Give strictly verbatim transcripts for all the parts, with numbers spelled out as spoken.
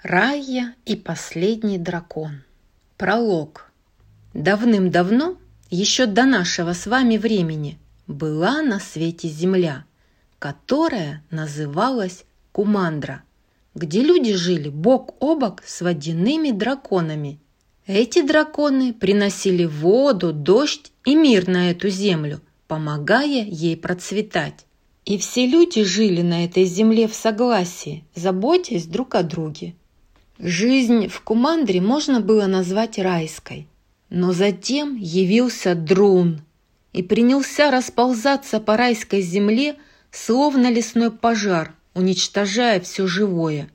Райя и последний дракон. Пролог. Давным-давно, еще до нашего с вами времени, была на свете земля, которая называлась Кумандра, где люди жили бок о бок с водяными драконами. Эти драконы приносили воду, дождь и мир на эту землю, помогая ей процветать. И все люди жили на этой земле в согласии, заботясь друг о друге. Жизнь в Кумандре можно было назвать райской. Но затем явился Друн и принялся расползаться по райской земле, словно лесной пожар, уничтожая все живое.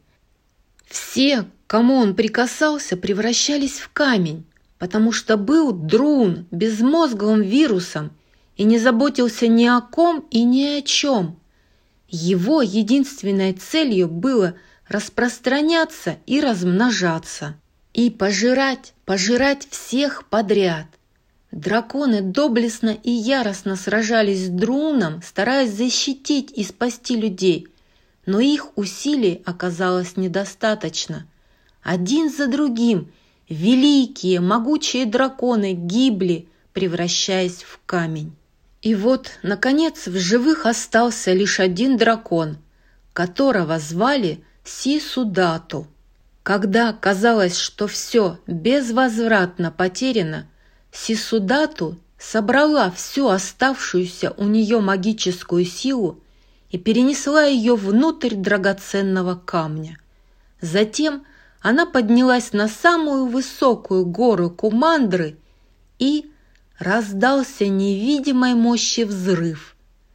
Все, к кому он прикасался, превращались в камень, потому что был Друн безмозглым вирусом и не заботился ни о ком и ни о чем. Его единственной целью было распространяться и размножаться, и пожирать, пожирать всех подряд. Драконы доблестно и яростно сражались с Друном, стараясь защитить и спасти людей, но их усилий оказалось недостаточно. Один за другим великие, могучие драконы гибли, превращаясь в камень. И вот, наконец, в живых остался лишь один дракон, которого звали Сисудату. Когда казалось, что все безвозвратно потеряно, Сисудату собрала всю оставшуюся у нее магическую силу и перенесла ее внутрь драгоценного камня. Затем она поднялась на самую высокую гору Кумандры, и раздался невидимой мощи взрыв.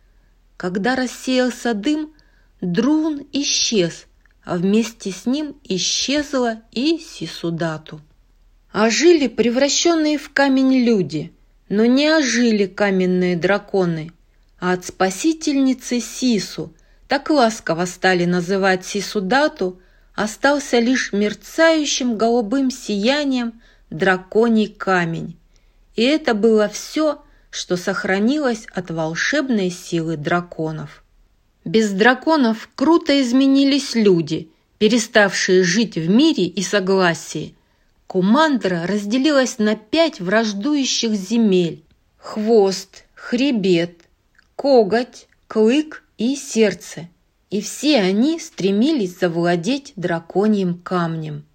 Когда рассеялся дым, Друн исчез, а вместе с ним исчезла и Сисудату. Ожили превращенные в камень люди, но не ожили каменные драконы, а от спасительницы Сису, так ласково стали называть Сисудату, остался лишь мерцающим голубым сиянием драконий камень. И это было все, что сохранилось от волшебной силы драконов. Без драконов круто изменились люди, переставшие жить в мире и согласии. Кумандра разделилась на пять враждующих земель: хвост, хребет, коготь, клык и сердце. И все они стремились завладеть драконьим камнем.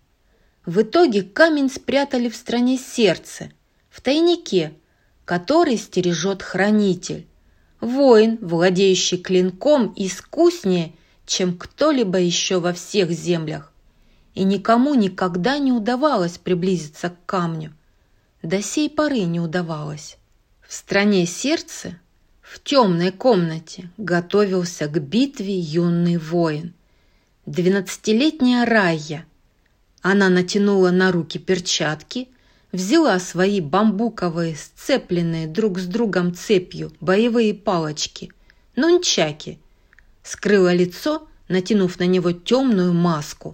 В итоге камень спрятали в стране сердце, в тайнике, который стережет хранитель. Воин, владеющий клинком, искуснее, чем кто-либо еще во всех землях. И никому никогда не удавалось приблизиться к камню. До сей поры не удавалось. В стране сердца, в темной комнате, готовился к битве юный воин. Двенадцатилетняя Райя. Она натянула на руки перчатки, взяла свои бамбуковые, сцепленные друг с другом цепью боевые палочки, нунчаки, скрыла лицо, натянув на него темную маску.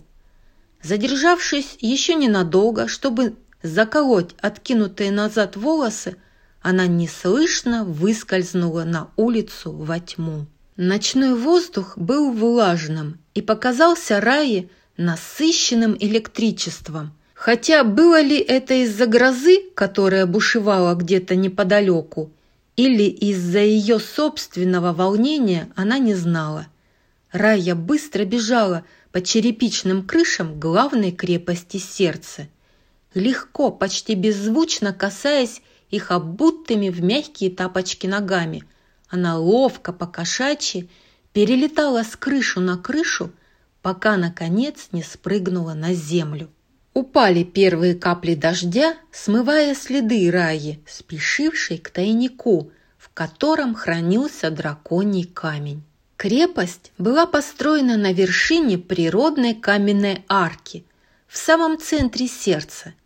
Задержавшись еще ненадолго, чтобы заколоть откинутые назад волосы, она неслышно выскользнула на улицу во тьму. Ночной воздух был влажным и показался Райе насыщенным электричеством. Хотя было ли это из-за грозы, которая бушевала где-то неподалеку, или из-за ее собственного волнения, она не знала. Райя быстро бежала по черепичным крышам главной крепости сердца, легко, почти беззвучно касаясь их обутыми в мягкие тапочки ногами. Она ловко по-кошачьи перелетала с крышу на крышу, пока, наконец, не спрыгнула на землю. Упали первые капли дождя, смывая следы Райи, спешившей к тайнику, в котором хранился драконий камень. Крепость была построена на вершине природной каменной арки, в самом центре сердца.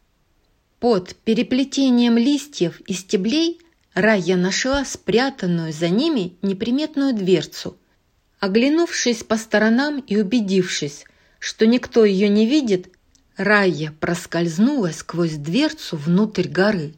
Под переплетением листьев и стеблей Райя нашла спрятанную за ними неприметную дверцу. Оглянувшись по сторонам и убедившись, что никто ее не видит, Райя проскользнула сквозь дверцу внутрь горы.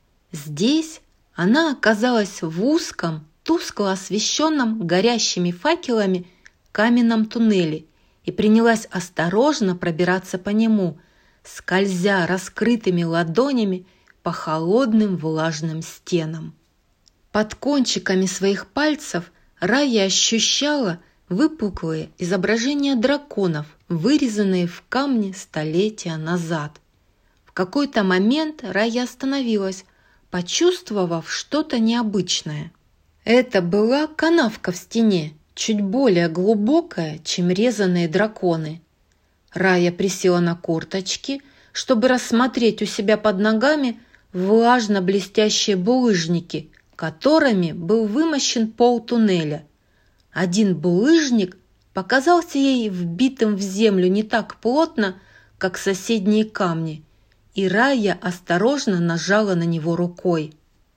Здесь она оказалась в узком, тускло освещенном горящими факелами каменном туннеле и принялась осторожно пробираться по нему, скользя раскрытыми ладонями по холодным влажным стенам. Под кончиками своих пальцев Рая ощущала выпуклые изображения драконов, вырезанные в камне столетия назад. В какой-то момент Рая остановилась, почувствовав что-то необычное. Это была канавка в стене, чуть более глубокая, чем резаные драконы. Рая присела на корточки, чтобы рассмотреть у себя под ногами влажно-блестящие булыжники, которыми был вымощен пол туннеля. Один булыжник показался ей вбитым в землю не так плотно, как соседние камни, и Рая осторожно нажала на него рукой.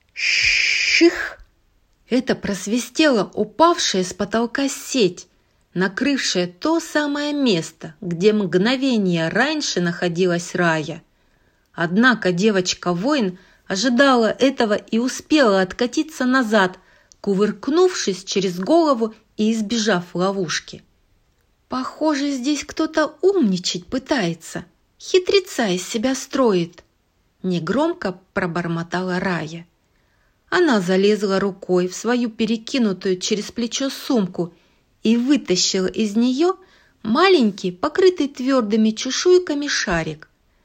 Ших! Это просвистела упавшая с потолка сеть, накрывшая то самое место, где мгновение раньше находилась Рая. Однако девочка-воин ожидала этого и успела откатиться назад, кувыркнувшись через голову и избежав ловушки. «Похоже, здесь кто-то умничать пытается, хитреца из себя строит», – негромко пробормотала Рая. Она залезла рукой в свою перекинутую через плечо сумку и вытащила из нее маленький, покрытый твердыми чешуйками шарик.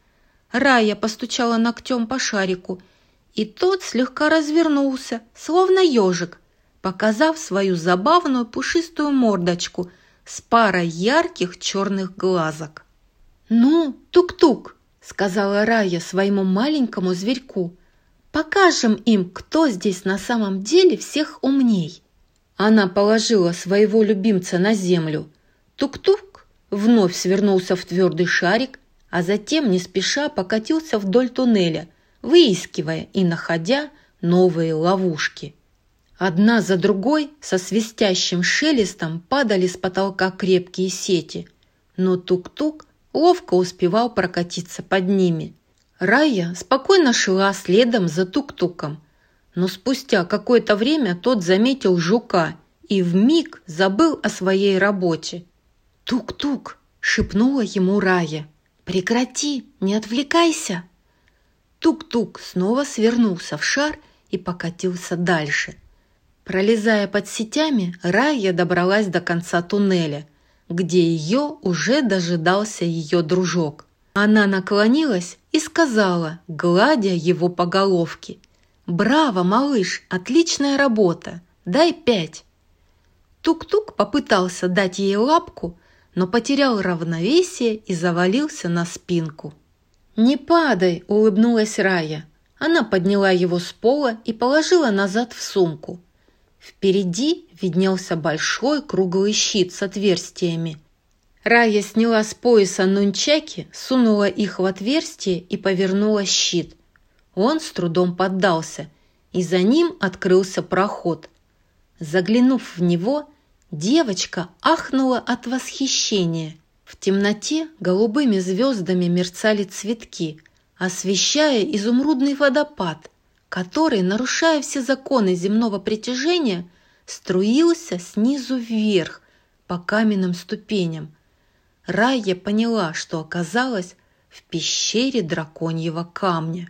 Рая постучала ногтем по шарику, и тот слегка развернулся, словно ежик, показав свою забавную пушистую мордочку с парой ярких черных глазок. «Ну, тук-тук», — сказала Рая своему маленькому зверьку, — «покажем им, кто здесь на самом деле всех умней». Она положила своего любимца на землю. Тук-тук вновь свернулся в твердый шарик, а затем не спеша покатился вдоль туннеля, выискивая и находя новые ловушки. Одна за другой со свистящим шелестом падали с потолка крепкие сети, но тук-тук ловко успевал прокатиться под ними. Рая спокойно шла следом за тук-туком, но спустя какое-то время тот заметил жука и вмиг забыл о своей работе. «Тук-тук!» – шепнула ему Рая. «Прекрати, не отвлекайся!» Тук-тук снова свернулся в шар и покатился дальше. Пролезая под сетями, Рая добралась до конца туннеля, где ее уже дожидался ее дружок. Она наклонилась и сказала, гладя его по головке: «Браво, малыш, отличная работа, дай пять». Тук-тук попытался дать ей лапку, но потерял равновесие и завалился на спинку. «Не падай», – улыбнулась Рая. Она подняла его с пола и положила назад в сумку. Впереди виднелся большой круглый щит с отверстиями. Рая сняла с пояса нунчаки, сунула их в отверстие и повернула щит. Он с трудом поддался, и за ним открылся проход. Заглянув в него, девочка ахнула от восхищения. В темноте голубыми звездами мерцали цветки, освещая изумрудный водопад, который, нарушая все законы земного притяжения, струился снизу вверх по каменным ступеням. Рая поняла, что оказалась в пещере драконьего камня.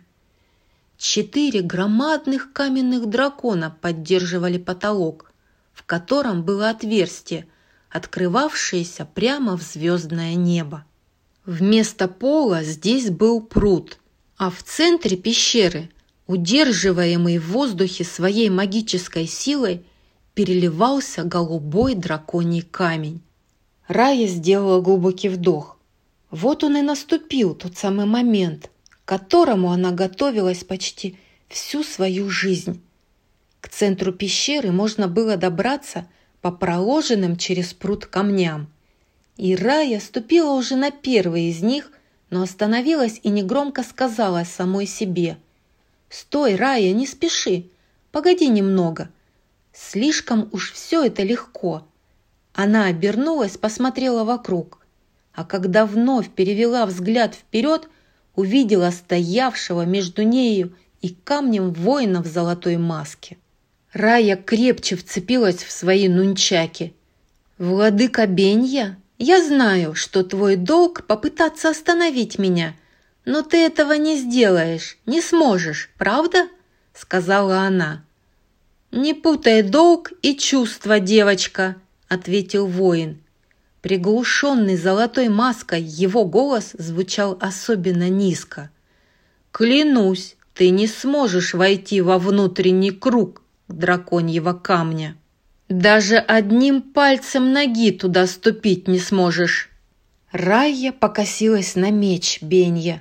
Четыре громадных каменных дракона поддерживали потолок, в котором было отверстие, открывавшееся прямо в звездное небо. Вместо пола здесь был пруд, а в центре пещеры, удерживаемый в воздухе своей магической силой, переливался голубой драконий камень. Рая сделала глубокий вдох. Вот он и наступил, тот самый момент, к которому она готовилась почти всю свою жизнь. К центру пещеры можно было добраться по проложенным через пруд камням. И Рая ступила уже на первый из них, но остановилась и негромко сказала самой себе: «Стой, Рая, не спеши, погоди немного. Слишком уж все это легко». Она обернулась, посмотрела вокруг, а когда вновь перевела взгляд вперед, увидела стоявшего между нею и камнем воина в золотой маске. Рая крепче вцепилась в свои нунчаки. «Владыка Бенья?» Я знаю, что твой долг попытаться остановить меня, но ты этого не сделаешь, не сможешь, правда?» – сказала она. «Не путай долг и чувства, девочка», – ответил воин. Приглушенный золотой маской его голос звучал особенно низко. «Клянусь, ты не сможешь войти во внутренний круг драконьего камня. Даже одним пальцем ноги туда ступить не сможешь». Райя покосилась на меч Бенья.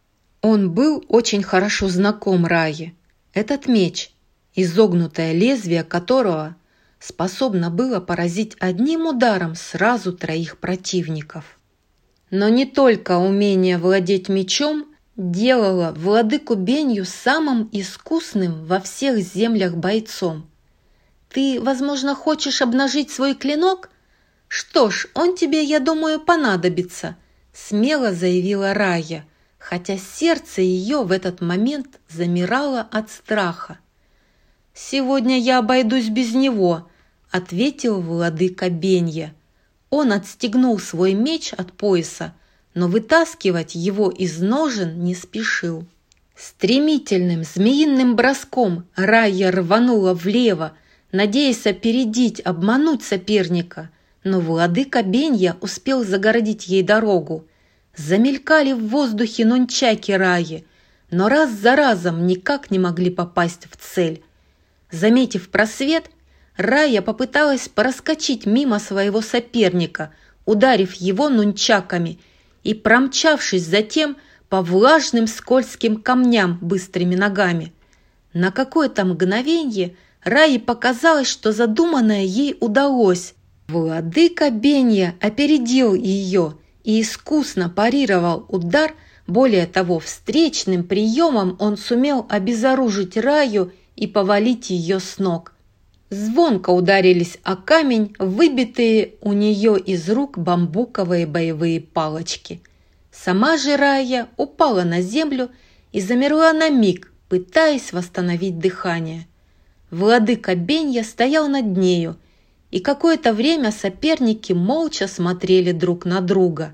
Он был очень хорошо знаком Райе. Этот меч, изогнутое лезвие которого способно было поразить одним ударом сразу троих противников. Но не только умение владеть мечом делало владыку Бенью самым искусным во всех землях бойцом. «Ты, возможно, хочешь обнажить свой клинок? Что ж, он тебе, я думаю, понадобится», – смело заявила Райя, хотя сердце ее в этот момент замирало от страха. «Сегодня я обойдусь без него», – ответил владыка Бенья. Он отстегнул свой меч от пояса, но вытаскивать его из ножен не спешил. Стремительным змеиным броском Райя рванула влево, надеясь опередить, обмануть соперника, но владыка Бенья успел загородить ей дорогу. Замелькали в воздухе нунчаки Райи, но раз за разом никак не могли попасть в цель. Заметив просвет, Райя попыталась проскочить мимо своего соперника, ударив его нунчаками и промчавшись затем по влажным скользким камням быстрыми ногами. На какое-то мгновенье Райе показалось, что задуманное ей удалось. Владыка Бенья опередил ее и искусно парировал удар. Более того, встречным приемом он сумел обезоружить Райю и повалить ее с ног. Звонко ударились о камень выбитые у нее из рук бамбуковые боевые палочки. Сама же Райя упала на землю и замерла на миг, пытаясь восстановить дыхание. Владыка Бенья стоял над нею, и какое-то время соперники молча смотрели друг на друга.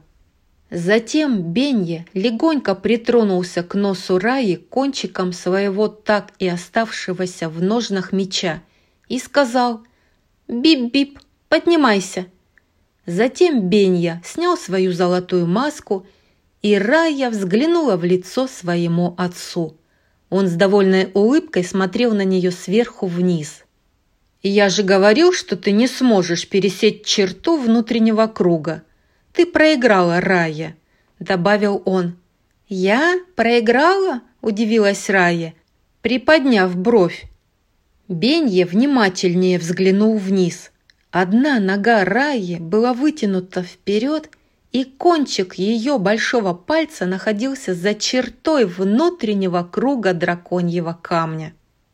Затем Бенья легонько притронулся к носу Райи кончиком своего так и оставшегося в ножнах меча и сказал: «Бип-бип, поднимайся». Затем Бенья снял свою золотую маску, и Райя взглянула в лицо своему отцу. Он с довольной улыбкой смотрел на нее сверху вниз. «Я же говорил, что ты не сможешь пересечь черту внутреннего круга. Ты проиграла, Райя», – добавил он. «Я проиграла?» – удивилась Райя, приподняв бровь. Бенья внимательнее взглянул вниз. Одна нога Райи была вытянута вперед, и кончик ее большого пальца находился за чертой внутреннего круга драконьего камня.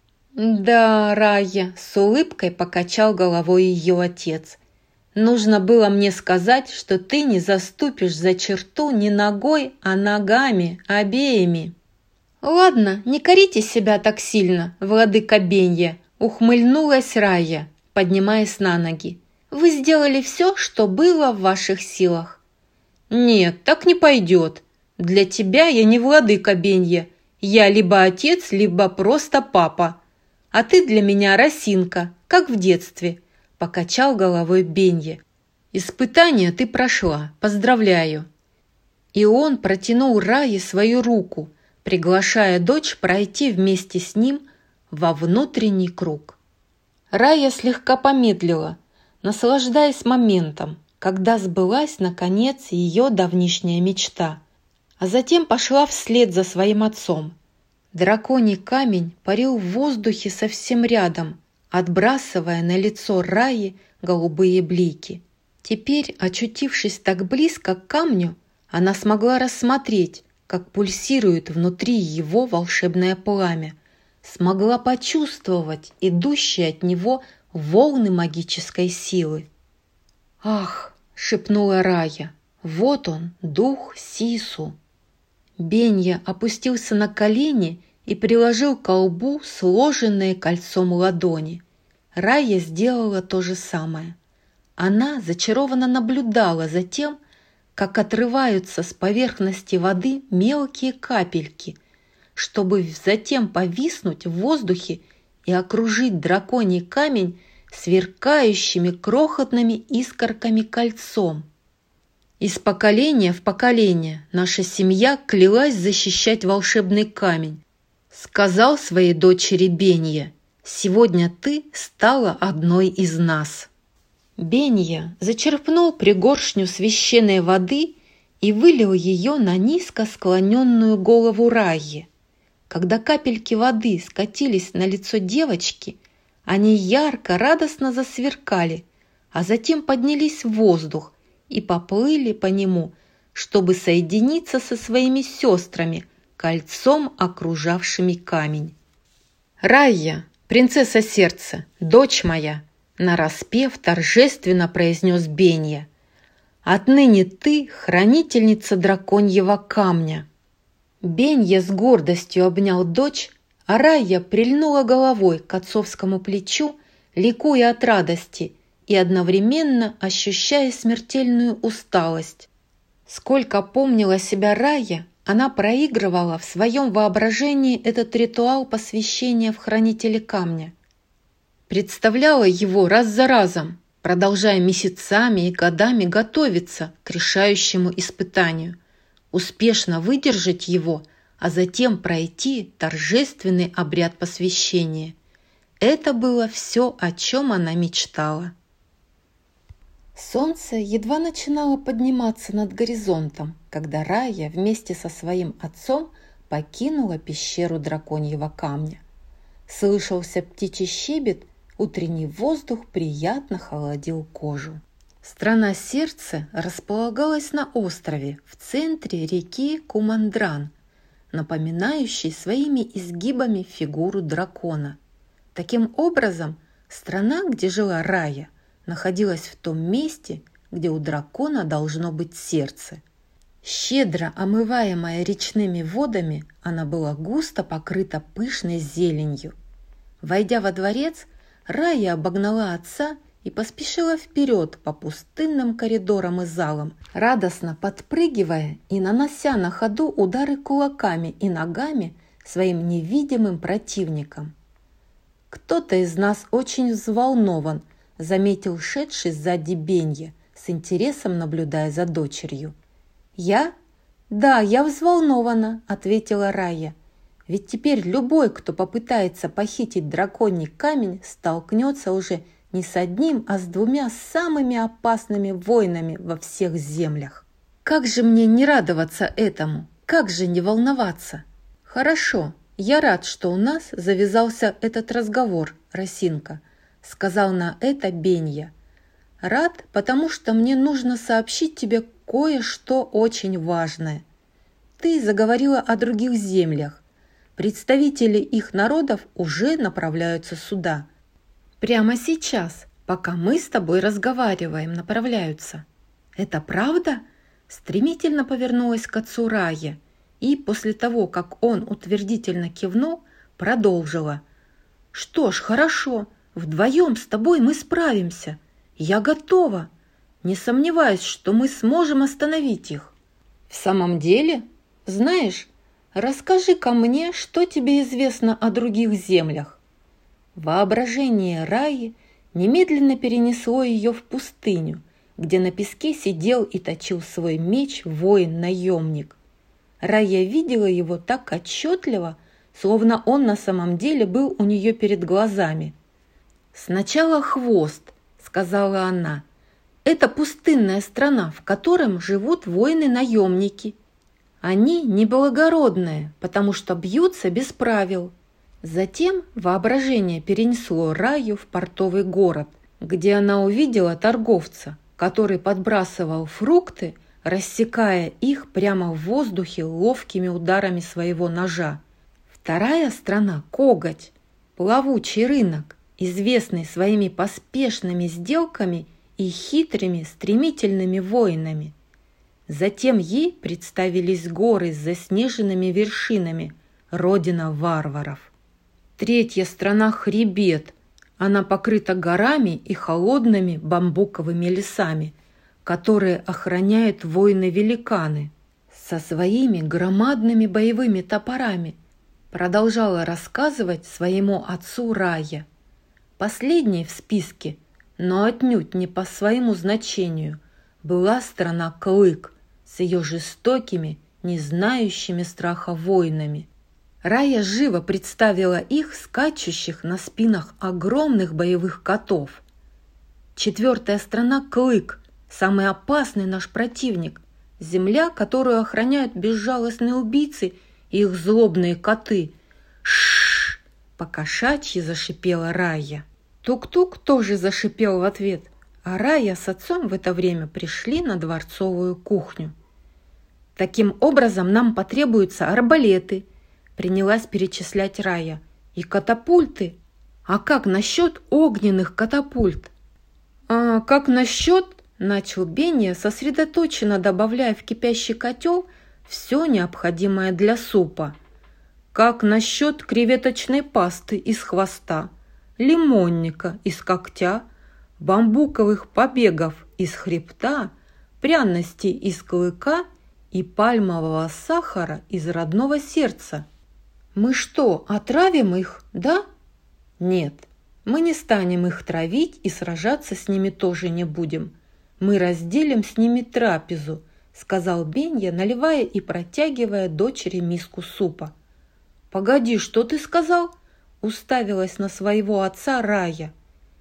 «Да, Райя», – с улыбкой покачал головой ее отец. «Нужно было мне сказать, что ты не заступишь за черту не ногой, а ногами обеими». «Ладно, не корите себя так сильно, владыка Бенья», – ухмыльнулась Райя, поднимаясь на ноги. «Вы сделали все, что было в ваших силах». «Нет, так не пойдет. Для тебя я не владыка Бенья. Я либо отец, либо просто папа. А ты для меня росинка, как в детстве», – покачал головой Бенья. «Испытание ты прошла, поздравляю». И он протянул Райе свою руку, приглашая дочь пройти вместе с ним во внутренний круг. Райя слегка помедлила, наслаждаясь моментом, когда сбылась, наконец, ее давнишняя мечта, а затем пошла вслед за своим отцом. Драконий камень парил в воздухе совсем рядом, отбрасывая на лицо Райи голубые блики. Теперь, очутившись так близко к камню, она смогла рассмотреть, как пульсирует внутри его волшебное пламя, смогла почувствовать идущие от него волны магической силы. «Ах!» – шепнула Райя. «Вот он, дух Сису!» Бенья опустился на колени и приложил к колбу сложенные кольцом ладони. Райя сделала то же самое. Она зачарованно наблюдала за тем, как отрываются с поверхности воды мелкие капельки, чтобы затем повиснуть в воздухе и окружить драконий камень сверкающими крохотными искорками кольцом. Из поколения в поколение наша семья клялась защищать волшебный камень. Сказал своей дочери Бенья: «Сегодня ты стала одной из нас». Бенья зачерпнул пригоршню священной воды и вылил ее на низко склоненную голову Райи. Когда капельки воды скатились на лицо девочки, они ярко, радостно засверкали, а затем поднялись в воздух и поплыли по нему, чтобы соединиться со своими сестрами, кольцом окружавшими камень. «Райя, принцесса сердца, дочь моя!» нараспев торжественно произнес Бенья: «Отныне ты хранительница драконьего камня». Бенья с гордостью обнял дочь, а Райя прильнула головой к отцовскому плечу, ликуя от радости и одновременно ощущая смертельную усталость. Сколько помнила себя Райя, она проигрывала в своем воображении этот ритуал посвящения в хранителя камня. Представляла его раз за разом, продолжая месяцами и годами готовиться к решающему испытанию, успешно выдержать его, а затем пройти торжественный обряд посвящения. Это было все, о чем она мечтала. Солнце едва начинало подниматься над горизонтом, когда Райя вместе со своим отцом покинула пещеру драконьего камня. Слышался птичий щебет, утренний воздух приятно холодил кожу. Страна сердца располагалась на острове в центре реки Кумандран, напоминающей своими изгибами фигуру дракона. Таким образом, страна, где жила Райя, находилась в том месте, где у дракона должно быть сердце. Щедро омываемая речными водами, она была густо покрыта пышной зеленью. Войдя во дворец, Райя обогнала отца и поспешила вперед по пустынным коридорам и залам, радостно подпрыгивая и нанося на ходу удары кулаками и ногами своим невидимым противникам. «Кто-то из нас очень взволнован», — заметил шедший сзади Бенья, с интересом наблюдая за дочерью. «Я? Да, я взволнована», — ответила Райя. «Ведь теперь любой, кто попытается похитить драконий камень, столкнется уже не с одним, а с двумя самыми опасными воинами во всех землях. Как же мне не радоваться этому? Как же не волноваться? Хорошо, я рад, что у нас завязался этот разговор, Росинка», — сказал на это Бенья. «Рад, потому что мне нужно сообщить тебе кое-что очень важное. Ты заговорила о других землях. Представители их народов уже направляются сюда. Прямо сейчас, пока мы с тобой разговариваем, направляются. Это правда?» Стремительно повернулась к отцу Райя и после того, как он утвердительно кивнул, продолжила. «Что ж, хорошо, вдвоем с тобой мы справимся. Я готова. Не сомневаюсь, что мы сможем остановить их». «В самом деле? Знаешь, расскажи-ка мне, что тебе известно о других землях». Воображение Райи немедленно перенесло ее в пустыню, где на песке сидел и точил свой меч воин-наемник. Райя видела его так отчетливо, словно он на самом деле был у нее перед глазами. «Сначала хвост», — сказала она. «Это пустынная страна, в котором живут воины-наемники. Они неблагородные, потому что бьются без правил». Затем воображение перенесло Райю в портовый город, где она увидела торговца, который подбрасывал фрукты, рассекая их прямо в воздухе ловкими ударами своего ножа. Вторая страна – Коготь, плавучий рынок, известный своими поспешными сделками и хитрыми стремительными воинами. Затем ей представились горы с заснеженными вершинами, родина варваров. Третья страна – Хребет, Она покрыта горами и холодными бамбуковыми лесами, которые охраняют воины-великаны со своими громадными боевыми топорами, продолжала рассказывать своему отцу Рая. Последней в списке, но отнюдь не по своему значению, была страна Клык с ее жестокими, не знающими страха воинами. Рая живо представила их, скачущих на спинах огромных боевых котов. Четвертая страна Клык, самый опасный наш противник, земля, которую охраняют безжалостные убийцы и их злобные коты. Шш! Покошачьи зашипела Рая. Тук-тук тоже зашипел в ответ, а Рая с отцом в это время пришли на дворцовую кухню. Таким образом, нам потребуются арбалеты, принялась перечислять Рая, и катапульты. А как насчет огненных катапульт? А как насчет, начал Бенья, сосредоточенно добавляя в кипящий котел все необходимое для супа. Как насчет креветочной пасты из хвоста, лимонника из когтя, бамбуковых побегов из хребта, пряностей из клыка и пальмового сахара из родного сердца? Мы что, отравим их, да? Нет, мы не станем их травить и сражаться с ними тоже не будем. Мы разделим с ними трапезу, сказал Бенья, наливая и протягивая дочери миску супа. Погоди, что ты сказал? Уставилась на своего отца Рая.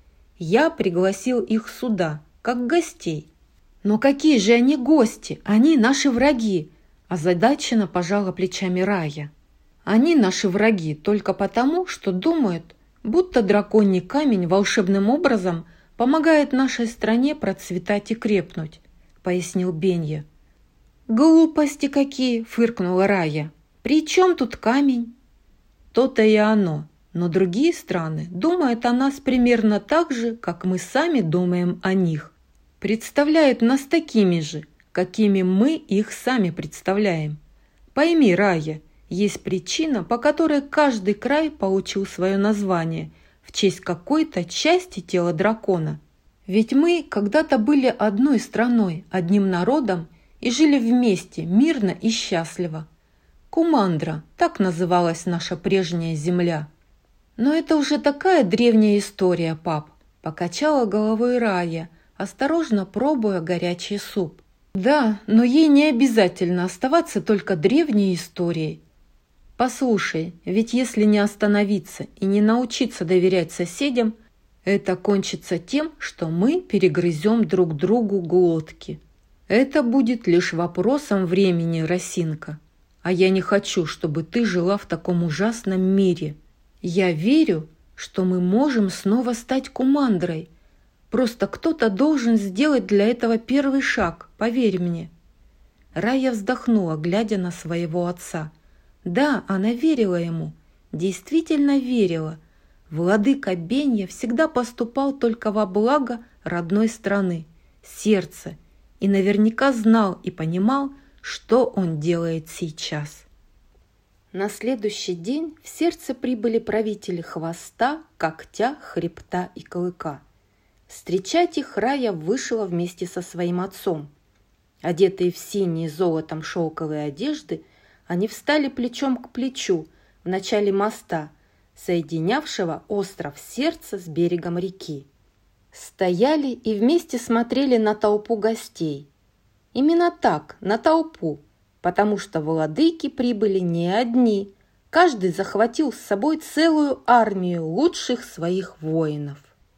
Я пригласил их сюда, как гостей. Но какие же они гости? Они наши враги, озадаченно пожала плечами Рая. Они наши враги только потому, что думают, будто драконий камень волшебным образом помогает нашей стране процветать и крепнуть, пояснил Бенья. Глупости какие, фыркнула Рая. При чем тут камень? То-то и оно, но другие страны думают о нас примерно так же, как мы сами думаем о них. Представляют нас такими же, какими мы их сами представляем. Пойми, Рая, есть причина, по которой каждый край получил свое название в честь какой-то части тела дракона. Ведь мы когда-то были одной страной, одним народом и жили вместе, мирно и счастливо. Кумандра, так называлась наша прежняя земля. Но это уже такая древняя история, пап, покачала головой Рая, осторожно пробуя горячий суп. Да, но ей не обязательно оставаться только древней историей. Послушай, ведь если не остановиться и не научиться доверять соседям, это кончится тем, что мы перегрызем друг другу глотки. Это будет лишь вопросом времени, Росинка. А я не хочу, чтобы ты жила в таком ужасном мире. Я верю, что мы можем снова стать Кумандрой. Просто кто-то должен сделать для этого первый шаг, поверь мне. Рая вздохнула, глядя на своего отца. Да, она верила ему, действительно верила. Владыка Бенья всегда поступал только во благо родной страны, сердца, и наверняка знал и понимал, что он делает сейчас. На следующий день в сердце прибыли правители Хвоста, Когтя, Хребта и Клыка. Встречать их Рая вышла вместе со своим отцом. Одетые в синие золотом шелковые одежды, они встали плечом к плечу в начале моста, соединявшего остров Сердца с берегом реки. Стояли и вместе смотрели на толпу гостей. Именно так, на толпу, потому что владыки прибыли не одни, каждый захватил с собой целую армию лучших своих воинов.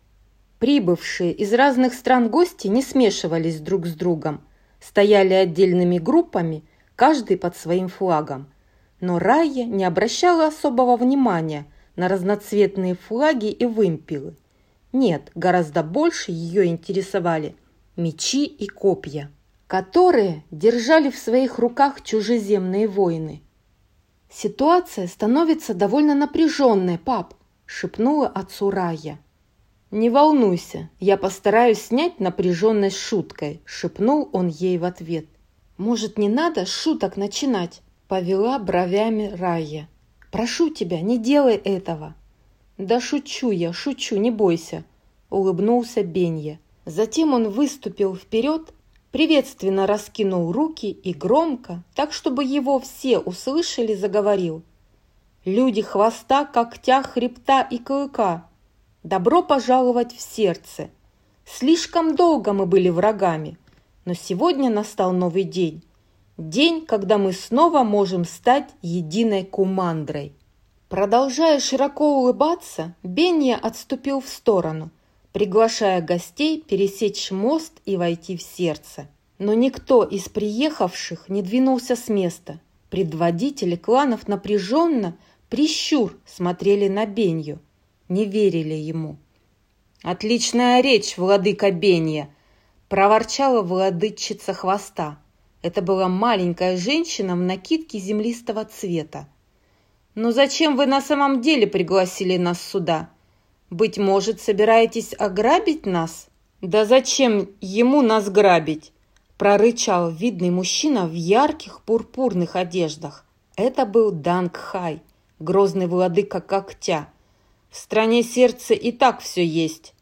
Прибывшие из разных стран гости не смешивались друг с другом, стояли отдельными группами, каждый под своим флагом. Но Рая не обращала особого внимания на разноцветные флаги и вымпелы. Нет, гораздо больше ее интересовали мечи и копья, которые держали в своих руках чужеземные воины. «Ситуация становится довольно напряженной, пап», – шепнула отцу Рая. «Не волнуйся, я постараюсь снять напряженность шуткой», – шепнул он ей в ответ. «Может, не надо шуток начинать?» – повела бровями Рая. «Прошу тебя, не делай этого». «Да шучу я, шучу, не бойся», – улыбнулся Бенья. Затем он выступил вперед, приветственно раскинул руки и громко, так чтобы его все услышали, заговорил. «Люди хвоста, когтя, хребта и клыка, добро пожаловать в сердце. Слишком долго мы были врагами, но сегодня настал новый день. День, когда мы снова можем стать единой кумандрой». Продолжая широко улыбаться, Бенья отступил в сторону, приглашая гостей пересечь мост и войти в сердце. Но никто из приехавших не двинулся с места. Предводители кланов напряженно, прищур смотрели на Бенью, не верили ему. «Отличная речь, владыка Бенья!» – проворчала владычица хвоста. Это была маленькая женщина в накидке землистого цвета. «Но зачем вы на самом деле пригласили нас сюда? Быть может, собираетесь ограбить нас?» «Да зачем ему нас грабить?» – прорычал видный мужчина в ярких пурпурных одеждах. Это был Данг Хай, грозный владыка когтя. «В стране сердца и так все есть».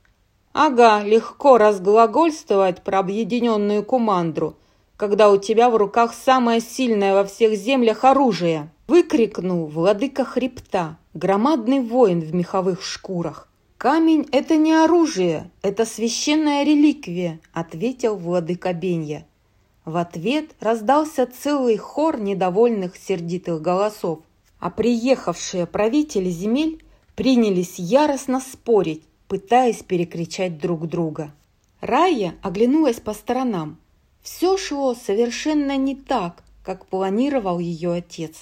«Ага, легко разглагольствовать про объединенную кумандру, когда у тебя в руках самое сильное во всех землях оружие!» Выкрикнул владыка хребта, громадный воин в меховых шкурах. «Камень – это не оружие, это священная реликвия», – ответил владыка Бенья. В ответ раздался целый хор недовольных сердитых голосов, а приехавшие правители земель принялись яростно спорить, пытаясь перекричать друг друга. Рая оглянулась по сторонам. Все шло совершенно не так, как планировал ее отец.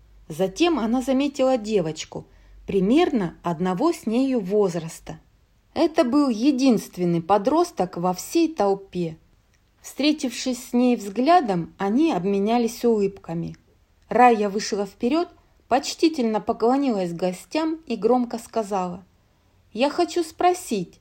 Затем она заметила девочку, примерно одного с нею возраста. Это был единственный подросток во всей толпе. Встретившись с ней взглядом, они обменялись улыбками. Рая вышла вперед, почтительно поклонилась гостям и громко сказала: «Я хочу спросить».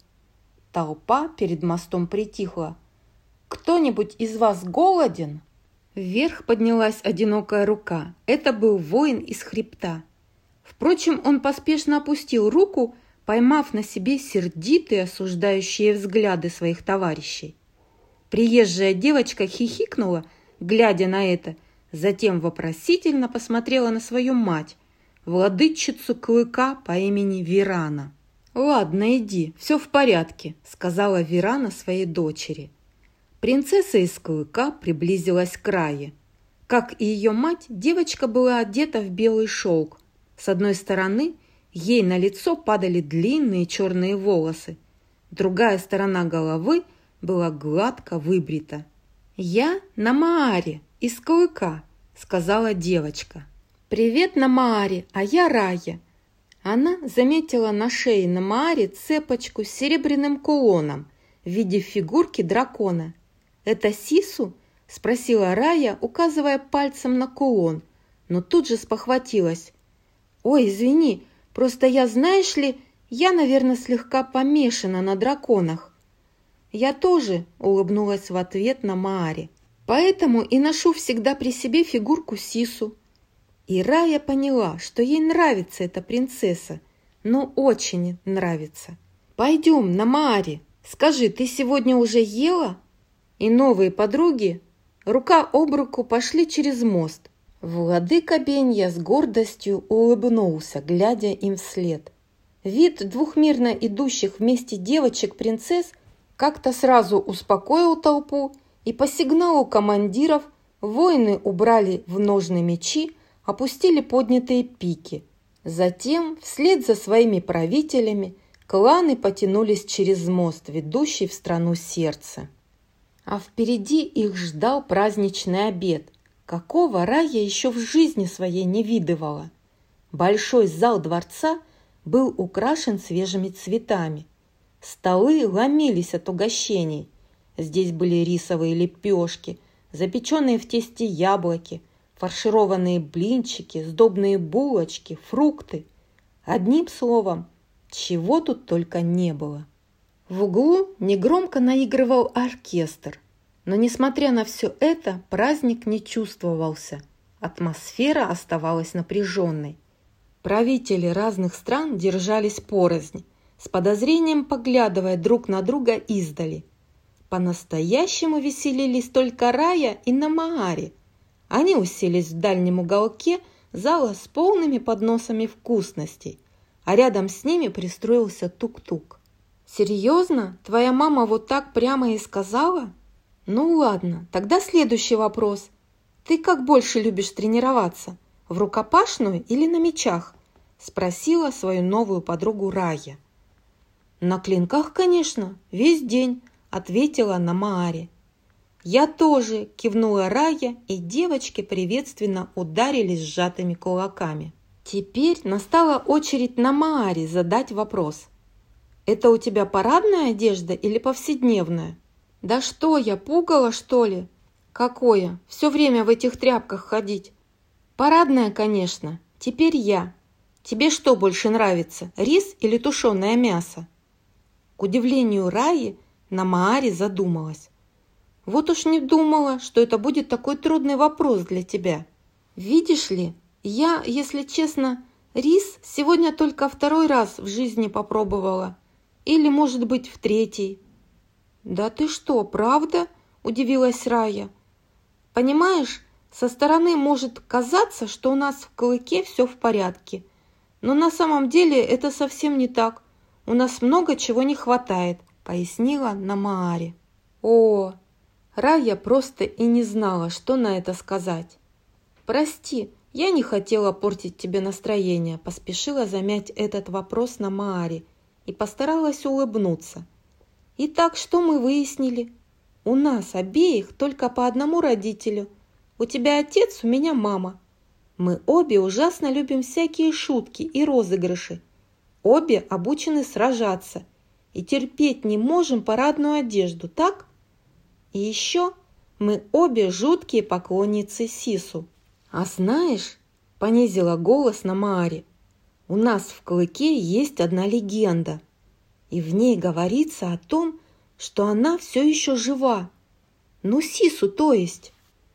Толпа перед мостом притихла. «Кто-нибудь из вас голоден?» Вверх поднялась одинокая рука. Это был воин из хребта. Впрочем, он поспешно опустил руку, поймав на себе сердитые осуждающие взгляды своих товарищей. Приезжая девочка хихикнула, глядя на это, затем вопросительно посмотрела на свою мать, владычицу клыка по имени Вирана. «Ладно, иди, все в порядке», — сказала Вирана своей дочери. Принцесса из клыка приблизилась к Рае. Как и ее мать, девочка была одета в белый шелк. С одной стороны ей на лицо падали длинные черные волосы, другая сторона головы была гладко выбрита. «Я Намаари из клыка», — сказала девочка. «Привет, Намаари, а я Рая». Она заметила на шее Намаари цепочку с серебряным кулоном в виде фигурки дракона. «Это Сису?» – спросила Рая, указывая пальцем на кулон, но тут же спохватилась. «Ой, извини, просто я, знаешь ли, я, наверное, слегка помешана на драконах». «Я тоже», – улыбнулась в ответ Намаари, «поэтому и ношу всегда при себе фигурку Сису». И Рая поняла, что ей нравится эта принцесса, но очень нравится. «Пойдем, Намаари, скажи, ты сегодня уже ела?» И новые подруги рука об руку пошли через мост. Владыка Бенья с гордостью улыбнулся, глядя им вслед. Вид двух мирно идущих вместе девочек-принцесс как-то сразу успокоил толпу, и по сигналу командиров воины убрали в ножны мечи, опустили поднятые пики. Затем, вслед за своими правителями, кланы потянулись через мост, ведущий в страну сердца. А впереди их ждал праздничный обед, какого Рая еще в жизни своей не видывала. Большой зал дворца был украшен свежими цветами. Столы ломились от угощений. Здесь были рисовые лепешки, запеченные в тесте яблоки, фаршированные блинчики, сдобные булочки, фрукты. Одним словом, чего тут только не было. В углу негромко наигрывал оркестр, но, несмотря на все это, праздник не чувствовался. Атмосфера оставалась напряженной. Правители разных стран держались порознь, с подозрением поглядывая друг на друга издали. По-настоящему веселились только Рая и Намаари. Они уселись в дальнем уголке зала с полными подносами вкусностей, а рядом с ними пристроился Тук-Тук. «Серьезно? Твоя мама вот так прямо и сказала? Ну ладно, тогда следующий вопрос. Ты как больше любишь тренироваться, в рукопашную или на мечах?» – спросила свою новую подругу Рая. «На клинках, конечно, весь день», – ответила Намаари. «Я тоже», – кивнула Рая, и девочки приветственно ударились сжатыми кулаками. Теперь настала очередь Намаари задать вопрос. «Это у тебя парадная одежда или повседневная?» «Да что я, пугало, что ли?» «Какое? Все время в этих тряпках ходить?» «Парадная, конечно. Теперь я. Тебе что больше нравится, рис или тушеное мясо?» К удивлению Раи, Намаари задумалась. «Вот уж не думала, что это будет такой трудный вопрос для тебя. Видишь ли, я, если честно, рис сегодня только второй раз в жизни попробовала. Или, может быть, в третий». «Да ты что, правда?» – удивилась Рая. «Понимаешь, со стороны может казаться, что у нас в Клыке все в порядке. Но на самом деле это совсем не так. У нас много чего не хватает», – пояснила Намаари. «О!» Рая просто и не знала, что на это сказать. «Прости, я не хотела портить тебе настроение», – поспешила замять этот вопрос Намаари и постаралась улыбнуться. «Итак, что мы выяснили? У нас обеих только по одному родителю. У тебя отец, у меня мама. Мы обе ужасно любим всякие шутки и розыгрыши. Обе обучены сражаться и терпеть не можем парадную одежду, так? И еще мы обе жуткие поклонницы Сису. А знаешь, — понизила голос Намаари, — у нас в Клыке есть одна легенда, и в ней говорится о том, что она все еще жива. Ну, Сису, то есть».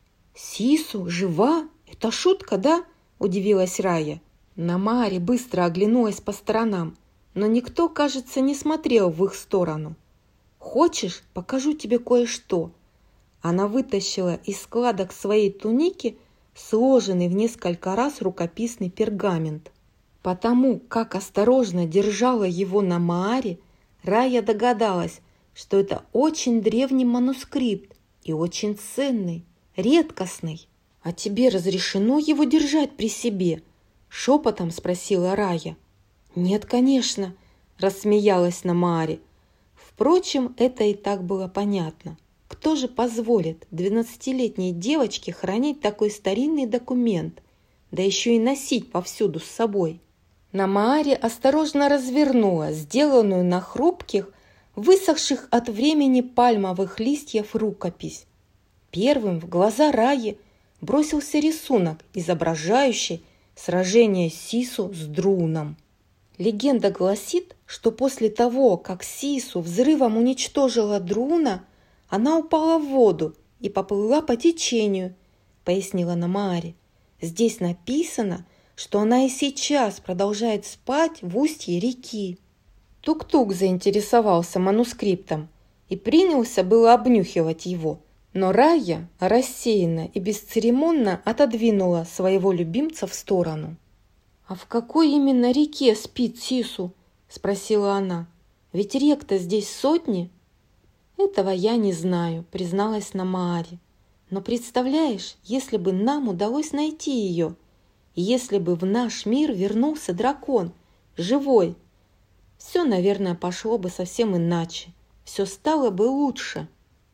«Сису? Жива? Это шутка, да?» – удивилась Рая. Намаари быстро оглянулась по сторонам, но никто, кажется, не смотрел в их сторону. «Хочешь, покажу тебе кое-что?» Она вытащила из складок своей туники сложенный в несколько раз рукописный пергамент. Потому как осторожно держала его Намаари, Рая догадалась, что это очень древний манускрипт и очень ценный, редкостный. «А тебе разрешено его держать при себе?» – шепотом спросила Рая. «Нет, конечно», – рассмеялась Намаари. Впрочем, это и так было понятно. Кто же позволит двенадцатилетней девочке хранить такой старинный документ, да еще и носить повсюду с собой? Намаари осторожно развернула сделанную на хрупких, высохших от времени пальмовых листьев рукопись. Первым в глаза Раи бросился рисунок, изображающий сражение Сису с Друуном. Легенда гласит, что после того, как Сису взрывом уничтожила Друуна, она упала в воду и поплыла по течению, пояснила Намаари. Здесь написано, что она и сейчас продолжает спать в устье реки. Тук-Тук заинтересовался манускриптом и принялся было обнюхивать его, но Рая рассеянно и бесцеремонно отодвинула своего любимца в сторону. «А в какой именно реке спит Сису?» – спросила она. «Ведь рек-то здесь сотни». «Этого я не знаю», – призналась Намаари. «Но представляешь, если бы нам удалось найти ее, если бы в наш мир вернулся дракон, живой, все, наверное, пошло бы совсем иначе, все стало бы лучше».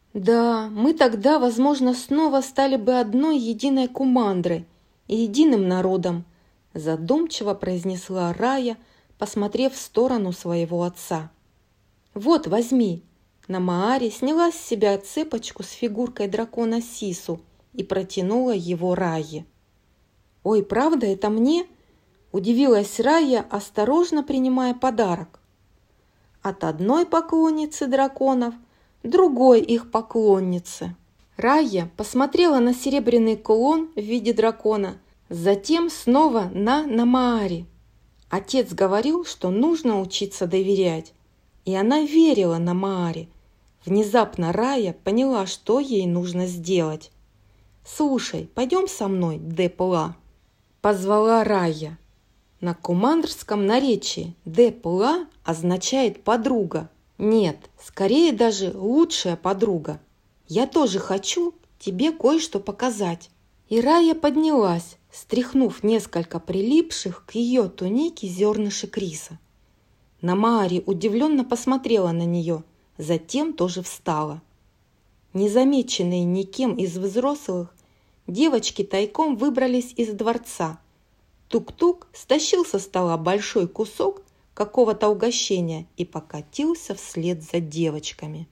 «Да, мы тогда, возможно, снова стали бы одной единой кумандрой и единым народом», задумчиво произнесла Рая, посмотрев в сторону своего отца. «Вот, возьми». Намаари сняла с себя цепочку с фигуркой дракона Сису и протянула его Рае. «Ой, правда, это мне?» – удивилась Рая, осторожно принимая подарок. От одной поклонницы драконов другой их поклонницы. Рая посмотрела на серебряный кулон в виде дракона, затем снова на Намаари. Отец говорил, что нужно учиться доверять, и она верила Намааре. Внезапно Рая поняла, что ей нужно сделать. «Слушай, пойдем со мной, Депла», – позвала Рая. На кумандрском наречии «Депла» означает «подруга». Нет, скорее даже лучшая подруга. Я тоже хочу тебе кое-что показать. И Рая поднялась, стряхнув несколько прилипших к ее тунике зернышек риса. Намааре удивленно посмотрела на нее, затем тоже встала. Незамеченные никем из взрослых, девочки тайком выбрались из дворца. Тук-тук стащил со стола большой кусок какого-то угощения и покатился вслед за девочками.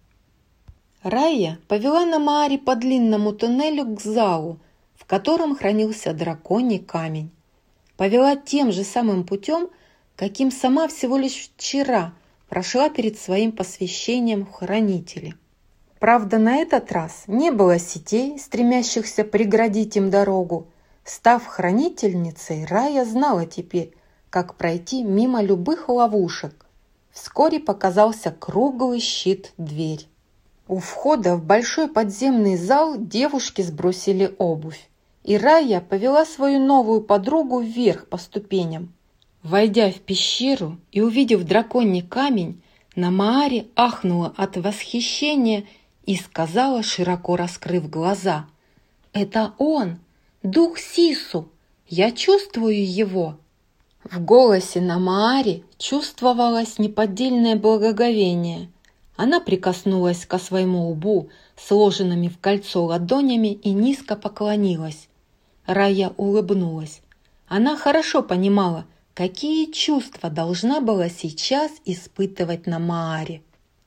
Рая повела Намааре по длинному туннелю к залу, в котором хранился драконий камень. Повела тем же самым путем, каким сама всего лишь вчера прошла перед своим посвящением в хранители. Правда, на этот раз не было сетей, стремящихся преградить им дорогу. Став хранительницей, Рая знала теперь, как пройти мимо любых ловушек. Вскоре показался круглый щит-дверь. У входа в большой подземный зал девушки сбросили обувь, и Рая повела свою новую подругу вверх по ступеням. Войдя в пещеру и увидев драконий камень, Намааре ахнула от восхищения и сказала, широко раскрыв глаза: «Это он, дух Сису! Я чувствую его!» В голосе Намааре чувствовалось неподдельное благоговение. Она прикоснулась ко своему лбу сложенными в кольцо ладонями и низко поклонилась. Рая улыбнулась. Она хорошо понимала, какие чувства должна была сейчас испытывать Намааре.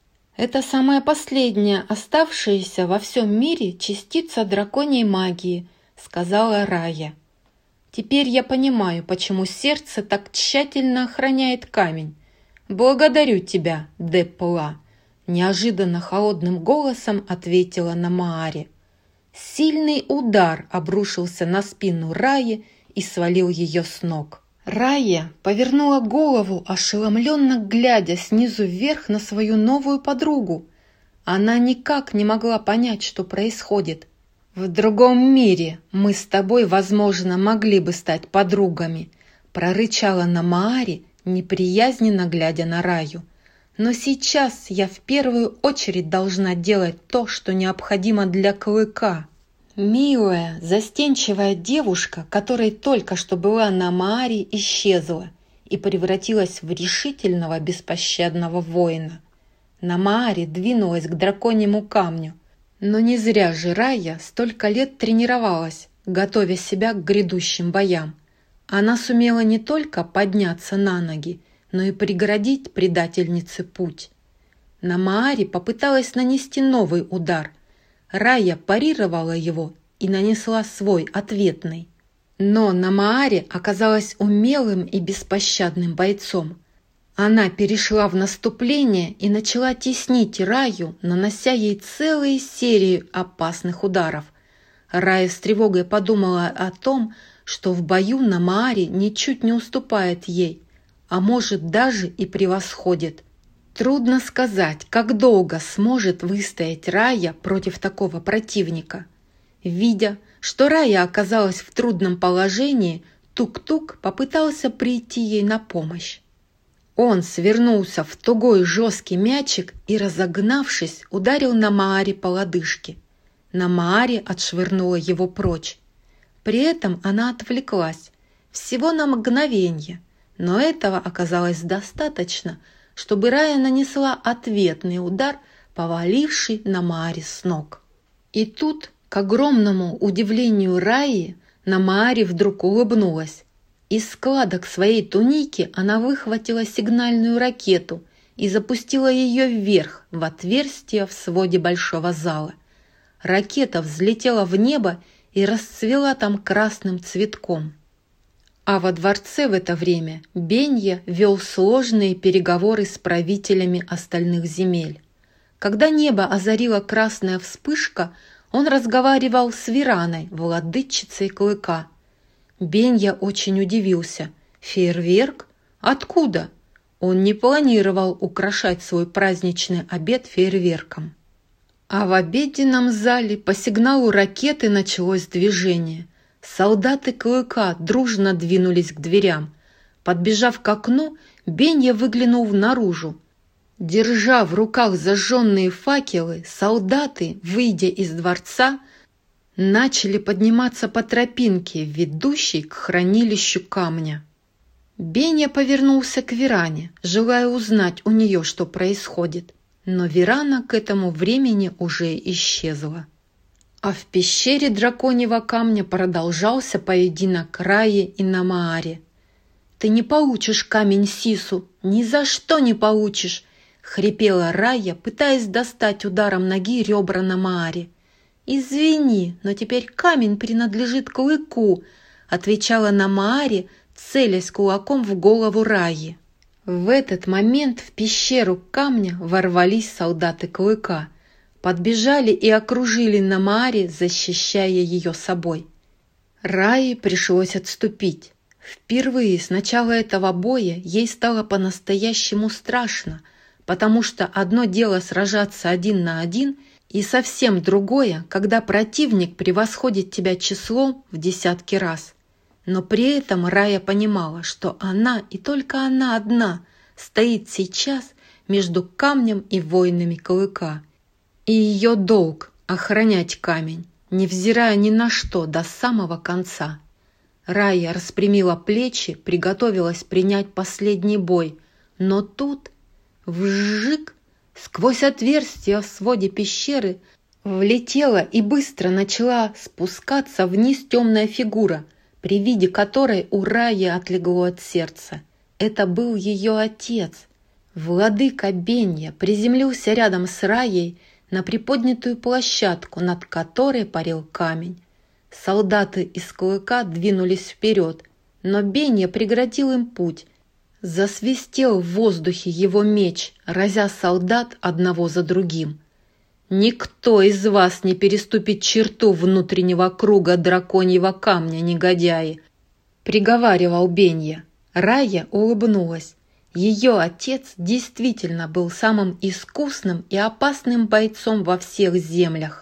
Это самая последняя оставшаяся во всем мире частица драконьей магии, сказала Рая. Теперь я понимаю, почему сердце так тщательно охраняет камень. Благодарю тебя, Депла, неожиданно холодным голосом ответила Намааре. Сильный удар обрушился на спину Раи и свалил ее с ног. Рая повернула голову, ошеломленно глядя снизу вверх на свою новую подругу. Она никак не могла понять, что происходит. «В другом мире мы с тобой, возможно, могли бы стать подругами», прорычала Намааре, неприязненно глядя на Раю. «Но сейчас я в первую очередь должна делать то, что необходимо для Клыка». Милая, застенчивая девушка, которая только что была Намааре, исчезла и превратилась в решительного, беспощадного воина. Намааре двинулась к драконьему камню. Но не зря же Рая столько лет тренировалась, готовя себя к грядущим боям. Она сумела не только подняться на ноги, но и преградить предательнице путь. Намааре попыталась нанести новый удар. Рая парировала его и нанесла свой ответный. Но Намааре оказалась умелым и беспощадным бойцом. Она перешла в наступление и начала теснить Раю, нанося ей целые серии опасных ударов. Рая с тревогой подумала о том, что в бою Намааре ничуть не уступает ей, а может даже и превосходит. Трудно сказать, как долго сможет выстоять Рая против такого противника. Видя, что Рая оказалась в трудном положении, Тук-Тук попытался прийти ей на помощь. Он свернулся в тугой жесткий мячик и, разогнавшись, ударил Намааре по лодыжке. Намааре отшвырнула его прочь. При этом она отвлеклась, всего на мгновенье, но этого оказалось достаточно, чтобы Рая нанесла ответный удар, поваливший Намааре с ног. И тут, к огромному удивлению Раи, Намааре вдруг улыбнулась. Из складок своей туники она выхватила сигнальную ракету и запустила ее вверх, в отверстие в своде большого зала. Ракета взлетела в небо и расцвела там красным цветком. А во дворце в это время Бенья вел сложные переговоры с правителями остальных земель. Когда небо озарила красная вспышка, он разговаривал с Вираной, владычицей Клыка. Бенья очень удивился. Фейерверк? Откуда? Он не планировал украшать свой праздничный обед фейерверком. А в обеденном зале по сигналу ракеты началось движение. Солдаты Клыка дружно двинулись к дверям. Подбежав к окну, Бенья выглянул наружу. Держа в руках зажженные факелы, солдаты, выйдя из дворца, начали подниматься по тропинке, ведущей к хранилищу камня. Бенья повернулся к Веране, желая узнать у нее, что происходит, но Верана к этому времени уже исчезла. А в пещере драконьего камня продолжался поединок Раи и Намаари. «Ты не получишь камень Сису, ни за что не получишь!» — хрипела Рая, пытаясь достать ударом ноги ребра Намаари. «Извини, но теперь камень принадлежит Клыку», — отвечала Намаари, целясь кулаком в голову Раи. В этот момент в пещеру камня ворвались солдаты Клыка, подбежали и окружили Намаари, защищая ее собой. Раи пришлось отступить. Впервые с начала этого боя ей стало по-настоящему страшно, потому что одно дело сражаться один на один, и совсем другое, когда противник превосходит тебя числом в десятки раз. Но при этом Рая понимала, что она и только она одна стоит сейчас между камнем и воинами Клыка. И ее долг — охранять камень, невзирая ни на что до самого конца. Рая распрямила плечи, приготовилась принять последний бой, но тут вжик! Сквозь отверстие в своде пещеры влетела и быстро начала спускаться вниз темная фигура, при виде которой у Раи отлегло от сердца. Это был ее отец. Владыка Бенья приземлился рядом с Раей на приподнятую площадку, над которой парил камень. Солдаты из Клыка двинулись вперед, но Бенья преградил им путь. Засвистел в воздухе его меч, разя солдат одного за другим. «Никто из вас не переступит черту внутреннего круга драконьего камня, негодяи!» — приговаривал Бенья. Рая улыбнулась. Ее отец действительно был самым искусным и опасным бойцом во всех землях.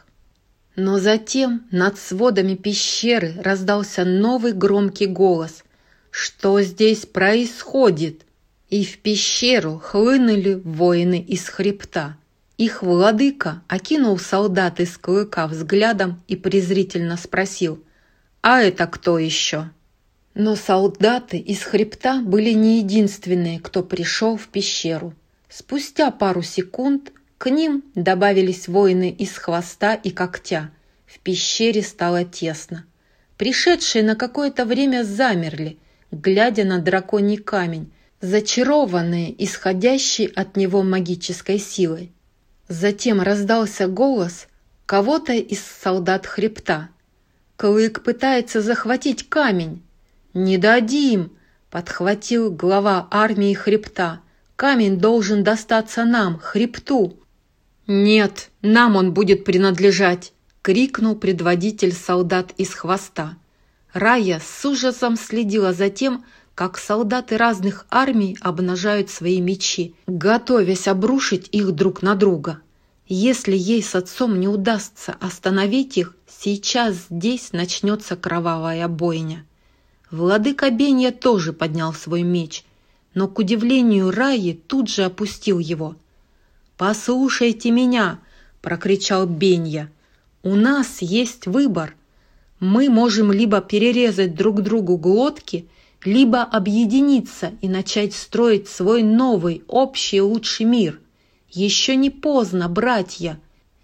Но затем над сводами пещеры раздался новый громкий голос. «Что здесь происходит?» И в пещеру хлынули воины из хребта. Их владыка окинул солдат из Клыка взглядом и презрительно спросил: «А это кто еще?» Но солдаты из хребта были не единственные, кто пришел в пещеру. Спустя пару секунд к ним добавились воины из Хвоста и Когтя. В пещере стало тесно. Пришедшие на какое-то время замерли, глядя на драконий камень, зачарованные исходящей от него магической силой. Затем раздался голос кого-то из солдат хребта. «Клык пытается захватить камень!» «Не дадим!» — подхватил глава армии хребта. «Камень должен достаться нам, хребту!» «Нет, нам он будет принадлежать!» — крикнул предводитель солдат из Хвоста. Рая с ужасом следила за тем, как солдаты разных армий обнажают свои мечи, готовясь обрушить их друг на друга. Если ей с отцом не удастся остановить их, сейчас здесь начнется кровавая бойня. Владыка Бенья тоже поднял свой меч, но, к удивлению Раи, тут же опустил его. «Послушайте меня!» — прокричал Бенья. «У нас есть выбор. Мы можем либо перерезать друг другу глотки, либо объединиться и начать строить свой новый, общий, лучший мир. Еще не поздно, братья.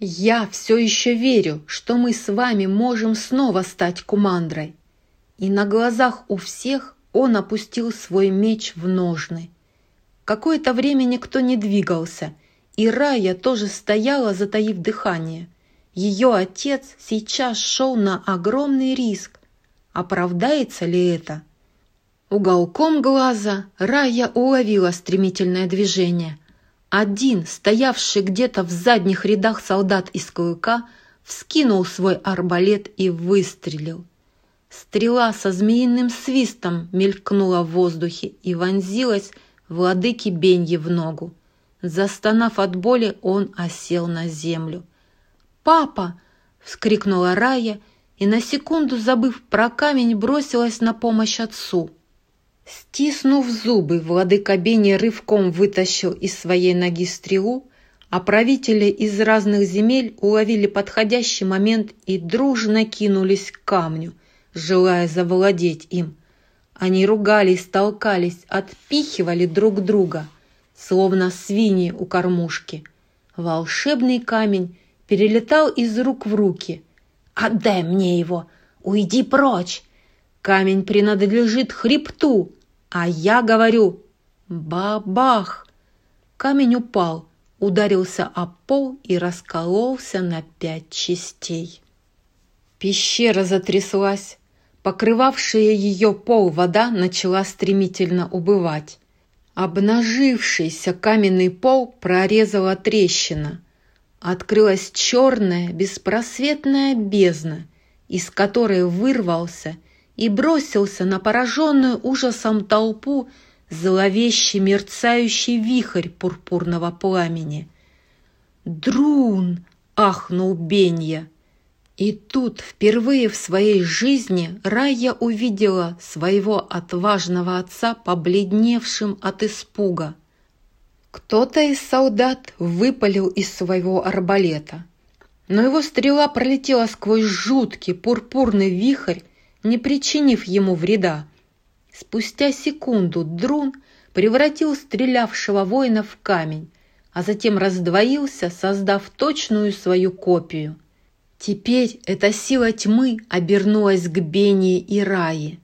Я все еще верю, что мы с вами можем снова стать Кумандрой». И на глазах у всех он опустил свой меч в ножны. Какое-то время никто не двигался, и Рая тоже стояла, затаив дыхание. Ее отец сейчас шел на огромный риск. Оправдается ли это? Уголком глаза Рая уловила стремительное движение. Один, стоявший где-то в задних рядах солдат из Клыка, вскинул свой арбалет и выстрелил. Стрела со змеиным свистом мелькнула в воздухе и вонзилась владыке Бенье в ногу. Застонав от боли, он осел на землю. «Папа!» — вскрикнула Рая и, на секунду забыв про камень, бросилась на помощь отцу. Стиснув зубы, владыка Бенье рывком вытащил из своей ноги стрелу, а правители из разных земель уловили подходящий момент и дружно кинулись к камню, желая завладеть им. Они ругались, толкались, отпихивали друг друга, словно свиньи у кормушки. Волшебный камень перелетал из рук в руки. «Отдай мне его! Уйди прочь! Камень принадлежит хребту, а я говорю бабах!» Камень упал, ударился о пол и раскололся на пять частей. Пещера затряслась. Покрывавшая ее пол вода начала стремительно убывать. Обнажившийся каменный пол прорезала трещина. Открылась черная беспросветная бездна, из которой вырвался и бросился на пораженную ужасом толпу зловещий мерцающий вихрь пурпурного пламени. «Друн!» — ахнул Бенья. И тут впервые в своей жизни Рая увидела своего отважного отца побледневшим от испуга. Кто-то из солдат выпалил из своего арбалета, но его стрела пролетела сквозь жуткий пурпурный вихрь, не причинив ему вреда. Спустя секунду Друн превратил стрелявшего воина в камень, а затем раздвоился, создав точную свою копию. Теперь эта сила тьмы обернулась к Бенье и Рае.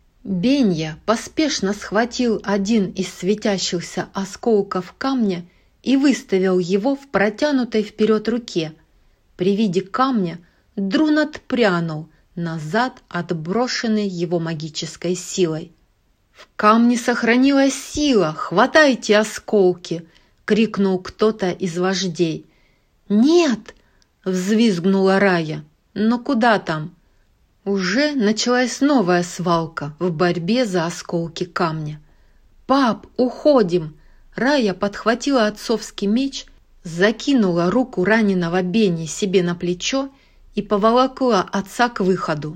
Бенья поспешно схватил один из светящихся осколков камня и выставил его в протянутой вперед руке. При виде камня Друн отпрянул назад, отброшенный его магической силой. «В камне сохранилась сила! Хватайте осколки!» — крикнул кто-то из вождей. «Нет!» — взвизгнула Рая. «Но куда там?» Уже началась новая свалка в борьбе за осколки камня. «Пап, уходим!» Рая подхватила отцовский меч, закинула руку раненого Беньи себе на плечо и поволокла отца к выходу.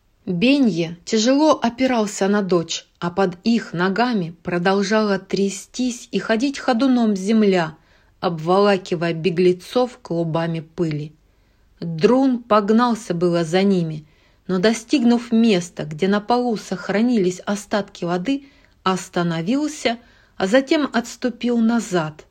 Бенье тяжело опирался на дочь, а под их ногами продолжала трястись и ходить ходуном земля, обволакивая беглецов клубами пыли. Друн погнался было за ними, но, достигнув места, где на полу сохранились остатки воды, остановился, а затем отступил назад.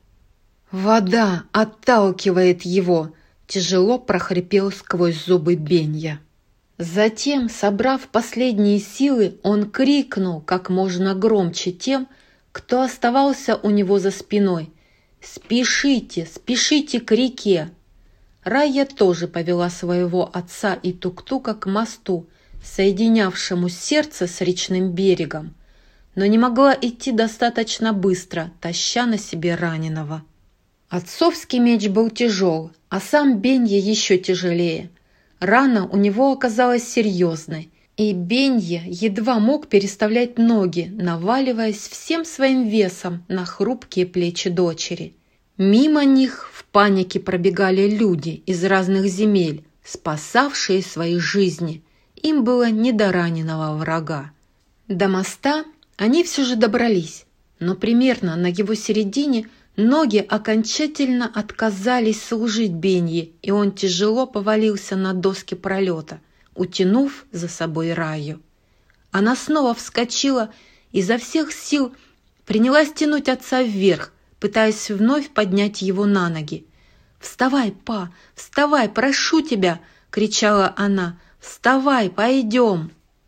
«Вода отталкивает его!» — тяжело прохрипел сквозь зубы Бенья. Затем, собрав последние силы, он крикнул как можно громче тем, кто оставался у него за спиной: «Спешите, спешите к реке!» Рая тоже повела своего отца и Тук-Тука к мосту, соединявшему сердце с речным берегом, но не могла идти достаточно быстро, таща на себе раненого. Отцовский меч был тяжел, а сам Бенья еще тяжелее. Рана у него оказалась серьезной, и Бенья едва мог переставлять ноги, наваливаясь всем своим весом на хрупкие плечи дочери. Мимо них в панике пробегали люди из разных земель, спасавшие свои жизни. Им было не до раненого врага. До моста они все же добрались, но примерно на его середине ноги окончательно отказались служить Бенье, и он тяжело повалился на доски пролета, утянув за собой Раю. Она снова вскочила и изо всех сил принялась тянуть отца вверх, пытаясь вновь поднять его на ноги. «Вставай, па, вставай, прошу тебя!» — кричала она. «Вставай, пойдем!»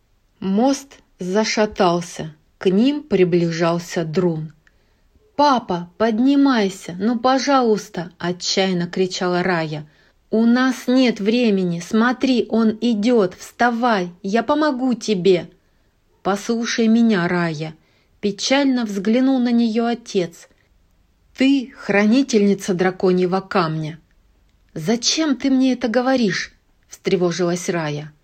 Мост зашатался, к ним приближался Друн. «Папа, поднимайся, ну, пожалуйста!» — отчаянно кричала Рая. «У нас нет времени, смотри, он идет, вставай, я помогу тебе!» «Послушай меня, Рая!» — печально взглянул на нее отец. «Ты хранительница драконьего камня». «Зачем ты мне это говоришь?» — встревожилась Рая.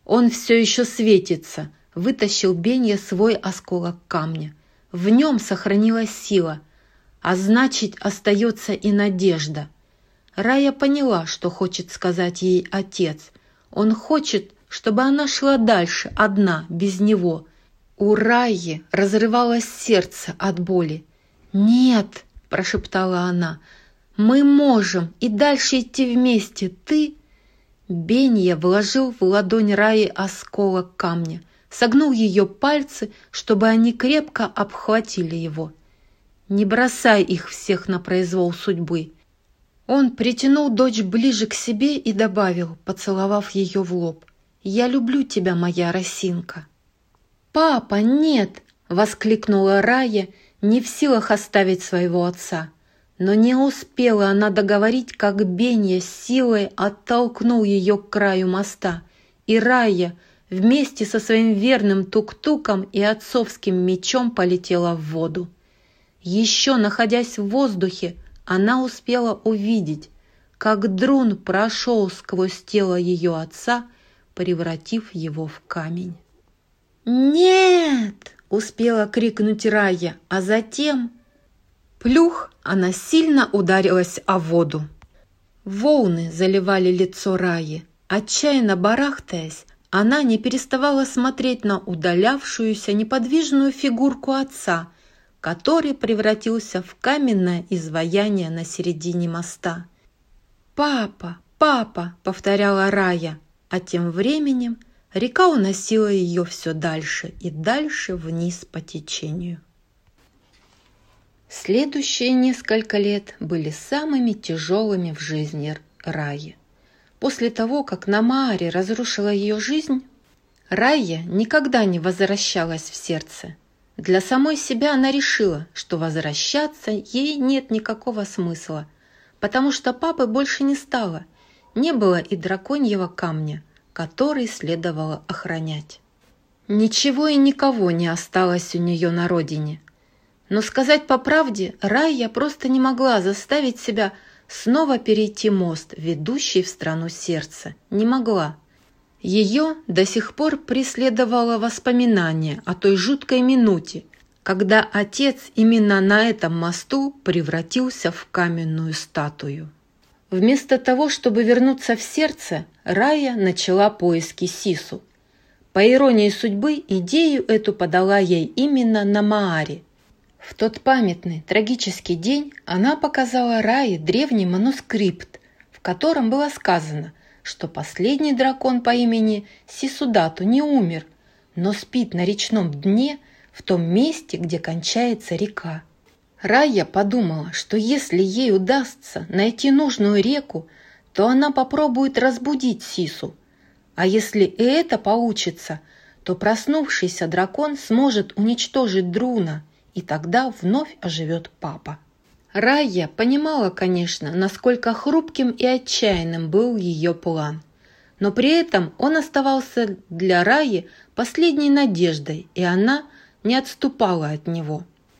Он все еще светится. Вытащил Бенья свой осколок камня. В нем сохранилась сила, а значит, остается и надежда. Рая поняла, что хочет сказать ей отец. Он хочет, чтобы она шла дальше, одна, без него. У Раи разрывалось сердце от боли. «Нет!» – прошептала она. «Мы можем и дальше идти вместе. Ты...» Бенья вложил в ладонь Раи осколок камня, согнул ее пальцы, чтобы они крепко обхватили его. «Не бросай их всех на произвол судьбы». Он притянул дочь ближе к себе и добавил, поцеловав ее в лоб: «Я люблю тебя, моя росинка». «Папа, нет!» – воскликнула Рая, не в силах оставить своего отца. Но не успела она договорить, как Бенья силой оттолкнул ее к краю моста, и Рая вместе со своим верным тук-туком и отцовским мечом полетела в воду. Еще находясь в воздухе, она успела увидеть, как Друн прошел сквозь тело ее отца, превратив его в камень. «Нет!» – успела крикнуть Рая, а затем... Плюх, она сильно ударилась о воду. Волны заливали лицо Раи. Отчаянно барахтаясь, она не переставала смотреть на удалявшуюся неподвижную фигурку отца, который превратился в каменное изваяние на середине моста. «Папа, папа!» – повторяла Рая, а тем временем река уносила ее все дальше и дальше вниз по течению. Следующие несколько лет были самыми тяжелыми в жизни Раи. После того, как Намаари разрушила ее жизнь, Рая никогда не возвращалась в сердце. Для самой себя она решила, что возвращаться ей нет никакого смысла, потому что папы больше не стало, не было и драконьего камня, который следовало охранять. Ничего и никого не осталось у нее на родине. Но сказать по правде, Рая просто не могла заставить себя снова перейти мост, ведущий в страну сердца. Не могла. Ее до сих пор преследовало воспоминание о той жуткой минуте, когда отец именно на этом мосту превратился в каменную статую. Вместо того, чтобы вернуться в сердце, Рая начала поиски Сису. По иронии судьбы, идею эту подала ей именно Намаари. В тот памятный, трагический день она показала Рае древний манускрипт, в котором было сказано, что последний дракон по имени Сисудату не умер, но спит на речном дне в том месте, где кончается река. Рая подумала, что если ей удастся найти нужную реку, то она попробует разбудить Сису, а если и это получится, то проснувшийся дракон сможет уничтожить Друна, и тогда вновь оживет папа. Рая понимала, конечно, насколько хрупким и отчаянным был ее план, но при этом он оставался для Раи последней надеждой, и она не отступала от него.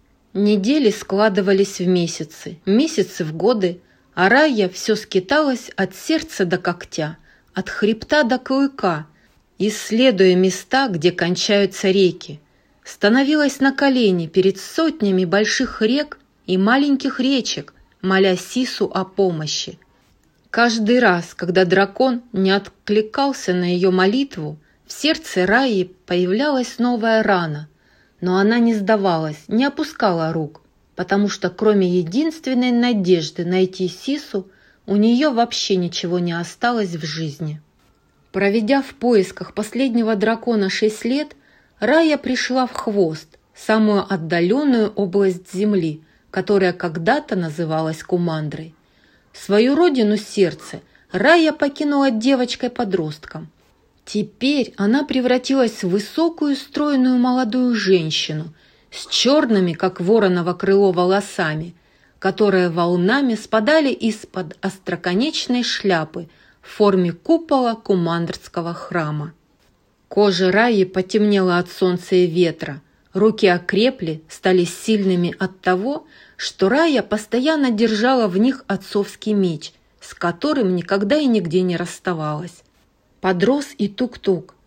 Недели складывались в месяцы, месяцы в годы, а Рая все скиталась от сердца до когтя, от хребта до клыка, исследуя места, где кончаются реки. Становилась на колени перед сотнями больших рек и маленьких речек, моля Сису о помощи. Каждый раз, когда дракон не откликался на ее молитву, в сердце Раи появлялась новая рана, но она не сдавалась, не опускала рук, потому что кроме единственной надежды найти Сису, у нее вообще ничего не осталось в жизни. Проведя в поисках последнего дракона шесть лет, Рая пришла в Хвост, самую отдаленную область земли, которая когда-то называлась Кумандрой. Свою родину сердце Рая покинула девочкой-подростком. Теперь она превратилась в высокую, стройную молодую женщину с черными, как вороново крыло, волосами, которые волнами спадали из-под остроконечной шляпы в форме купола Кумандрского храма. Кожа Раи потемнела от солнца и ветра, руки окрепли, стали сильными от того, что Рая постоянно держала в них отцовский меч, с которым никогда и нигде не расставалась. Подрос и Тук-Тук,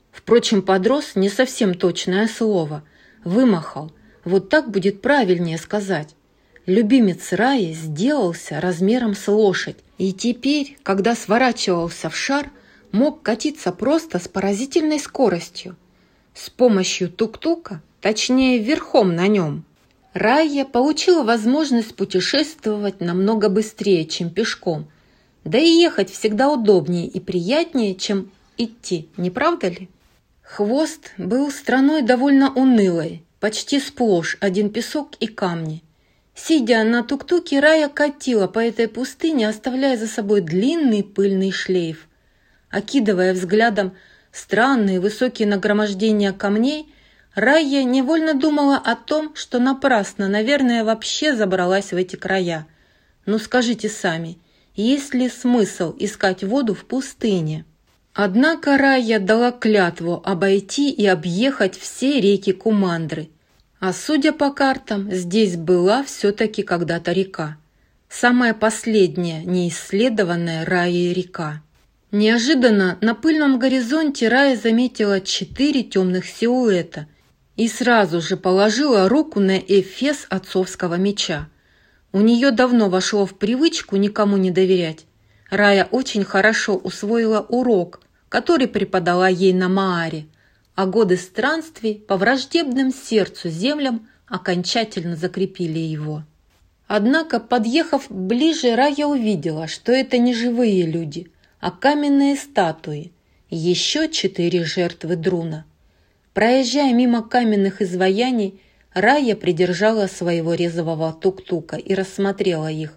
Впрочем, подрос не совсем точное слово. Вымахал. Вот так будет правильнее сказать. Любимец Раи сделался размером с лошадь, и теперь, когда сворачивался в шар, мог катиться просто с поразительной скоростью. С помощью тук-тука, точнее верхом на нем, Райя получила возможность путешествовать намного быстрее, чем пешком. Да и ехать всегда удобнее и приятнее, чем идти, не правда ли? Хвост был страной довольно унылой, почти сплошь один песок и камни. Сидя на тук-туке, Райя катила по этой пустыне, оставляя за собой длинный пыльный шлейф. Окидывая взглядом странные высокие нагромождения камней, Райя невольно думала о том, что напрасно, наверное, вообще забралась в эти края. Ну скажите сами, есть ли смысл искать воду в пустыне? Однако Райя дала клятву обойти и объехать все реки Кумандры. А судя по картам, здесь была все-таки когда-то река. Самая последняя неисследованная Раей река. Неожиданно на пыльном горизонте Райя заметила четыре темных силуэта и сразу же положила руку на эфес отцовского меча. У нее давно вошло в привычку никому не доверять. Райя очень хорошо усвоила урок, который преподала ей на Мааре, а годы странствий по враждебным сердцу землям окончательно закрепили его. Однако, подъехав ближе, Райя увидела, что это не живые люди, а каменные статуи, еще четыре жертвы Друна. Проезжая мимо каменных изваяний, Райя придержала своего резвого тук-тука и рассмотрела их.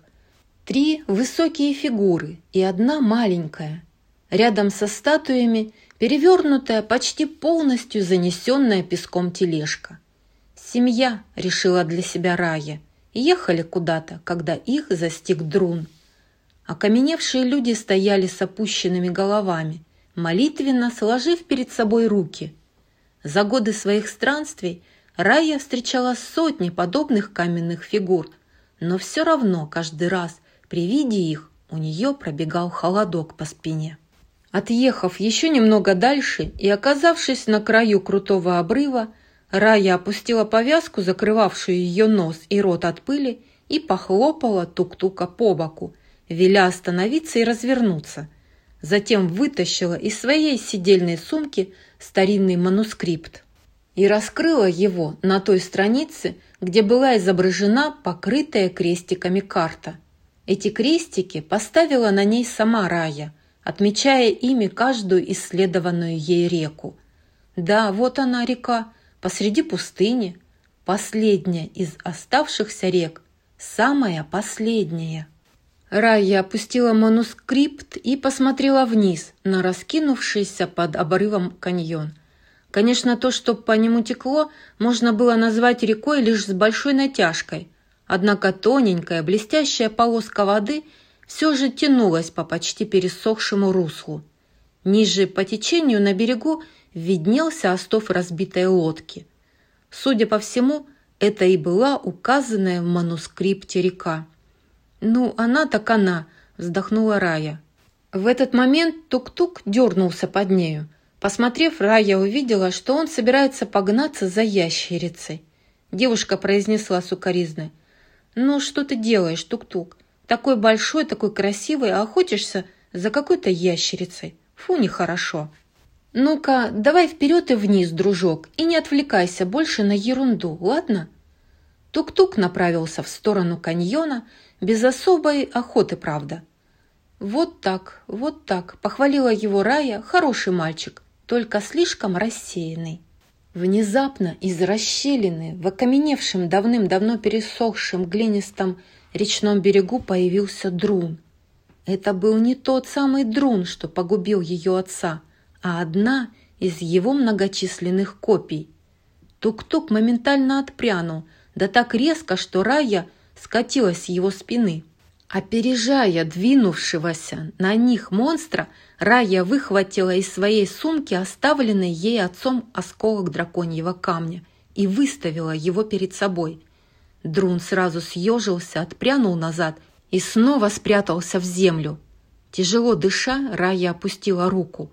Три высокие фигуры и одна маленькая. Рядом со статуями перевернутая, почти полностью занесенная песком тележка. «Семья», — решила для себя Райя, ехали куда-то, когда их застиг Друн. Окаменевшие люди стояли с опущенными головами, молитвенно сложив перед собой руки. За годы своих странствий Райя встречала сотни подобных каменных фигур, но все равно каждый раз при виде их у нее пробегал холодок по спине. Отъехав еще немного дальше и оказавшись на краю крутого обрыва, Райя опустила повязку, закрывавшую ее нос и рот от пыли, и похлопала тук-тука по боку, веля остановиться и развернуться. Затем вытащила из своей сидельной сумки старинный манускрипт и раскрыла его на той странице, где была изображена покрытая крестиками карта. Эти крестики поставила на ней сама Райя, отмечая ими каждую исследованную ей реку. Да, вот она река, посреди пустыни, последняя из оставшихся рек, самая последняя. Райя опустила манускрипт и посмотрела вниз на раскинувшийся под обрывом каньон. Конечно, то, что по нему текло, можно было назвать рекой лишь с большой натяжкой, однако тоненькая блестящая полоска воды все же тянулась по почти пересохшему руслу. Ниже по течению на берегу виднелся остов разбитой лодки. Судя по всему, это и была указанная в манускрипте река. «Ну, она так она», — вздохнула Райя. В этот момент тук-тук дернулся под нею. Посмотрев, Райя увидела, что он собирается погнаться за ящерицей. Девушка произнесла сукоризно: «Ну, что ты делаешь, тук-тук? Такой большой, такой красивый, а охотишься за какой-то ящерицей. Фу, нехорошо. Ну-ка, давай вперед и вниз, дружок, и не отвлекайся больше на ерунду, ладно?» Тук-тук направился в сторону каньона, без особой охоты, правда. «Вот так, вот так», — похвалила его Райя, — «хороший мальчик, только слишком рассеянный». Внезапно из расщелины в окаменевшем давным-давно пересохшем глинистом речном берегу появился Друн. Это был не тот самый Друн, что погубил ее отца, а одна из его многочисленных копий. Тук-тук моментально отпрянул, да так резко, что Райя скатилась с его спины. Опережая двинувшегося на них монстра, Райя выхватила из своей сумки оставленный ей отцом осколок драконьего камня и выставила его перед собой. Друн сразу съежился, отпрянул назад и снова спрятался в землю. Тяжело дыша, Райя опустила руку. В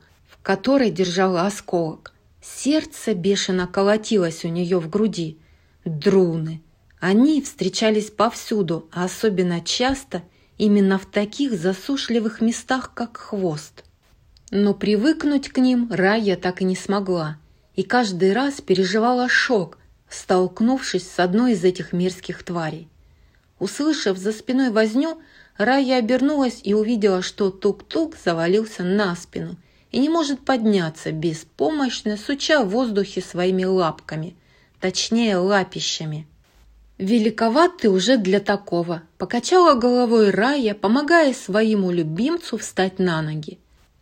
которой держала осколок. Сердце бешено колотилось у нее в груди. Друны. Они встречались повсюду, а особенно часто именно в таких засушливых местах, как хвост. Но привыкнуть к ним Рая так и не смогла, и каждый раз переживала шок, столкнувшись с одной из этих мерзких тварей. Услышав за спиной возню, Рая обернулась и увидела, что Тук-Тук завалился на спину и не может подняться, беспомощно суча в воздухе своими лапками, точнее лапищами. «Великоват ты уже для такого», – покачала головой Рая, помогая своему любимцу встать на ноги.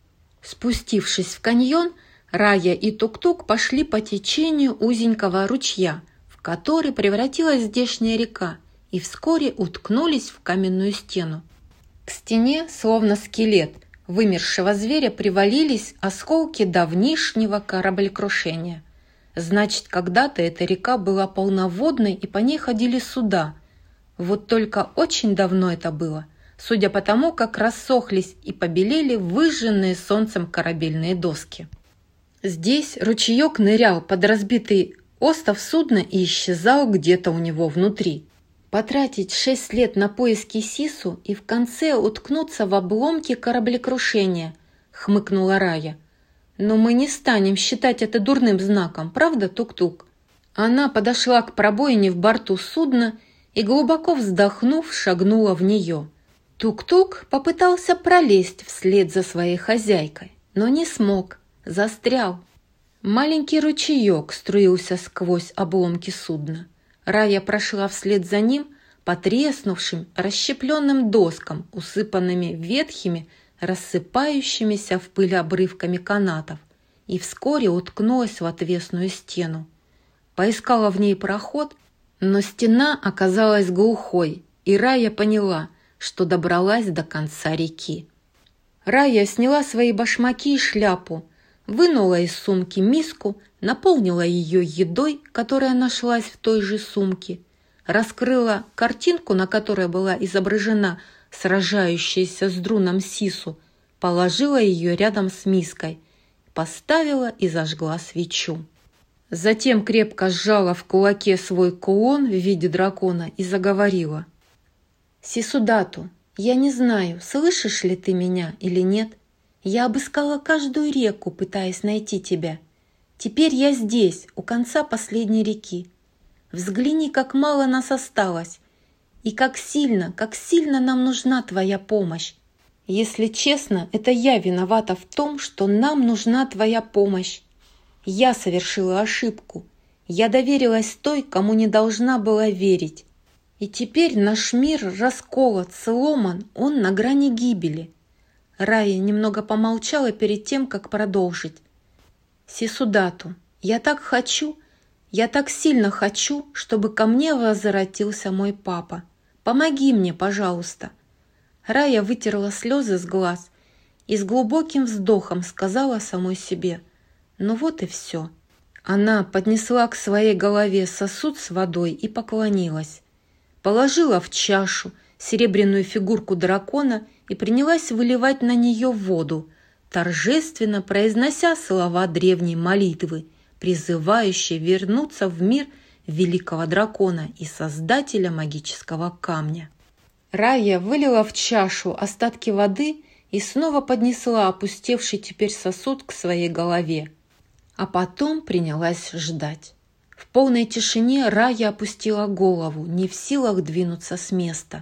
Спустившись в каньон, Рая и Тук-Тук пошли по течению узенького ручья, в который превратилась здешняя река, и вскоре уткнулись в каменную стену. К стене, словно скелет вымершего зверя, привалились осколки давнишнего кораблекрушения. Значит, когда-то эта река была полноводной, и по ней ходили суда. Вот только очень давно это было, судя по тому, как рассохлись и побелели выжженные солнцем корабельные доски. Здесь ручеек нырял под разбитый остов судна и исчезал где-то у него внутри. Потратить шесть лет на поиски Сису и в конце уткнуться в обломки кораблекрушения, хмыкнула Рая. Но мы не станем считать это дурным знаком, правда, Тук-Тук? Она подошла к пробоине в борту судна и, глубоко вздохнув, шагнула в нее. Тук-Тук попытался пролезть вслед за своей хозяйкой, но не смог, застрял. Маленький ручеек струился сквозь обломки судна. Рая прошла вслед за ним по треснувшим, расщепленным доскам, усыпанными ветхими, рассыпающимися в пыль обрывками канатов, и вскоре уткнулась в отвесную стену. Поискала в ней проход, но стена оказалась глухой, и Рая поняла, что добралась до конца реки. Рая сняла свои башмаки и шляпу, вынула из сумки миску, наполнила ее едой, которая нашлась в той же сумке, раскрыла картинку, на которой была изображена сражающаяся с Друном Сису, положила ее рядом с миской, поставила и зажгла свечу. Затем крепко сжала в кулаке свой кулон в виде дракона и заговорила. «Сисудату, я не знаю, слышишь ли ты меня или нет. Я обыскала каждую реку, пытаясь найти тебя. Теперь я здесь, у конца последней реки. Взгляни, как мало нас осталось, и как сильно, как сильно нам нужна твоя помощь. Если честно, это я виновата в том, что нам нужна твоя помощь. Я совершила ошибку. Я доверилась той, кому не должна была верить. И теперь наш мир расколот, сломан, он на грани гибели». Рая немного помолчала перед тем, как продолжить. «Сисудату, я так хочу, я так сильно хочу, чтобы ко мне возвратился мой папа. Помоги мне, пожалуйста». Рая вытерла слезы с глаз и с глубоким вздохом сказала самой себе: «Ну вот и все». Она поднесла к своей голове сосуд с водой и поклонилась. Положила в чашу серебряную фигурку дракона и принялась выливать на нее воду, торжественно произнося слова древней молитвы, призывающей вернуться в мир великого дракона и создателя магического камня. Рая вылила в чашу остатки воды и снова поднесла опустевший теперь сосуд к своей голове, а потом принялась ждать. В полной тишине Рая опустила голову, не в силах двинуться с места.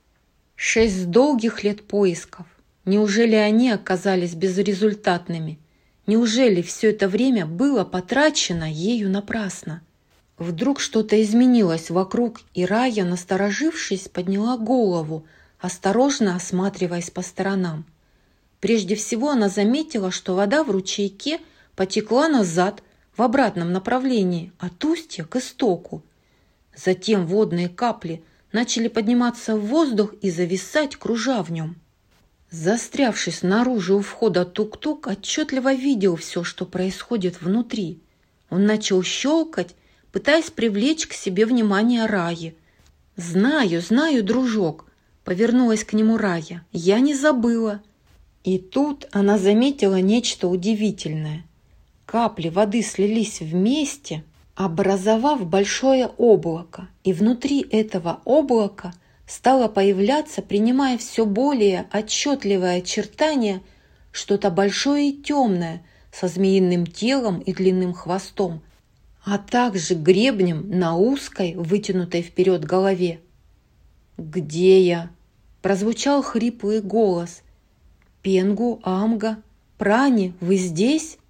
Шесть долгих лет поисков. Неужели они оказались безрезультатными? Неужели все это время было потрачено ею напрасно? Вдруг что-то изменилось вокруг, и Рая, насторожившись, подняла голову, осторожно осматриваясь по сторонам. Прежде всего она заметила, что вода в ручейке потекла назад, в обратном направлении, от устья к истоку. Затем водные капли начали подниматься в воздух и зависать, кружа в нем. Застрявший снаружи у входа Тук-Тук отчетливо видел все, что происходит внутри. Он начал щелкать, пытаясь привлечь к себе внимание Раи. «Знаю, знаю, дружок», — повернулась к нему Рая. «Я не забыла». И тут она заметила нечто удивительное. Капли воды слились вместе, образовав большое облако, и внутри этого облака стало появляться, принимая все более отчетливое очертание, что-то большое и темное, со змеиным телом и длинным хвостом, а также гребнем на узкой, вытянутой вперед голове. «Где я?» – прозвучал хриплый голос. «Пенгу, Амга, Прани, вы здесь?»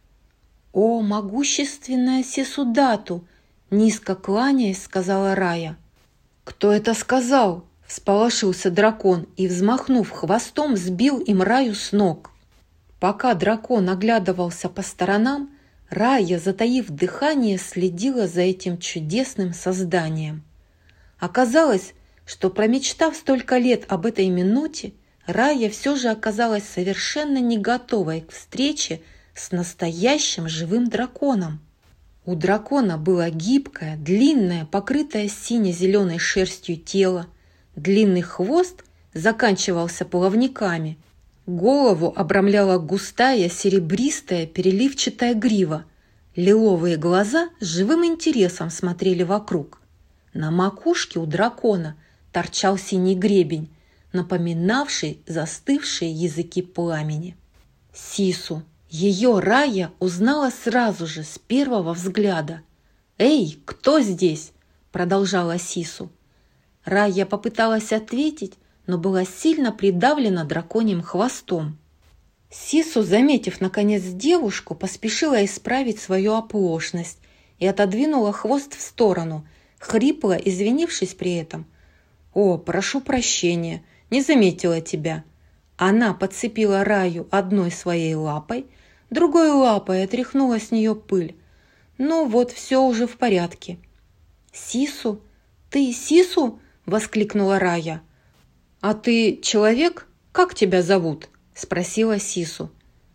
«О, могущественная Сесудату!» – низко кланяясь, сказала Рая. «Кто это сказал?» – всполошился дракон и, взмахнув хвостом, сбил им Раю с ног. Пока дракон оглядывался по сторонам, Рая, затаив дыхание, следила за этим чудесным созданием. Оказалось, что, промечтав столько лет об этой минуте, Рая все же оказалась совершенно не готовой к встрече с настоящим живым драконом. У дракона было гибкое, длинное, покрытое сине-зеленой шерстью тело, длинный хвост заканчивался плавниками, голову обрамляла густая, серебристая, переливчатая грива, лиловые глаза с живым интересом смотрели вокруг. На макушке у дракона торчал синий гребень, напоминавший застывшие языки пламени. Сису. Ее Рая узнала сразу же, с первого взгляда. «Эй, кто здесь?» – продолжала Сису. Рая попыталась ответить, но была сильно придавлена драконьим хвостом. Сису, заметив наконец девушку, поспешила исправить свою оплошность и отодвинула хвост в сторону, хрипло извинившись при этом. «О, прошу прощения, не заметила тебя». Она подцепила Раю одной своей лапой, другой лапой отряхнула с нее пыль. Ну вот, все уже в порядке. «Сису? Ты Сису?» – воскликнула Рая. «А ты человек? Как тебя зовут?» – спросила Сису.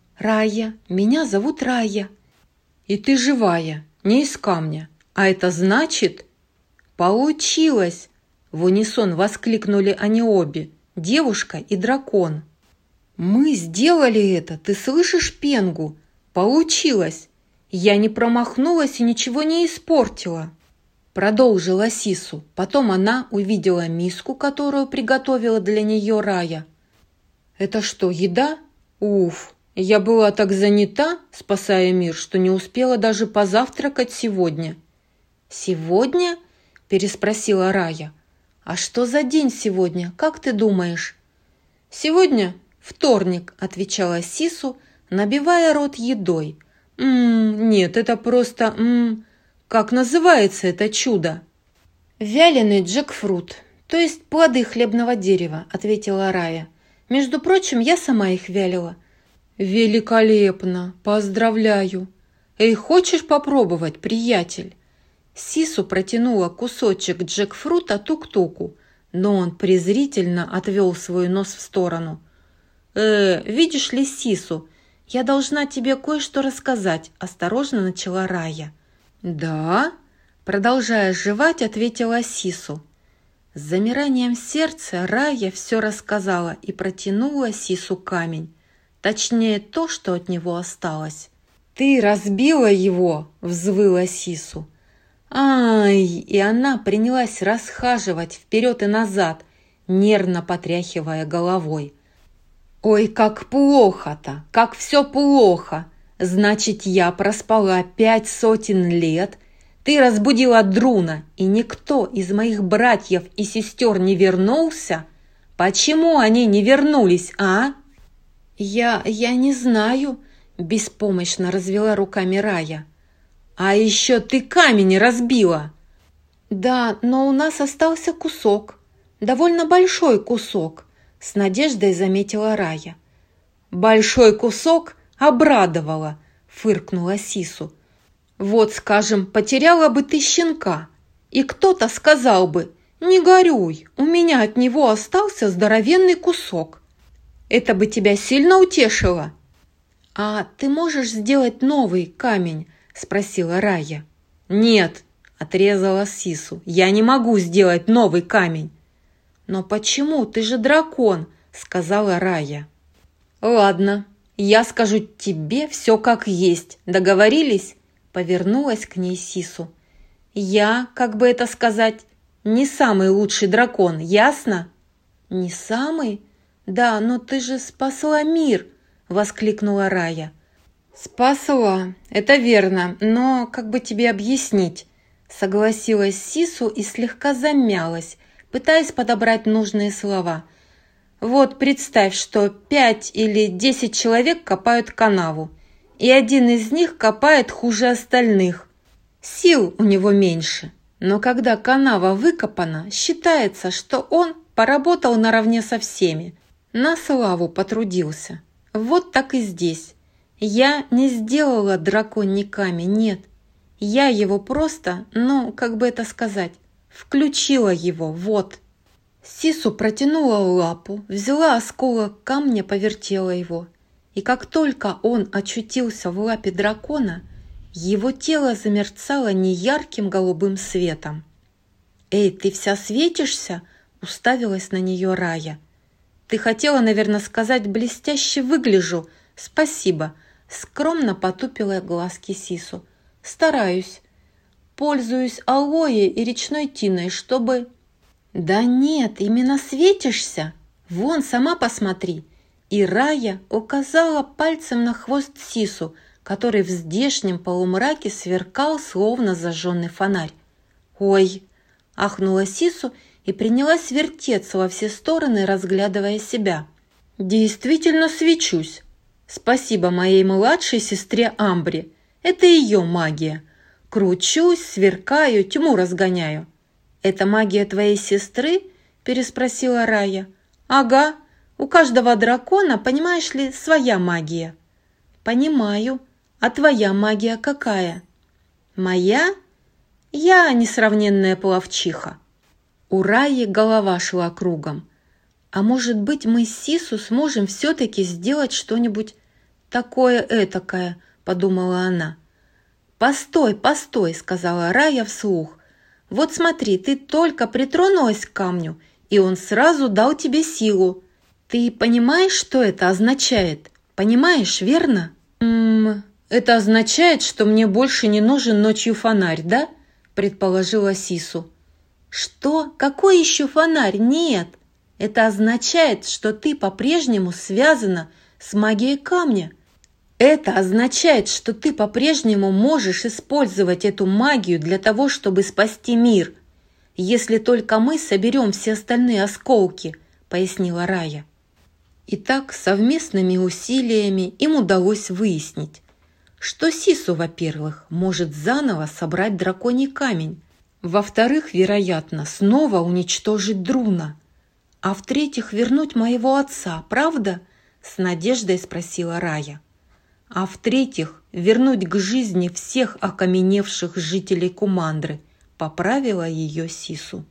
«Рая. Меня зовут Рая». «И ты живая, не из камня. А это значит...» «Получилось!» – в унисон воскликнули они обе, девушка и дракон. «Мы сделали это, ты слышишь, Пенгу? Получилось! Я не промахнулась и ничего не испортила!» Продолжила Сису. Потом она увидела миску, которую приготовила для нее Рая. «Это что, еда? Уф! Я была так занята, спасая мир, что не успела даже позавтракать сегодня». «Сегодня?» – переспросила Рая. «А что за день сегодня, как ты думаешь?» «Сегодня вторник», – отвечала Сису, набивая рот едой. «Ммм, нет, это просто... Ммм, как называется это чудо?» «Вяленый джекфрут, то есть плоды хлебного дерева», – ответила Рая. «Между прочим, я сама их вялила». «Великолепно! Поздравляю! Эй, хочешь попробовать, приятель?» Сису протянула кусочек джекфрута Тук-Туку, но он презрительно отвел свой нос в сторону. «Э, видишь ли, Сису, я должна тебе кое-что рассказать», – осторожно начала Рая. «Да?» – продолжая жевать, ответила Сису. С замиранием сердца Рая все рассказала и протянула Сису камень, точнее то, что от него осталось. «Ты разбила его!» – взвыла Сису. «Ай!» И она принялась расхаживать вперед и назад, нервно потряхивая головой. «Ой, как плохо-то! Как все плохо! Значит, я проспала пять сотен лет, ты разбудила Друна, и никто из моих братьев и сестер не вернулся? Почему они не вернулись, а?» «Я... я не знаю», – беспомощно развела руками Рая. «А еще ты камень разбила!» «Да, но у нас остался кусок, довольно большой кусок», – с надеждой заметила Рая. «Большой кусок обрадовала», – фыркнула Сису. «Вот, скажем, потеряла бы ты щенка, и кто-то сказал бы: не горюй, у меня от него остался здоровенный кусок. Это бы тебя сильно утешило?» «А ты можешь сделать новый камень?» – спросила Рая. «Нет», – отрезала Сису, – «я не могу сделать новый камень». «Но почему? Ты же дракон», – сказала Рая. «Ладно, я скажу тебе все как есть. Договорились?» Повернулась к ней Сису. «Я, как бы это сказать, не самый лучший дракон, ясно?» «Не самый? Да, но ты же спасла мир!» — воскликнула Рая. «Спасла, это верно, но как бы тебе объяснить?» Согласилась Сису и слегка замялась, пытаясь подобрать нужные слова. «Вот представь, что пять или десять человек копают канаву, и один из них копает хуже остальных. Сил у него меньше, но когда канава выкопана, считается, что он поработал наравне со всеми, на славу потрудился. Вот так и здесь. Я не сделала драконий камень, нет. Я его просто, ну, как бы это сказать, включила его, вот». Сису протянула лапу, взяла осколок камня, повертела его. И как только он очутился в лапе дракона, его тело замерцало неярким голубым светом. «Эй, ты вся светишься?» — уставилась на нее Рая. «Ты хотела, наверное, сказать, блестяще выгляжу. Спасибо!» — скромно потупила глазки Сису. «Стараюсь. Пользуюсь алоэ и речной тиной, чтобы...» «Да нет, именно светишься. Вон, сама посмотри». И Рая указала пальцем на хвост Сису, который в здешнем полумраке сверкал, словно зажженный фонарь. «Ой!» – ахнула Сису и принялась вертеться во все стороны, разглядывая себя. «Действительно свечусь. Спасибо моей младшей сестре Амбре. Это ее магия. Кручусь, сверкаю, тьму разгоняю». «Это магия твоей сестры?» – переспросила Рая. «Ага, у каждого дракона, понимаешь ли, своя магия». «Понимаю. А твоя магия какая?» «Моя? Я несравненная пловчиха». У Раи голова шла кругом. «А может быть, мы с Сису сможем все-таки сделать что-нибудь такое-этакое?» – подумала она. «Постой, постой!» – сказала Рая вслух. «Вот смотри, ты только притронулась к камню, и он сразу дал тебе силу. Ты понимаешь, что это означает? Понимаешь, верно?» «Ммм, это означает, что мне больше не нужен ночью фонарь, да?» – предположила Сису. «Что? Какой еще фонарь? Нет! Это означает, что ты по-прежнему связана с магией камня. Это означает, что ты по-прежнему можешь использовать эту магию для того, чтобы спасти мир, если только мы соберем все остальные осколки», – пояснила Рая. Итак, совместными усилиями им удалось выяснить, что Сису, во-первых, может заново собрать драконий камень, во-вторых, вероятно, снова уничтожить Друна, а в-третьих, вернуть моего отца, правда? – с надеждой спросила Рая. А в-третьих, вернуть к жизни всех окаменевших жителей Кумандры, поправила ее Сису.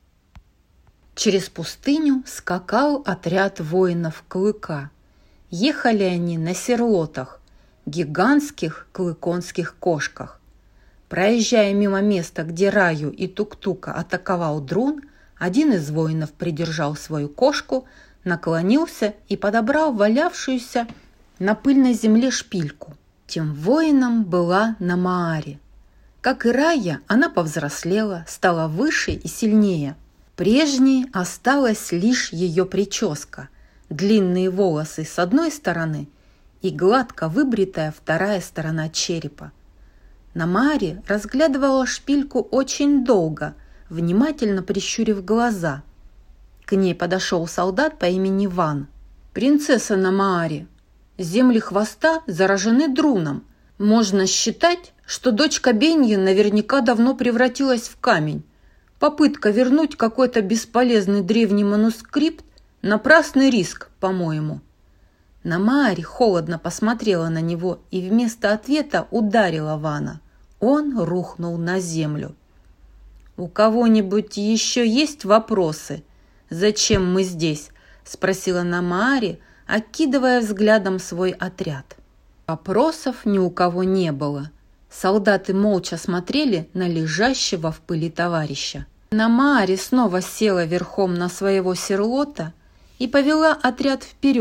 Через пустыню скакал отряд воинов Клыка. Ехали они на серлотах, гигантских клыконских кошках. Проезжая мимо места, где Раю и Тук-Тука атаковал Друн, один из воинов придержал свою кошку, наклонился и подобрал валявшуюся на пыльной земле шпильку. Тем воином была Намаари. Как и Рая, она повзрослела, стала выше и сильнее. Прежней осталась лишь ее прическа, длинные волосы с одной стороны и гладко выбритая вторая сторона черепа. Намаари разглядывала шпильку очень долго, внимательно прищурив глаза. К ней подошел солдат по имени Ван. «Принцесса Намаари, земли хвоста заражены Друном. Можно считать, что дочка Беньи наверняка давно превратилась в камень. Попытка вернуть какой-то бесполезный древний манускрипт – напрасный риск, по-моему». Намаари холодно посмотрела на него и вместо ответа ударила Вана. Он рухнул на землю. «У кого-нибудь еще есть вопросы? Зачем мы здесь?» – спросила Намаари, окидывая взглядом свой отряд. Вопросов ни у кого не было. Солдаты молча смотрели на лежащего в пыли товарища. Намаари снова села верхом на своего серлота и повела отряд вперед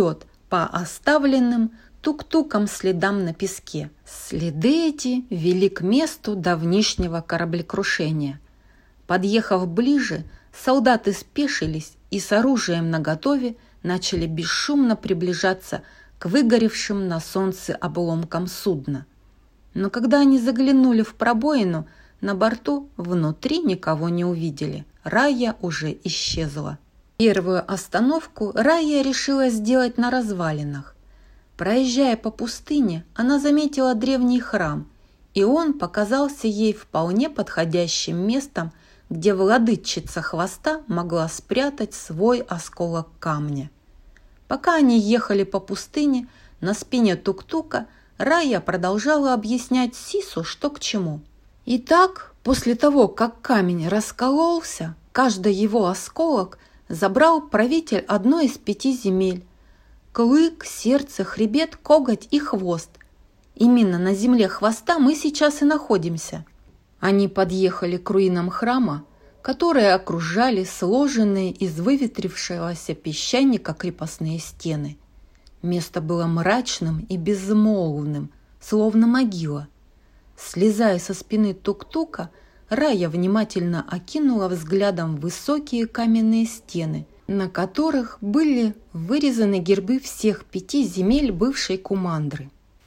по оставленным тук-туком следам на песке. Следы эти вели к месту давнишнего кораблекрушения. Подъехав ближе, солдаты спешились и с оружием наготове начали бесшумно приближаться к выгоревшим на солнце обломкам судна. Но когда они заглянули в пробоину, на борту внутри никого не увидели. Рая уже исчезла. Первую остановку Рая решила сделать на развалинах. Проезжая по пустыне, она заметила древний храм, и он показался ей вполне подходящим местом, где владычица хвоста могла спрятать свой осколок камня. Пока они ехали по пустыне, на спине тук-тука Рая продолжала объяснять Сису, что к чему. Итак, после того, как камень раскололся, каждый его осколок забрал правитель одной из пяти земель. Клык, сердце, хребет, коготь и хвост. Именно на земле хвоста мы сейчас и находимся. Они подъехали к руинам храма, которые окружали сложенные из выветрившегося песчаника крепостные стены. Место было мрачным и безмолвным, словно могила. Слезая со спины тук-тука, Рая внимательно окинула взглядом высокие каменные стены, на которых были вырезаны гербы всех пяти земель бывшей Кумандры.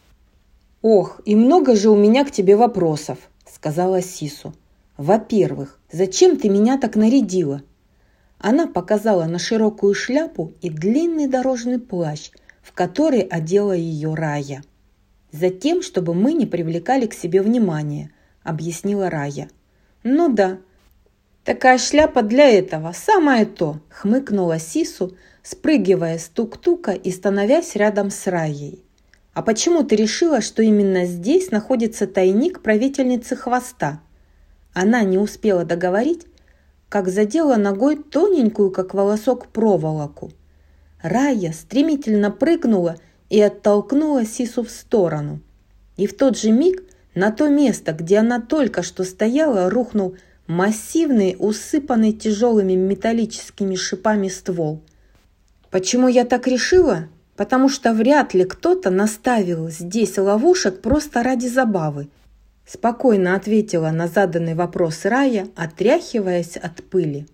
«Ох, и много же у меня к тебе вопросов», — сказала Сису. «Во-первых, зачем ты меня так нарядила?» Она показала на широкую шляпу и длинный дорожный плащ, в который одела ее Рая. «Затем, чтобы мы не привлекали к себе внимания», — объяснила Рая. «Ну да, такая шляпа для этого, самое то», — хмыкнула Сису, спрыгивая с тук-тука и становясь рядом с Раей. «А почему ты решила, что именно здесь находится тайник правительницы хвоста?» Она не успела договорить, как задела ногой тоненькую, как волосок, проволоку. Рая стремительно прыгнула и оттолкнула Сису в сторону. И в тот же миг на то место, где она только что стояла, рухнул массивный, усыпанный тяжелыми металлическими шипами ствол. «Почему я так решила? Потому что вряд ли кто-то наставил здесь ловушек просто ради забавы», спокойно ответила на заданный вопрос Рая, отряхиваясь от пыли.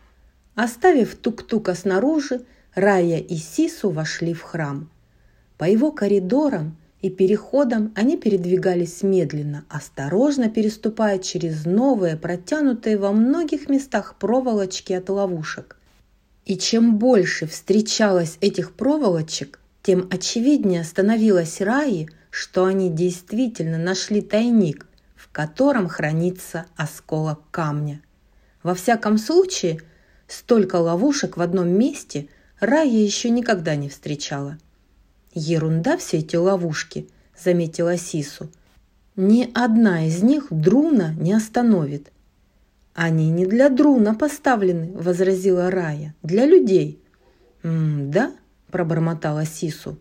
Оставив тук-тука снаружи, Рая и Сису вошли в храм. По его коридорам и переходам они передвигались медленно, осторожно переступая через новые, протянутые во многих местах проволочки от ловушек. И чем больше встречалось этих проволочек, тем очевиднее становилось Рае, что они действительно нашли тайник, в котором хранится осколок камня. Во всяком случае, столько ловушек в одном месте Рая еще никогда не встречала. «Ерунда все эти ловушки», — заметила Сису. «Ни одна из них Друна не остановит». «Они не для Друна поставлены», — возразила Рая, — «для людей». «М-да», — пробормотала Сису.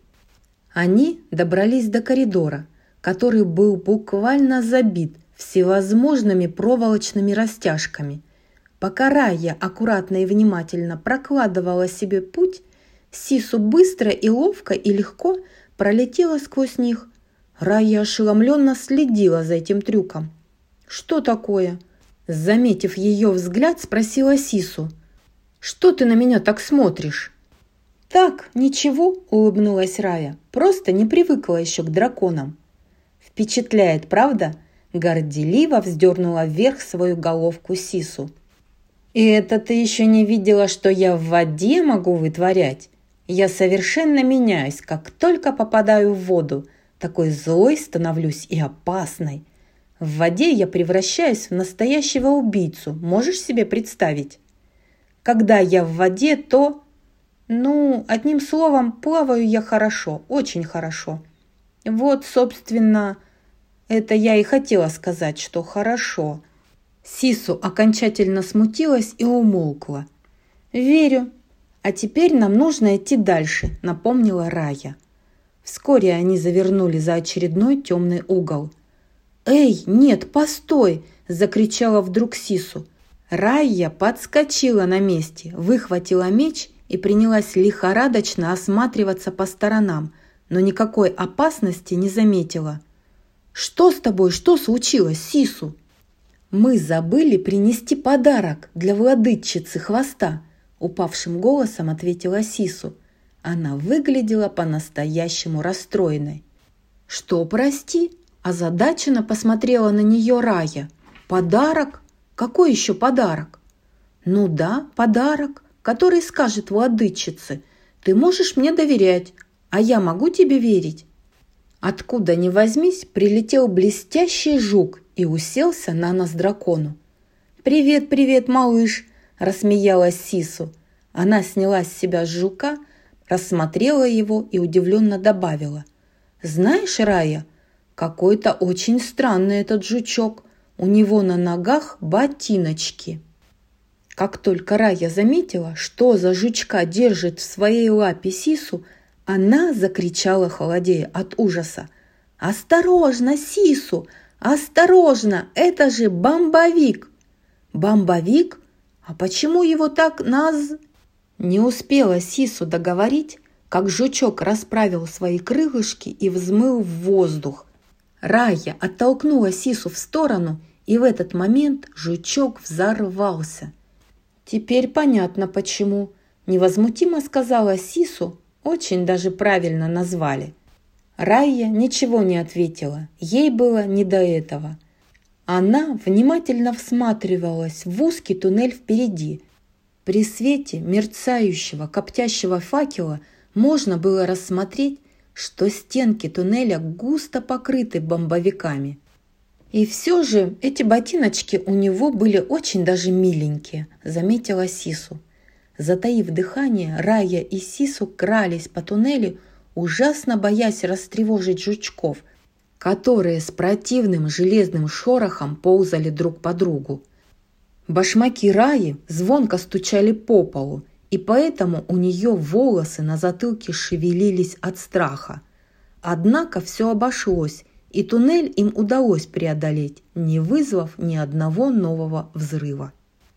Они добрались до коридора, который был буквально забит всевозможными проволочными растяжками. Пока Рая аккуратно и внимательно прокладывала себе путь, Сису быстро и ловко и легко пролетела сквозь них. Рая ошеломленно следила за этим трюком. «Что такое?» Заметив ее взгляд, спросила Сису. «Что ты на меня так смотришь?» «Так, ничего», — улыбнулась Рая. «Просто не привыкла еще к драконам». «Впечатляет, правда?» — горделиво вздернула вверх свою головку Сису. «И это ты еще не видела, что я в воде могу вытворять? Я совершенно меняюсь, как только попадаю в воду. Такой злой становлюсь и опасной. В воде я превращаюсь в настоящего убийцу. Можешь себе представить? Когда я в воде, то... Ну, одним словом, плаваю я хорошо, очень хорошо. Вот, собственно, это я и хотела сказать, что хорошо». Сису окончательно смутилась и умолкла. «Верю. А теперь нам нужно идти дальше», — напомнила Рая. Вскоре они завернули за очередной темный угол. «Эй, нет, постой!» – закричала вдруг Сису. Рая подскочила на месте, выхватила меч и принялась лихорадочно осматриваться по сторонам, но никакой опасности не заметила. «Что с тобой? Что случилось, Сису?» «Мы забыли принести подарок для владычицы хвоста», – упавшим голосом ответила Сису. Она выглядела по-настоящему расстроенной. «Что, прости?» – озадаченно посмотрела на нее Рая. «Подарок? Какой еще подарок?» «Ну да, подарок, который скажет владычице: ты можешь мне доверять, а я могу тебе верить». Откуда ни возьмись, прилетел блестящий жук и уселся на нос дракону. «Привет, привет, малыш!» – рассмеялась Сису. Она сняла с себя жука, рассмотрела его и удивленно добавила: «Знаешь, Рая, какой-то очень странный этот жучок. У него на ногах ботиночки». Как только Рая заметила, что за жучка держит в своей лапе Сису, она закричала, холодея от ужаса: «Осторожно, Сису! Осторожно! Это же бомбовик!» «Бомбовик? А почему его так наз...» Не успела Сису договорить, как жучок расправил свои крылышки и взмыл в воздух. Рая оттолкнула Сису в сторону, и в этот момент жучок взорвался. «Теперь понятно, почему», – невозмутимо сказала Сису. Очень даже правильно назвали. Рая ничего не ответила, ей было не до этого. Она внимательно всматривалась в узкий туннель впереди. При свете мерцающего, коптящего факела можно было рассмотреть, что стенки туннеля густо покрыты бомбовиками. «И все же эти ботиночки у него были очень даже миленькие», – заметила Сису. Затаив дыхание, Рая и Сису крались по туннелю, ужасно боясь растревожить жучков, которые с противным железным шорохом ползали друг по другу. Башмаки Раи звонко стучали по полу, и поэтому у нее волосы на затылке шевелились от страха. Однако все обошлось, и туннель им удалось преодолеть, не вызвав ни одного нового взрыва.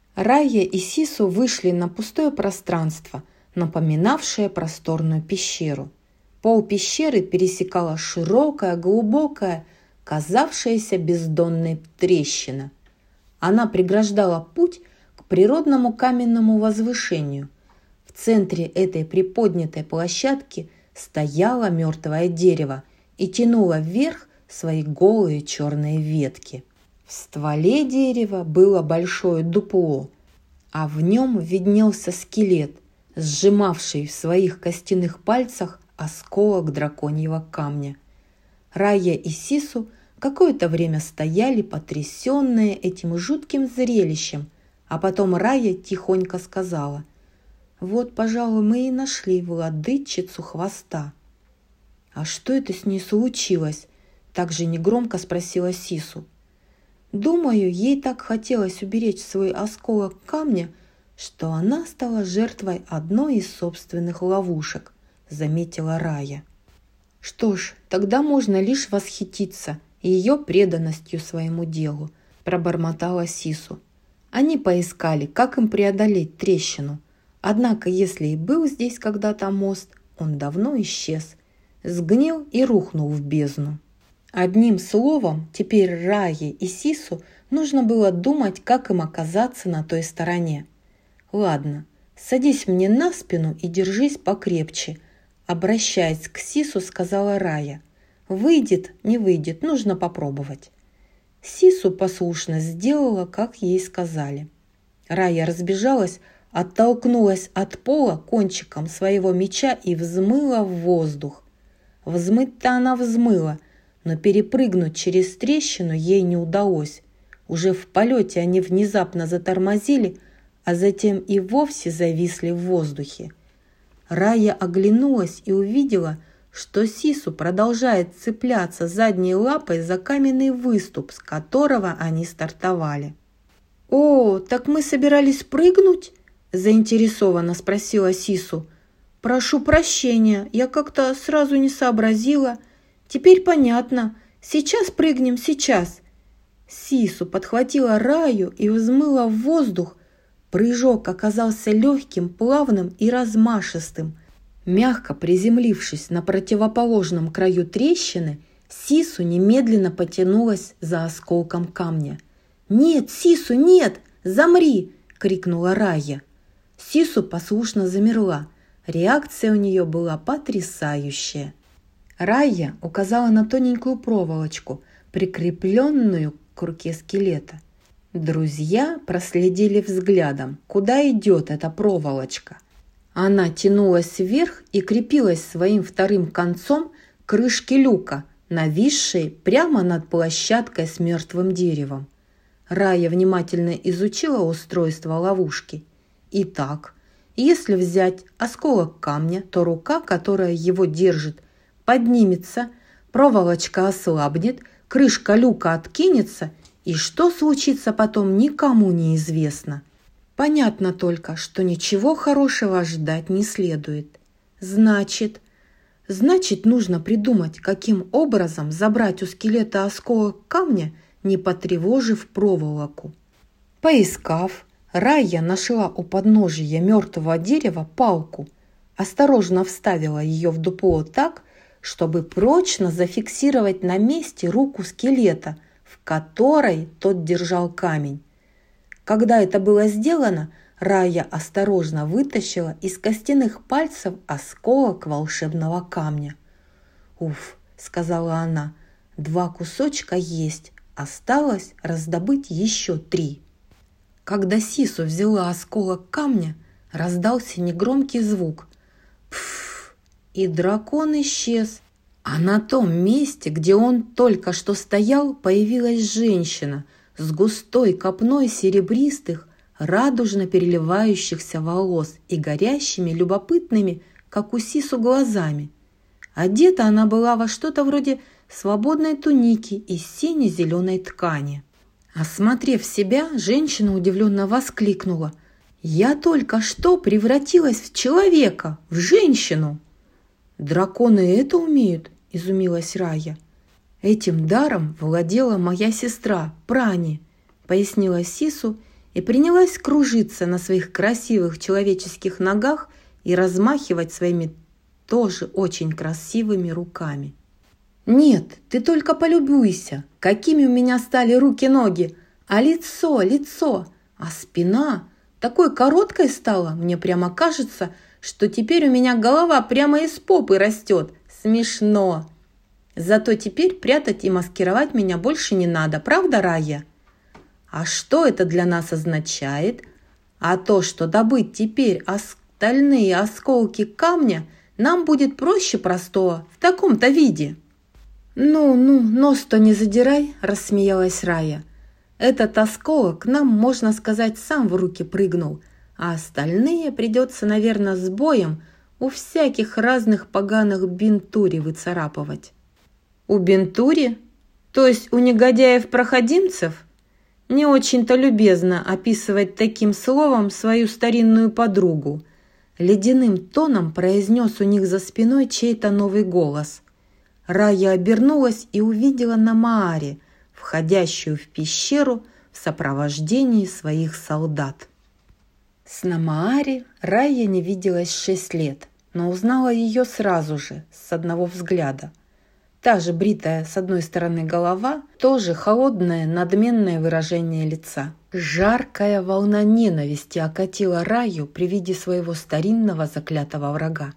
Рая и Сису вышли на пустое пространство, напоминавшее просторную пещеру. Пол пещеры пересекала широкая, глубокая, казавшаяся бездонной трещина. Она преграждала путь к природному каменному возвышению. В центре этой приподнятой площадки стояло мертвое дерево и тянуло вверх свои голые черные ветки. В стволе дерева было большое дупло, а в нем виднелся скелет, сжимавший в своих костяных пальцах осколок драконьего камня. Рая и Сису какое-то время стояли, потрясенные этим жутким зрелищем, а потом Рая тихонько сказала: «Вот, пожалуй, мы и нашли владычицу хвоста». «А что это с ней случилось?» – также негромко спросила Сису. «Думаю, ей так хотелось уберечь свой осколок камня, что она стала жертвой одной из собственных ловушек», – заметила Рая. «Что ж, тогда можно лишь восхититься ее преданностью своему делу», – пробормотала Сису. Они поискали, как им преодолеть трещину. Однако, если и был здесь когда-то мост, он давно исчез, сгнил и рухнул в бездну. Одним словом, теперь Рае и Сису нужно было думать, как им оказаться на той стороне. «Ладно, садись мне на спину и держись покрепче», – обращаясь к Сису, сказала Рая. «Выйдет, не выйдет, нужно попробовать». Сису послушно сделала, как ей сказали. Рая разбежалась, оттолкнулась от пола кончиком своего меча и взмыла в воздух. Взмыть-то она взмыла, но перепрыгнуть через трещину ей не удалось. Уже в полете они внезапно затормозили, а затем и вовсе зависли в воздухе. Рая оглянулась и увидела, что Сису продолжает цепляться задней лапой за каменный выступ, с которого они стартовали. «О, так мы собирались прыгнуть?» – заинтересованно спросила Сису. «Прошу прощения, я как-то сразу не сообразила. Теперь понятно. Сейчас прыгнем, сейчас». Сису подхватила Раю и взмыла в воздух, Прыжок оказался легким, плавным и размашистым. Мягко приземлившись на противоположном краю трещины, Сису немедленно потянулась за осколком камня. «Нет, Сису, нет! Замри!» – крикнула Райя. Сису послушно замерла. Реакция у нее была потрясающая. Райя указала на тоненькую проволочку, прикрепленную к руке скелета. Друзья проследили взглядом, куда идет эта проволочка. Она тянулась вверх и крепилась своим вторым концом к крышке люка, нависшей прямо над площадкой с мертвым деревом. Райя внимательно изучила устройство ловушки. Итак, если взять осколок камня, то рука, которая его держит, поднимется, проволочка ослабнет, крышка люка откинется, и что случится потом, никому не известно. Понятно только, что ничего хорошего ждать не следует. Значит, значит, нужно придумать, каким образом забрать у скелета осколок камня, не потревожив проволоку. Поискав, Райя нашла у подножия мертвого дерева палку, осторожно вставила ее в дупло так, чтобы прочно зафиксировать на месте руку скелета, в которой тот держал камень. Когда это было сделано, Райя осторожно вытащила из костяных пальцев осколок волшебного камня. «Уф», — сказала она, — «два кусочка есть, осталось раздобыть еще три». Когда Сису взяла осколок камня, раздался негромкий звук. Пф! И дракон исчез. А на том месте, где он только что стоял, появилась женщина с густой копной серебристых, радужно переливающихся волос и горящими, любопытными, как у Сису, глазами. Одета она была во что-то вроде свободной туники из сине-зеленой ткани. Осмотрев себя, женщина удивленно воскликнула: «Я только что превратилась в человека, в женщину!» «Драконы это умеют?» – изумилась Райя. «Этим даром владела моя сестра Прани», – пояснила Сису и принялась кружиться на своих красивых человеческих ногах и размахивать своими тоже очень красивыми руками. «Нет, ты только полюбуйся, какими у меня стали руки-ноги, а лицо, лицо, а спина такой короткой стала, мне прямо кажется, что теперь у меня голова прямо из попы растет. Смешно. Зато теперь прятать и маскировать меня больше не надо, правда, Райя? А что это для нас означает? А то, что добыть теперь остальные осколки камня нам будет проще простого в таком-то виде». «Ну-ну, нос-то не задирай», – рассмеялась Райя. «Этот осколок нам, можно сказать, сам в руки прыгнул, а остальные придется, наверное, с боем у всяких разных поганых бентури выцарапывать». «У бентури? То есть у негодяев-проходимцев?» Не очень-то любезно описывать таким словом свою старинную подругу. Ледяным тоном произнес у них за спиной чей-то новый голос. Райя обернулась и увидела Намаари, входящую в пещеру в сопровождении своих солдат. С Намаари Райя не виделась шесть лет, но узнала ее сразу же, с одного взгляда. Та же бритая с одной стороны голова, тоже холодное, надменное выражение лица. Жаркая волна ненависти окатила Райю при виде своего старинного заклятого врага.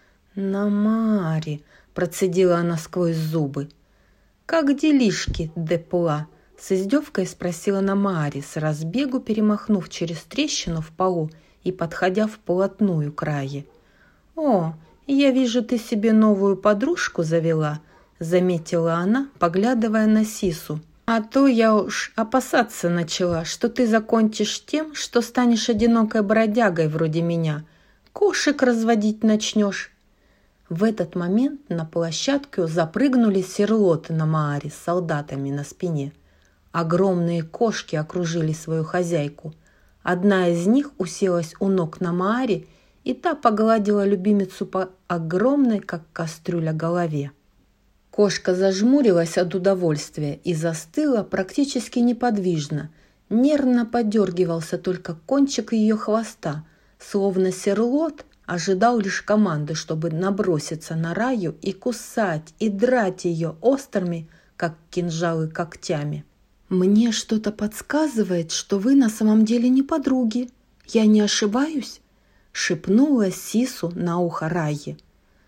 «Намаари», – процедила она сквозь зубы. «Как делишки, Депла?» – с издевкой спросила Намаари, с разбегу перемахнув через трещину в полу и подходя вплотную к Райе. «О, я вижу, ты себе новую подружку завела», – заметила она, поглядывая на Сису. «А то я уж опасаться начала, что ты закончишь тем, что станешь одинокой бродягой вроде меня. Кошек разводить начнешь». В этот момент на площадку запрыгнули сирлоты Намаари с солдатами на спине. Огромные кошки окружили свою хозяйку. Одна из них уселась у ног Намаари, и та погладила любимицу по огромной, как кастрюля, голове. Кошка зажмурилась от удовольствия и застыла практически неподвижно, Нервно подергивался только кончик ее хвоста, словно серлот ожидал лишь команды, чтобы наброситься на Раю и кусать, и драть ее острыми, как кинжалы, когтями. «Мне что-то подсказывает, что вы на самом деле не подруги. Я не ошибаюсь?» — шепнула Сису на ухо Райе.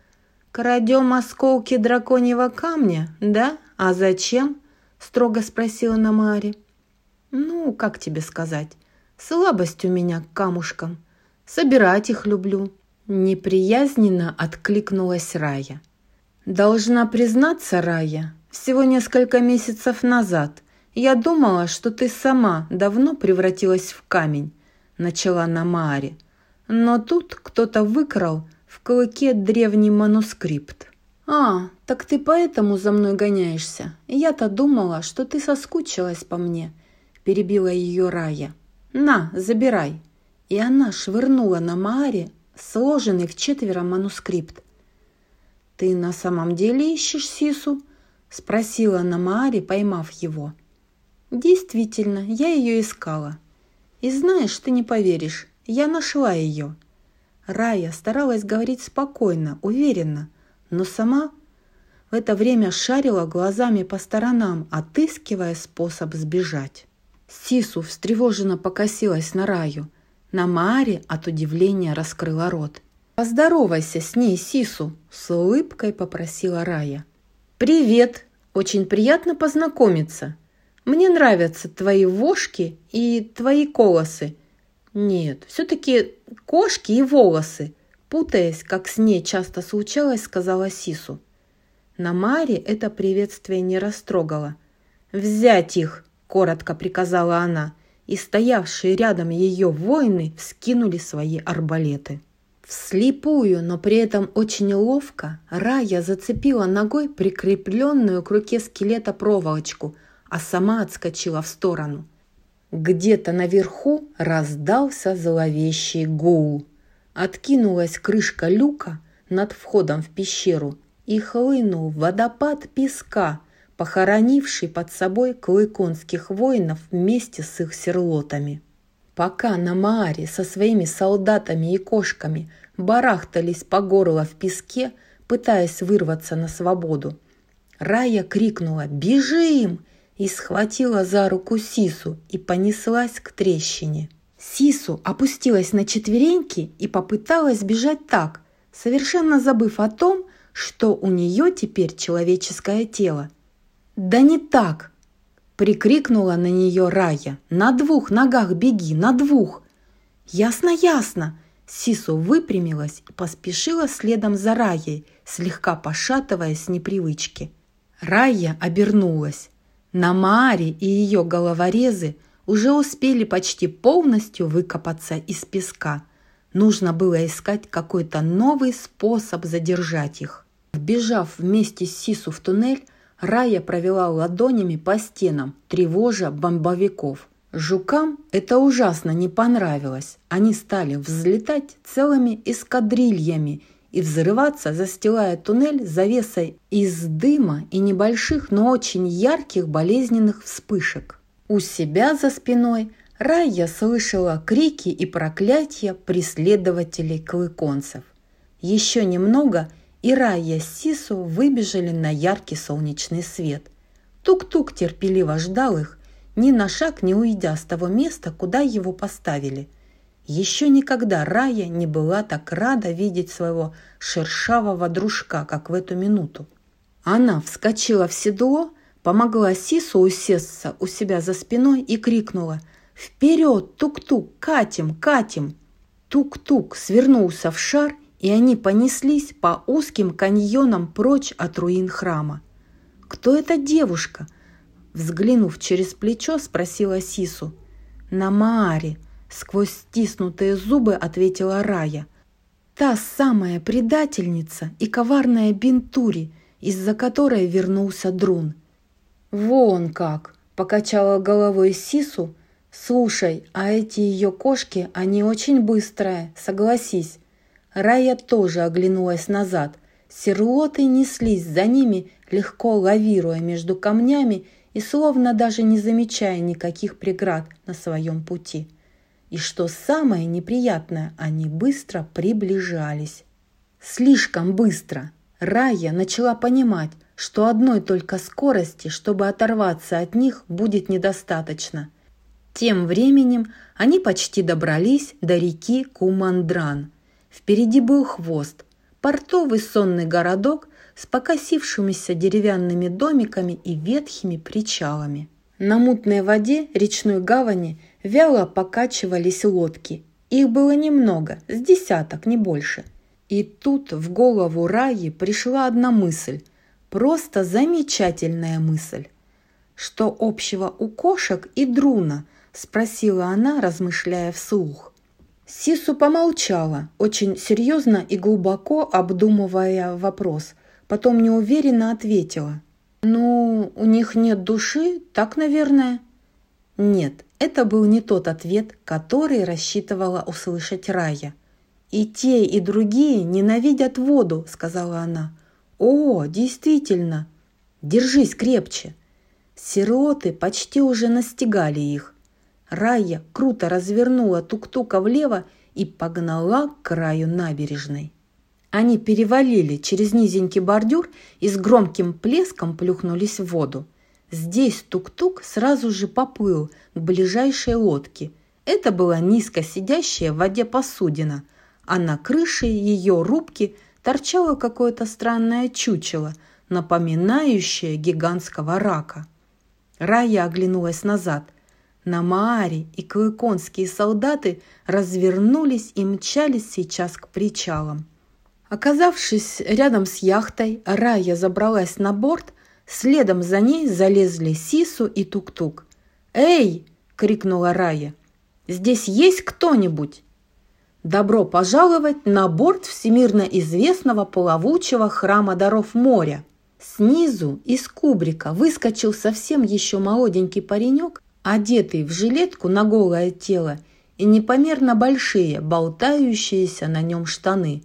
«Крадем осколки драконьего камня, да? А зачем?» — строго спросила Намаари. «Ну, как тебе сказать, слабость у меня к камушкам. Собирать их люблю». Неприязненно откликнулась Рая. «Должна признаться, Рая, всего несколько месяцев назад я думала, что ты сама давно превратилась в камень», — начала Намаари. «Но тут кто-то выкрал в клыке древний манускрипт». «А, так ты поэтому за мной гоняешься? Я-то думала, что ты соскучилась по мне», — перебила ее Рая. «На, забирай». И она швырнула Намаари сложенный в четверо манускрипт. «Ты на самом деле ищешь Сису?» — спросила Намаари, поймав его. «Действительно, я ее искала. И знаешь, ты не поверишь, я нашла ее». Рая старалась говорить спокойно, уверенно, но сама в это время шарила глазами по сторонам, отыскивая способ сбежать. Сису встревоженно покосилась на Раю. Намаари от удивления раскрыла рот. «Поздоровайся с ней, Сису!» – с улыбкой попросила Рая. «Привет! Очень приятно познакомиться. Мне нравятся твои вошки и твои колосы. Нет, все-таки кошки и волосы!» Путаясь, как с ней часто случалось, сказала Сису. Намаари это приветствие не растрогало. «Взять их!» – коротко приказала она, и стоявшие рядом ее воины вскинули свои арбалеты. Вслепую, но при этом очень ловко, Рая зацепила ногой прикрепленную к руке скелета проволочку, а сама отскочила в сторону. Где-то наверху раздался зловещий гул. Откинулась крышка люка над входом в пещеру и хлынул водопад песка, похоронивший под собой клыконских воинов вместе с их серлотами. Пока Намаари со своими солдатами и кошками барахтались по горло в песке, пытаясь вырваться на свободу, Рая крикнула «Бежим!» и схватила за руку Сису и понеслась к трещине. Сису опустилась на четвереньки и попыталась бежать так, совершенно забыв о том, что у нее теперь человеческое тело. «Да не так!» – прикрикнула на нее Рая. «На двух ногах беги, на двух!» «Ясно, ясно!» Сису выпрямилась и поспешила следом за Раей, слегка пошатываясь с непривычки. Рая обернулась. Намаари и ее головорезы уже успели почти полностью выкопаться из песка. Нужно было искать какой-то новый способ задержать их. Вбежав вместе с Сису в туннель, Рая провела ладонями по стенам, тревожа бомбовиков. Жукам это ужасно не понравилось. Они стали взлетать целыми эскадрильями и взрываться, застилая туннель завесой из дыма и небольших, но очень ярких болезненных вспышек. У себя за спиной Рая слышала крики и проклятия преследователей клыконцев. Еще немного, и Рая с Сису выбежали на яркий солнечный свет. Тук-тук терпеливо ждал их, ни на шаг не уйдя с того места, куда его поставили. Еще никогда Рая не была так рада видеть своего шершавого дружка, как в эту минуту. Она вскочила в седло, помогла Сису усесться у себя за спиной и крикнула: «Вперед, тук-тук, катим, катим!» Тук-тук свернулся в шар, и они понеслись по узким каньонам прочь от руин храма. «Кто эта девушка?» Взглянув через плечо, спросила Сису. «Намаари», — сквозь стиснутые зубы ответила Рая. «Та самая предательница и коварная Бинтури, из-за которой вернулся Друн». «Вон как!» — покачала головой Сису. «Слушай, а эти ее кошки, они очень быстрые, согласись». Рая тоже оглянулась назад. Серлоты неслись за ними, легко лавируя между камнями и словно даже не замечая никаких преград на своем пути. И что самое неприятное, они быстро приближались. Слишком быстро. Рая начала понимать, что одной только скорости, чтобы оторваться от них, будет недостаточно. Тем временем они почти добрались до реки Кумандран. Впереди был хвост, портовый сонный городок с покосившимися деревянными домиками и ветхими причалами. На мутной воде речной гавани вяло покачивались лодки. Их было немного, с десяток, не больше. И тут в голову Раи пришла одна мысль, просто замечательная мысль. «Что общего у кошек и Друна?» – спросила она, размышляя вслух. Сису помолчала, очень серьезно и глубоко обдумывая вопрос, потом неуверенно ответила. «Ну, у них нет души, так, наверное?» Нет, это был не тот ответ, который рассчитывала услышать Рая. «И те, и другие ненавидят воду», – сказала она. «О, действительно! Держись крепче!» Сироты почти уже настигали их. Рая круто развернула тук-тука влево и погнала к краю набережной. Они перевалили через низенький бордюр и с громким плеском плюхнулись в воду. Здесь тук-тук сразу же поплыл к ближайшей лодке. Это была низко сидящая в воде посудина, а на крыше ее рубки торчало какое-то странное чучело, напоминающее гигантского рака. Рая оглянулась назад. Намаари и клыконские солдаты развернулись и мчались сейчас к причалам. Оказавшись рядом с яхтой, Рая забралась на борт, следом за ней залезли Сису и Тук-Тук. «Эй!» – крикнула Рая. «Здесь есть кто-нибудь?» «Добро пожаловать на борт всемирно известного плавучего храма даров моря!» Снизу из кубрика выскочил совсем еще молоденький паренек, одетый в жилетку на голое тело и непомерно большие, болтающиеся на нем штаны.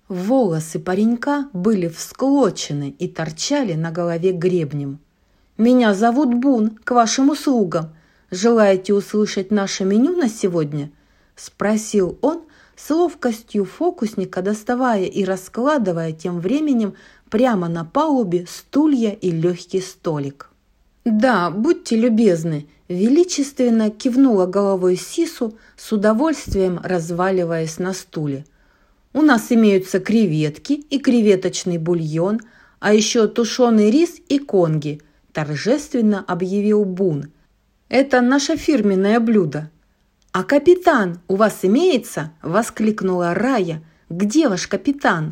Волосы паренька были всклочены и торчали на голове гребнем. «Меня зовут Бун, к вашим услугам. Желаете услышать наше меню на сегодня?» – спросил он с ловкостью фокусника, доставая и раскладывая тем временем прямо на палубе стулья и легкий столик. «Да, будьте любезны», – величественно кивнула головой Сису, с удовольствием разваливаясь на стуле. «У нас имеются креветки и креветочный бульон, а еще тушеный рис и конги», – торжественно объявил Бун. «Это наше фирменное блюдо». «А капитан у вас имеется?» – воскликнула Рая. «Где ваш капитан?»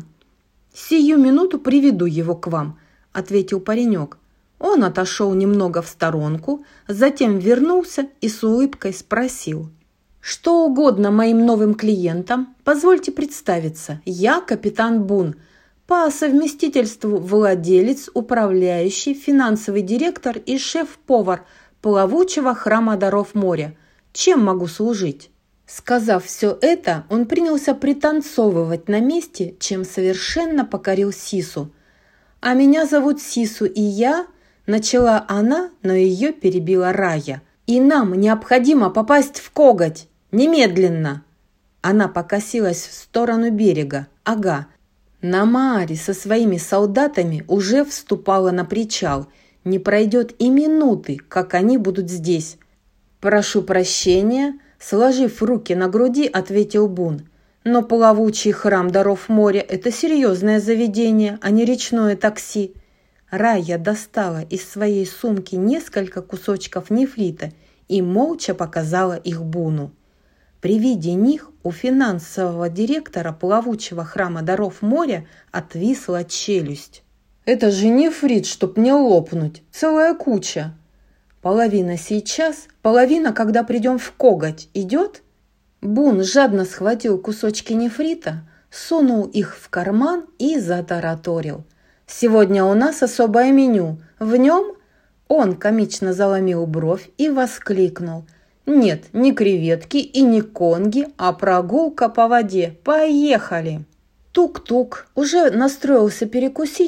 «Сию минуту приведу его к вам», – ответил паренек. Он отошел немного в сторонку, затем вернулся и с улыбкой спросил. «Что угодно моим новым клиентам, позвольте представиться. Я капитан Бун, по совместительству владелец, управляющий, финансовый директор и шеф-повар плавучего храма даров моря. Чем могу служить?» Сказав все это, он принялся пританцовывать на месте, чем совершенно покорил Сису. «А меня зовут Сису, и я...» – начала она, но ее перебила Рая. «И нам необходимо попасть в коготь! Немедленно!» Она покосилась в сторону берега. Ага, Намаари со своими солдатами уже вступала на причал. Не пройдет и минуты, как они будут здесь. «Прошу прощения», – сложив руки на груди, ответил Бун. «Но плавучий храм даров моря – это серьезное заведение, а не речное такси». Рая достала из своей сумки несколько кусочков нефрита и молча показала их Буну. При виде них у финансового директора плавучего храма даров моря отвисла челюсть. «Это же нефрит, чтоб не лопнуть, целая куча. Половина сейчас, половина, когда придем в коготь, идет?» Бун жадно схватил кусочки нефрита, сунул их в карман и затараторил. «Сегодня у нас особое меню. В нем...» Он комично заломил бровь и воскликнул. «Нет, не креветки и не конги, а прогулка по воде. Поехали!» Тук-тук уже настроился перекусить,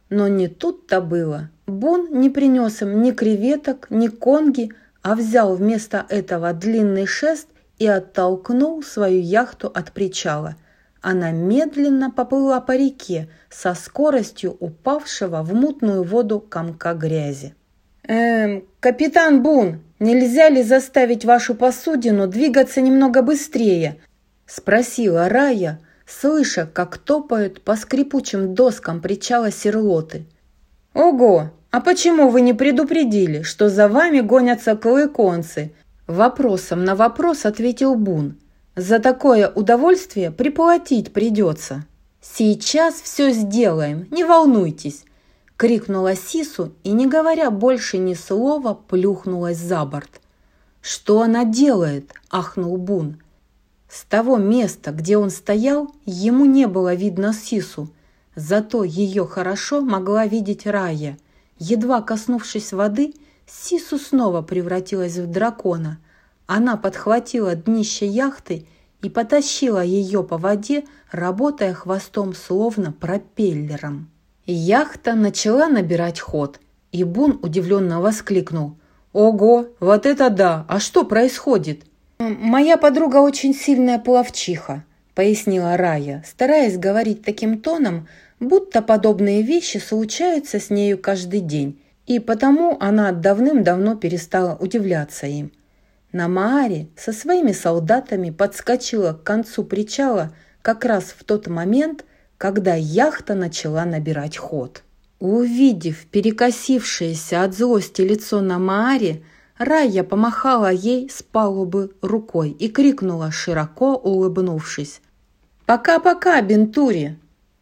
Но не тут-то было. Бун не принес им ни креветок, ни конги, а взял вместо этого длинный шест и оттолкнул свою яхту от причала. Она медленно поплыла по реке со скоростью упавшего в мутную воду комка грязи. «Эм, капитан Бун, нельзя ли заставить вашу посудину двигаться немного быстрее?» – спросила Рая, слыша, как топают по скрипучим доскам причала сирлоты. «Ого! А почему вы не предупредили, что за вами гонятся клыконцы?» Вопросом на вопрос ответил Бун. «За такое удовольствие приплатить придется». «Сейчас все сделаем, не волнуйтесь!» – крикнула Сису и, не говоря больше ни слова, плюхнулась за борт. «Что она делает?» – ахнул Бун. С того места, где он стоял, ему не было видно Сису, зато ее хорошо могла видеть Рая. Едва коснувшись воды, Сису снова превратилась в дракона. Она подхватила днище яхты и потащила ее по воде, работая хвостом словно пропеллером. Яхта начала набирать ход, и Бун удивленно воскликнул: «Ого, вот это да! А что происходит?» «Моя подруга очень сильная пловчиха», — пояснила Рая, стараясь говорить таким тоном, будто подобные вещи случаются с нею каждый день, и потому она давным-давно перестала удивляться им. Намаари со своими солдатами подскочила к концу причала как раз в тот момент, когда яхта начала набирать ход. Увидев перекосившееся от злости лицо Намаари, Рая помахала ей с палубы рукой и крикнула, широко улыбнувшись: «Пока-пока, Бентури!»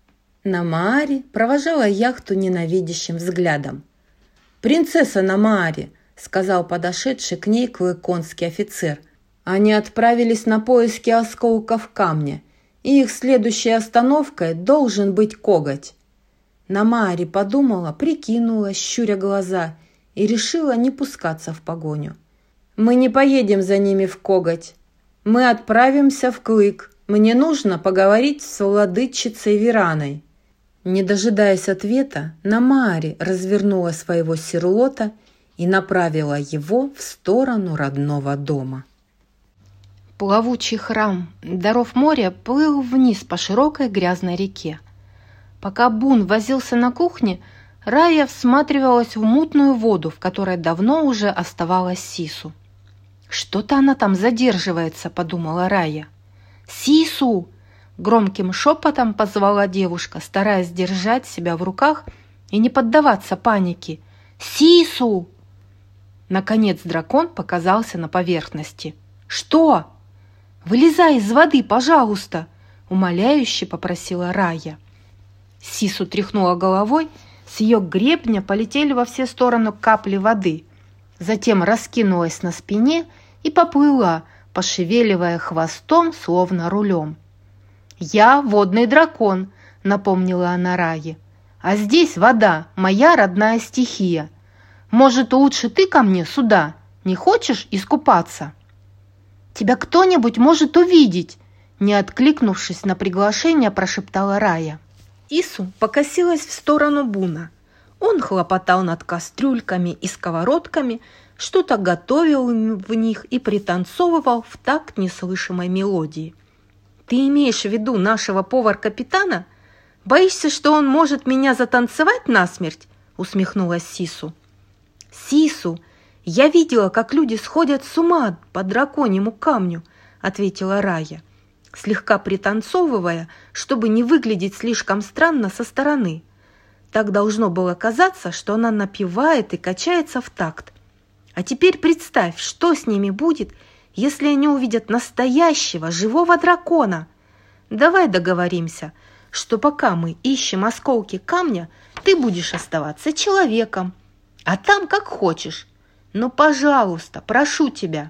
Намаари провожала яхту ненавидящим взглядом. «Принцесса Намаари!» — сказал подошедший к ней клыконский офицер. «Они отправились на поиски осколков камня, и их следующей остановкой должен быть коготь». Намаари подумала, прикинула, щуря глаза, и решила не пускаться в погоню. «Мы не поедем за ними в коготь. Мы отправимся в Клык. Мне нужно поговорить с владычицей Вераной». Не дожидаясь ответа, Намаари развернула своего сирлота и направила его в сторону родного дома. Плавучий храм даров моря плыл вниз по широкой грязной реке. Пока Бун возился на кухне, Рая всматривалась в мутную воду, в которой давно уже оставалась Сису. «Что-то она там задерживается», — подумала Рая. «Сису!» — громким шепотом позвала девушка, стараясь держать себя в руках и не поддаваться панике. «Сису!» Наконец дракон показался на поверхности. «Что?» «Вылезай из воды, пожалуйста!» — умоляюще попросила Рая. Сису тряхнула головой, с ее гребня полетели во все стороны капли воды. Затем раскинулась на спине и поплыла, пошевеливая хвостом, словно рулем. «Я водный дракон», — напомнила она Рае. «А здесь вода, моя родная стихия. Может, лучше ты ко мне сюда? Не хочешь искупаться?» «Тебя кто-нибудь может увидеть», — не откликнувшись на приглашение, прошептала Рая. Ису покосилась в сторону Буна. Он хлопотал над кастрюльками и сковородками, что-то готовил в них и пританцовывал в такт неслышимой мелодии. «Ты имеешь в виду нашего повар-капитана? Боишься, что он может меня затанцевать насмерть?» — усмехнулась Сису. «Сису, я видела, как люди сходят с ума по драконьему камню», — ответила Рая, слегка пританцовывая, чтобы не выглядеть слишком странно со стороны. Так должно было казаться, что она напевает и качается в такт. А теперь представь, что с ними будет, если они увидят настоящего живого дракона. Давай договоримся, что пока мы ищем осколки камня, ты будешь оставаться человеком, а там как хочешь. Но, пожалуйста, прошу тебя,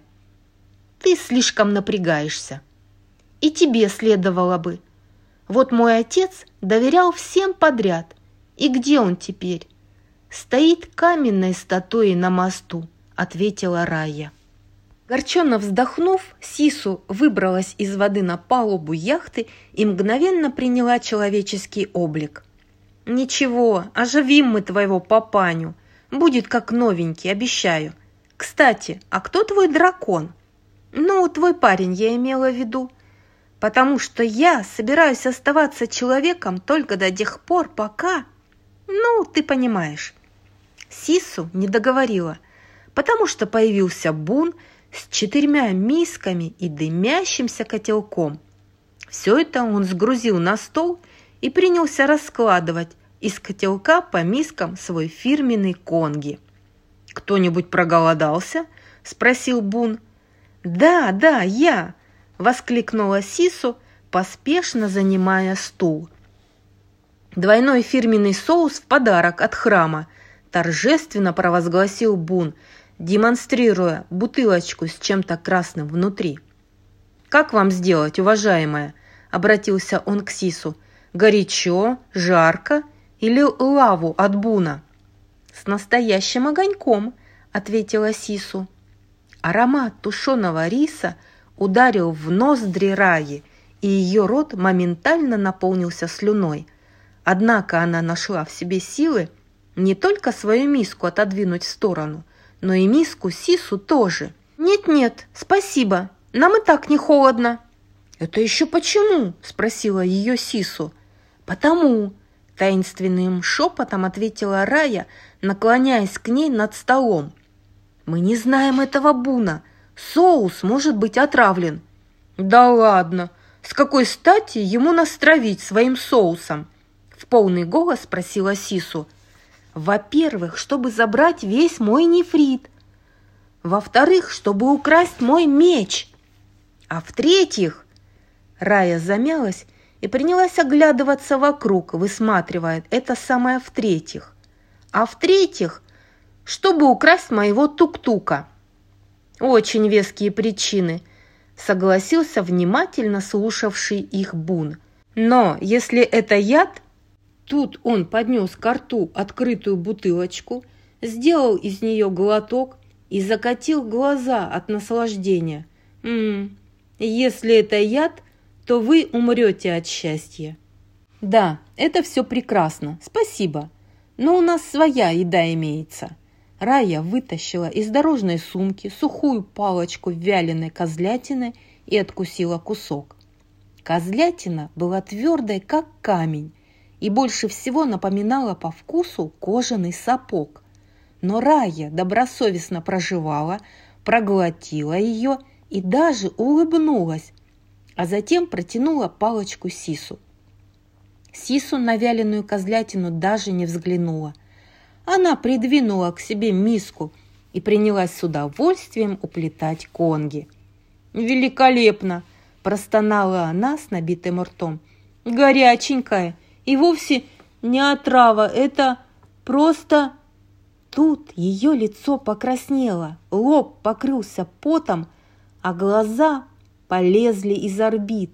ты слишком напрягаешься. И тебе следовало бы. Вот мой отец доверял всем подряд. И где он теперь? Стоит каменной статуей на мосту, ответила Рая. Горченно вздохнув, Сису выбралась из воды на палубу яхты и мгновенно приняла человеческий облик. Ничего, оживим мы твоего папаню. Будет как новенький, обещаю. Кстати, а кто твой дракон? Ну, твой парень, я имела в виду. Потому что я собираюсь оставаться человеком только до тех пор, пока... Ну, ты понимаешь. Сису не договорила, потому что появился Бун с четырьмя мисками и дымящимся котелком. Все это он сгрузил на стол и принялся раскладывать из котелка по мискам свой фирменный конги. «Кто-нибудь проголодался?» – спросил Бун. «Да, да, я!» – воскликнула Сису, поспешно занимая стул. «Двойной фирменный соус в подарок от храма», – торжественно провозгласил Бун, демонстрируя бутылочку с чем-то красным внутри. «Как вам сделать, уважаемая?» – обратился он к Сису. «Горячо, жарко или лаву от Буна?» «С настоящим огоньком», – ответила Сису. Аромат тушеного риса ударил в ноздри Раи, и ее рот моментально наполнился слюной. Однако она нашла в себе силы не только свою миску отодвинуть в сторону, но и миску Сису тоже. «Нет-нет, спасибо, нам и так не холодно». «Это еще почему?» – спросила ее Сису. «Потому», – таинственным шепотом ответила Рая, наклоняясь к ней над столом. «Мы не знаем этого Буна. Соус может быть отравлен». «Да ладно! С какой стати ему нас травить своим соусом?» – в полный голос спросила Сису. «Во-первых, чтобы забрать весь мой нефрит. Во-вторых, чтобы украсть мой меч. А в-третьих...» Рая замялась и принялась оглядываться вокруг, высматривая это самое в-третьих. «А в-третьих, чтобы украсть моего тук-тука». «Очень веские причины», — согласился внимательно слушавший их Бун. «Но если это яд...» Тут он поднес ко рту открытую бутылочку, сделал из нее глоток и закатил глаза от наслаждения. «М-м, если это яд, то вы умрете от счастья». «Да, это все прекрасно, спасибо, но у нас своя еда имеется». Рая вытащила из дорожной сумки сухую палочку вяленой козлятины и откусила кусок. Козлятина была твердой, как камень, и больше всего напоминала по вкусу кожаный сапог. Но Рая добросовестно прожевала, проглотила ее и даже улыбнулась, а затем протянула палочку Сису. Сису на вяленую козлятину даже не взглянула. Она придвинула к себе миску и принялась с удовольствием уплетать конги. «Великолепно!» – простонала она с набитым ртом. «Горяченькая и вовсе не отрава, это просто...» Тут ее лицо покраснело, лоб покрылся потом, а глаза полезли из орбит.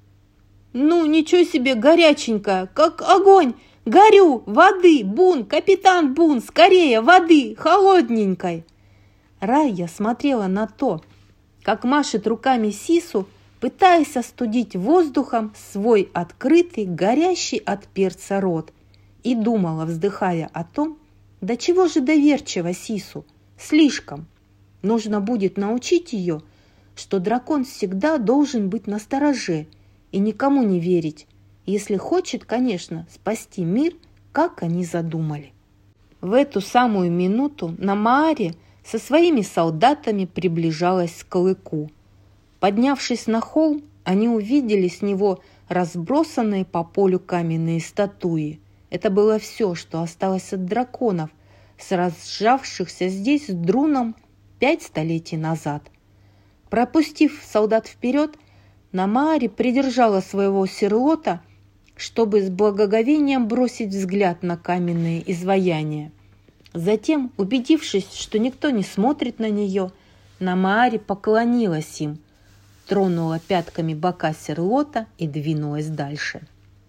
«Ну, ничего себе, горяченькая, как огонь! Горю! Воды! Бун! Капитан Бун! Скорее, воды! Холодненькой!» Рая смотрела на то, как машет руками Сису, пытаясь остудить воздухом свой открытый, горящий от перца рот, и думала, вздыхая о том, до чего же доверчива Сису, слишком. Нужно будет научить ее, что дракон всегда должен быть настороже и никому не верить, если хочет, конечно, спасти мир, как они задумали. В эту самую минуту Намаари со своими солдатами приближалась к Лыку. Поднявшись на холм, они увидели с него разбросанные по полю каменные статуи. Это было все, что осталось от драконов, сражавшихся здесь с Друном пять столетий назад. Пропустив солдат вперед, Намаари придержала своего сирлота, чтобы с благоговением бросить взгляд на каменные изваяния. Затем, убедившись, что никто не смотрит на нее, Намаари поклонилась им, тронула пятками бока сирлота и двинулась дальше.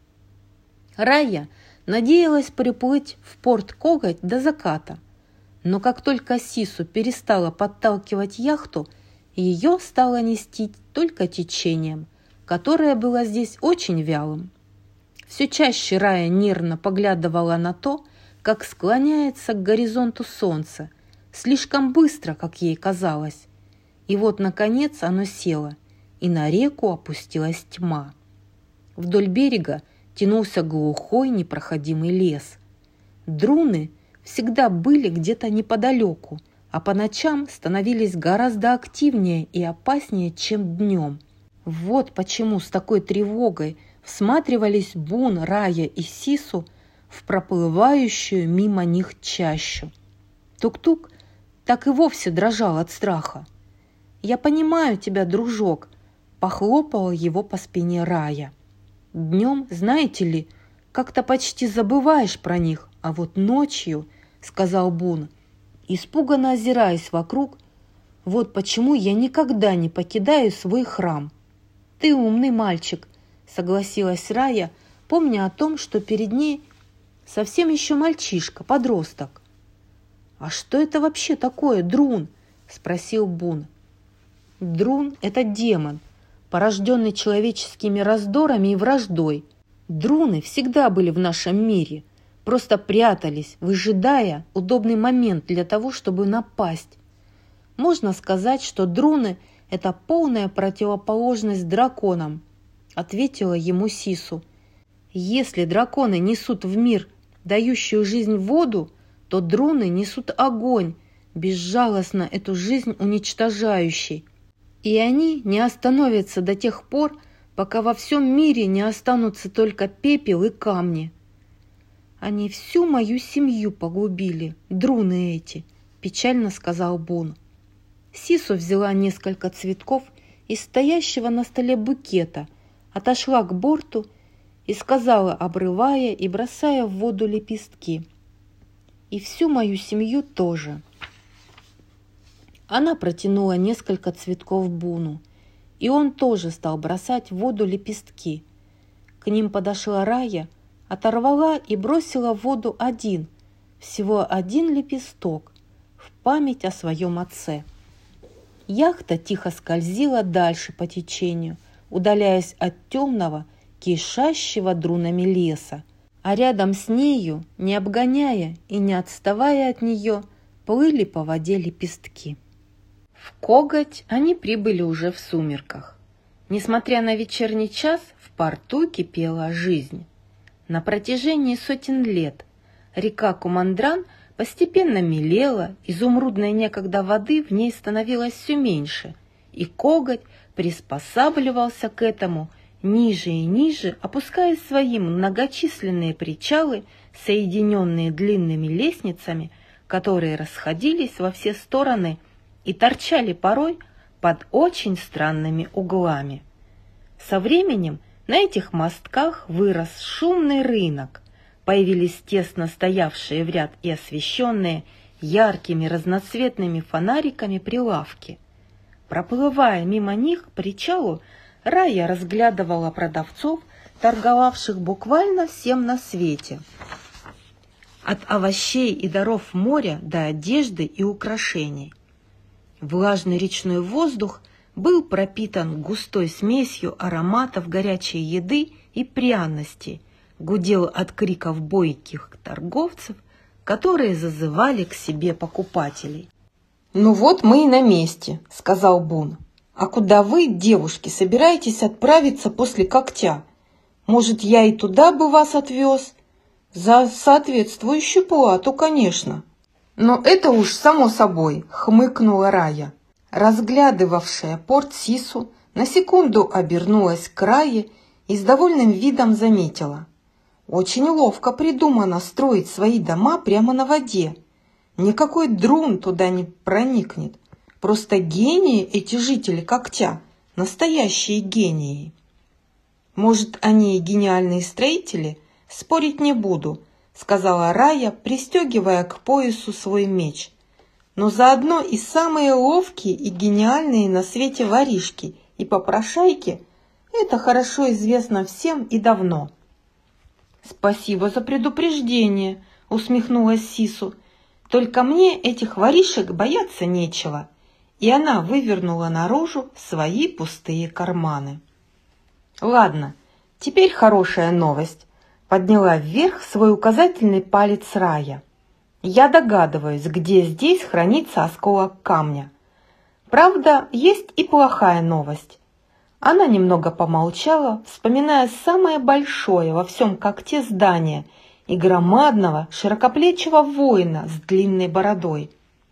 Рая надеялась приплыть в порт Коготь до заката, но как только Сису перестала подталкивать яхту, ее стало нести только течением, которое было здесь очень вялым. Все чаще Рая нервно поглядывала на то, как склоняется к горизонту солнце, слишком быстро, как ей казалось. И вот, наконец, оно село, и на реку опустилась тьма. Вдоль берега тянулся глухой непроходимый лес. Друны всегда были где-то неподалеку, а по ночам становились гораздо активнее и опаснее, чем днем. Вот почему с такой тревогой всматривались Бун, Рая и Сису в проплывающую мимо них чащу. Тук-тук так и вовсе дрожал от страха. «Я понимаю тебя, дружок», — похлопала его по спине Рая. «Днем, знаете ли, как-то почти забываешь про них, а вот ночью», — сказал Бун, испуганно озираясь вокруг, «вот почему я никогда не покидаю свой храм». «Ты умный мальчик», — согласилась Рая, помня о том, что перед ней совсем еще мальчишка, подросток. «А что это вообще такое, Друн?» — спросил Бун. «Друн — это демон, порожденный человеческими раздорами и враждой. Друны всегда были в нашем мире, просто прятались, выжидая удобный момент для того, чтобы напасть. Можно сказать, что друны — это полная противоположность драконам», — ответила ему Сису. «Если драконы несут в мир дающую жизнь воду, то друны несут огонь, безжалостно эту жизнь уничтожающий. И они не остановятся до тех пор, пока во всем мире не останутся только пепел и камни». «Они всю мою семью погубили, друны эти», — печально сказал Бун. Сису взяла несколько цветков из стоящего на столе букета, отошла к борту и сказала, обрывая и бросая в воду лепестки: «И всю мою семью тоже». Она протянула несколько цветков Буну, и он тоже стал бросать в воду лепестки. К ним подошла Рая, оторвала и бросила в воду один, всего один лепесток, в память о своем отце. Яхта тихо скользила дальше по течению, удаляясь от темного, кишащего друнами леса, а рядом с нею, не обгоняя и не отставая от нее, плыли по воде лепестки. В Коготь они прибыли уже в сумерках. Несмотря на вечерний час, в порту кипела жизнь. На протяжении сотен лет река Кумандран постепенно мелела, изумрудной некогда воды в ней становилось все меньше, и Коготь приспосабливался к этому, ниже и ниже опуская свои многочисленные причалы, соединенные длинными лестницами, которые расходились во все стороны и торчали порой под очень странными углами. Со временем на этих мостках вырос шумный рынок, появились тесно стоявшие в ряд и освещенные яркими разноцветными фонариками прилавки. Проплывая мимо них к причалу, Рая разглядывала продавцов, торговавших буквально всем на свете. От овощей и даров моря до одежды и украшений. Влажный речной воздух был пропитан густой смесью ароматов горячей еды и пряностей, гудел от криков бойких торговцев, которые зазывали к себе покупателей. «Ну вот мы и на месте», — сказал Бун. «А куда вы, девушки, собираетесь отправиться после Когтя? Может, я и туда бы вас отвез? За соответствующую плату, конечно». «Но это уж само собой», — хмыкнула Рая. Разглядывавшая порт Сису на секунду обернулась к Рае и с довольным видом заметила: «Очень ловко придумано строить свои дома прямо на воде. Никакой друн туда не проникнет. Просто гении эти жители Когтя, настоящие гении». «Может, они и гениальные строители? Спорить не буду», — сказала Рая, пристегивая к поясу свой меч. «Но заодно и самые ловкие и гениальные на свете воришки и попрошайки — это хорошо известно всем и давно». «Спасибо за предупреждение», — усмехнулась Сису. «Только мне этих воришек бояться нечего». И она вывернула наружу свои пустые карманы. «Ладно, теперь хорошая новость. Подняла вверх свой указательный палец Рая. «Я догадываюсь, где здесь хранится осколок камня. Правда, есть и плохая новость». Она немного помолчала, вспоминая самое большое во всем когте здание и громадного широкоплечего воина с длинной бородой.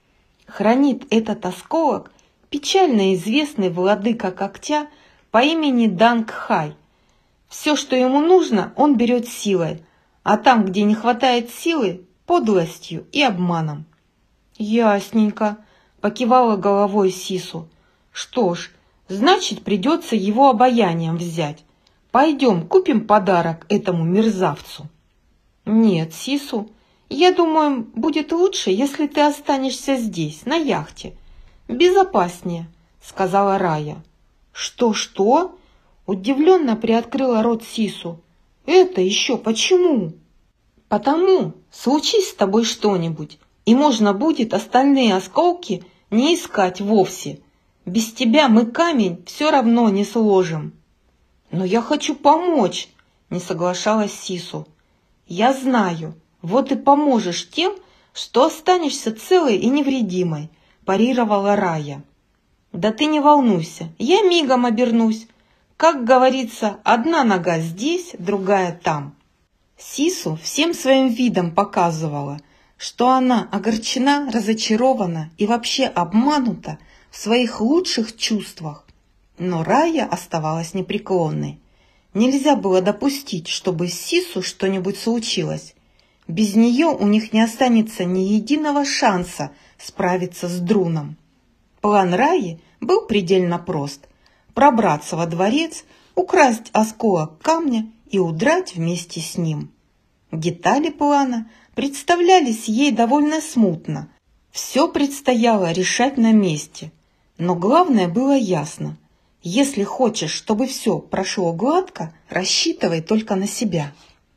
Хранит этот осколок печально известный владыка когтя по имени Дангхай. Все, что ему нужно, он берет силой, а там, где не хватает силы, подлостью и обманом. «Ясненько», — покивала головой Сису. «Что ж, значит, придется его обаянием взять. Пойдем, купим подарок этому мерзавцу». «Нет, Сису, я думаю, будет лучше, если ты останешься здесь, на яхте. Безопаснее», — сказала Рая. «Что-что?» — удивленно приоткрыла рот Сису. «Это еще почему?» «Потому, случись с тобой что-нибудь, и можно будет остальные осколки не искать вовсе. Без тебя мы камень все равно не сложим». «Но я хочу помочь», — не соглашалась Сису. «Я знаю, вот и поможешь тем, что останешься целой и невредимой», — парировала Рая. «Да ты не волнуйся, я мигом обернусь. Как говорится, одна нога здесь, другая там». Сису всем своим видом показывала, что она огорчена, разочарована и вообще обманута в своих лучших чувствах. Но Рая оставалась непреклонной. Нельзя было допустить, чтобы с Сису что-нибудь случилось. Без нее у них не останется ни единого шанса справиться с Друном. План Раи был предельно прост – пробраться во дворец, украсть осколок камня и удрать вместе с ним. Детали плана представлялись ей довольно смутно. Все предстояло решать на месте. Но главное было ясно. Если хочешь, чтобы все прошло гладко, рассчитывай только на себя.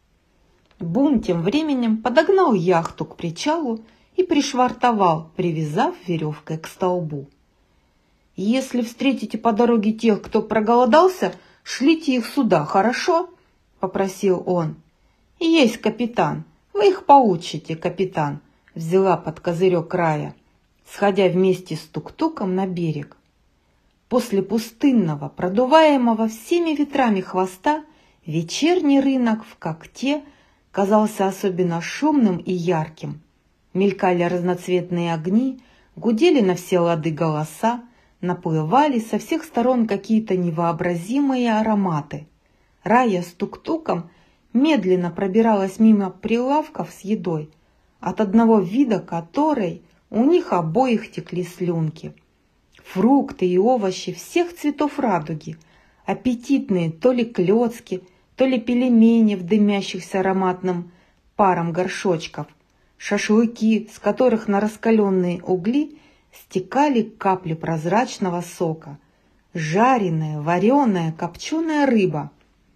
Бум тем временем подогнал яхту к причалу и пришвартовал, привязав веревкой к столбу. «Если встретите по дороге тех, кто проголодался, шлите их сюда, хорошо?» — попросил он. «Есть, капитан. Вы их поучите, капитан», — взяла под козырек Рая, сходя вместе с тук-туком на берег. После пустынного, продуваемого всеми ветрами хвоста, вечерний рынок в когте казался особенно шумным и ярким. Мелькали разноцветные огни, гудели на все лады голоса, наплывали со всех сторон какие-то невообразимые ароматы. Рая с тук-туком медленно пробиралась мимо прилавков с едой, от одного вида которой у них обоих текли слюнки. Фрукты и овощи всех цветов радуги, аппетитные то ли клёцки, то ли пельмени в дымящихся ароматным паром горшочков, шашлыки, с которых на раскаленные угли стекали капли прозрачного сока, жареная, вареная, копченая рыба,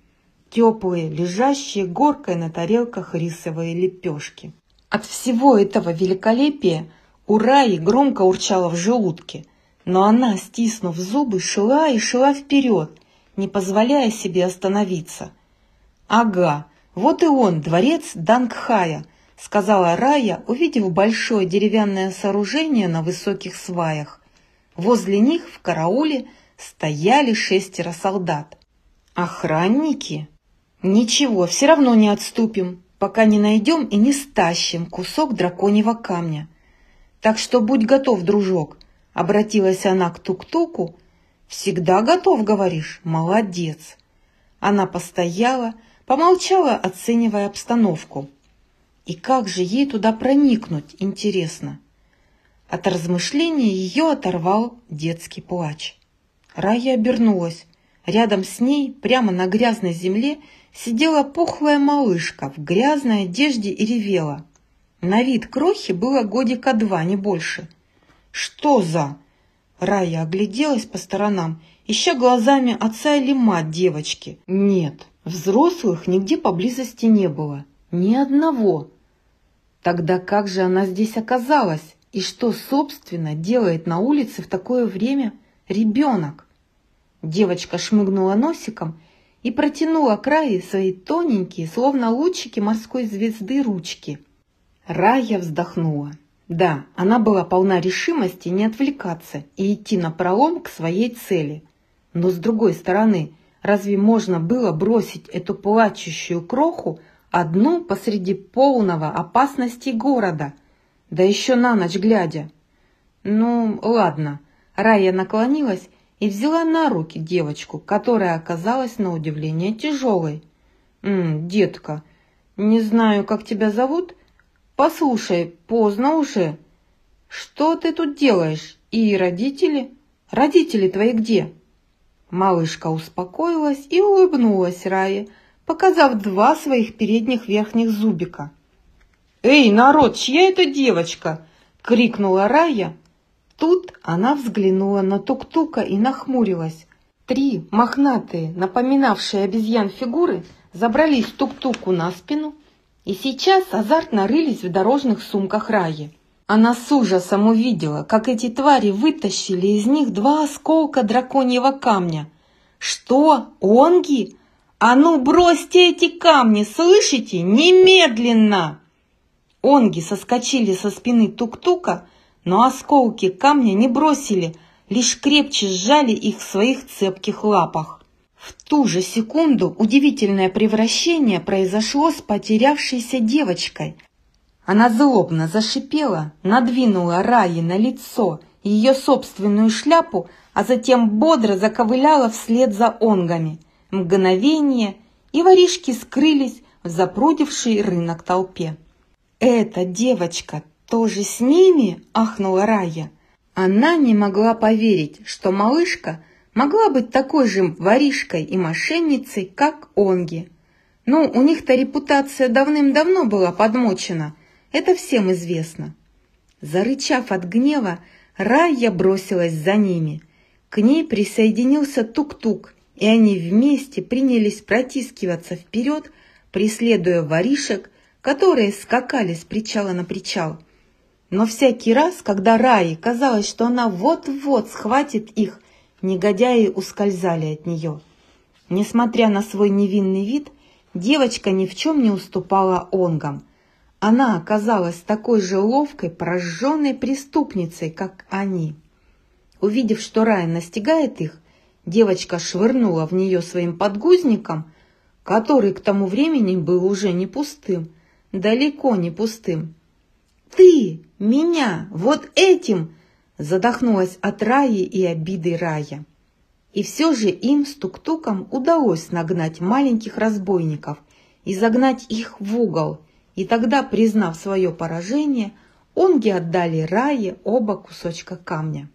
теплые, лежащие горкой на тарелках рисовые лепешки. От всего этого великолепия у Раи громко урчало в желудке, но она, стиснув зубы, шла и шла вперед, не позволяя себе остановиться. «Ага, вот и он, дворец Дангхая», — сказала Рая, увидев большое деревянное сооружение на высоких сваях. Возле них в карауле стояли шестеро солдат. «Охранники? Ничего, все равно не отступим, пока не найдем и не стащим кусок драконьего камня. Так что будь готов, дружок», — обратилась она к тук-туку. «Всегда готов, говоришь? Молодец». Она постояла, помолчала, оценивая обстановку. И как же ей туда проникнуть, интересно? От размышления ее оторвал детский плач. Рая обернулась. Рядом с ней, прямо на грязной земле, сидела пухлая малышка в грязной одежде и ревела. На вид крохи было годика два, не больше. «Что за...» Рая огляделась по сторонам, ища глазами отца или мать девочки. Нет, взрослых нигде поблизости не было. Ни одного. Тогда как же она здесь оказалась? И что, собственно, делает на улице в такое время ребенок? Девочка шмыгнула носиком и протянула к Рае свои тоненькие, словно лучики морской звезды, ручки. Рая вздохнула. Да, она была полна решимости не отвлекаться и идти напролом к своей цели. Но с другой стороны, разве можно было бросить эту плачущую кроху одну посреди полного опасности города, да еще на ночь глядя? Ну, ладно. Рая наклонилась и взяла на руки девочку, которая оказалась на удивление тяжелой. «М, детка, не знаю, как тебя зовут? Послушай, поздно уже. Что ты тут делаешь? И родители? Родители твои где?» Малышка успокоилась и улыбнулась Рае, показав два своих передних верхних зубика. «Эй, народ, чья это девочка?» — крикнула Рая. Тут она взглянула на Тук-Тука и нахмурилась. Три мохнатые, напоминавшие обезьян фигуры, забрались Тук-Туку на спину и сейчас азартно рылись в дорожных сумках Раи. Она с ужасом увидела, как эти твари вытащили из них два осколка драконьего камня. «Что? Онги? А ну бросьте эти камни, слышите? Немедленно!» Онги соскочили со спины Тук-Тука, но осколки камня не бросили, лишь крепче сжали их в своих цепких лапах. В ту же секунду удивительное превращение произошло с потерявшейся девочкой. Она злобно зашипела, надвинула Рае на лицо ее собственную шляпу, а затем бодро заковыляла вслед за онгами. Мгновение, и воришки скрылись в запрудившей рынок толпе. «Эта девочка тоже с ними?» – ахнула Рая. Она не могла поверить, что малышка могла быть такой же воришкой и мошенницей, как онги. Ну, у них-то репутация давным-давно была подмочена, это всем известно. Зарычав от гнева, Рая бросилась за ними. К ней присоединился Тук-Тук, и они вместе принялись протискиваться вперед, преследуя воришек, которые скакали с причала на причал. Но всякий раз, когда Рае казалось, что она вот-вот схватит их, негодяи ускользали от нее. Несмотря на свой невинный вид, девочка ни в чем не уступала онгам. Она оказалась такой же ловкой, прожженной преступницей, как они. Увидев, что Рая настигает их, девочка швырнула в нее своим подгузником, который к тому времени был уже не пустым, далеко не пустым. «Ты! Меня! Вот этим!» задохнулась от Раи и обиды Рая. И все же им с Тук-Туком удалось нагнать маленьких разбойников и загнать их в угол, и тогда, признав свое поражение, онги отдали Рае оба кусочка камня.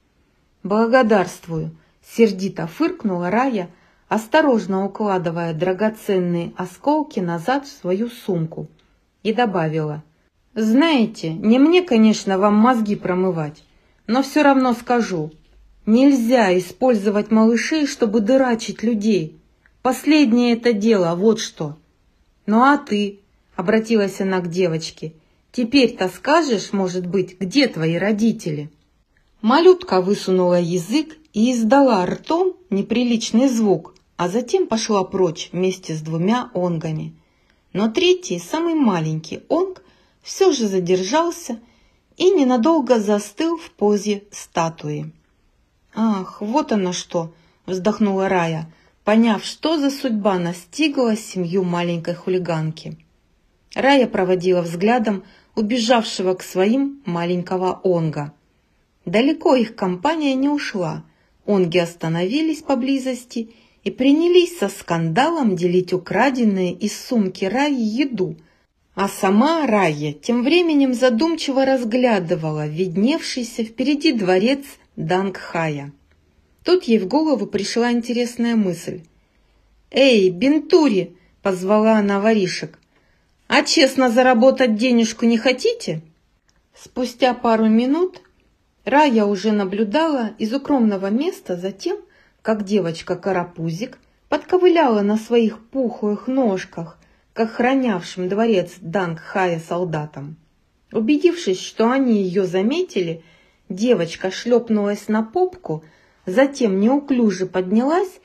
«Благодарствую!» — сердито фыркнула Рая, осторожно укладывая драгоценные осколки назад в свою сумку, и добавила: «Знаете, не мне, конечно, вам мозги промывать, но все равно скажу, нельзя использовать малышей, чтобы дурачить людей. Последнее это дело, вот что. Ну а ты?» — обратилась она к девочке. «Теперь-то скажешь, может быть, где твои родители?» Малютка высунула язык и издала ртом неприличный звук, а затем пошла прочь вместе с двумя онгами. Но третий, самый маленький онг, все же задержался и ненадолго застыл в позе статуи. «Ах, вот оно что!» — вздохнула Рая, поняв, что за судьба настигла семью маленькой хулиганки. Рая проводила взглядом убежавшего к своим маленького онга. Далеко их компания не ушла. Онги остановились поблизости и принялись со скандалом делить украденные из сумки Раи еду, а сама Рая тем временем задумчиво разглядывала видневшийся впереди дворец Дангхая. Тут ей в голову пришла интересная мысль. «Эй, Бентури!» — позвала она воришек. «А честно заработать денежку не хотите?» Спустя пару минут Рая уже наблюдала из укромного места за тем, как девочка-карапузик подковыляла на своих пухлых ножках к охранявшим дворец Дангхая солдатам. Убедившись, что они ее заметили, девочка шлепнулась на попку, затем неуклюже поднялась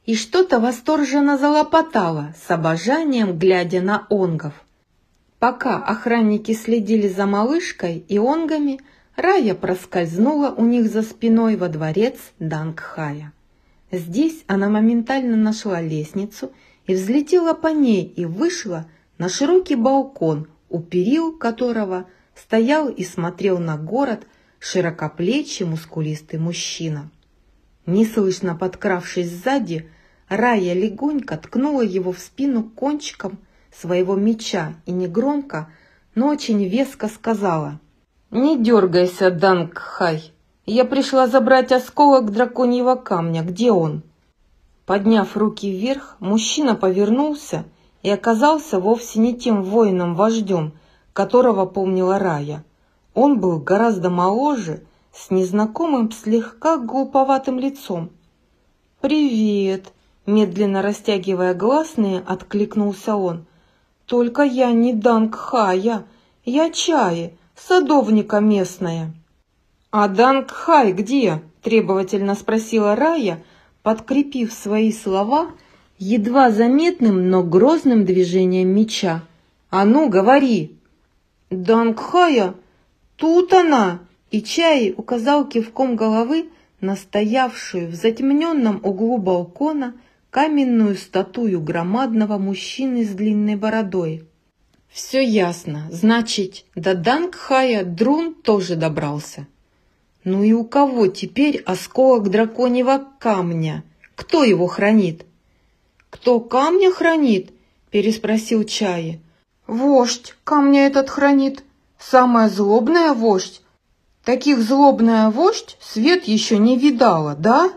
и что-то восторженно залопотала, с обожанием глядя на онгов. Пока охранники следили за малышкой и онгами, Рая проскользнула у них за спиной во дворец Дангхая. Здесь она моментально нашла лестницу и взлетела по ней и вышла на широкий балкон, у перил которого стоял и смотрел на город широкоплечий мускулистый мужчина. Неслышно подкравшись сзади, Рая легонько ткнула его в спину кончиком своего меча и негромко, но очень веско сказала: «Не дергайся, Дангхай, я пришла забрать осколок драконьего камня. Где он?» Подняв руки вверх, мужчина повернулся и оказался вовсе не тем воином-вождем, которого помнила Рая. Он был гораздо моложе, с незнакомым слегка глуповатым лицом. «Привет!» – медленно растягивая гласные, откликнулся он. «Только я не Дангхая, я Чаи, садовника местная». «А Дангхай где?» – требовательно спросила Рая, подкрепив свои слова едва заметным, но грозным движением меча. «А ну, говори!» «Дангхая, тут она!» И Чаи указал кивком головы на стоявшую в затемненном углу балкона каменную статую громадного мужчины с длинной бородой. «Все ясно. Значит, до Дангхая Друн тоже добрался. Ну и у кого теперь осколок драконьего камня? Кто его хранит?» «Кто камня хранит?» – переспросил Чаи. «Вождь камня этот хранит. Самая злобная вождь. Таких злобная вождь свет еще не видала, да?»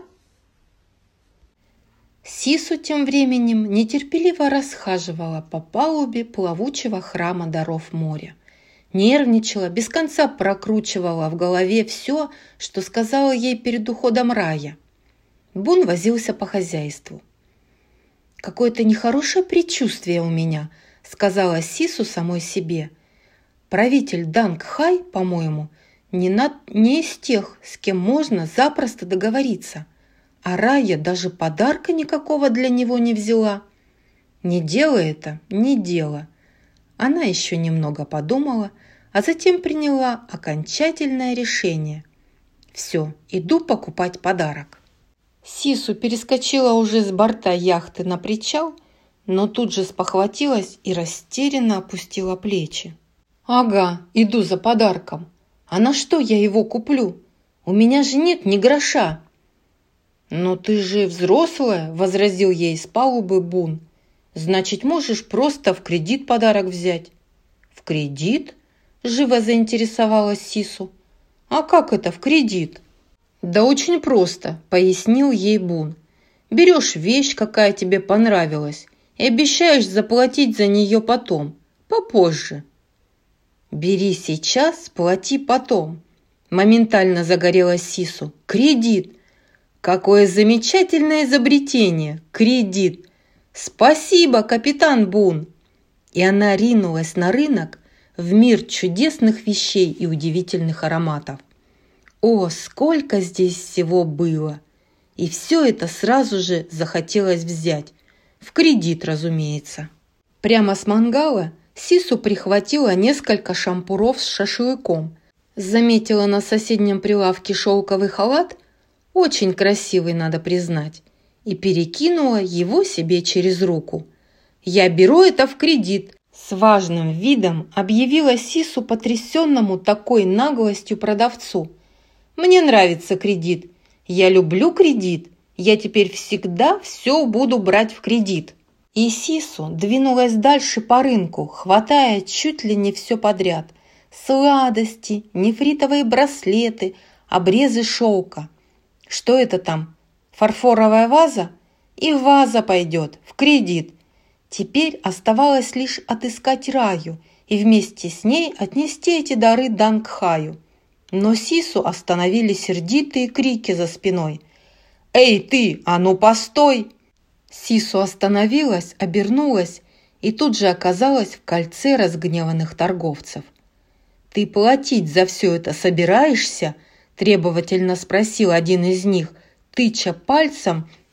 Сису тем временем нетерпеливо расхаживала по палубе плавучего храма даров моря. Нервничала, без конца прокручивала в голове все, что сказала ей перед уходом Рая. Бун возился по хозяйству. «Какое-то нехорошее предчувствие у меня», — сказала Сису самой себе. «Правитель Дангхай, по-моему, не, над... не из тех, с кем можно запросто договориться. А Рая даже подарка никакого для него не взяла. Не дело это, не дело». Она еще немного подумала, а затем приняла окончательное решение. «Все, иду покупать подарок». Сису перескочила уже с борта яхты на причал, но тут же спохватилась и растерянно опустила плечи. «Ага, иду за подарком. А на что я его куплю? У меня же нет ни гроша». «Но ты же взрослая», — возразил ей с палубы Бун. «Значит, можешь просто в кредит подарок взять». «В кредит?» – живо заинтересовалась Сису. «А как это в кредит?» «Да очень просто», – пояснил ей Бун. «Берешь вещь, какая тебе понравилась, и обещаешь заплатить за нее потом, попозже». «Бери сейчас, плати потом», – моментально загорелась Сису. «Кредит! Какое замечательное изобретение! Кредит! Спасибо, капитан Бун!» И она ринулась на рынок в мир чудесных вещей и удивительных ароматов. О, сколько здесь всего было! И все это сразу же захотелось взять. В кредит, разумеется. Прямо с мангала Сису прихватила несколько шампуров с шашлыком. Заметила на соседнем прилавке шелковый халат, очень красивый, надо признать, и перекинула его себе через руку. «Я беру это в кредит», – с важным видом объявила Сису потрясенному такой наглостью продавцу. «Мне нравится кредит. Я люблю кредит. Я теперь всегда все буду брать в кредит». И Сису двинулась дальше по рынку, хватая чуть ли не все подряд. Сладости, нефритовые браслеты, обрезы шелка. Что это там? Фарфоровая ваза? И ваза пойдет в кредит. Теперь оставалось лишь отыскать Раю и вместе с ней отнести эти дары Дангхаю. Но Сису остановили сердитые крики за спиной. «Эй ты, а ну постой!» Сису остановилась, обернулась и тут же оказалась в кольце разгневанных торговцев. «Ты платить за все это собираешься?» – требовательно спросил один из них, тыча пальцем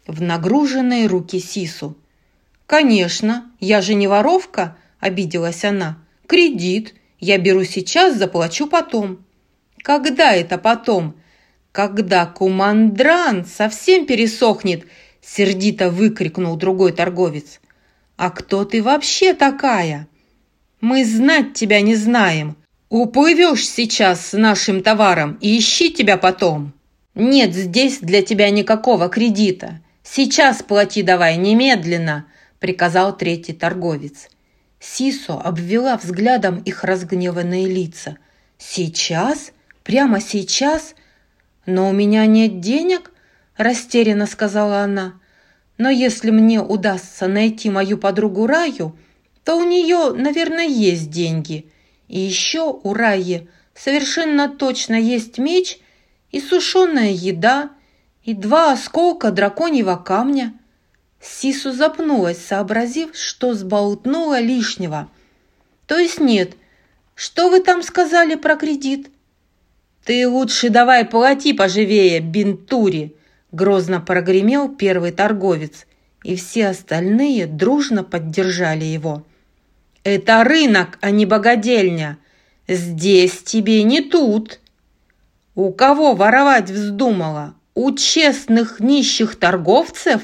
в нагруженные руки Сису. «Конечно, я же не воровка», – обиделась она. «Кредит. Я беру сейчас, заплачу потом». «Когда это потом?» «Когда кумандран совсем пересохнет», – сердито выкрикнул другой торговец. «А кто ты вообще такая?» «Мы знать тебя не знаем. Уплывешь сейчас с нашим товаром и ищи тебя потом. Нет здесь для тебя никакого кредита. Сейчас плати давай немедленно», – приказал третий торговец. Сису обвела взглядом их разгневанные лица. «Сейчас? Прямо сейчас? Но у меня нет денег?» – растерянно сказала она. «Но если мне удастся найти мою подругу Раю, то у нее, наверное, есть деньги. И еще у Раи совершенно точно есть меч и сушеная еда, и два осколка драконьего камня». Сису запнулась, сообразив, что сболтнула лишнего. «То есть нет. Что вы там сказали про кредит?» «Ты лучше давай плати поживее, Бинтури!» Грозно прогремел первый торговец, и все остальные дружно поддержали его. «Это рынок, а не богадельня. Здесь тебе не тут». «У кого воровать вздумала? У честных нищих торговцев?»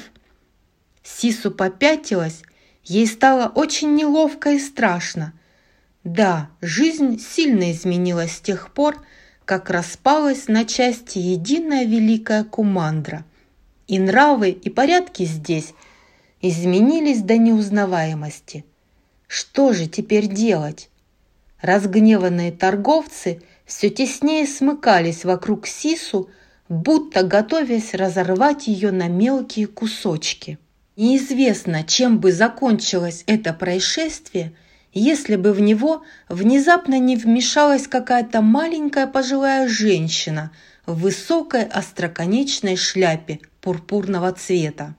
Сису попятилась, ей стало очень неловко и страшно. Да, жизнь сильно изменилась с тех пор, как распалась на части единая великая Кумандра. И нравы, и порядки здесь изменились до неузнаваемости. Что же теперь делать? Разгневанные торговцы все теснее смыкались вокруг Сису, будто готовясь разорвать ее на мелкие кусочки. Неизвестно, чем бы закончилось это происшествие, если бы в него внезапно не вмешалась какая-то маленькая пожилая женщина в высокой остроконечной шляпе пурпурного цвета.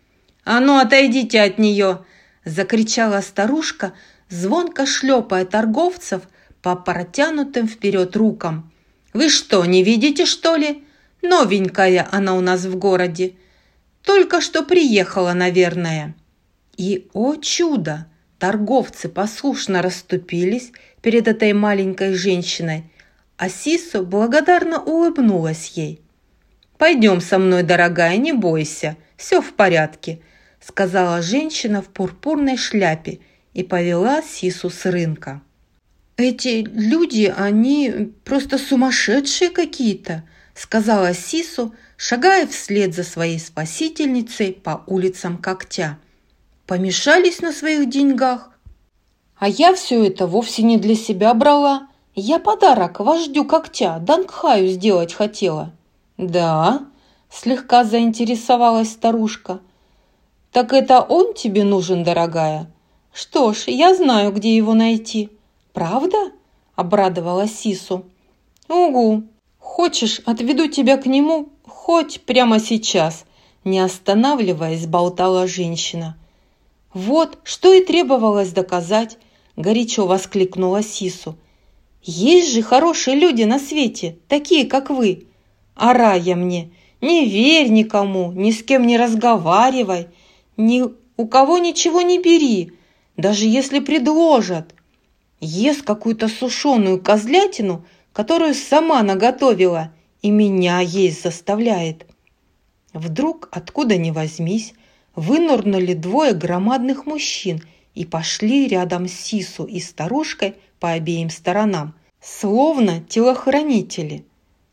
«А ну, отойдите от нее!» – закричала старушка, звонко шлепая торговцев по протянутым вперед рукам. «Вы что, не видите, что ли? Новенькая она у нас в городе. Только что приехала, наверное». И, о чудо! Торговцы послушно расступились перед этой маленькой женщиной, а Сису благодарно улыбнулась ей. «Пойдем со мной, дорогая, не бойся, все в порядке», – сказала женщина в пурпурной шляпе и повела Сису с рынка. «Эти люди, они просто сумасшедшие какие-то», – сказала Сису, шагая вслед за своей спасительницей по улицам Когтя. «Помешались на своих деньгах. А я все это вовсе не для себя брала. Я подарок вождю Когтя, Дангхаю, сделать хотела». «Да?» – слегка заинтересовалась старушка. «Так это он тебе нужен, дорогая? Что ж, я знаю, где его найти». «Правда?» – обрадовалась Сису. «Угу. Хочешь, отведу тебя к нему хоть прямо сейчас?» – не останавливаясь, болтала женщина. «Вот, что и требовалось доказать», – горячо воскликнула Сису. «Есть же хорошие люди на свете, такие, как вы. А Рая мне: не верь никому, ни с кем не разговаривай, ни у кого ничего не бери, даже если предложат. Ест какую-то сушеную козлятину, которую сама наготовила, и меня есть заставляет». Вдруг, откуда ни возьмись, вынырнули двое громадных мужчин и пошли рядом с Сису и старушкой по обеим сторонам, словно телохранители.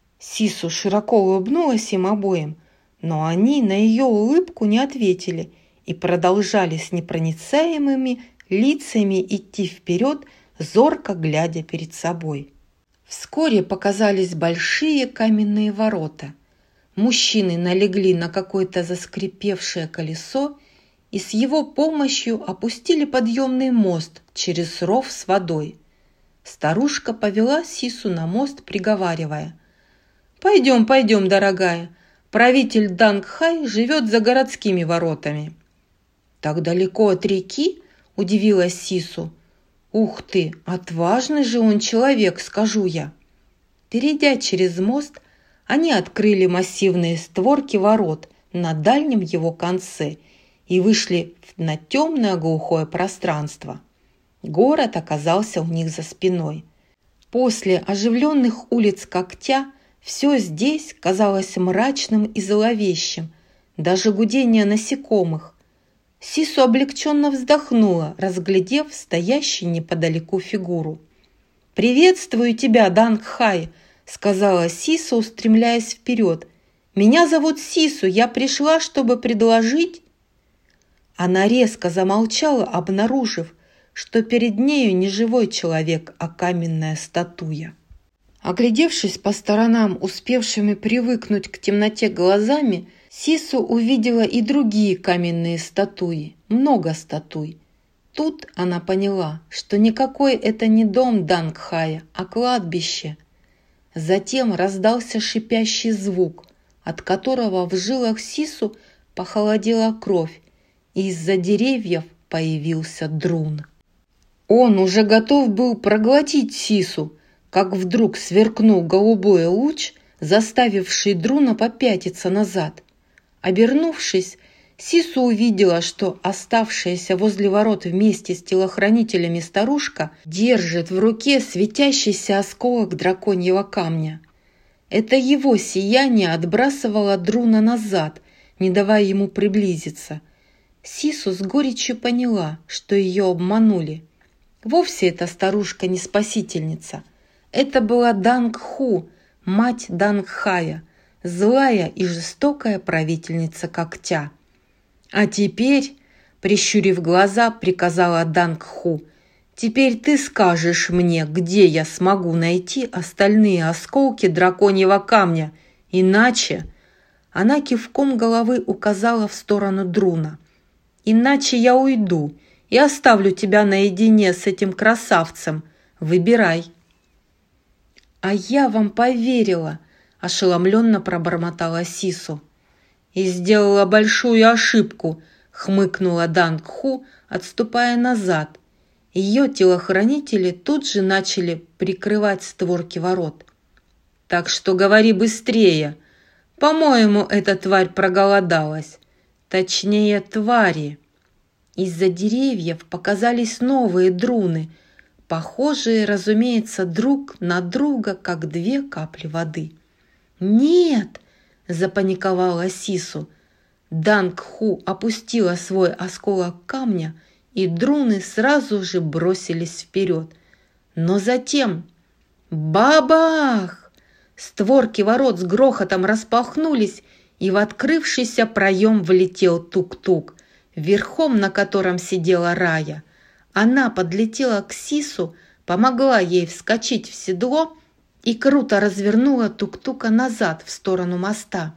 Сису широко улыбнулась им обоим, но они на ее улыбку не ответили и продолжали с непроницаемыми лицами идти вперед, зорко глядя перед собой. Вскоре показались большие каменные ворота. Мужчины налегли на какое-то заскрипевшее колесо и с его помощью опустили подъемный мост через ров с водой. Старушка повела Сису на мост, приговаривая: «Пойдем, пойдем, дорогая, правитель Дангхай живет за городскими воротами». «Так далеко от реки?» – удивилась Сису. «Ух ты, отважный же он человек, скажу я». Перейдя через мост, они открыли массивные створки ворот, на дальнем его конце и вышли на темное глухое пространство. Город оказался у них за спиной. После оживленных улиц Когтя все здесь казалось мрачным и зловещим, даже гудение насекомых. Сису облегченно вздохнула, разглядев стоящую неподалеку фигуру. «Приветствую тебя, Дангхай!» – сказала Сису, устремляясь вперед. «Меня зовут Сису, я пришла, чтобы предложить...» Она резко замолчала, обнаружив, что перед нею не живой человек, а каменная статуя. Оглядевшись по сторонам, успевшими привыкнуть к темноте глазами, Сису увидела и другие каменные статуи, много статуй. Тут она поняла, что никакой это не дом Дангхая, а кладбище. Затем раздался шипящий звук, от которого в жилах Сису похолодела кровь, и из-за деревьев появился Друн. Он уже готов был проглотить Сису, как вдруг сверкнул голубой луч, заставивший Друна попятиться назад. Обернувшись, Сису увидела, что оставшаяся возле ворот вместе с телохранителями старушка держит в руке светящийся осколок драконьего камня. Это его сияние отбрасывало Друна назад, не давая ему приблизиться. Сису с горечью поняла, что ее обманули. Вовсе эта старушка не спасительница. Это была Дангху, мать Дангхая, злая и жестокая правительница Когтя. «А теперь, — прищурив глаза, приказала Дангху, — теперь ты скажешь мне, где я смогу найти остальные осколки драконьего камня, иначе...» Она кивком головы указала в сторону Друна. «Иначе я уйду и оставлю тебя наедине с этим красавцем. Выбирай». «А я вам поверила!» – ошеломленно пробормотала Сису. «И сделала большую ошибку», – хмыкнула Дангху, отступая назад. Ее телохранители тут же начали прикрывать створки ворот. «Так что говори быстрее. По-моему, эта тварь проголодалась. Точнее, твари». Из-за деревьев показались новые друны, похожие, разумеется, друг на друга, как две капли воды. «Нет!» – запаниковала Сису. Дангху опустила свой осколок камня, и друны сразу же бросились вперед. Но затем – бабах! Створки ворот с грохотом распахнулись, и в открывшийся проем влетел Тук-Тук, верхом на котором сидела Рая. Она подлетела к Сису, помогла ей вскочить в седло и круто развернула Тук-Тука назад в сторону моста.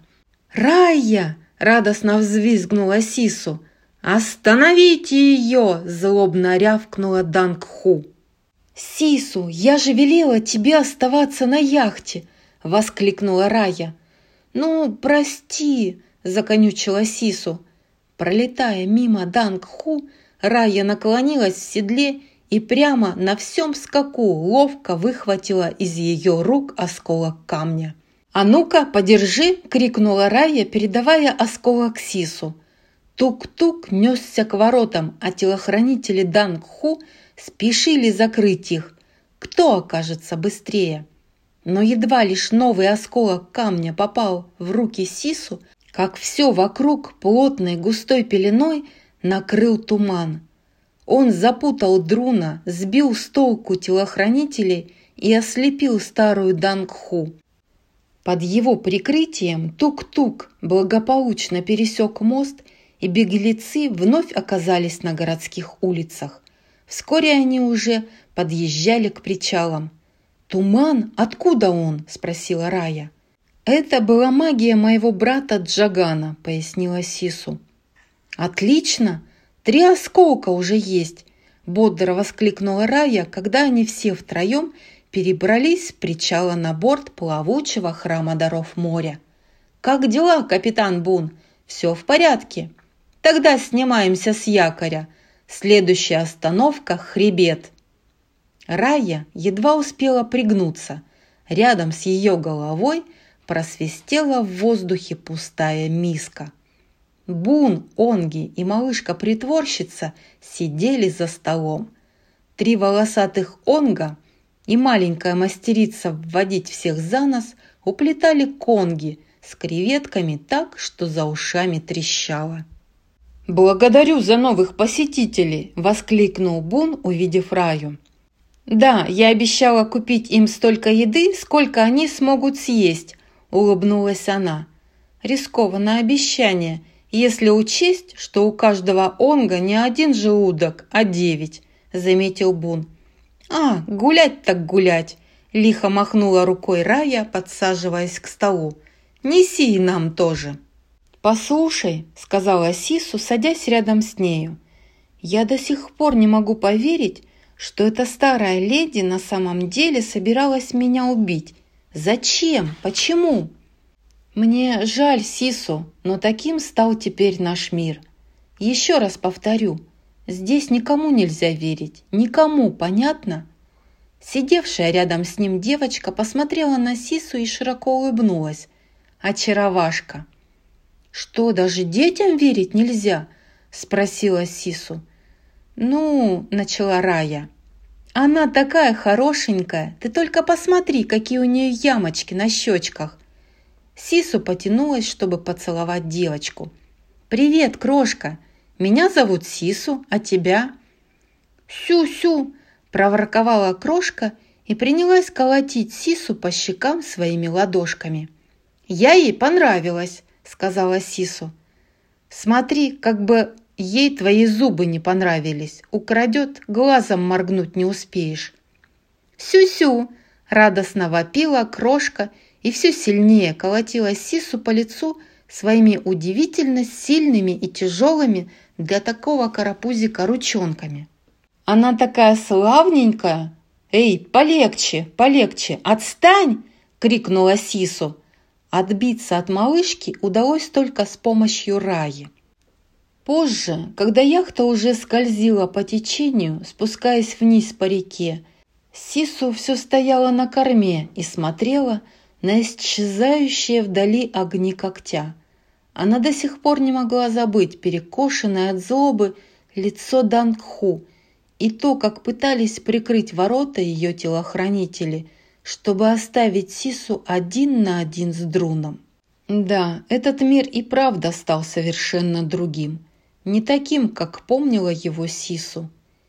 «Рая!» – радостно взвизгнула Сису. «Остановите ее!» – злобно рявкнула Дангху. «Сису, я же велела тебе оставаться на яхте!» – воскликнула Рая. «Ну, прости!» – законючила Сису. Пролетая мимо Дангху, Рая наклонилась в седле и прямо на всем скаку ловко выхватила из ее рук осколок камня. «А ну-ка, подержи!» – крикнула Рая, передавая осколок Сису. Тук-Тук несся к воротам, а телохранители Дангху спешили закрыть их. Кто окажется быстрее? Но едва лишь новый осколок камня попал в руки Сису, как все вокруг плотной густой пеленой накрыл туман. Он запутал Друна, сбил с толку телохранителей и ослепил старую Дангху. Под его прикрытием Тук-Тук благополучно пересек мост, и беглецы вновь оказались на городских улицах. Вскоре они уже подъезжали к причалам. «Туман? Откуда он?» – спросила Рая. «Это была магия моего брата Джагана», – пояснила Сису. «Отлично! Три осколка уже есть!» – бодро воскликнула Рая, когда они все втроем перебрались с причала на борт плавучего храма даров моря. «Как дела, капитан Бун? Все в порядке? Тогда снимаемся с якоря. Следующая остановка – хребет». Рая едва успела пригнуться. Рядом с ее головой просвистела в воздухе пустая миска. Бун, Онги и малышка-притворщица сидели за столом. Три волосатых Онга и маленькая мастерица вводить всех за нос уплетали конги с креветками так, что за ушами трещало. «Благодарю за новых посетителей!» – воскликнул Бун, увидев Раю. «Да, я обещала купить им столько еды, сколько они смогут съесть», – улыбнулась она. «Рискованное обещание, если учесть, что у каждого Онга не один желудок, а девять», – заметил Бун. «А, гулять так гулять!» – лихо махнула рукой Рая, подсаживаясь к столу. «Неси и нам тоже!» «Послушай», – сказала Сису, садясь рядом с нею, – «я до сих пор не могу поверить, что эта старая леди на самом деле собиралась меня убить. Зачем? Почему?» «Мне жаль, Сису, но таким стал теперь наш мир. Еще раз повторю, здесь никому нельзя верить, никому, понятно?» Сидевшая рядом с ним девочка посмотрела на Сису и широко улыбнулась. «Очаровашка!» «Что, даже детям верить нельзя?» – спросила Сису. «Ну, – начала Рая, – она такая хорошенькая, ты только посмотри, какие у нее ямочки на щечках». Сису потянулась, чтобы поцеловать девочку. «Привет, крошка, меня зовут Сису, а тебя?» «Сю-сю!» – проворковала крошка и принялась колотить Сису по щекам своими ладошками. «Я ей понравилась», – сказала Сису. «Смотри, как бы ей твои зубы не понравились. Украдет, глазом моргнуть не успеешь». «Сю-сю!» – радостно вопила крошка и все сильнее колотила Сису по лицу своими удивительно сильными и тяжелыми для такого карапузика ручонками. «Она такая славненькая! Эй, полегче, полегче! Отстань!» – крикнула Сису. Отбиться от малышки удалось только с помощью Раи. Позже, когда яхта уже скользила по течению, спускаясь вниз по реке, Сису все стояла на корме и смотрела на исчезающие вдали огни когтя. Она до сих пор не могла забыть перекошенное от злобы лицо Дангху и то, как пытались прикрыть ворота ее телохранители, чтобы оставить Сису один на один с Друном. Да, этот мир и правда стал совершенно другим, не таким, как помнила его Сису.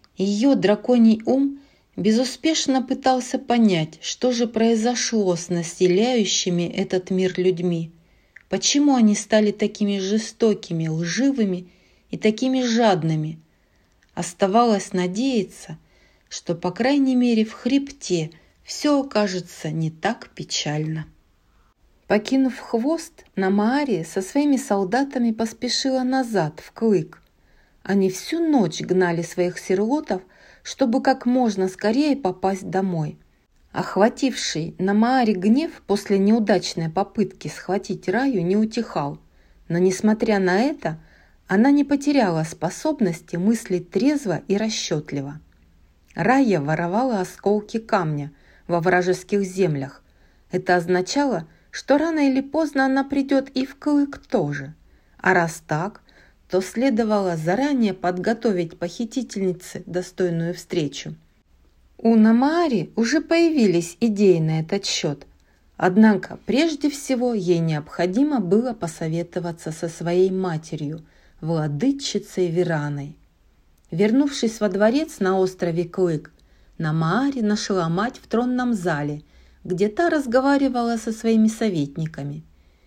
Ее драконий ум безуспешно пытался понять, что же произошло с населяющими этот мир людьми, почему они стали такими жестокими, лживыми и такими жадными. Оставалось надеяться, что, по крайней мере, в хребте все окажется не так печально. Покинув хвост, Намаари со своими солдатами поспешила назад, в Клык. Они всю ночь гнали своих сирлотов, чтобы как можно скорее попасть домой. Охвативший Намаари гнев после неудачной попытки схватить Раю не утихал, но, несмотря на это, она не потеряла способности мыслить трезво и расчетливо. Рая воровала осколки камня во вражеских землях. Это означало, что рано или поздно она придет и в Клык тоже. А раз так, то следовало заранее подготовить похитительнице достойную встречу. У Намаари уже появились идеи на этот счет, однако прежде всего ей необходимо было посоветоваться со своей матерью, владычицей Вираной. Вернувшись во дворец на острове Клык, Намаари нашла мать в тронном зале, где та разговаривала со своими советниками.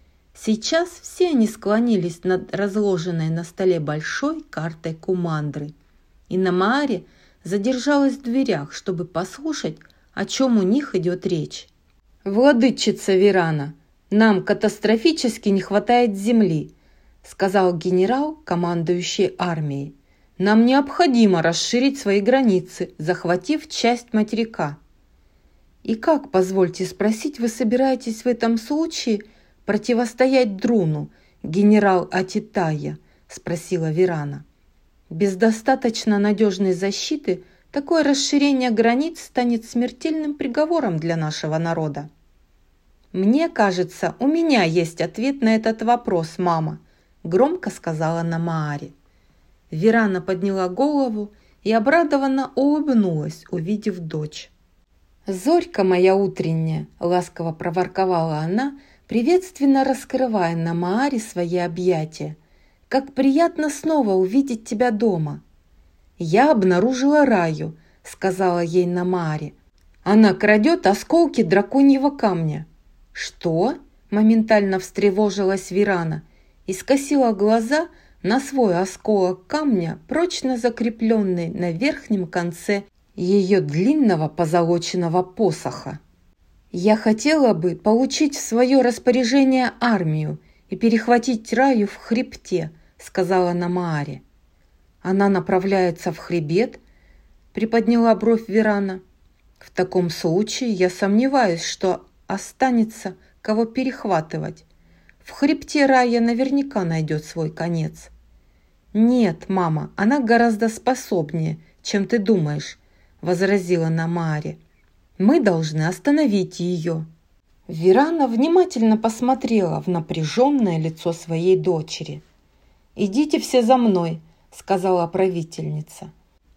Сейчас все они склонились над разложенной на столе большой картой Кумандры, и Намаари задержалась в дверях, чтобы послушать, о чем у них идет речь. «Владычица Вирана, нам катастрофически не хватает земли», сказал генерал, командующий армией. «Нам необходимо расширить свои границы, захватив часть материка». «И как, позвольте спросить, вы собираетесь в этом случае противостоять Друну, генерал Атитая?» – спросила Вирана. «Без достаточно надежной защиты такое расширение границ станет смертельным приговором для нашего народа». «Мне кажется, у меня есть ответ на этот вопрос, мама», – громко сказала Намаари. Вирана подняла голову и обрадованно улыбнулась, увидев дочь. «Зорька моя утренняя!» – ласково проворковала она, приветственно раскрывая Намаари свои объятия. «Как приятно снова увидеть тебя дома!» «Я обнаружила Раю», – сказала ей Намаари. «Она крадет осколки драконьего камня». «Что?» – моментально встревожилась Вирана и скосила глаза на свой осколок камня, прочно закрепленный на верхнем конце ее длинного позолоченного посоха. «Я хотела бы получить в свое распоряжение армию и перехватить Раю в хребте», — сказала Намаари. «Она направляется в хребет?» — приподняла бровь Вирана. «В таком случае я сомневаюсь, что останется кого перехватывать. В хребте Рая наверняка найдет свой конец». «Нет, мама, она гораздо способнее, чем ты думаешь», — возразила Намаари. «Мы должны остановить ее». Вирана внимательно посмотрела в напряженное лицо своей дочери. «Идите все за мной», — сказала правительница.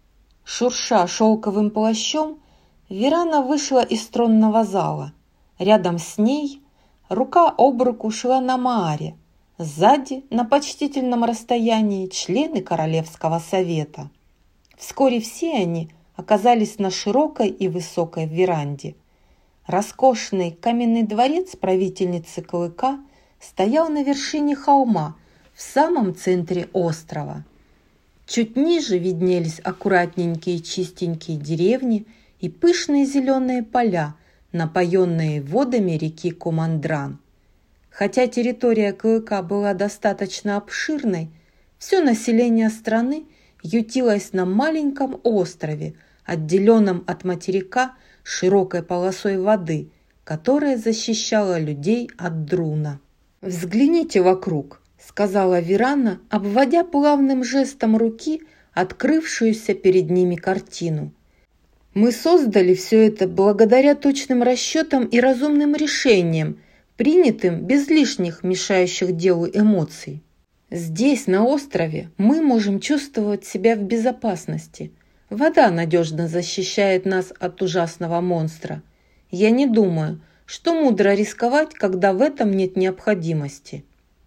Шурша шелковым плащом, Вирана вышла из тронного зала. Рядом с ней рука об руку шла Намаари. Сзади, на почтительном расстоянии, члены Королевского совета. Вскоре все они оказались на широкой и высокой веранде. Роскошный каменный дворец правительницы Клыка стоял на вершине холма в самом центре острова. Чуть ниже виднелись аккуратненькие чистенькие деревни и пышные зеленые поля, напоенные водами реки Кумандран. Хотя территория Клыка была достаточно обширной, все население страны ютилось на маленьком острове, отделенном от материка широкой полосой воды, которая защищала людей от друна. «Взгляните вокруг», — сказала Вирана, обводя плавным жестом руки открывшуюся перед ними картину. «Мы создали все это благодаря точным расчетам и разумным решениям, принятым без лишних мешающих делу эмоций. Здесь, на острове, мы можем чувствовать себя в безопасности. Вода надежно защищает нас от ужасного монстра. Я не думаю, что мудро рисковать, когда в этом нет необходимости».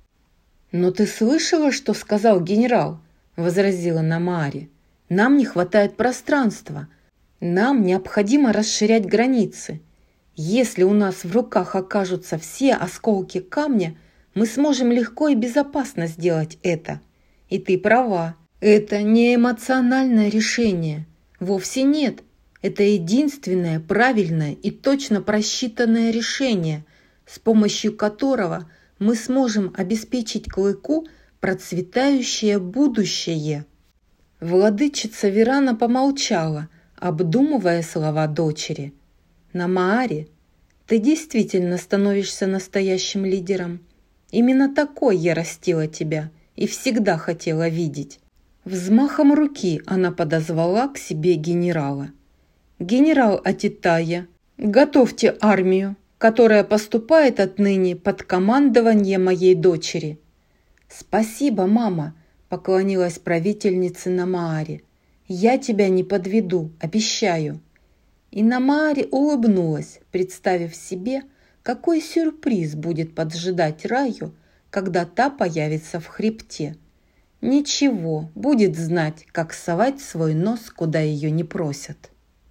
«Но ты слышала, что сказал генерал?» – возразила Намаари. «Нам не хватает пространства. Нам необходимо расширять границы. Если у нас в руках окажутся все осколки камня, мы сможем легко и безопасно сделать это. И ты права, это не эмоциональное решение. Вовсе нет. Это единственное правильное и точно просчитанное решение, с помощью которого мы сможем обеспечить Клыку процветающее будущее». Владычица Вирана помолчала, обдумывая слова дочери. «Намаари, ты действительно становишься настоящим лидером. Именно такой я растила тебя и всегда хотела видеть». Взмахом руки она подозвала к себе генерала. «Генерал Атитая, готовьте армию, которая поступает отныне под командование моей дочери». «Спасибо, мама», — поклонилась правительнице Намаари. «Я тебя не подведу, обещаю». И Намаари улыбнулась, представив себе, какой сюрприз будет поджидать Раю, когда та появится в хребте. Ничего, будет знать, как совать свой нос, куда ее не просят.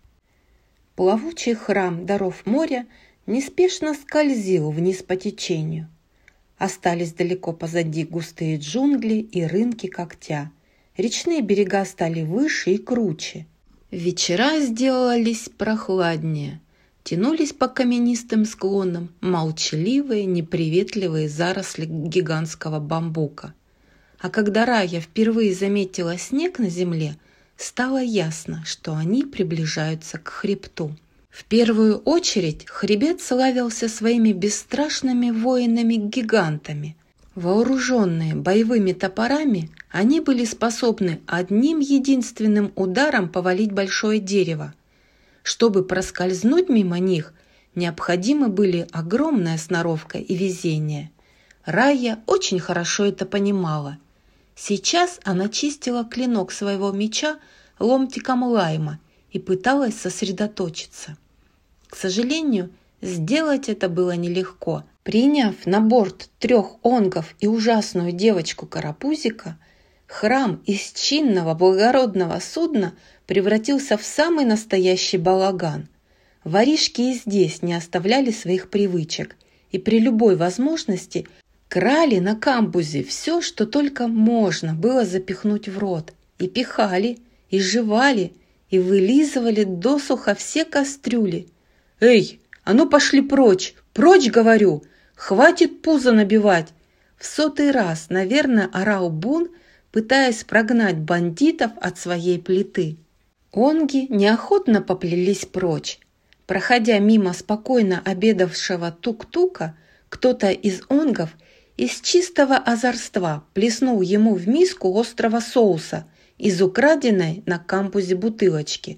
Плавучий храм даров моря неспешно скользил вниз по течению. Остались далеко позади густые джунгли и рынки когтя. Речные берега стали выше и круче. Вечера сделались прохладнее. Тянулись по каменистым склонам молчаливые, неприветливые заросли гигантского бамбука. А когда Рая впервые заметила снег на земле, стало ясно, что они приближаются к хребту. В первую очередь хребет славился своими бесстрашными воинами-гигантами. Вооруженные боевыми топорами, они были способны одним единственным ударом повалить большое дерево. Чтобы проскользнуть мимо них, необходимы были огромная сноровка и везение. Райя очень хорошо это понимала. Сейчас она чистила клинок своего меча ломтиком лайма и пыталась сосредоточиться. К сожалению, сделать это было нелегко. Приняв на борт трех онгов и ужасную девочку Карапузика, храм из чинного благородного судна превратился в самый настоящий балаган. Воришки и здесь не оставляли своих привычек и при любой возможности крали на камбузе все, что только можно было запихнуть в рот, и пихали, и жевали, и вылизывали досуха все кастрюли. «Эй, а ну пошли прочь! Прочь, говорю! Хватит пузо набивать!» В сотый раз, наверное, орал Бун, пытаясь прогнать бандитов от своей плиты. Онги неохотно поплелись прочь. Проходя мимо спокойно обедавшего тук-тука, кто-то из онгов из чистого озорства плеснул ему в миску острого соуса из украденной на камбузе бутылочки.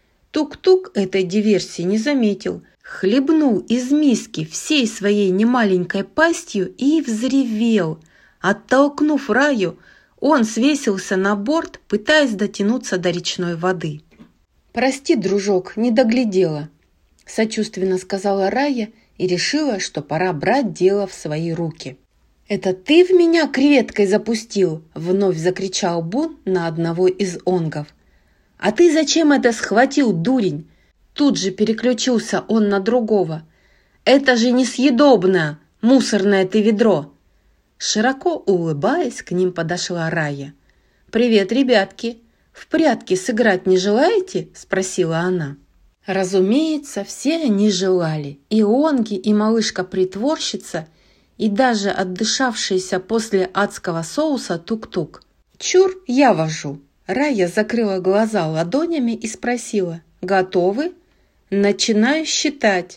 Тук-тук этой диверсии не заметил, хлебнул из миски всей своей немаленькой пастью и взревел. Оттолкнув Раю, он свесился на борт, пытаясь дотянуться до речной воды. «Прости, дружок, не доглядела», – сочувственно сказала Рая и решила, что пора брать дело в свои руки. «Это ты в меня креветкой запустил?» – вновь закричал Бун на одного из онгов. «А ты зачем это схватил, дурень?» Тут же переключился он на другого. «Это же несъедобно, мусорное ты ведро!» Широко улыбаясь, к ним подошла Рая. «Привет, ребятки! В прятки сыграть не желаете?» – спросила она. Разумеется, все они желали. И онги, и малышка-притворщица, и даже отдышавшийся после адского соуса тук-тук. «Чур, я вожу!» Рая закрыла глаза ладонями и спросила. «Готовы?» «Начинаю считать.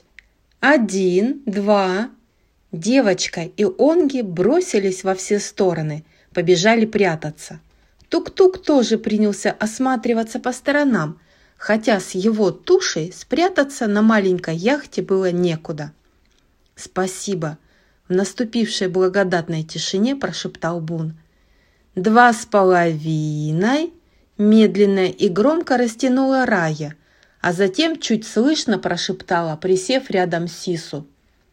Один, два...» Девочка и онги бросились во все стороны, побежали прятаться. Тук-тук тоже принялся осматриваться по сторонам, хотя с его тушей спрятаться на маленькой яхте было некуда. «Спасибо!» – в наступившей благодатной тишине прошептал Бун. «Два с половиной!» – медленно и громко растянула Рая, а затем чуть слышно прошептала, присев рядом с Сису.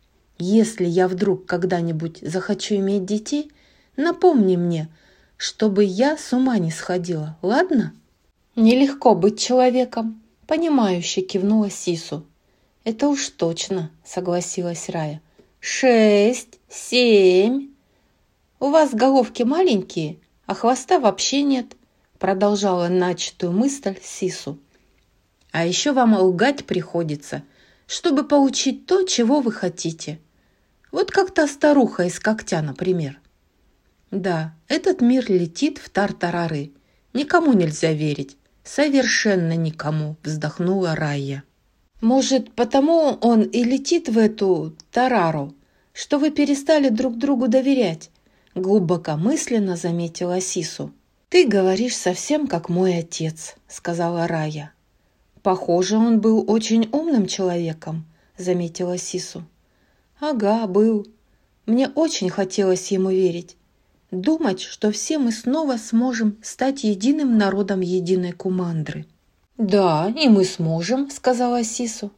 «Если я вдруг когда-нибудь захочу иметь детей, напомни мне, чтобы я с ума не сходила, ладно?» «Нелегко быть человеком», – понимающе кивнула Сису. «Это уж точно», – согласилась Рая. «Шесть, семь...» «У вас головки маленькие, а хвоста вообще нет», – продолжала начатую мысль Сису. «А еще вам лгать приходится, чтобы получить то, чего вы хотите. Вот как та старуха из когтя, например». «Да, этот мир летит в тартарары. Никому нельзя верить. Совершенно никому», – вздохнула Рая. «Может, потому он и летит в эту тарару, что вы перестали друг другу доверять?» – глубокомысленно заметила Сису. «Ты говоришь совсем как мой отец», – сказала Рая. «Похоже, он был очень умным человеком», – заметила Сису. «Ага, был. Мне очень хотелось ему верить. Думать, что все мы снова сможем стать единым народом единой Кумандры». «Да, и мы сможем», – сказала Сису.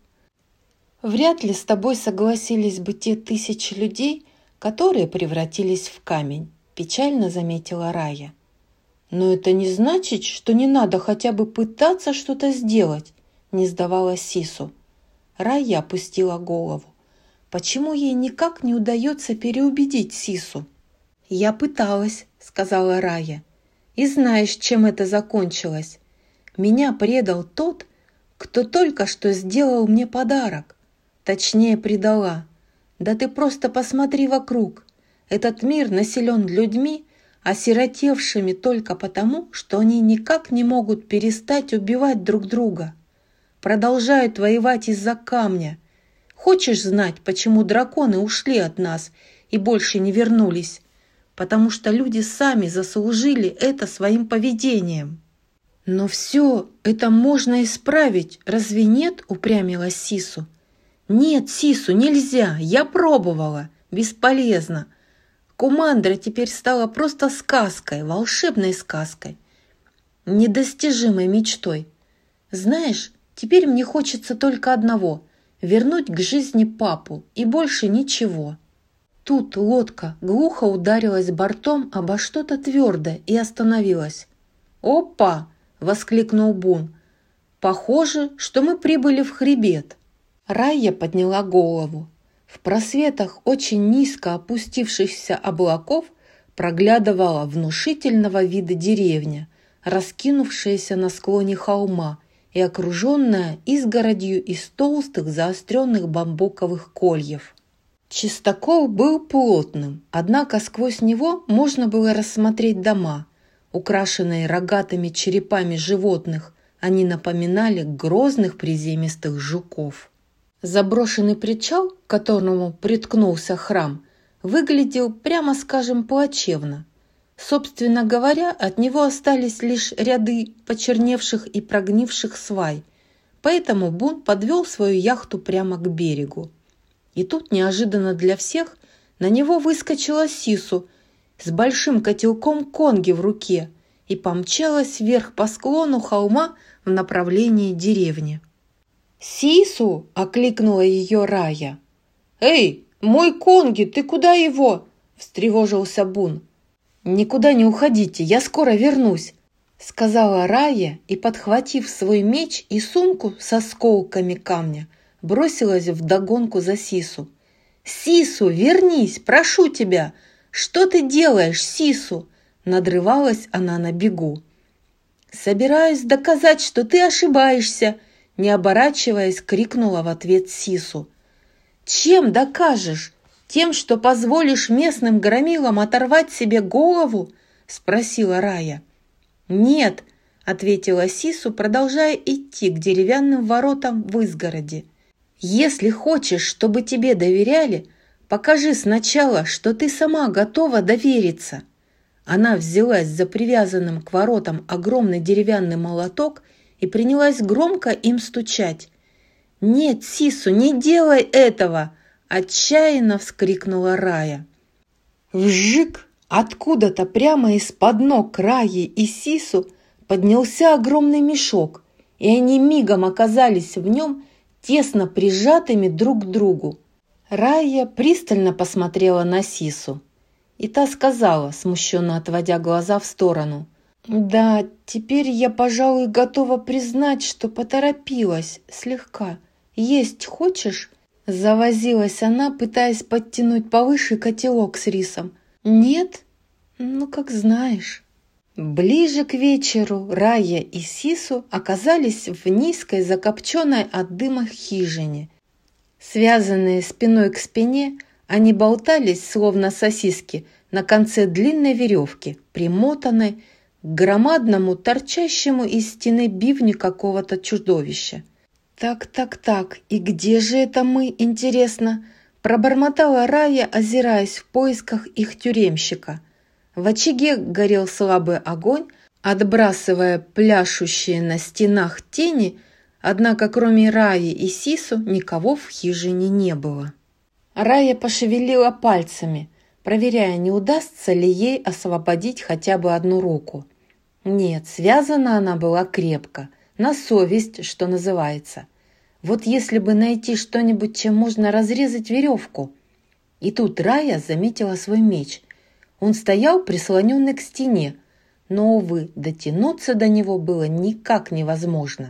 «Вряд ли с тобой согласились бы те тысячи людей, которые превратились в камень», – печально заметила Рая. «Но это не значит, что не надо хотя бы пытаться что-то сделать», – не сдавалась Сису. Рая опустила голову. Почему ей никак не удается переубедить Сису? «Я пыталась», – сказала Рая. «И знаешь, чем это закончилось? Меня предал тот, кто только что сделал мне подарок. Точнее, предала. Да ты просто посмотри вокруг. Этот мир населен людьми, осиротевшими только потому, что они никак не могут перестать убивать друг друга. Продолжают воевать из-за камня. Хочешь знать, почему драконы ушли от нас и больше не вернулись? Потому что люди сами заслужили это своим поведением». «Но все это можно исправить, разве нет?» – упрямилась Сису. «Нет, Сису, нельзя, я пробовала, бесполезно. Кумандра теперь стала просто сказкой, волшебной сказкой, недостижимой мечтой. Знаешь, теперь мне хочется только одного – вернуть к жизни папу и больше ничего». Тут лодка глухо ударилась бортом обо что-то твердое и остановилась. «Опа!» – воскликнул Бун. «Похоже, что мы прибыли в хребет». Райя подняла голову. В просветах очень низко опустившихся облаков проглядывала внушительного вида деревня, раскинувшаяся на склоне холма и окруженная изгородью из толстых заостренных бамбуковых кольев. Чистокол был плотным, однако сквозь него можно было рассмотреть дома, украшенные рогатыми черепами животных. Они напоминали грозных приземистых жуков. Заброшенный причал, к которому приткнулся храм, выглядел, прямо скажем, плачевно. Собственно говоря, от него остались лишь ряды почерневших и прогнивших свай, поэтому Бун подвел свою яхту прямо к берегу. И тут неожиданно для всех на него выскочила Сису с большим котелком конги в руке и помчалась вверх по склону холма в направлении деревни. «Сису!» – окликнула ее Райя. «Эй, мой конги, ты куда его?» – встревожился Бун. «Никуда не уходите, я скоро вернусь», – сказала Райя и, подхватив свой меч и сумку с осколками камня, бросилась вдогонку за Сису. «Сису, вернись, прошу тебя! Что ты делаешь, Сису?» Надрывалась она на бегу. «Собираюсь доказать, что ты ошибаешься!» Не оборачиваясь, крикнула в ответ Сису. «Чем докажешь? Тем, что позволишь местным громилам оторвать себе голову?» Спросила Райя. «Нет», — ответила Сису, продолжая идти к деревянным воротам в изгороди. «Если хочешь, чтобы тебе доверяли, покажи сначала, что ты сама готова довериться». Она взялась за привязанным к воротам огромный деревянный молоток и принялась громко им стучать. «Нет, Сису, не делай этого!» – отчаянно вскрикнула Райя. Вжик! Откуда-то прямо из-под ног Райи и Сису поднялся огромный мешок, и они мигом оказались в нем, тесно прижатыми друг к другу. Райя пристально посмотрела на Сису, и та сказала, смущенно отводя глаза в сторону: «Да, теперь я, пожалуй, готова признать, что поторопилась слегка. Есть хочешь?» Завозилась она, пытаясь подтянуть повыше котелок с рисом. «Нет? Ну, как знаешь». Ближе к вечеру Райя и Сису оказались в низкой, закопченной от дыма хижине. Связанные спиной к спине, они болтались, словно сосиски, на конце длинной веревки, примотанной к громадному, торчащему из стены бивню какого-то чудовища. «Так, так, так, и где же это мы, интересно?» Пробормотала Райя, озираясь в поисках их тюремщика. В очаге горел слабый огонь, отбрасывая пляшущие на стенах тени, однако кроме Райи и Сису никого в хижине не было. Райя пошевелила пальцами, проверяя, не удастся ли ей освободить хотя бы одну руку. Нет, связана она была крепко, на совесть, что называется. Вот если бы найти что-нибудь, чем можно разрезать веревку. И тут Райя заметила свой меч. Он стоял прислоненный к стене, но, увы, дотянуться до него было никак невозможно.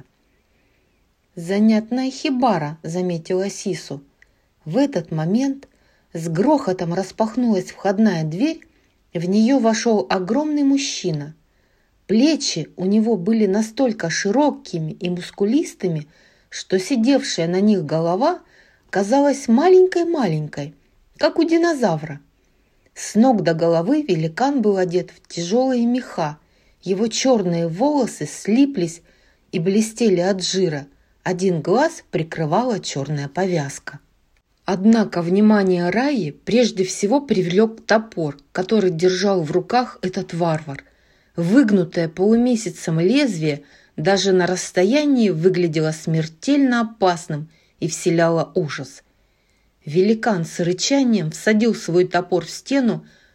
«Занятная хибара», — заметила Сису. В этот момент с грохотом распахнулась входная дверь, и в нее вошел огромный мужчина. Плечи у него были настолько широкими и мускулистыми, что сидевшая на них голова казалась маленькой-маленькой, как у динозавра. С ног до головы великан был одет в тяжелые меха, его черные волосы слиплись и блестели от жира, один глаз прикрывала черная повязка. Однако внимание Райи прежде всего привлек топор, который держал в руках этот варвар. Выгнутое полумесяцем лезвие даже на расстоянии выглядело смертельно опасным и вселяло ужас. Великан с рычанием всадил свой топор в стену,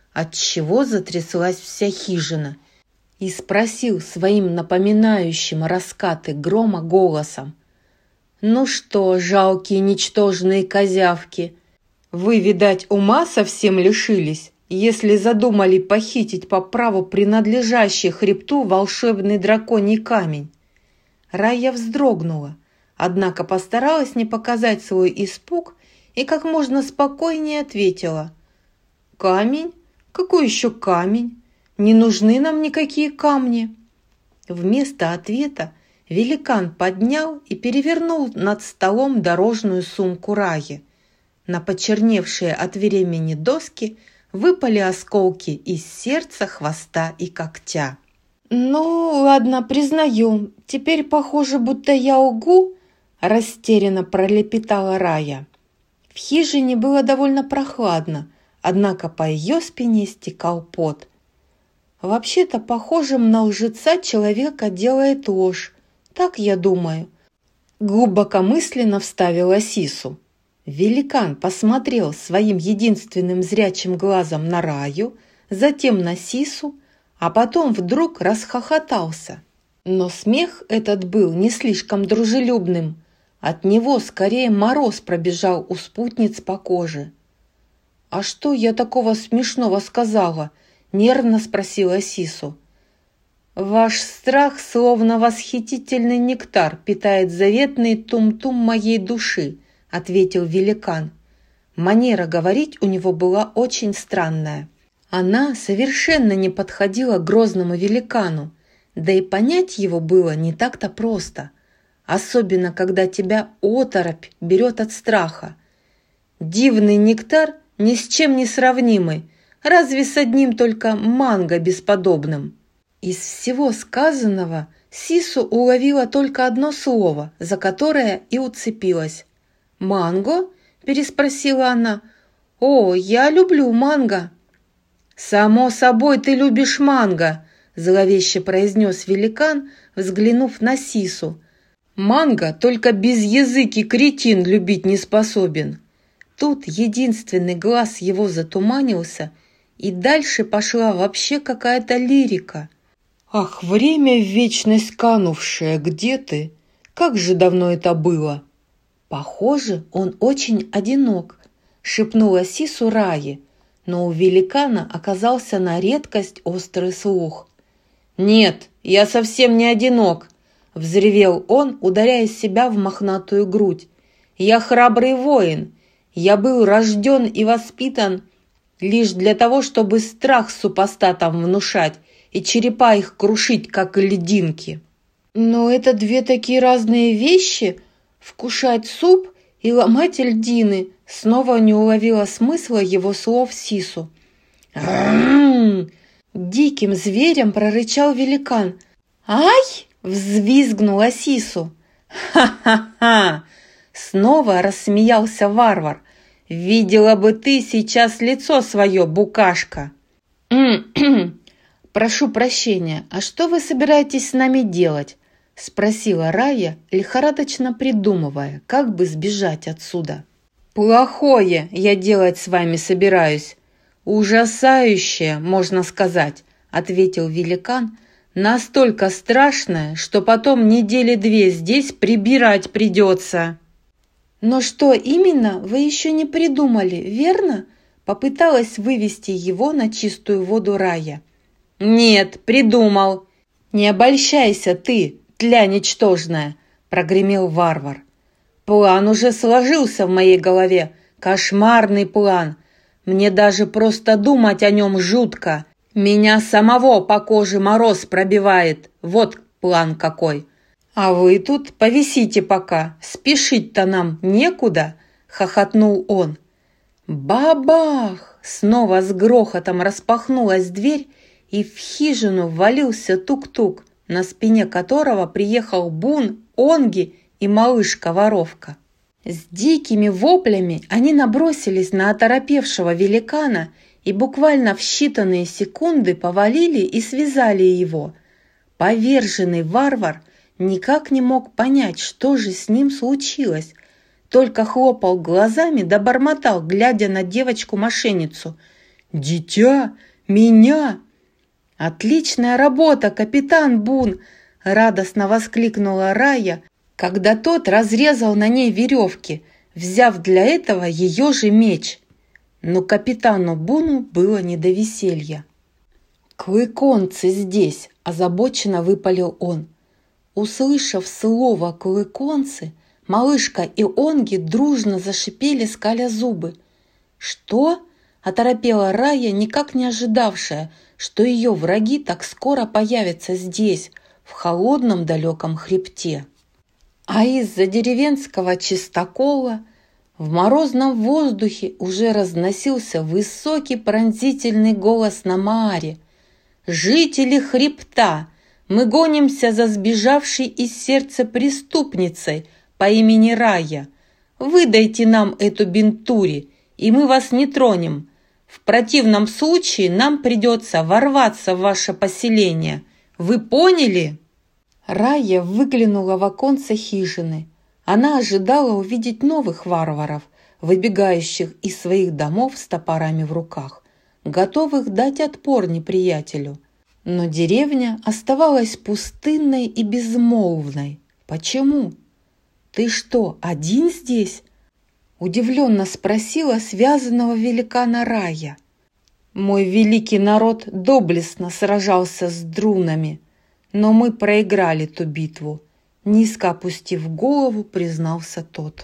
отчего затряслась вся хижина, и спросил своим напоминающим раскаты грома голосом: «Ну что, жалкие ничтожные козявки, вы, видать, ума совсем лишились, если задумали похитить по праву принадлежащий хребту волшебный драконий камень?» Рая вздрогнула, однако постаралась не показать свой испуг и как можно спокойнее ответила: «Камень? Какой еще камень? Не нужны нам никакие камни». Вместо ответа великан поднял и перевернул над столом дорожную сумку Раи. На почерневшие от времени доски выпали осколки из сердца, хвоста и когтя. «Ну, ладно, признаю, теперь похоже, будто я лгу», – растерянно пролепетала Рая. В хижине было довольно прохладно, однако по ее спине стекал пот. «Вообще-то похожим на лжеца человека делает ложь, так я думаю», – глубокомысленно вставила Сису. Великан посмотрел своим единственным зрячим глазом на Раю, затем на Сису, а потом вдруг расхохотался. Но смех этот был не слишком дружелюбным. От него скорее мороз пробежал у спутниц по коже. «А что я такого смешного сказала?» – нервно спросила Сису. «Ваш страх, словно восхитительный нектар, питает заветный тум-тум моей души», – ответил великан. Манера говорить у него была очень странная. Она совершенно не подходила к грозному великану, да и понять его было не так-то просто, особенно когда тебя оторопь берет от страха. Дивный нектар ни с чем не сравнимый, разве с одним только манго бесподобным. Из всего сказанного Сису уловила только одно слово, за которое и уцепилась. «Манго?» – переспросила она. «О, я люблю манго!» «Само собой ты любишь манго!» – зловеще произнес великан, взглянув на Сису. «Манго только безязыкий кретин любить не способен». Тут единственный глаз его затуманился, и дальше пошла вообще какая-то лирика. «Ах, время в вечность канувшее, где ты? Как же давно это было!» «Похоже, он очень одинок», – шепнула Сису Рае, но у великана оказался на редкость острый слух. «Нет, я совсем не одинок», – взревел он, ударяя себя в мохнатую грудь. «Я храбрый воин. Я был рожден и воспитан лишь для того, чтобы страх супостатам внушать и черепа их крушить, как льдинки». «Но это две такие разные вещи. Вкушать суп и ломать льдины», — снова не уловила смысла его слов Сису. «М-м-м!» — диким зверем прорычал великан. «Ай!» — взвизгнула Сису. «Ха-ха-ха!» — снова рассмеялся варвар. «Видела бы ты сейчас лицо свое, букашка!» «Прошу прощения, а что вы собираетесь с нами делать?» — спросила Рая, лихорадочно придумывая, как бы сбежать отсюда. «Плохое я делать с вами собираюсь. Ужасающее, можно сказать», — ответил великан. «Настолько страшное, что потом недели две здесь прибирать придется». «Но что именно, вы еще не придумали, верно?» — попыталась вывести его на чистую воду Рая. «Нет, придумал. Не обольщайся ты, тля ничтожная», — прогремел варвар. «План уже сложился в моей голове, кошмарный план. Мне даже просто думать о нем жутко. Меня самого по коже мороз пробивает. Вот план какой. А вы тут повисите пока, спешить-то нам некуда», — хохотнул он. Бабах! Снова с грохотом распахнулась дверь, и в хижину ввалился тук-тук, на спине которого приехал Бун, Онги и малышка-воровка. С дикими воплями они набросились на оторопевшего великана и буквально в считанные секунды повалили и связали его. Поверженный варвар никак не мог понять, что же с ним случилось, только хлопал глазами да бормотал, глядя на девочку-мошенницу. «Дитя? Меня?» «Отличная работа, капитан Бун!» – радостно воскликнула Рая, когда тот разрезал на ней веревки, взяв для этого ее же меч. Но капитану Буну было не до веселья. «Клыконцы здесь!» – озабоченно выпалил он. Услышав слово «клыконцы», малышка и Онги дружно зашипели, скаля зубы. «Что?» – оторопела Рая, никак не ожидавшая, что ее враги так скоро появятся здесь, в холодном далеком хребте. А из-за деревенского чистокола в морозном воздухе уже разносился высокий пронзительный голос на Мааре. «Жители хребта! Мы гонимся за сбежавшей из сердца преступницей по имени Рая. Выдайте нам эту Бентури, и мы вас не тронем. В противном случае нам придется ворваться в ваше поселение. Вы поняли?» Рая выглянула в оконце хижины. Она ожидала увидеть новых варваров, выбегающих из своих домов с топорами в руках, готовых дать отпор неприятелю. Но деревня оставалась пустынной и безмолвной. Почему? «Ты что, один здесь?» – удивленно спросила связанного великана Рая. «Мой великий народ доблестно сражался с друнами, но мы проиграли ту битву», – низко опустив голову, признался тот.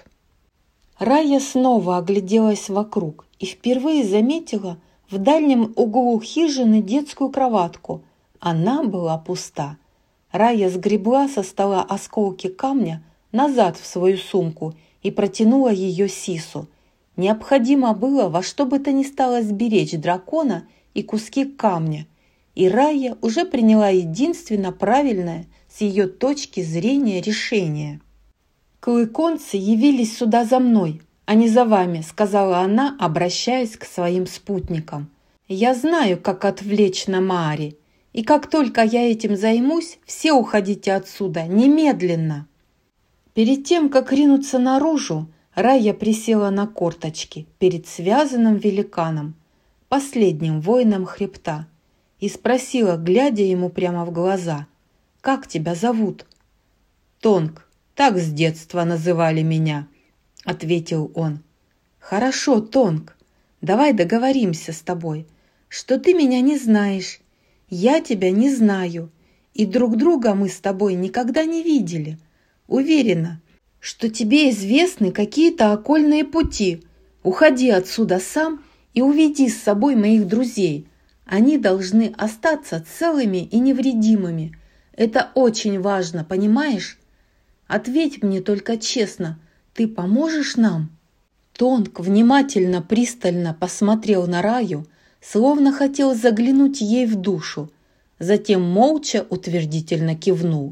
Рая снова огляделась вокруг и впервые заметила в дальнем углу хижины детскую кроватку. Она была пуста. Рая сгребла со стола осколки камня назад в свою сумку и протянула ее Сису. Необходимо было во что бы то ни стало сберечь дракона и куски камня, и Рая уже приняла единственно правильное с ее точки зрения решение. «Клыконцы явились сюда за мной, а не за вами», — сказала она, обращаясь к своим спутникам. «Я знаю, как отвлечь на Мааре, и как только я этим займусь, все уходите отсюда немедленно». Перед тем, как ринуться наружу, Рая присела на корточки перед связанным великаном, последним воином хребта, и спросила, глядя ему прямо в глаза: «Как тебя зовут?» «Тонг, так с детства называли меня», — ответил он. «Хорошо, Тонг, давай договоримся с тобой, что ты меня не знаешь, я тебя не знаю, и друг друга мы с тобой никогда не видели. Уверена, что тебе известны какие-то окольные пути. Уходи отсюда сам и уведи с собой моих друзей. Они должны остаться целыми и невредимыми. Это очень важно, понимаешь? Ответь мне только честно, ты поможешь нам?» Тонг внимательно, пристально посмотрел на Раю, словно хотел заглянуть ей в душу, затем молча утвердительно кивнул.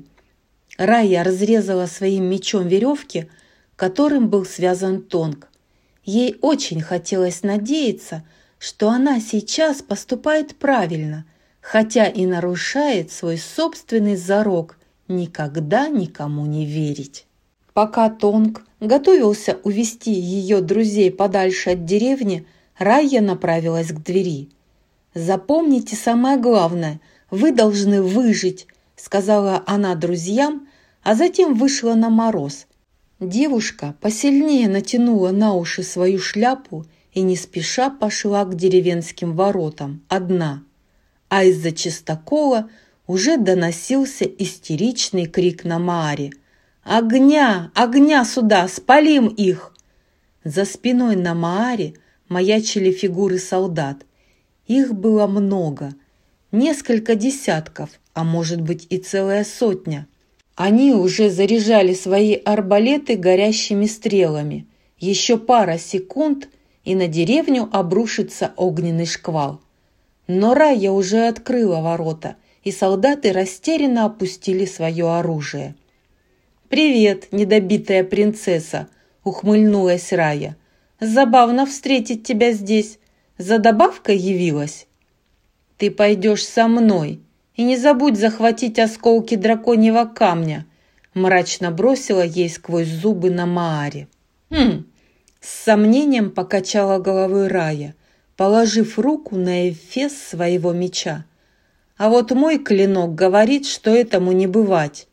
Рая разрезала своим мечом веревки, которым был связан Тонг. Ей очень хотелось надеяться, что она сейчас поступает правильно, хотя и нарушает свой собственный зарок никогда никому не верить. Пока Тонг готовился увести ее друзей подальше от деревни, Рая направилась к двери. «Запомните самое главное, вы должны выжить», — сказала она друзьям, а затем вышла на мороз. Девушка посильнее натянула на уши свою шляпу и не спеша пошла к деревенским воротам одна, а из-за чистокола уже доносился истеричный крик на Мааре: «Огня! Огня сюда! Спалим их!» За спиной на Мааре маячили фигуры солдат. Их было много, несколько десятков, а может быть и целая сотня. Они уже заряжали свои арбалеты горящими стрелами. Еще пара секунд, и на деревню обрушится огненный шквал. Но Рая уже открыла ворота, и солдаты растерянно опустили свое оружие. «Привет, недобитая принцесса!» — ухмыльнулась Рая. «Забавно встретить тебя здесь. За добавкой явилась?» «Ты пойдешь со мной, и не забудь захватить осколки драконьего камня», — мрачно бросила ей сквозь зубы на Мааре. «Хм!» — с сомнением покачала головой Рая. положив руку на эфес своего меча. «А вот мой клинок говорит, что этому не бывать».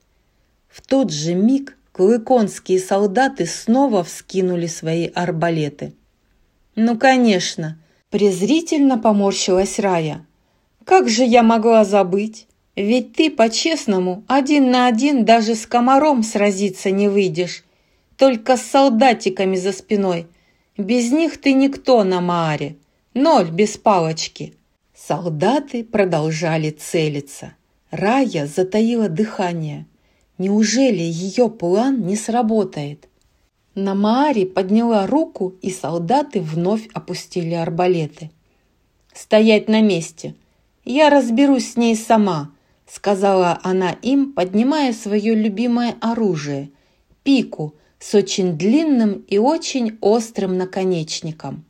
В тот же миг клыконские солдаты снова вскинули свои арбалеты. «Ну, конечно!» – презрительно поморщилась Рая. «Как же я могла забыть? Ведь ты, по-честному, один на один даже с комаром сразиться не выйдешь, только с солдатиками за спиной. Без них ты никто на Мааре, ноль без палочки». Солдаты продолжали целиться. Рая затаила дыхание. Неужели ее план не сработает? На Мааре подняла руку, и солдаты вновь опустили арбалеты. «Стоять на месте! Я разберусь с ней сама», — сказала она им, поднимая свое любимое оружие — пику с очень длинным и очень острым наконечником.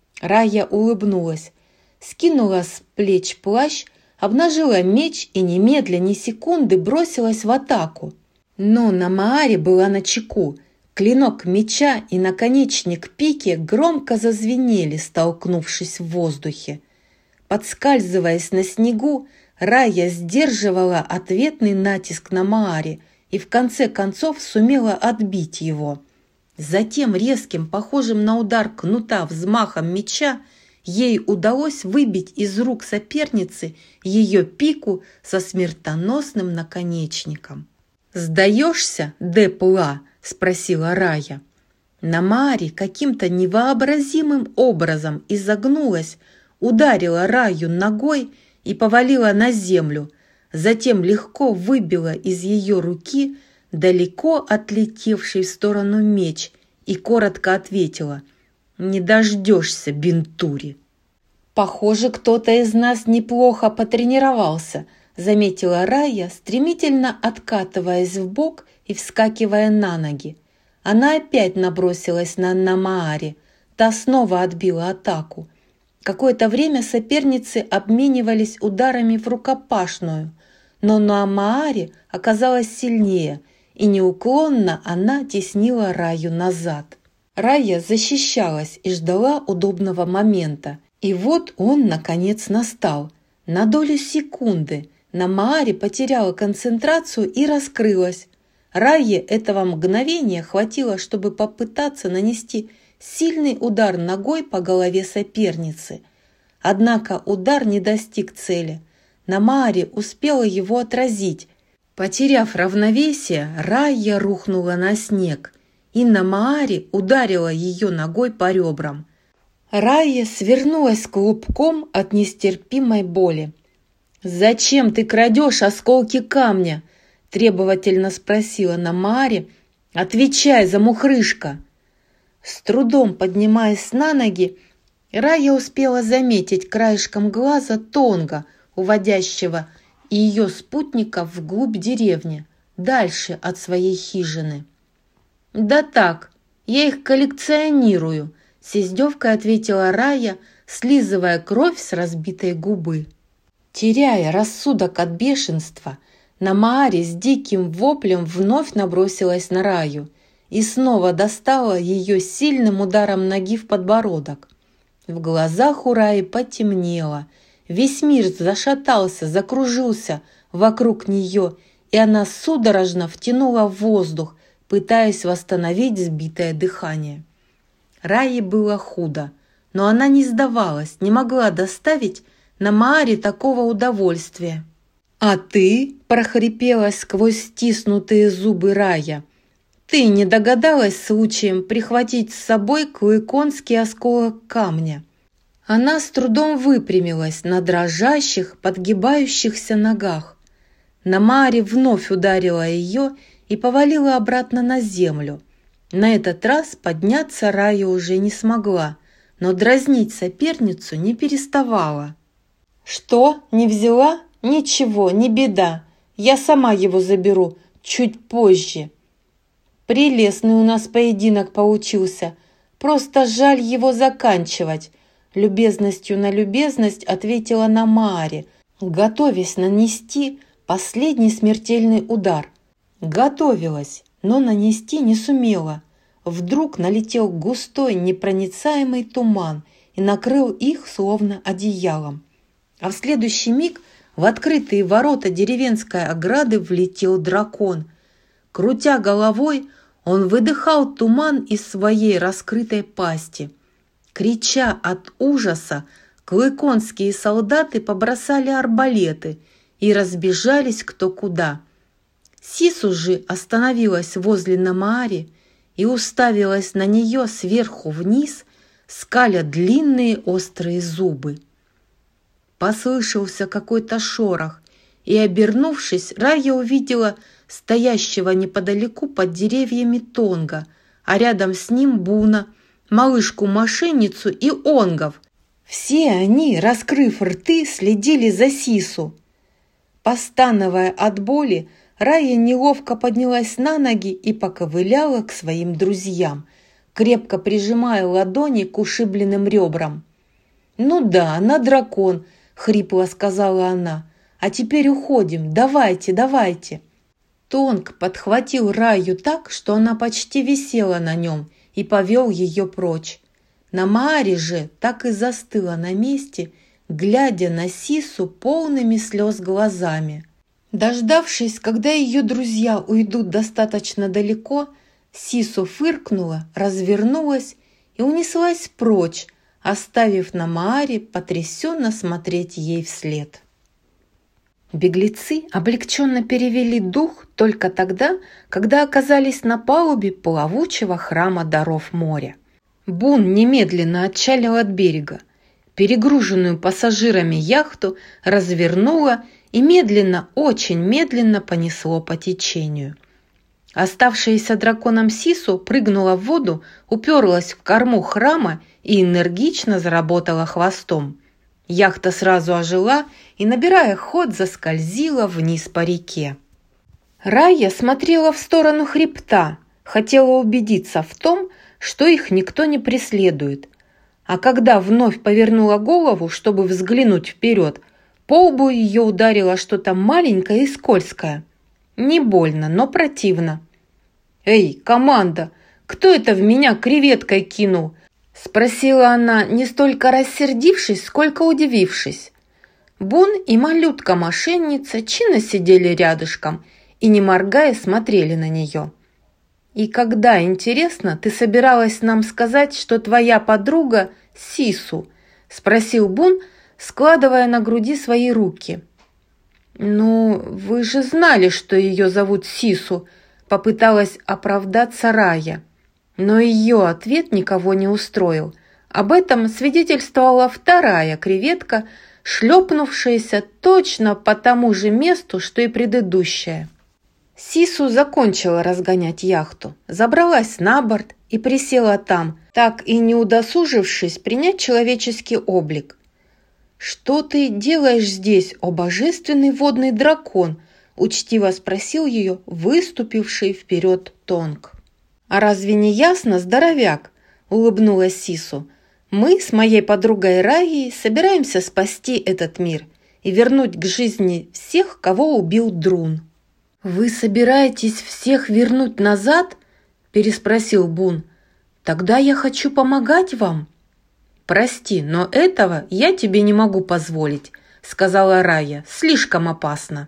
Рая улыбнулась, скинула с плеч плащ, обнажила меч и немедля ни секунды бросилась в атаку. Но на Мааре была начеку. Клинок меча и наконечник пики громко зазвенели, столкнувшись в воздухе. Подскальзываясь на снегу, Рая сдерживала ответный натиск на Мааре и в конце концов сумела отбить его. Затем резким, похожим на удар кнута взмахом меча, ей удалось выбить из рук соперницы ее пику со смертоносным наконечником. «Сдаешься, Депла?» – спросила Рая. На Мааре каким-то невообразимым образом изогнулась, ударила Раю ногой и повалила на землю, затем легко выбила из ее руки далеко отлетевший в сторону меч и коротко ответила: «Не дождешься, Бентури». «Похоже, кто-то из нас неплохо потренировался», — заметила Рая, стремительно откатываясь вбок и вскакивая на ноги. Она опять набросилась на Намааре, та снова отбила атаку. Какое-то время соперницы обменивались ударами в рукопашную, но Намааре оказалась сильнее, и неуклонно она теснила Раю назад. Рая защищалась и ждала удобного момента. И вот он, наконец, настал. На долю секунды Намааре потеряла концентрацию и раскрылась. Рае этого мгновения хватило, чтобы попытаться нанести сильный удар ногой по голове соперницы. Однако удар не достиг цели. Намааре успела его отразить. Потеряв равновесие, Рая рухнула на снег, и Намааре ударила ее ногой по ребрам. Рая свернулась клубком от нестерпимой боли. «Зачем ты крадешь осколки камня?» – требовательно спросила Намааре. «Отвечай, замухрышка!» С трудом поднимаясь на ноги, Рая успела заметить краешком глаза Тонга, уводящего ее спутников вглубь деревни, дальше от своей хижины. «Да так, я их коллекционирую», – с издевкой ответила Рая, слизывая кровь с разбитой губы. Теряя рассудок от бешенства, Намааре с диким воплем вновь набросилась на Раю и снова достала ее сильным ударом ноги в подбородок. В глазах у Раи потемнело, весь мир зашатался, закружился вокруг нее, и она судорожно втянула воздух, пытаясь восстановить сбитое дыхание. Рае было худо, но она не сдавалась, не могла доставить Намааре такого удовольствия. «А ты?» – прохрипела сквозь стиснутые зубы Рая. «Ты не догадалась случаем прихватить с собой клыконский осколок камня?» Она с трудом выпрямилась на дрожащих, подгибающихся ногах. Намааре вновь ударила ее и повалила обратно на землю. На этот раз подняться Рая уже не смогла, но дразнить соперницу не переставала. «Что, не взяла? Ничего, не беда. Я сама его заберу чуть позже». «Прелестный у нас поединок получился. Просто жаль его заканчивать», — любезностью на любезность ответила Намааре, готовясь нанести последний смертельный удар. Готовилась, но нанести не сумела. Вдруг налетел густой непроницаемый туман, и накрыл их словно одеялом. А в следующий миг в открытые ворота деревенской ограды влетел дракон. Крутя головой, он выдыхал туман из своей раскрытой пасти. Крича от ужаса, клыконские солдаты побросали арбалеты и разбежались кто куда. Сису же остановилась возле Намаари и уставилась на нее сверху вниз, скаля длинные острые зубы. Послышался какой-то шорох, и, обернувшись, Рая увидела стоящего неподалеку под деревьями Тонга, а рядом с ним Буна, малышку-мошенницу и онгов. Все они, раскрыв рты, следили за Сису. Постановая от боли, Рая неловко поднялась на ноги и поковыляла к своим друзьям, крепко прижимая ладони к ушибленным ребрам. «Ну да, она дракон», — хрипло сказала она. «А теперь уходим, давайте, давайте». Тонг подхватил Раю так, что она почти висела на нем, и повел ее прочь. Намаари же так и застыла на месте, глядя на Сису полными слез глазами. Дождавшись, когда ее друзья уйдут достаточно далеко, Сису фыркнула, развернулась и унеслась прочь, оставив Намаари потрясенно смотреть ей вслед. Беглецы облегченно перевели дух только тогда, когда оказались на палубе плавучего храма даров моря. Бун немедленно отчалил от берега, перегруженную пассажирами яхту развернула и медленно, очень медленно понесло по течению. Оставшаяся драконом Сису прыгнула в воду, уперлась в корму храма и энергично заработала хвостом. Яхта сразу ожила и, набирая ход, заскользила вниз по реке. Рая смотрела в сторону хребта, хотела убедиться в том, что их никто не преследует. А когда вновь повернула голову, чтобы взглянуть вперед, по лбу ее ударило что-то маленькое и скользкое. Не больно, но противно. «Эй, команда, кто это в меня креветкой кинул?» – спросила она, не столько рассердившись, сколько удивившись. Бун и малютка-мошенница чинно сидели рядышком и, не моргая, смотрели на нее. «И когда, интересно, ты собиралась нам сказать, что твоя подруга Сису?» – спросил Бун, складывая на груди свои руки. «Ну, вы же знали, что ее зовут Сису», – попыталась оправдаться Рая. Но ее ответ никого не устроил. Об этом свидетельствовала вторая креветка, шлепнувшаяся точно по тому же месту, что и предыдущая. Сису закончила разгонять яхту, забралась на борт и присела там, так и не удосужившись принять человеческий облик. «Что ты делаешь здесь, о божественный водный дракон?» – учтиво спросил ее выступивший вперед Тонг. «А разве не ясно, здоровяк?» – улыбнулась Сису. «Мы с моей подругой Раей собираемся спасти этот мир и вернуть к жизни всех, кого убил Друн». «Вы собираетесь всех вернуть назад?» – переспросил Бун. «Тогда я хочу помогать вам». «Прости, но этого я тебе не могу позволить», – сказала Рая. «Слишком опасно».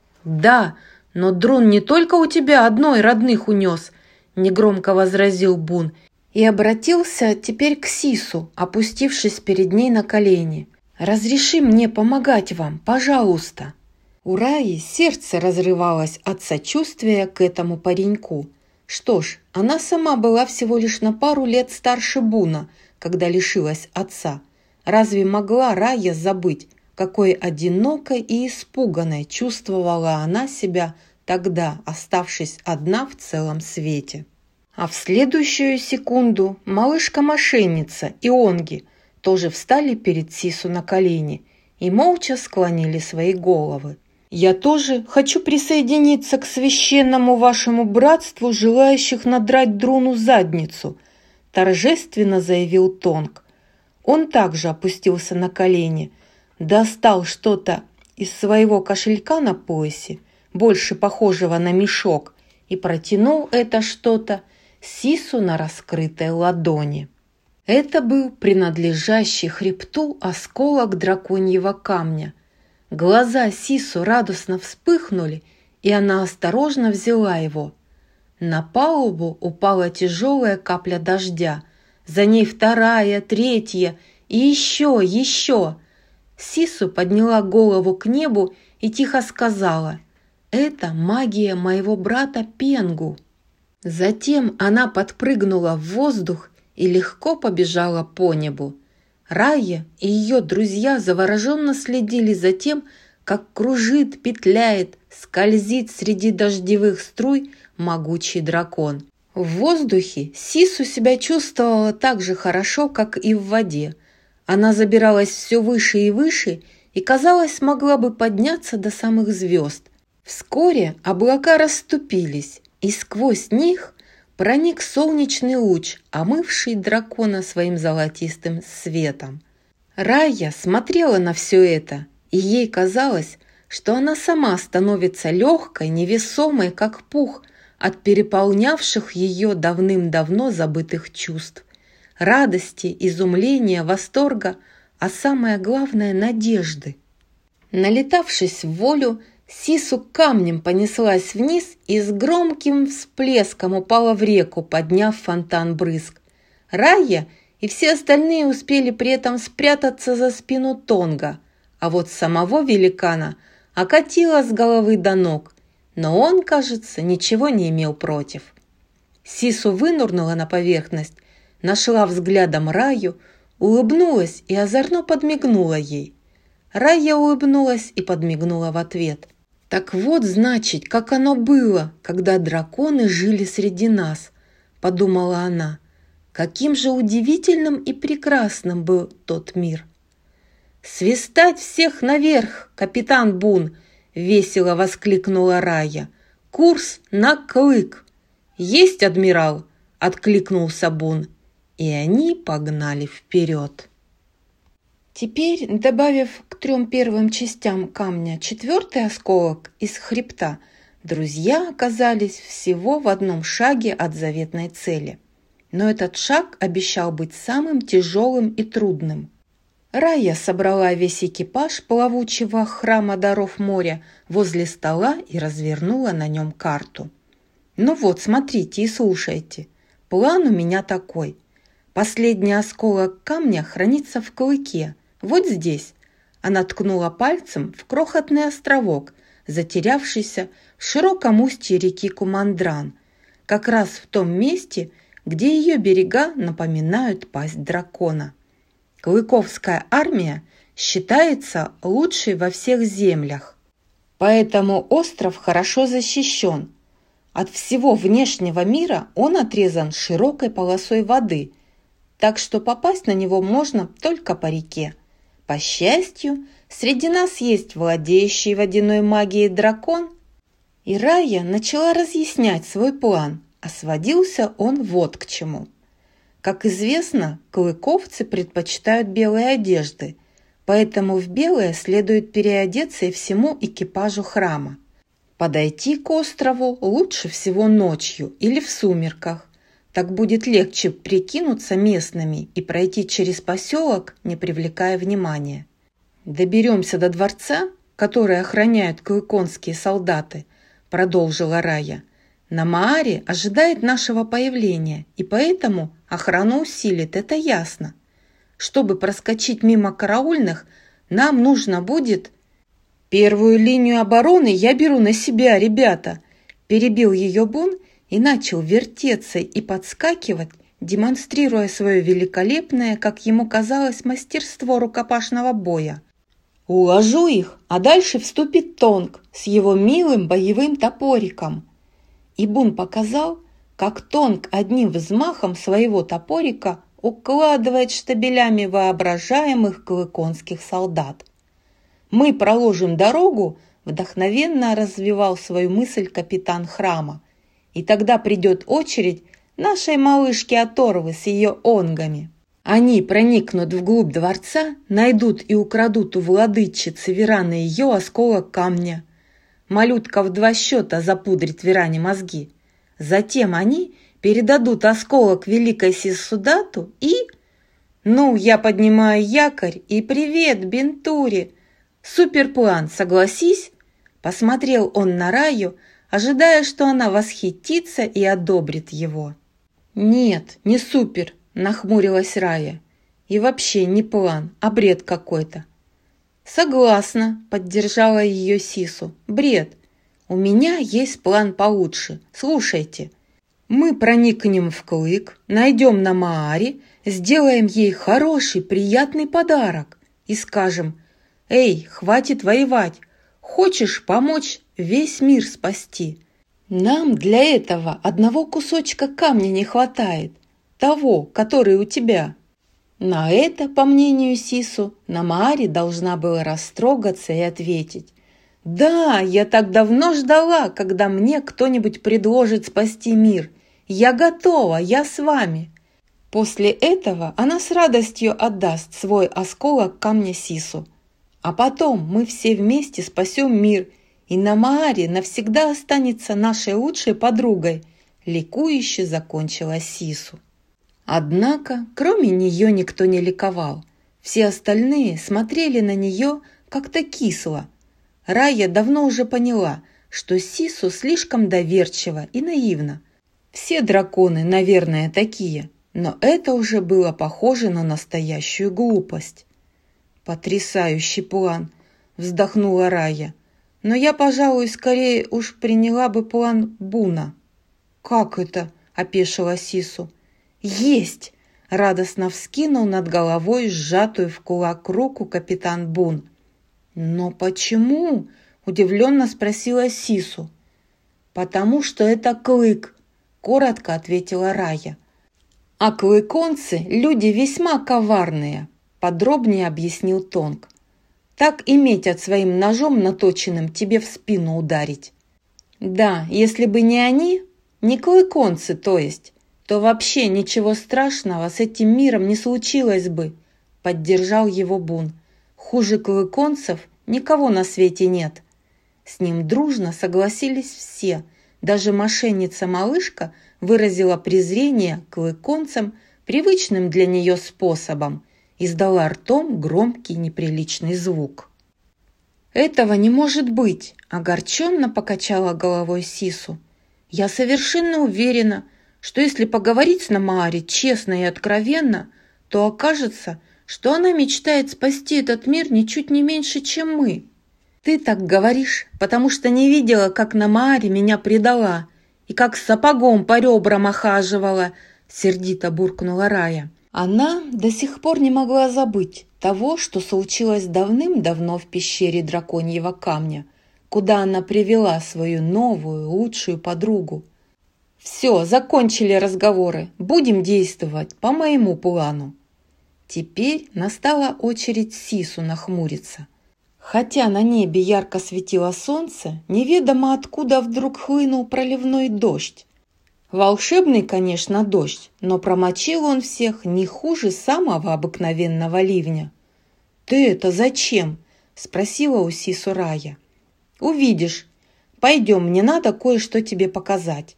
«Да, но Друн не только у тебя одной родных унес», – негромко возразил Бун и обратился теперь к Сису, опустившись перед ней на колени. «Разреши мне помогать вам, пожалуйста». У Раи сердце разрывалось от сочувствия к этому пареньку. Что ж, она сама была всего лишь на пару лет старше Буна, когда лишилась отца. Разве могла Рая забыть, какой одинокой и испуганной чувствовала она себя тогда, оставшись одна в целом свете? А в следующую секунду малышка-мошенница и Онги тоже встали перед Сису на колени и молча склонили свои головы. «Я тоже хочу присоединиться к священному вашему братству, желающих надрать Друну задницу», торжественно заявил Тонг. Он также опустился на колени, достал что-то из своего кошелька на поясе, больше похожего на мешок, и протянул это что-то Сису на раскрытой ладони. Это был принадлежащий хребту осколок драконьего камня. Глаза Сису радостно вспыхнули, и она осторожно взяла его. На палубу упала тяжелая капля дождя, за ней вторая, третья и еще, еще. Сису подняла голову к небу и тихо сказала: «Это магия моего брата Пенгу». Затем она подпрыгнула в воздух и легко побежала по небу. Райя и ее друзья завороженно следили за тем, как кружит, петляет, скользит среди дождевых струй могучий дракон. В воздухе Сису себя чувствовала так же хорошо, как и в воде. Она забиралась все выше и выше и, казалось, могла бы подняться до самых звезд. Вскоре облака расступились, и сквозь них проник солнечный луч, омывший дракона своим золотистым светом. Райя смотрела на все это, и ей казалось, что она сама становится легкой, невесомой, как пух, от переполнявших ее давным-давно забытых чувств. Радости, изумления, восторга, а самое главное – надежды. Налетавшись в волю, Сису камнем понеслась вниз и с громким всплеском упала в реку, подняв фонтан брызг. Райя и все остальные успели при этом спрятаться за спину Тонга, а вот самого великана окатило с головы до ног, но он, кажется, ничего не имел против. Сису вынырнула на поверхность, нашла взглядом Райю, улыбнулась и озорно подмигнула ей. Райя улыбнулась и подмигнула в ответ. «Так вот, значит, как оно было, когда драконы жили среди нас», – подумала она. «Каким же удивительным и прекрасным был тот мир». «Свистать всех наверх, капитан Бун!» – весело воскликнула Райя. «Курс на Клык!» «Есть, адмирал!» – откликнулся Бун. И они погнали вперед. Теперь, добавив к трем первым частям камня четвертый осколок из хребта, друзья оказались всего в одном шаге от заветной цели. Но этот шаг обещал быть самым тяжелым и трудным. Райя собрала весь экипаж плавучего храма даров моря возле стола и развернула на нем карту. «Ну вот, смотрите и слушайте. План у меня такой. Последний осколок камня хранится в Клыке, вот здесь». Она ткнула пальцем в крохотный островок, затерявшийся в широком устье реки Кумандран, как раз в том месте, где ее берега напоминают пасть дракона. Клыковская армия считается лучшей во всех землях, поэтому остров хорошо защищен. От всего внешнего мира он отрезан широкой полосой воды, так что попасть на него можно только по реке. По счастью, среди нас есть владеющий водяной магией дракон. И Райя начала разъяснять свой план, а сводился он вот к чему. Как известно, клыковцы предпочитают белые одежды, поэтому в белое следует переодеться и всему экипажу храма. Подойти к острову лучше всего ночью или в сумерках. Так будет легче прикинуться местными и пройти через поселок, не привлекая внимания. «Доберемся до дворца, который охраняют клыконские солдаты», – продолжила Райя. «На Мааре ожидает нашего появления, и поэтому охрану усилит, это ясно. Чтобы проскочить мимо караульных, нам нужно будет...» «Первую линию обороны я беру на себя, ребята», – перебил ее Бун и начал вертеться и подскакивать, демонстрируя свое великолепное, как ему казалось, мастерство рукопашного боя. «Уложу их, а дальше вступит Тонг с его милым боевым топориком». И Бун показал, как Тонг одним взмахом своего топорика укладывает штабелями воображаемых клыконских солдат. «Мы проложим дорогу», – вдохновенно развивал свою мысль капитан храма. «И тогда придет очередь нашей малышки Оторвы с ее онгами. Они проникнут вглубь дворца, найдут и украдут у владычицы Вераны ее осколок камня. Малютка в два счета запудрит Веране мозги. Затем они передадут осколок великой Сисудату и...» Ну, я поднимаю якорь и привет, Бентури. Суперплан, согласись? Посмотрел он на Раю, ожидая, что она восхитится и одобрит его. Нет, не супер, нахмурилась Рая. И вообще не план, а бред какой-то. Согласна, поддержала ее Сису. Бред. У меня есть план получше. Слушайте. Мы проникнем в Клык, найдем Намаари, сделаем ей хороший, приятный подарок и скажем: «Эй, хватит воевать! Хочешь помочь весь мир спасти? Нам для этого одного кусочка камня не хватает, того, который у тебя». На это, по мнению Сису, Намаари должна была растрогаться и ответить: «Да, я так давно ждала, когда мне кто-нибудь предложит спасти мир. Я готова, я с вами». После этого она с радостью отдаст свой осколок камня Сису. А потом мы все вместе спасем мир, и Намаари навсегда останется нашей лучшей подругой, ликующе закончила Сису. Однако, кроме нее никто не ликовал. Все остальные смотрели на нее как-то кисло. Рая давно уже поняла, что Сису слишком доверчива и наивна. Все драконы, наверное, такие, но это уже было похоже на настоящую глупость. «Потрясающий план!» – вздохнула Рая. «Но я, пожалуй, скорее уж приняла бы план Буна». «Как это?» – опешила Сису. «Есть!» – радостно вскинул над головой сжатую в кулак руку капитан Бун. «Но почему?» – удивленно спросила Сису. «Потому что это Клык», – коротко ответила Рая. «А клыконцы – люди весьма коварные», – подробнее объяснил Тонг. «Так и метят своим ножом наточенным тебе в спину ударить». «Да, если бы не они, не клыконцы, то есть, то вообще ничего страшного с этим миром не случилось бы», – поддержал его Бун. «Хуже клыконцев никого на свете нет». С ним дружно согласились все. Даже мошенница-малышка выразила презрение к клыконцам привычным для нее способом, издала ртом громкий неприличный звук. «Этого не может быть!» – огорченно покачала головой Сису. «Я совершенно уверена, что если поговорить с Намаари честно и откровенно, то окажется, что она мечтает спасти этот мир ничуть не меньше, чем мы». «Ты так говоришь, потому что не видела, как Намаари меня предала и как сапогом по ребрам охаживала», – сердито буркнула Рая. Она до сих пор не могла забыть того, что случилось давным-давно в пещере драконьего камня, куда она привела свою новую, лучшую подругу. «Все, закончили разговоры, будем действовать по моему плану». Теперь настала очередь Сису нахмуриться. Хотя на небе ярко светило солнце, неведомо откуда вдруг хлынул проливной дождь. Волшебный, конечно, дождь, но промочил он всех не хуже самого обыкновенного ливня. «Ты это зачем?» – спросила у Сису Рая. «Увидишь. Пойдем, мне надо кое-что тебе показать».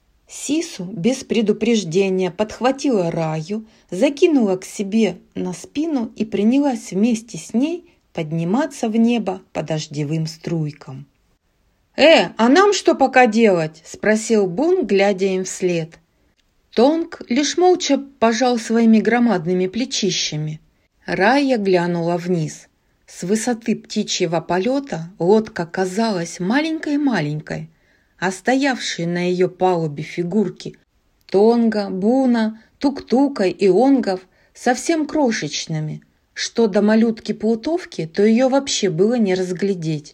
Сису без предупреждения подхватила Раю, закинула к себе на спину и принялась вместе с ней подниматься в небо по дождевым струйкам. «Э, а нам что пока делать?» – спросил Бун, глядя им вслед. Тонг лишь молча пожал своими громадными плечищами. Рая глянула вниз. С высоты птичьего полета лодка казалась маленькой-маленькой, а стоявшие на ее палубе фигурки Тонга, Буна, Тук-Тука и Онгов совсем крошечными. Что до малютки-плутовки, то ее вообще было не разглядеть.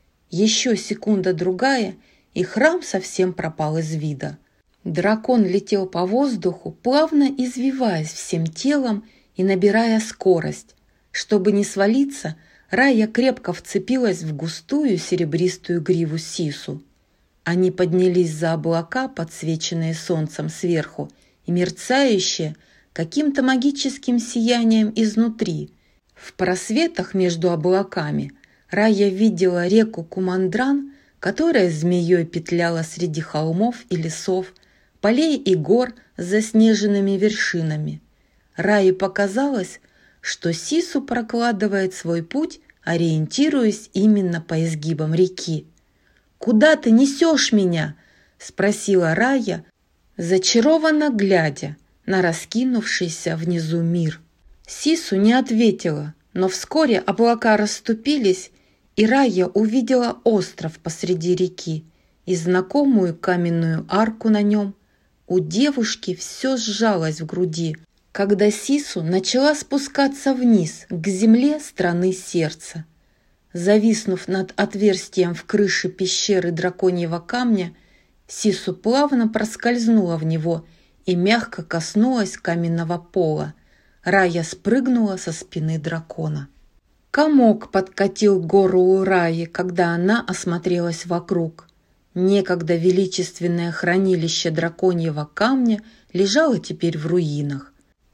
Еще секунда-другая, и храм совсем пропал из вида. Дракон летел по воздуху, плавно извиваясь всем телом и набирая скорость. Чтобы не свалиться, Рая крепко вцепилась в густую серебристую гриву Сису. Они поднялись за облака, подсвеченные солнцем сверху, и мерцающие каким-то магическим сиянием изнутри. В просветах между облаками Рая видела реку Кумандран, которая змеей петляла среди холмов и лесов, полей и гор с заснеженными вершинами. Рае показалось, что Сису прокладывает свой путь, ориентируясь именно по изгибам реки. «Куда ты несешь меня?» – спросила Рая, зачарованно глядя на раскинувшийся внизу мир. Сису не ответила, но вскоре облака расступились, и Рая увидела остров посреди реки и знакомую каменную арку на нем. У девушки все сжалось в груди, когда Сису начала спускаться вниз к земле страны сердца. Зависнув над отверстием в крыше пещеры драконьего камня, Сису плавно проскользнула в него и мягко коснулась каменного пола. Рая спрыгнула со спины дракона. Комок подкатил к горлу Раи, когда она осмотрелась вокруг. Некогда величественное хранилище драконьего камня лежало теперь в руинах.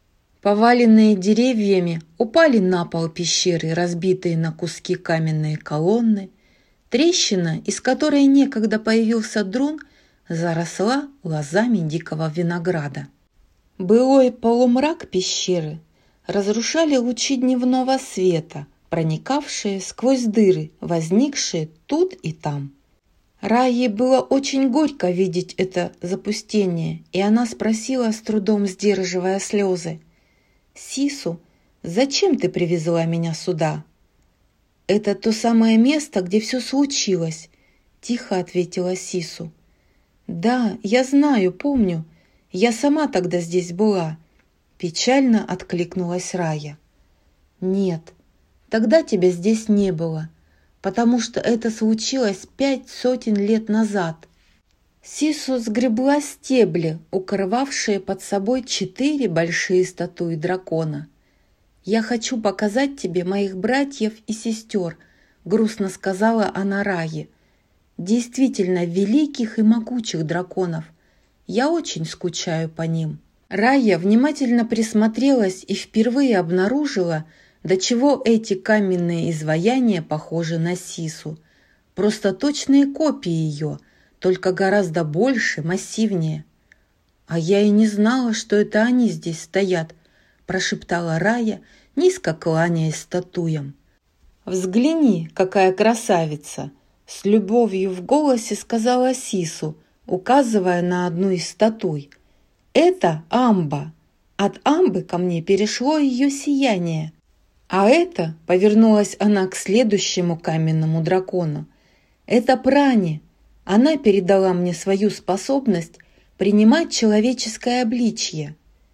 Поваленные деревьями упали на пол пещеры, разбитые на куски каменные колонны. Трещина, из которой некогда появился Друн, заросла лозами дикого винограда. Былой полумрак пещеры разрушали лучи дневного света, проникавшие сквозь дыры, возникшие тут и там. Рае было очень горько видеть это запустение, и она спросила, с трудом сдерживая слезы: «Сису, зачем ты привезла меня сюда?» «Это то самое место, где все случилось», — тихо ответила Сису. «Да, я знаю, помню. Я сама тогда здесь была», — печально откликнулась Рая. «Нет, тогда тебя здесь не было, потому что это случилось пять сотен лет назад». Сису сгребла стебли, укрывавшие под собой четыре большие статуи дракона. «Я хочу показать тебе моих братьев и сестер», — грустно сказала она Рае. «Действительно великих и могучих драконов. Я очень скучаю по ним». Рая внимательно присмотрелась и впервые обнаружила, до чего эти каменные изваяния похожи на Сису. Просто точные копии ее, только гораздо больше, массивнее. «А я и не знала, что это они здесь стоят», – прошептала Рая, низко кланяясь статуям. «Взгляни, какая красавица!» – с любовью в голосе сказала Сису, указывая на одну из статуй. «Это Амба. От Амбы ко мне перешло ее сияние. А это, — повернулась она к следующему каменному дракону, — это Прани. Она передала мне свою способность принимать человеческое обличье.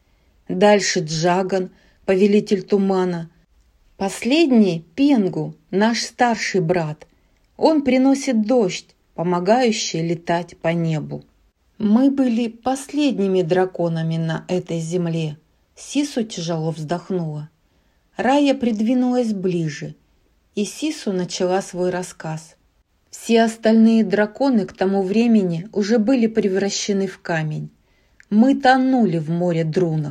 Дальше Джаган, повелитель тумана. Последний — Пенгу, наш старший брат. Он приносит дождь, помогающий летать по небу. Мы были последними драконами на этой земле». Сису тяжело вздохнула. Рая придвинулась ближе, и Сису начала свой рассказ. Все остальные драконы к тому времени уже были превращены в камень. Мы тонули в море друнов.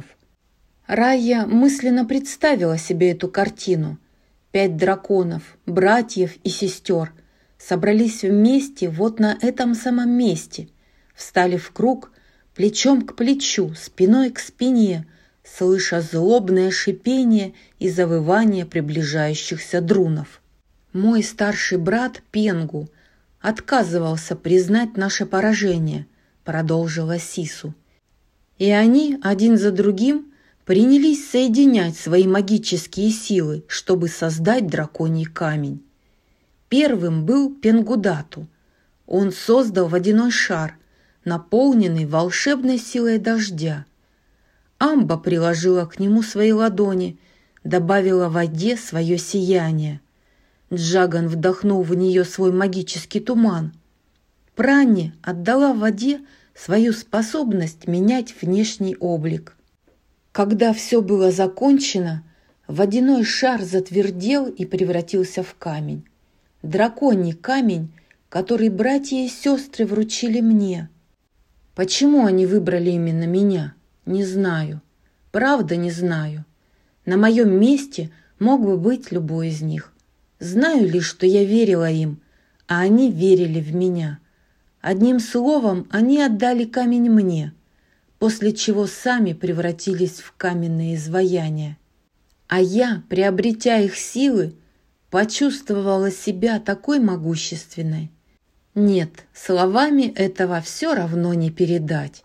Рая мысленно представила себе эту картину. Пять драконов, братьев и сестер, собрались вместе вот на этом самом месте, встали в круг, плечом к плечу, спиной к спине, слыша злобное шипение и завывание приближающихся друнов. Мой старший брат Пенгу отказывался признать наше поражение, продолжила Сису. И они один за другим принялись соединять свои магические силы, чтобы создать драконий камень. Первым был Пенгудату. Он создал водяной шар, наполненный волшебной силой дождя. Амба приложила к нему свои ладони, добавила в воде свое сияние. Джаган вдохнул в нее свой магический туман. Прани отдала в воде свою способность менять внешний облик. Когда все было закончено, водяной шар затвердел и превратился в камень. Драконий камень, который братья и сестры вручили мне. Почему они выбрали именно меня? Не знаю. Правда, не знаю. На моем месте мог бы быть любой из них. Знаю лишь, что я верила им, а они верили в меня. Одним словом, они отдали камень мне. после чего сами превратились в каменные изваяния. А я, приобретя их силы, почувствовала себя такой могущественной. Нет, словами этого все равно не передать.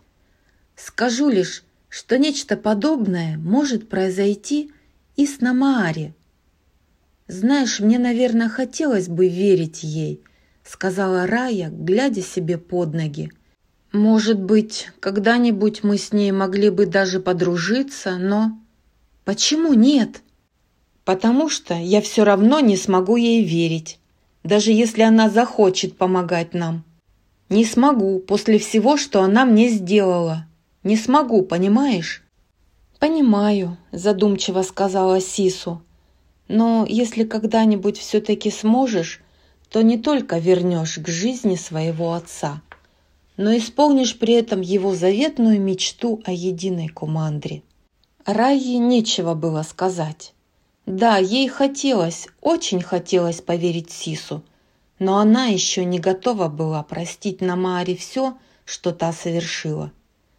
Скажу лишь, что нечто подобное может произойти и с Намаари. «Знаешь, мне, наверное, хотелось бы верить ей», — сказала Рая, глядя себе под ноги. «Может быть, когда-нибудь мы с ней могли бы даже подружиться, но...» «Почему нет?» «Потому что я все равно не смогу ей верить, даже если она захочет помогать нам. Не смогу после всего, что она мне сделала. Не смогу, понимаешь?» «Понимаю», — задумчиво сказала Сису. «Но если когда-нибудь все-таки сможешь, то не только вернешь к жизни своего отца, но исполнишь при этом его заветную мечту о единой Кумандре». Райе нечего было сказать. Да, ей хотелось, очень хотелось поверить Сису, но она еще не готова была простить Намаари все, что та совершила.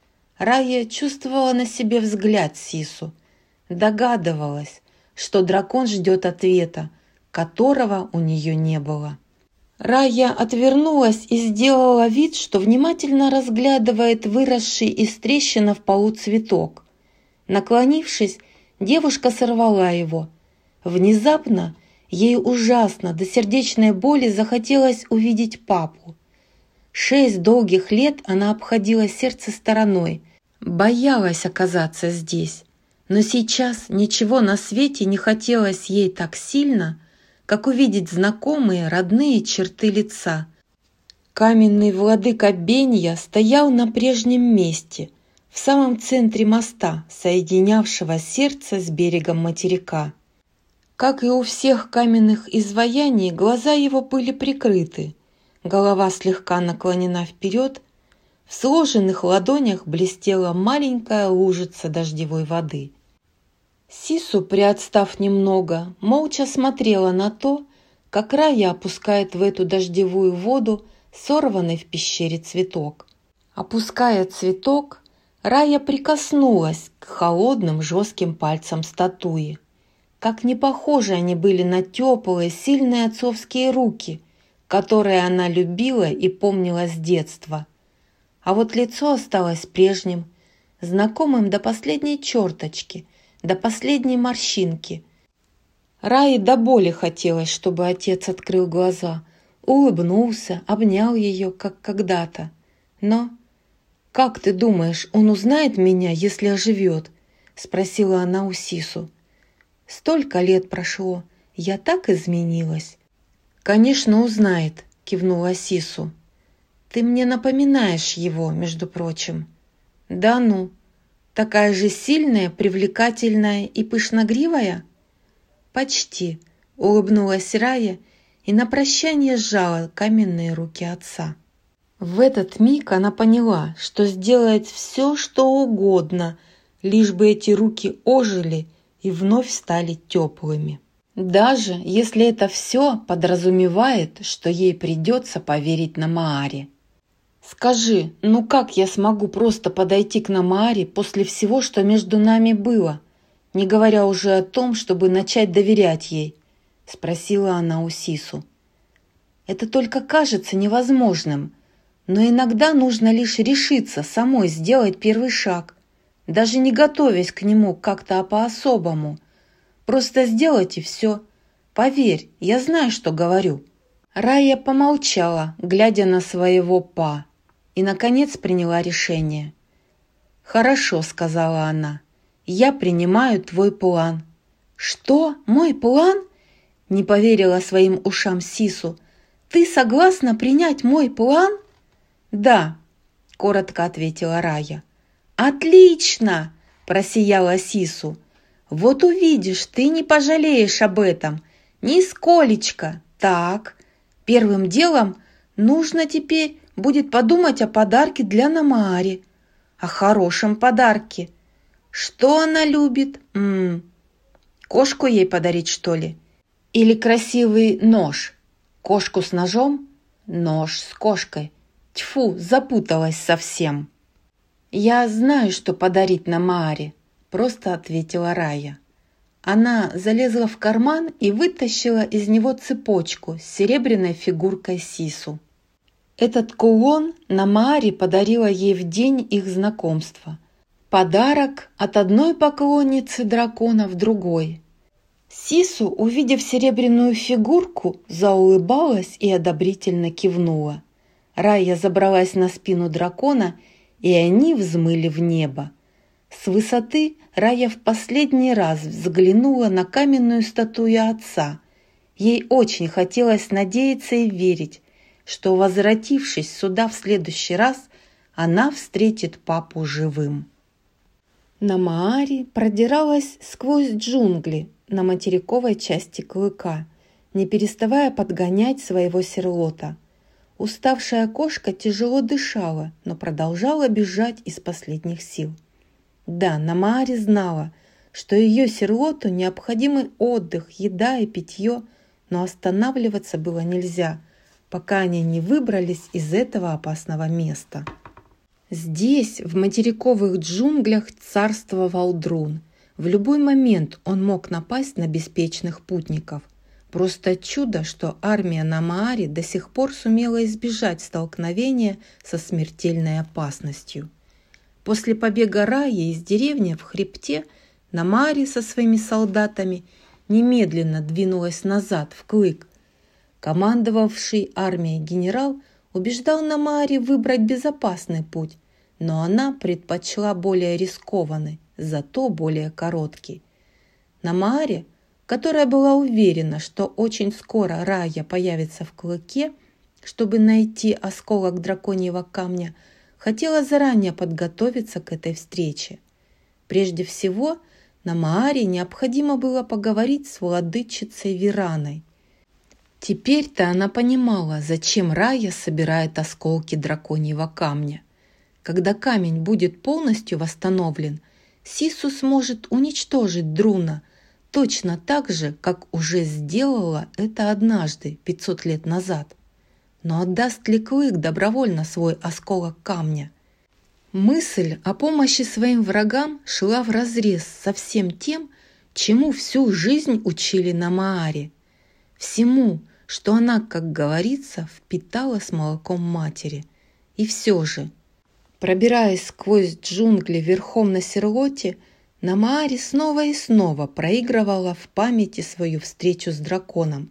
Райя чувствовала на себе взгляд Сису, догадывалась, что дракон ждет ответа, которого у нее не было. Райя отвернулась и сделала вид, что внимательно разглядывает выросший из трещины в полу цветок. Наклонившись, девушка сорвала его. Внезапно ей ужасно до сердечной боли захотелось увидеть папу. Шесть долгих лет она обходила сердце стороной, боялась оказаться здесь. Но сейчас ничего на свете не хотелось ей так сильно, как увидеть знакомые родные черты лица. Каменный владыка Бенья стоял на прежнем месте, в самом центре моста, соединявшего сердце с берегом материка. Как и у всех каменных изваяний, глаза его были прикрыты, голова слегка наклонена вперед, в сложенных ладонях блестела маленькая лужица дождевой воды. Сису, приотстав немного, молча смотрела на то, как Рая опускает в эту дождевую воду сорванный в пещере цветок. Опуская цветок, Рая прикоснулась к холодным жестким пальцам статуи. Как не похожи они были на теплые, сильные отцовские руки, которые она любила и помнила с детства. А вот лицо осталось прежним, знакомым до последней черточки, до последней морщинки. Рае до боли хотелось, чтобы отец открыл глаза, улыбнулся, обнял ее, как когда-то. Но... «Как ты думаешь, он узнает меня, если оживет?» — спросила она у Сису. «Столько лет прошло, я так изменилась». «Конечно, узнает», — кивнула Сису. «Ты мне напоминаешь его, между прочим». «Да ну, такая же сильная, привлекательная и пышногривая?» «Почти», — улыбнулась Рая и на прощание сжала каменные руки отца. В этот миг она поняла, что сделает все, что угодно, лишь бы эти руки ожили и вновь стали теплыми. Даже если это все подразумевает, что ей придется поверить Намаари. «Скажи, ну как я смогу просто подойти к Намаари после всего, что между нами было, не говоря уже о том, чтобы начать доверять ей?» — спросила она у Сису. «Это только кажется невозможным. Но иногда нужно лишь решиться самой сделать первый шаг, даже не готовясь к нему как-то по-особому. Просто сделать и все. Поверь, я знаю, что говорю». Рая помолчала, глядя на своего па, и, наконец, приняла решение. «Хорошо», — сказала она, — «я принимаю твой план». «Что? Мой план?» — не поверила своим ушам Сису. «Ты согласна принять мой план?» «Да», — коротко ответила Рая. «Отлично!» — просияла Сису. «Вот увидишь, ты не пожалеешь об этом. Нисколечко. Так, первым делом нужно теперь будет подумать о подарке для Намаари. О хорошем подарке. Что она любит? М-м, кошку ей подарить, что ли? Или красивый нож? Кошку с ножом? Нож с кошкой. Тьфу, запуталась совсем». «Я знаю, что подарить Намааре», – просто ответила Рая. Она залезла в карман и вытащила из него цепочку с серебряной фигуркой Сису. Этот кулон Намааре подарила ей в день их знакомства. Подарок от одной поклонницы дракона в другой. Сису, увидев серебряную фигурку, заулыбалась и одобрительно кивнула. Рая забралась на спину дракона, и они взмыли в небо. С высоты Рая в последний раз взглянула на каменную статую отца. Ей очень хотелось надеяться и верить, что, возвратившись сюда в следующий раз, она встретит папу живым. Намааре продиралась сквозь джунгли на материковой части Клыка, не переставая подгонять своего серлота. Уставшая кошка тяжело дышала, но продолжала бежать из последних сил. Да, Намааре знала, что ее серлоту необходимы отдых, еда и питье, но останавливаться было нельзя, пока они не выбрались из этого опасного места. Здесь, в материковых джунглях, царствовал Друн. В любой момент он мог напасть на беспечных путников. Просто чудо, что армия Намааре до сих пор сумела избежать столкновения со смертельной опасностью. После побега Раи из деревни в хребте Намааре со своими солдатами немедленно двинулась назад, в Клык. Командовавший армией генерал убеждал Намааре выбрать безопасный путь, но она предпочла более рискованный, зато более короткий. Намааре, которая была уверена, что очень скоро Рая появится в Клыке, чтобы найти осколок драконьего камня, хотела заранее подготовиться к этой встрече. Прежде всего, Намааре необходимо было поговорить с владычицей Вираной. Теперь-то она понимала, зачем Рая собирает осколки драконьего камня. Когда камень будет полностью восстановлен, Сису сможет уничтожить Друна точно так же, как уже сделала это однажды, пятьсот лет назад. Но отдаст ли Клык добровольно свой осколок камня? Мысль о помощи своим врагам шла вразрез со всем тем, чему всю жизнь учили Намааре. Всему, что она, как говорится, впитала с молоком матери. И все же, пробираясь сквозь джунгли верхом на серлоте, Намааре снова и снова проигрывала в памяти свою встречу с драконом.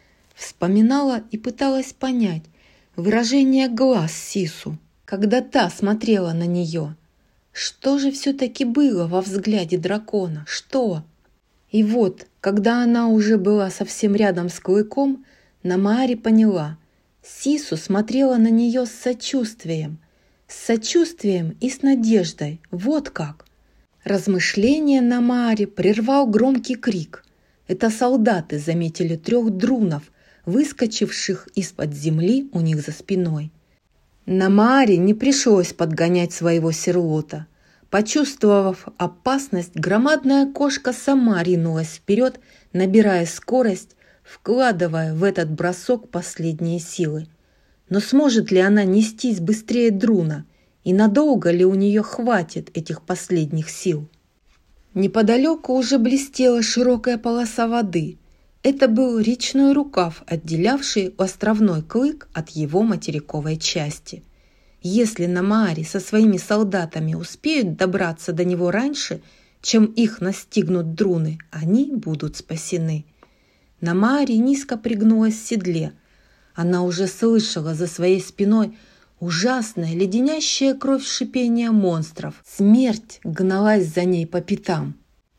Вспоминала и пыталась понять выражение глаз Сису, когда та смотрела на нее. Что же все-таки было во взгляде дракона? Что? И вот, когда она уже была совсем рядом с Клыком, Намааре поняла. Сису смотрела на нее с сочувствием. С сочувствием и с надеждой. Вот как. Размышление Намааре прервал громкий крик. Это солдаты заметили трех друнов, выскочивших из-под земли у них за спиной. Намааре не пришлось подгонять своего серлота. Почувствовав опасность, громадная кошка сама ринулась вперед, набирая скорость, вкладывая в этот бросок последние силы. Но сможет ли она нестись быстрее Друна? И надолго ли у нее хватит этих последних сил? Неподалеку уже блестела широкая полоса воды. Это был речной рукав, отделявший островной Клык от его материковой части. Если Намааре со своими солдатами успеют добраться до него раньше, чем их настигнут друны, они будут спасены. Намааре низко пригнулась в седле. Она уже слышала за своей спиной ужасное, леденящее кровь шипение монстров. Смерть гналась за ней по пятам.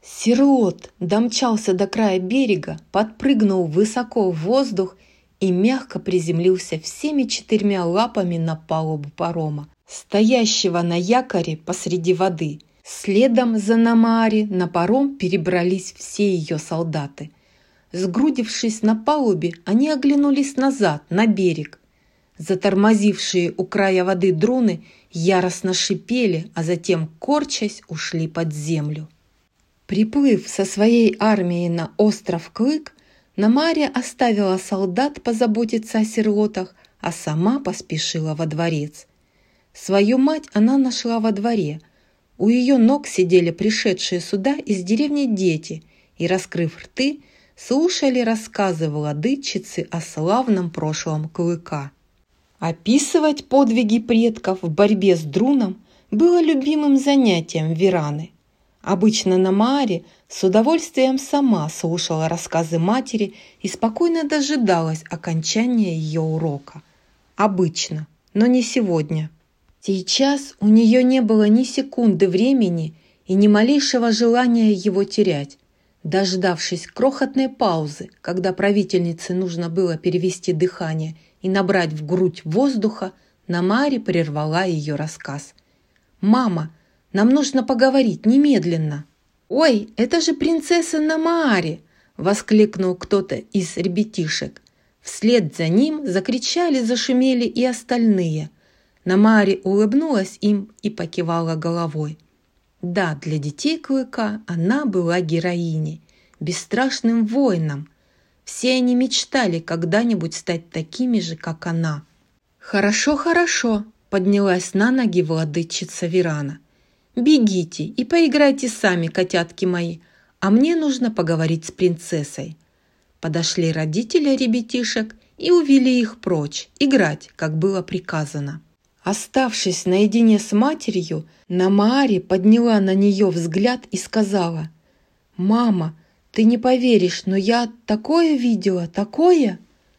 Серлот домчался до края берега, подпрыгнул высоко в воздух и мягко приземлился всеми четырьмя лапами на палубу парома, стоящего на якоре посреди воды. Следом за Намааре на паром перебрались все ее солдаты. Сгрудившись на палубе, они оглянулись назад, на берег. Затормозившие у края воды друны яростно шипели, а затем, корчась, ушли под землю. Приплыв со своей армией на остров Клык, Намааре оставила солдат позаботиться о серлотах, а сама поспешила во дворец. Свою мать она нашла во дворе. У ее ног сидели пришедшие сюда из деревни дети и, раскрыв рты, слушали рассказы владычицы о славном прошлом Клыка. Описывать подвиги предков в борьбе с Друном было любимым занятием Вераны. Обычно Намаари с удовольствием сама слушала рассказы матери и спокойно дожидалась окончания ее урока. Обычно, но не сегодня. Сейчас у нее не было ни секунды времени и ни малейшего желания его терять. Дождавшись крохотной паузы, когда правительнице нужно было перевести дыхание и набрать в грудь воздуха, Намаари прервала ее рассказ. «Мама, нам нужно поговорить немедленно!» «Ой, это же принцесса Намаари!» – воскликнул кто-то из ребятишек. Вслед за ним закричали, зашумели и остальные. Намаари улыбнулась им и покивала головой. Да, для детей Клыка она была героиней, бесстрашным воином. Все они мечтали когда-нибудь стать такими же, как она. «Хорошо, хорошо», – поднялась на ноги владычица Верана. «Бегите и поиграйте сами, котятки мои, а мне нужно поговорить с принцессой». Подошли родители ребятишек и увели их прочь, играть, как было приказано. Оставшись наедине с матерью, Намаари подняла на нее взгляд и сказала: «Мама, ты не поверишь, но я такое видела, такое!»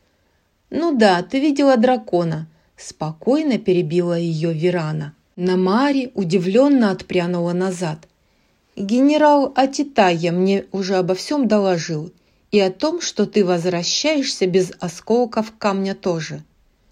«Ну да, ты видела дракона», – спокойно перебила ее Верана. Намаари удивленно отпрянула назад. «Генерал Атитая мне уже обо всем доложил, и о том, что ты возвращаешься без осколков камня тоже».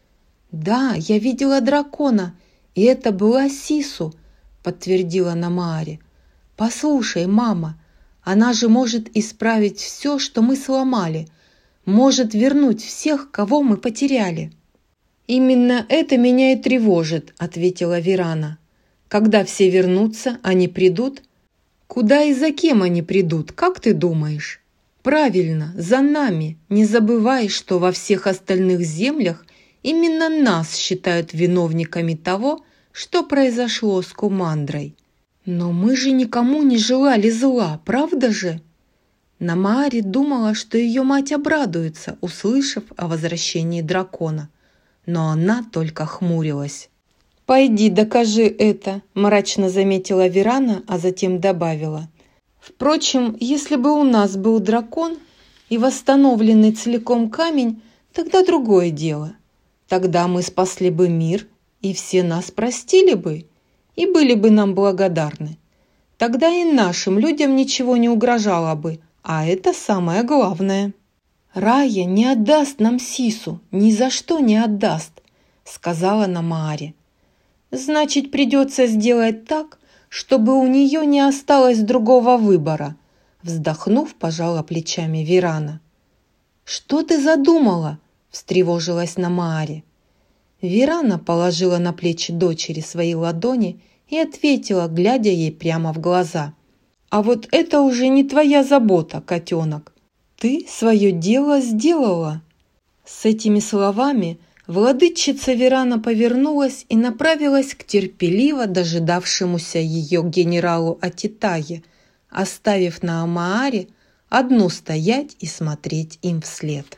«Да, я видела дракона, и это была Сису», – подтвердила Намаари. «Послушай, мама, она же может исправить все, что мы сломали, может вернуть всех, кого мы потеряли». «Именно это меня и тревожит», – ответила Верана. «Когда все вернутся, они придут?» «Куда и за кем они придут, как ты думаешь?» «Правильно, за нами. Не забывай, что во всех остальных землях именно нас считают виновниками того, что произошло с Кумандрой». «Но мы же никому не желали зла, правда же?» Намаари думала, что ее мать обрадуется, услышав о возвращении дракона. Но она только хмурилась. «Пойди, докажи это», – мрачно заметила Верана, а затем добавила. «Впрочем, если бы у нас был дракон и восстановленный целиком камень, тогда другое дело. Тогда мы спасли бы мир, и все нас простили бы, и были бы нам благодарны. Тогда и нашим людям ничего не угрожало бы, а это самое главное». «Рая не отдаст нам Сису, ни за что не отдаст», — сказала Намаари. «Значит, придется сделать так, чтобы у нее не осталось другого выбора», — вздохнув, пожала плечами Верана. «Что ты задумала?» — встревожилась Намаари. Верана положила на плечи дочери свои ладони и ответила, глядя ей прямо в глаза. «А вот это уже не твоя забота, котенок. Ты свое дело сделала». С этими словами владычица Верана повернулась и направилась к терпеливо дожидавшемуся ее генералу Атитае, оставив Намаари одну стоять и смотреть им вслед.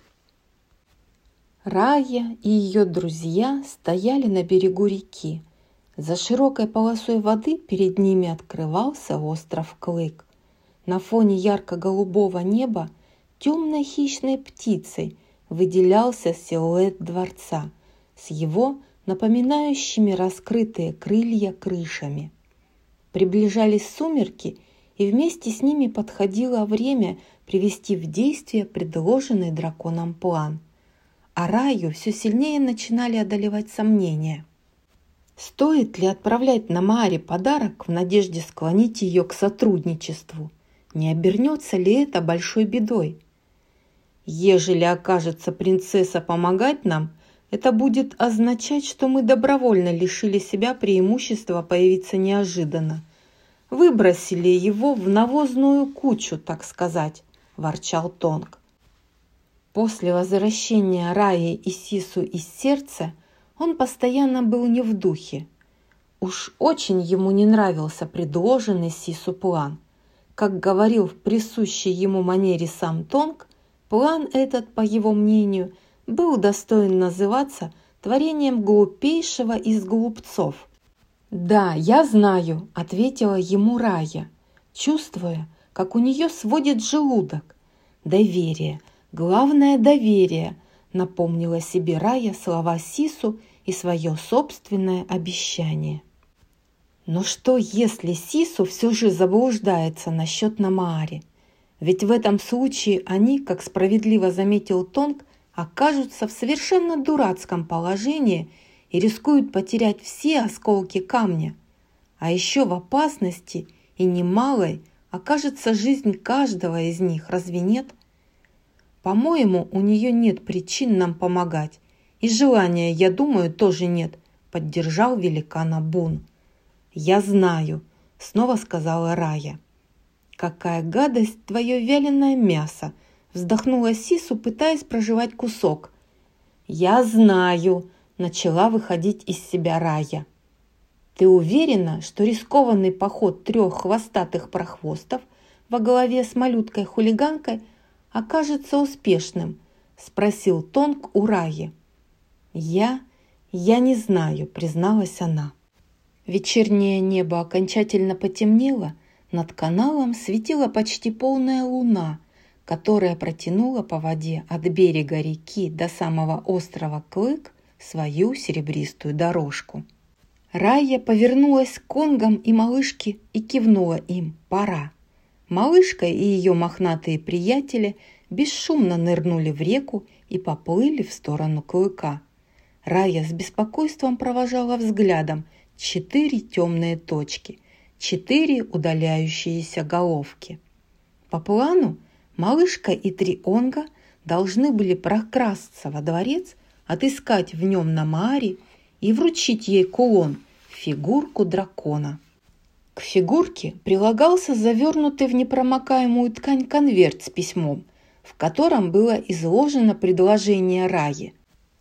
Рая и ее друзья стояли на берегу реки. За широкой полосой воды перед ними открывался остров Клык. На фоне ярко-голубого неба темной хищной птицей выделялся силуэт дворца с его напоминающими раскрытые крылья крышами. Приближались сумерки, и вместе с ними подходило время привести в действие предложенный драконом план. А Раю все сильнее начинали одолевать сомнения. Стоит ли отправлять Намаари подарок в надежде склонить ее к сотрудничеству? Не обернется ли это большой бедой? Ежели окажется принцесса помогать нам, это будет означать, что мы добровольно лишили себя преимущества появиться неожиданно. Выбросили его в навозную кучу, так сказать, ворчал Тонг. После возвращения Раи и Сису из сердца он постоянно был не в духе. Уж очень ему не нравился предложенный Сису план. Как говорил в присущей ему манере сам Тонг, план этот, по его мнению, был достоин называться творением глупейшего из глупцов. «Да, я знаю», — ответила ему Рая, чувствуя, как у нее сводит желудок. «Доверие, главное доверие», — напомнила себе Рая слова Сису и свое собственное обещание. Но что, если Сису все же заблуждается насчет Намаари? Ведь в этом случае они, как справедливо заметил Тонг, окажутся в совершенно дурацком положении и рискуют потерять все осколки камня. А еще в опасности и немалой окажется жизнь каждого из них, разве нет? По-моему, у нее нет причин нам помогать. И желания, я думаю, тоже нет, поддержал великана Бун. «Я знаю», — снова сказала Рая. «Какая гадость твое вяленое мясо!» — вздохнула Сису, пытаясь прожевать кусок. «Я знаю», — начала выходить из себя Рая. «Ты уверена, что рискованный поход трех хвостатых прохвостов во главе с малюткой-хулиганкой окажется успешным?» — спросил Тонг у Раи. «Я... я не знаю», — призналась она. Вечернее небо окончательно потемнело, над каналом светила почти полная луна, которая протянула по воде от берега реки до самого острова Клык свою серебристую дорожку. Рая повернулась к конгам и малышке и кивнула им: «Пора». Малышка и ее мохнатые приятели бесшумно нырнули в реку и поплыли в сторону Клыка. Рая с беспокойством провожала взглядом четыре темные точки, четыре удаляющиеся головки. По плану малышка и три онга должны были прокрасться во дворец, отыскать в нем Намаари и вручить ей кулон, фигурку дракона. К фигурке прилагался завернутый в непромокаемую ткань конверт с письмом, в котором было изложено предложение Раи.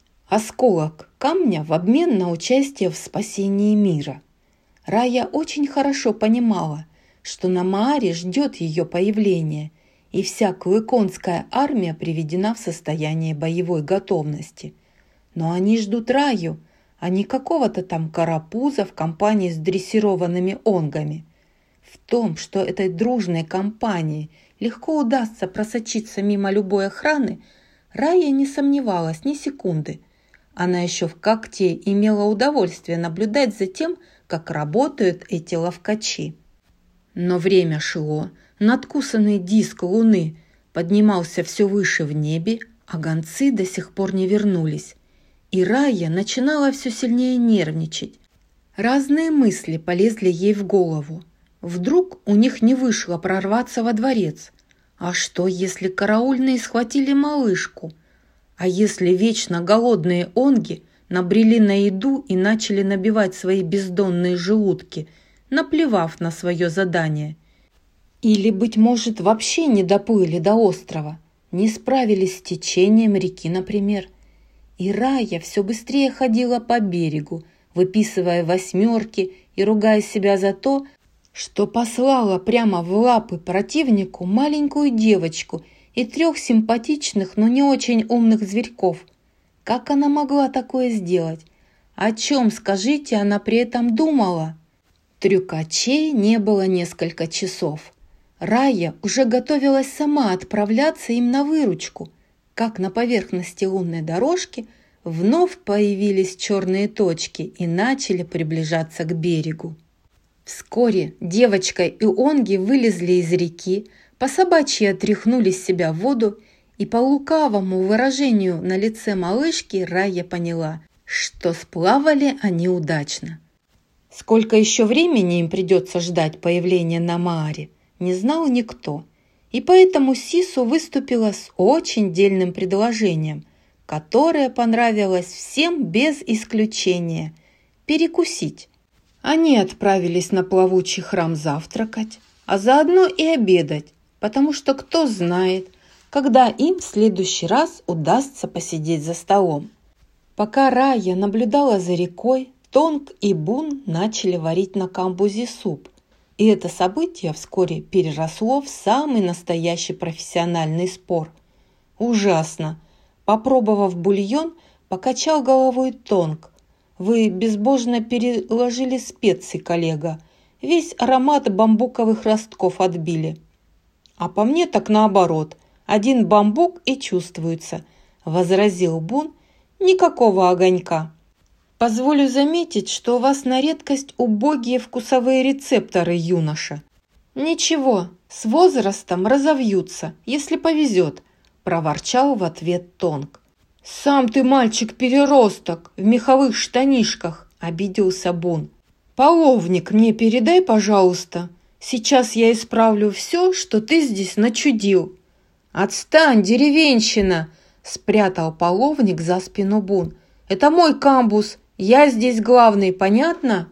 Осколок камня в обмен на участие в спасении мира. Рая очень хорошо понимала, что Намаари ждет ее появления, и вся клыконская армия приведена в состояние боевой готовности. Но они ждут Раю, а не какого-то там карапуза в компании с дрессированными онгами. В том, что этой дружной компании легко удастся просочиться мимо любой охраны, Рая не сомневалась ни секунды. Она еще в когте имела удовольствие наблюдать за тем, как работают эти ловкачи. Но время шло, надкусанный диск луны поднимался все выше в небе, а гонцы до сих пор не вернулись. И Рая начинала все сильнее нервничать. Разные мысли полезли ей в голову. Вдруг у них не вышло прорваться во дворец. А что, если караульные схватили малышку? А если вечно голодные онги набрели на еду и начали набивать свои бездонные желудки, наплевав на свое задание? Или, быть может, вообще не доплыли до острова, не справились с течением реки, например? И Рая все быстрее ходила по берегу, выписывая восьмерки и ругая себя за то, что послала прямо в лапы противнику маленькую девочку и трех симпатичных, но не очень умных зверьков. Как она могла такое сделать? О чем, скажите, она при этом думала? Трюкачей не было несколько часов. Рая уже готовилась сама отправляться им на выручку, как на поверхности лунной дорожки вновь появились черные точки и начали приближаться к берегу. Вскоре девочка и онги вылезли из реки, по собачьи отряхнули с себя воду, и по лукавому выражению на лице малышки Рая поняла, что сплавали они удачно. Сколько еще времени им придется ждать появления Намаари, не знал никто, и поэтому Сису выступила с очень дельным предложением, которое понравилось всем без исключения – перекусить. Они отправились на плавучий храм завтракать, а заодно и обедать, потому что кто знает, когда им в следующий раз удастся посидеть за столом. Пока Рая наблюдала за рекой, Тонк и Бун начали варить на камбузе суп, и это событие вскоре переросло в самый настоящий профессиональный спор. Ужасно! Попробовав бульон, покачал головой Тонк. Вы безбожно переложили специи, коллега. Весь аромат бамбуковых ростков отбили. А по мне так наоборот. Один бамбук и чувствуется, возразил Бун. Никакого огонька. Позволю заметить, что у вас на редкость убогие вкусовые рецепторы, юноша. Ничего, с возрастом разовьются, если повезет, проворчал в ответ Тонк. Сам ты мальчик-переросток в меховых штанишках, обиделся Бун. Половник мне передай, пожалуйста. Сейчас я исправлю все, что ты здесь начудил. Отстань, деревенщина, спрятал половник за спину Бун. Это мой камбуз. Я здесь главный, понятно?»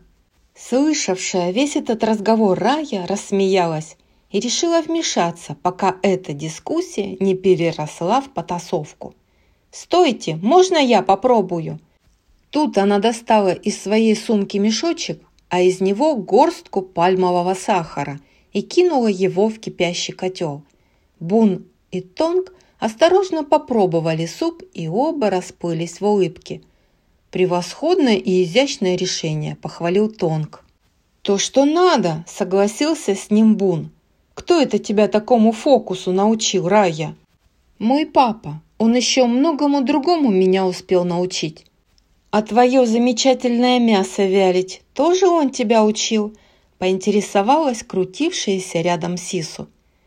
Слышавшая весь этот разговор Рая рассмеялась и решила вмешаться, пока эта дискуссия не переросла в потасовку. «Стойте, можно я попробую?» Тут она достала из своей сумки мешочек, а из него горстку пальмового сахара и кинула его в кипящий котел. Бун и Тонк осторожно попробовали суп, и оба расплылись в улыбке. «Превосходное и изящное решение», – похвалил Тонк. «То, что надо», – согласился с ним Бун. «Кто это тебя такому фокусу научил, Рая?» «Мой папа. Он еще многому другому меня успел научить». «А твое замечательное мясо вялить тоже он тебя учил?» – поинтересовалась крутившаяся рядом Сису.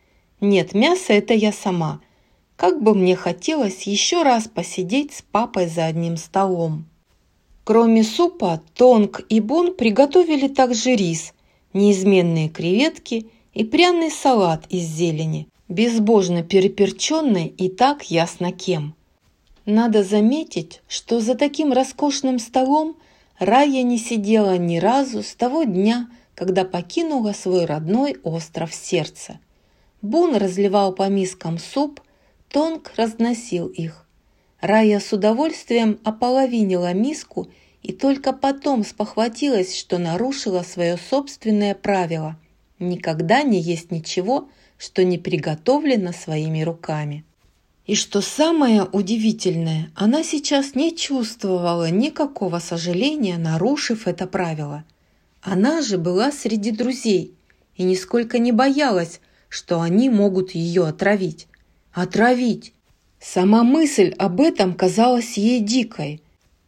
«Нет, мясо – это я сама. Как бы мне хотелось еще раз посидеть с папой за одним столом». Кроме супа, Тонк и Бун приготовили также рис, неизменные креветки и пряный салат из зелени, безбожно переперченный и так ясно кем. Надо заметить, что за таким роскошным столом Рая не сидела ни разу с того дня, когда покинула свой родной остров сердца. Бун разливал по мискам суп, Тонк разносил их. Рая с удовольствием ополовинила миску и только потом спохватилась, что нарушила свое собственное правило – никогда не есть ничего, что не приготовлено своими руками. И что самое удивительное, она сейчас не чувствовала никакого сожаления, нарушив это правило. Она же была среди друзей и нисколько не боялась, что они могут ее отравить. Отравить! Сама мысль об этом казалась ей дикой.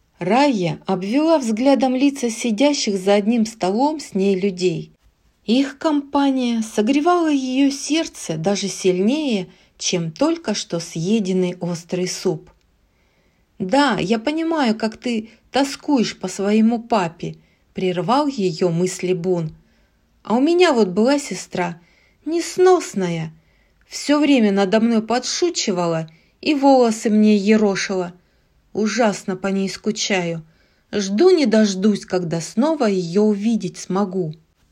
Рая обвела взглядом лица сидящих за одним столом с ней людей. Их компания согревала ее сердце даже сильнее, чем только что съеденный острый суп. «Да, я понимаю, как ты тоскуешь по своему папе», – прервал ее мысли Бун. «А у меня вот была сестра, несносная, все время надо мной подшучивала и волосы мне ерошила. Ужасно по ней скучаю. Жду не дождусь, когда снова ее увидеть смогу.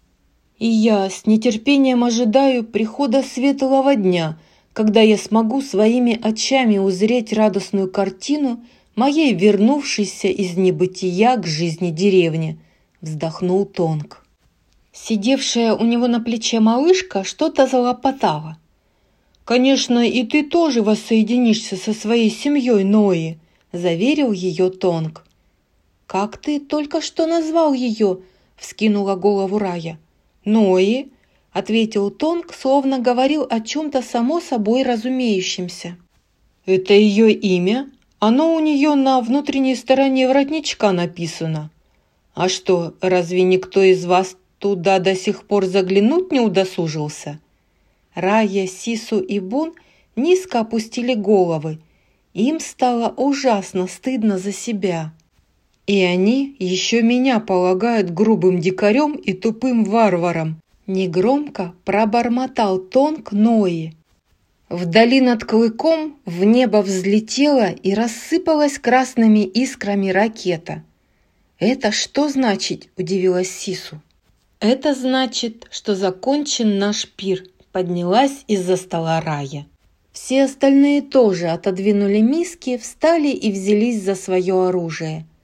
И я с нетерпением ожидаю прихода светлого дня, когда я смогу своими очами узреть радостную картину моей вернувшейся из небытия к жизни деревни», – вздохнул Тонк. Сидевшая у него на плече малышка что-то залопотала. «Конечно, и ты тоже воссоединишься со своей семьей, Нои», – заверил ее Тонк. «Как ты только что назвал ее?» – вскинула голову Рая. «Нои», – ответил Тонк, словно говорил о чем-то само собой разумеющемся. «Это ее имя? Оно у нее на внутренней стороне воротничка написано. А что, разве никто из вас туда до сих пор заглянуть не удосужился?» Рая, Сису и Бун низко опустили головы. Им стало ужасно стыдно за себя. «И они еще меня полагают грубым дикарем и тупым варваром», – негромко пробормотал Тонк Нои. Вдали над клыком в небо взлетела и рассыпалась красными искрами ракета. «Это что значит?» – удивилась Сису. «Это значит, что закончен наш пир», – поднялась из-за стола Рая. Все остальные тоже отодвинули миски, встали и взялись за свое оружие.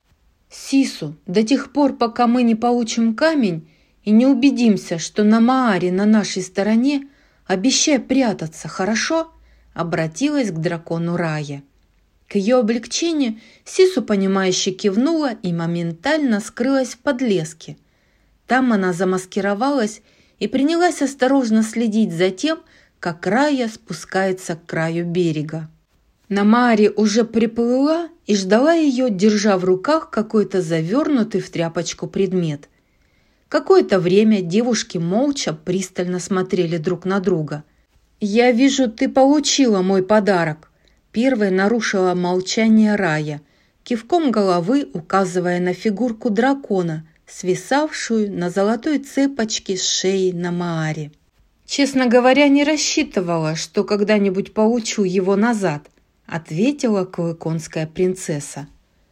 «Сису, до тех пор, пока мы не получим камень и не убедимся, что Намаари на нашей стороне, обещай прятаться, хорошо?» — обратилась к дракону Рая. К ее облегчению Сису, понимающе кивнула и моментально скрылась в подлеске. Там она замаскировалась и принялась осторожно следить за тем, как Рая спускается к краю берега. Намаари уже приплыла и ждала ее, держа в руках какой-то завернутый в тряпочку предмет. Какое-то время девушки молча пристально смотрели друг на друга. «Я вижу, ты получила мой подарок», — первой нарушила молчание Рая, кивком головы указывая на фигурку дракона, свисавшую на золотой цепочке с шеи Намаари. «Честно говоря, не рассчитывала, что когда-нибудь получу его назад», — ответила клыконская принцесса.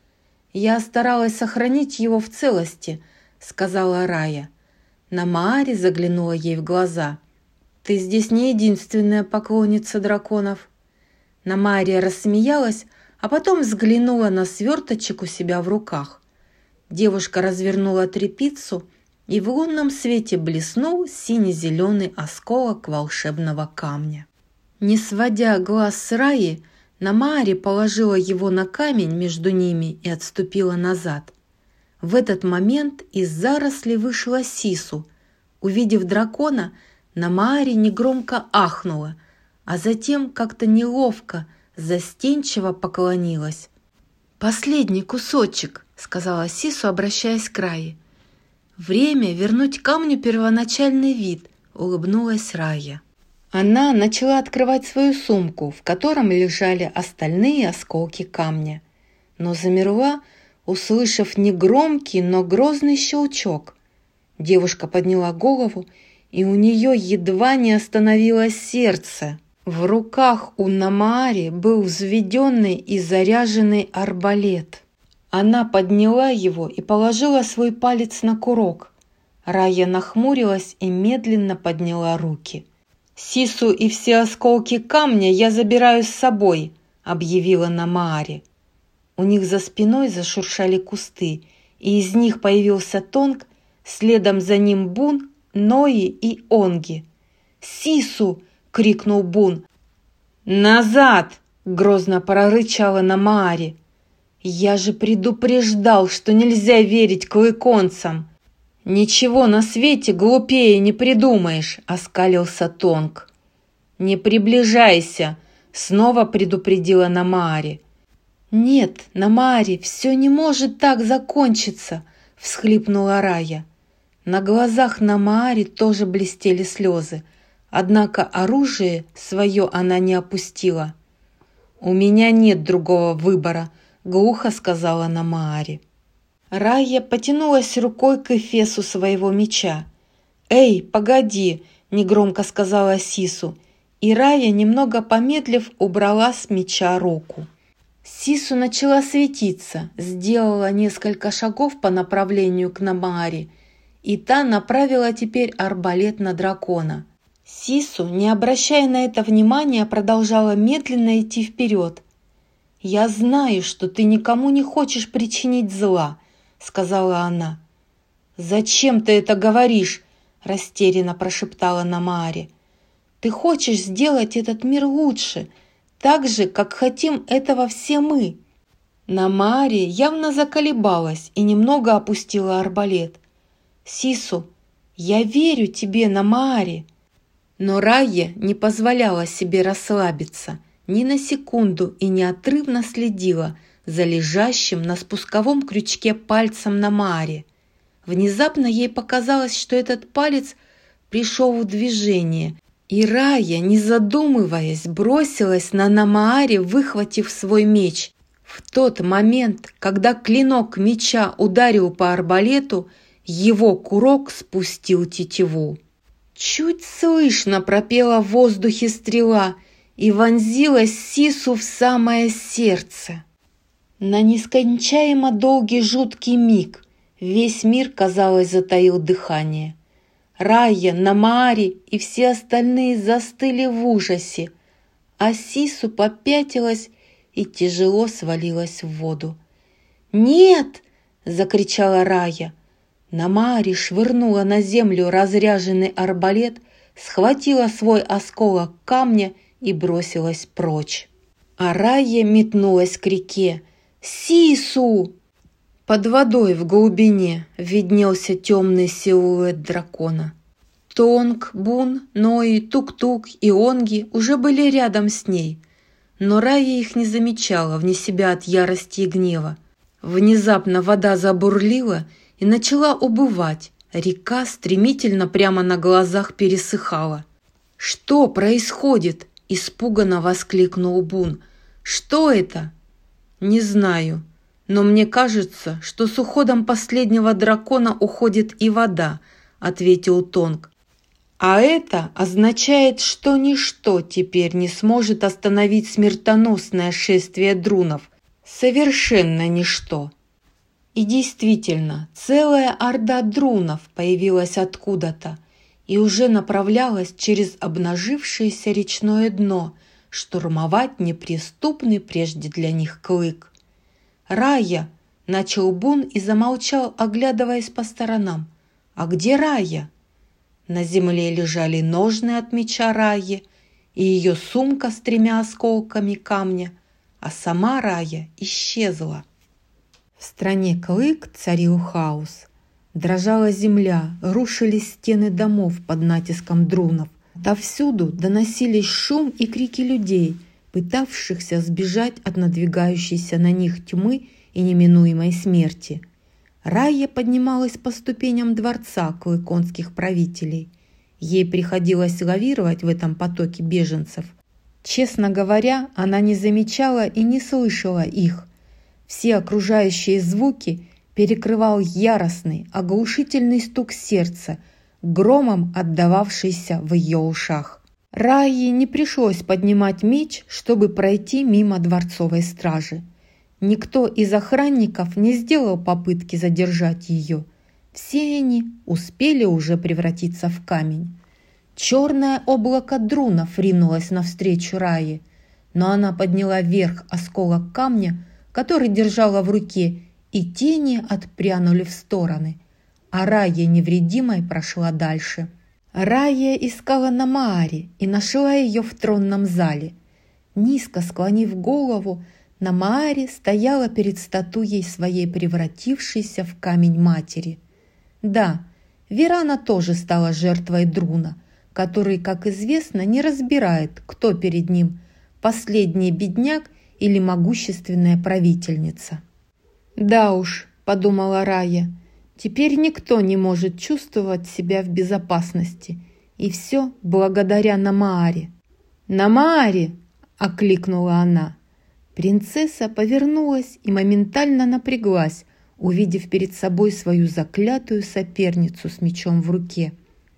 «Я старалась сохранить его в целости», — сказала Рая. Намаари заглянула ей в глаза. «Ты здесь не единственная поклонница драконов». Намаари рассмеялась, а потом взглянула на сверточек у себя в руках. Девушка развернула тряпицу, и в лунном свете блеснул сине-зеленый осколок волшебного камня. Не сводя глаз с Раи, Намаари положила его на камень между ними и отступила назад. В этот момент из зарослей вышла Сису. Увидев дракона, Намаари негромко ахнула, а затем как-то неловко, застенчиво поклонилась. «Последний кусочек», — сказала Сису, обращаясь к Рае. «Время вернуть камню первоначальный вид», — улыбнулась Рая. Она начала открывать свою сумку, в котором лежали остальные осколки камня, но замерла, услышав негромкий, но грозный щелчок. Девушка подняла голову, и у нее едва не остановилось сердце. В руках у Намаари был взведенный и заряженный арбалет. Она подняла его и положила свой палец на курок. Рая нахмурилась и медленно подняла руки. «Сису и все осколки камня я забираю с собой», — объявила Намаари. У них за спиной зашуршали кусты, и из них появился Тонг, следом за ним Бун, Нои и Онги. «Сису!» — крикнул Бун. «Назад!» — грозно прорычала Намаари. «Я же предупреждал, что нельзя верить клыконцам!» «Ничего на свете глупее не придумаешь», — оскалился Тонг. «Не приближайся», — снова предупредила Намаари. «Нет, Намаари, все не может так закончиться», — всхлипнула Рая. На глазах Намаари тоже блестели слезы, однако оружие свое она не опустила. «У меня нет другого выбора», — глухо сказала Намаари. Рая потянулась рукой к эфесу своего меча. «Эй, погоди!» — негромко сказала Сису, и Рая, немного помедлив, убрала с меча руку. Сису начала светиться, сделала несколько шагов по направлению к Намаари, и та направила теперь арбалет на дракона. Сису, не обращая на это внимания, продолжала медленно идти вперед. «Я знаю, что ты никому не хочешь причинить зла», — сказала она. «Зачем ты это говоришь?» — растерянно прошептала Намаари. «Ты хочешь сделать этот мир лучше, так же, как хотим этого все мы». Намаари явно заколебалась и немного опустила арбалет. «Сису, я верю тебе, Намаари». Но Рая не позволяла себе расслабиться ни на секунду и неотрывно следила за лежащим на спусковом крючке пальцем Намаари. Внезапно ей показалось, что этот палец пришел в движение, и Рая, не задумываясь, бросилась на Намаари, выхватив свой меч. В тот момент, когда клинок меча ударил по арбалету, его курок спустил тетиву. Чуть слышно пропела в воздухе стрела и вонзилась Сису в самое сердце. На нескончаемо долгий жуткий миг весь мир, казалось, затаил дыхание. Рая, Намаари и все остальные застыли в ужасе, а Сису попятилась и тяжело свалилась в воду. «Нет!» — закричала Рая. Намаари швырнула на землю разряженный арбалет, схватила свой осколок камня и бросилась прочь. А Рая метнулась к реке. «Сису!» Под водой в глубине виднелся темный силуэт дракона. Тонг, Бун, Нои, Тук-Тук и Онги уже были рядом с ней, но Рая их не замечала вне себя от ярости и гнева. Внезапно вода забурлила и начала убывать. Река стремительно прямо на глазах пересыхала. «Что происходит?» – испуганно воскликнул Бун. «Что это?» «Не знаю, но мне кажется, что с уходом последнего дракона уходит и вода», – ответил Тонг. «А это означает, что ничто теперь не сможет остановить смертоносное шествие друнов. Совершенно ничто». И действительно, целая орда друнов появилась откуда-то и уже направлялась через обнажившееся речное дно штурмовать неприступный прежде для них клык. «Рая!» – начал Бун и замолчал, оглядываясь по сторонам. «А где Рая?» На земле лежали ножны от меча Раи и ее сумка с тремя осколками камня, а сама Рая исчезла. В стране Клык царил хаос. Дрожала земля, рушились стены домов под натиском друнов. Отовсюду доносились шум и крики людей, пытавшихся сбежать от надвигающейся на них тьмы и неминуемой смерти. Рая поднималась по ступеням дворца клыконских правителей. Ей приходилось лавировать в этом потоке беженцев. Честно говоря, она не замечала и не слышала их. Все окружающие звуки перекрывал яростный, оглушительный стук сердца, громом отдававшийся в ее ушах. Рае не пришлось поднимать меч, чтобы пройти мимо дворцовой стражи. Никто из охранников не сделал попытки задержать ее. Все они успели уже превратиться в камень. Черное облако друнов ринулось навстречу Рае, но она подняла вверх осколок камня, который держала в руке, и тени отпрянули в стороны, а Рая невредимой прошла дальше. Рая искала Намаари и нашла ее в тронном зале. Низко склонив голову, Намаари стояла перед статуей своей превратившейся в камень матери. Да, Вирана тоже стала жертвой друна, который, как известно, не разбирает, кто перед ним – последний бедняк или могущественная правительница. «Да уж», – подумала Рая, – «теперь никто не может чувствовать себя в безопасности, и все благодаря Намаари». «Намаари!» – окликнула она. Принцесса повернулась и моментально напряглась, увидев перед собой свою заклятую соперницу с мечом в руке.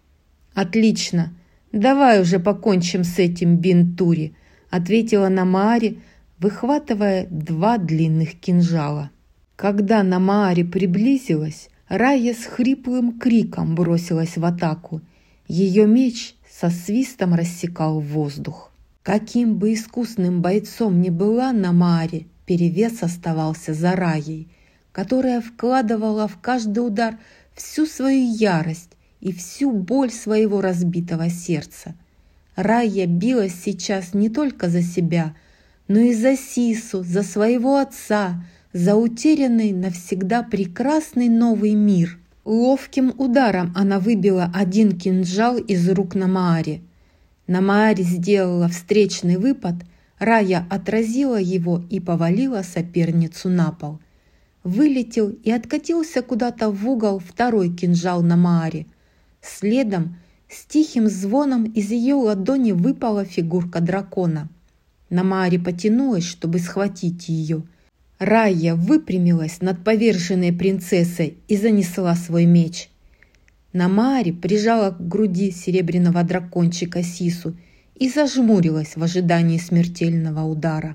«Отлично! Давай уже покончим с этим, Бинтури!» – ответила Намаари, выхватывая два длинных кинжала. Когда Намаари приблизилась, Рая с хриплым криком бросилась в атаку. Ее меч со свистом рассекал воздух. Каким бы искусным бойцом ни была Намаари, перевес оставался за Раей, которая вкладывала в каждый удар всю свою ярость и всю боль своего разбитого сердца. Рая билась сейчас не только за себя, но и за Сису, за своего отца, за утерянный навсегда прекрасный новый мир. Ловким ударом она выбила один кинжал из рук Намаари. Намаари сделала встречный выпад, Рая отразила его и повалила соперницу на пол. Вылетел и откатился куда-то в угол второй кинжал Намаари. Следом с тихим звоном из ее ладони выпала фигурка дракона. Намаари потянулась, чтобы схватить ее. Рая выпрямилась над поверженной принцессой и занесла свой меч. Намаари прижала к груди серебряного дракончика Сису и зажмурилась в ожидании смертельного удара.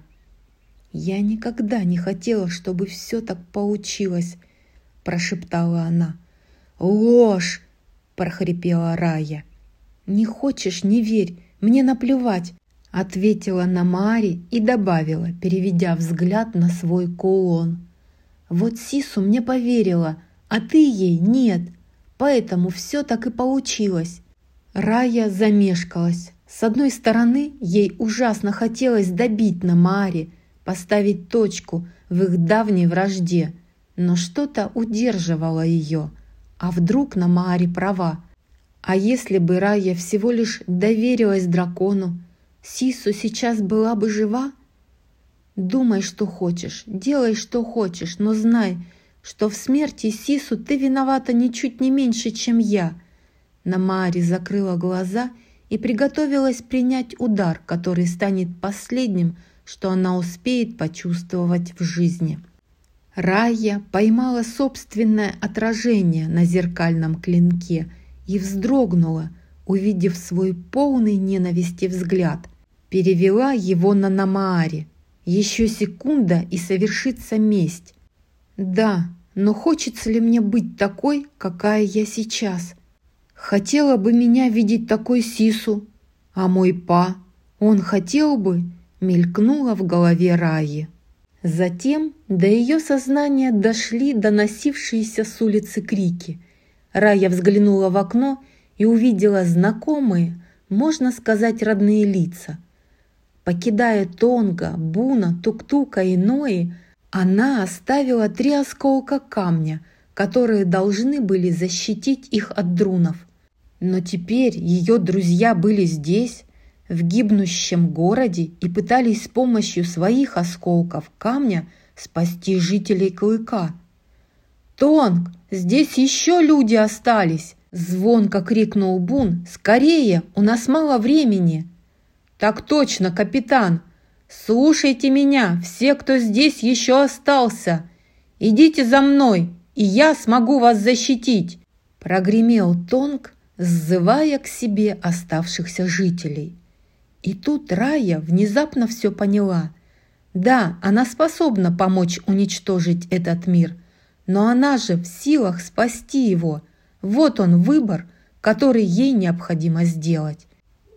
«Я никогда не хотела, чтобы все так получилось», – прошептала она. «Ложь!» – прохрипела Рая. «Не хочешь – не верь, мне наплевать», – ответила Намаари и добавила, переведя взгляд на свой кулон. Вот Сису мне поверила, а ты ей нет, поэтому все так и получилось». Рая замешкалась. С одной стороны, ей ужасно хотелось добить Намаари, поставить точку в их давней вражде, но что-то удерживало ее. А вдруг Намаари права? А если бы Рая всего лишь доверилась дракону, Сису сейчас была бы жива? «Думай, что хочешь, делай, что хочешь, но знай, что в смерти Сису ты виновата ничуть не меньше, чем я». Намаари закрыла глаза и приготовилась принять удар, который станет последним, что она успеет почувствовать в жизни. Рая поймала собственное отражение на зеркальном клинке и вздрогнула, увидев свой полный ненависти взгляд. Перевела его на Намаари. Еще секунда, и совершится месть. Да, но хочется ли мне быть такой, какая я сейчас? Хотела бы меня видеть такой Сису, а мой па, он хотел бы, мелькнуло в голове Раи. Затем до ее сознания дошли доносившиеся с улицы крики. Рая взглянула в окно и увидела знакомые, можно сказать, родные лица. Покидая Тонга, Буна, Тук-Тука и Нои, она оставила три осколка камня, которые должны были защитить их от друнов. Но теперь ее друзья были здесь, в гибнущем городе, и пытались с помощью своих осколков камня спасти жителей Клыка. «Тонг, здесь еще люди остались!» – звонко крикнул Бун. «Скорее, у нас мало времени!» «Так точно, капитан! Слушайте меня, все, кто здесь еще остался! Идите за мной, и я смогу вас защитить!» – прогремел Тонг, сзывая к себе оставшихся жителей. И тут Рая внезапно все поняла. Да, она способна помочь уничтожить этот мир, но она же в силах спасти его. Вот он выбор, который ей необходимо сделать.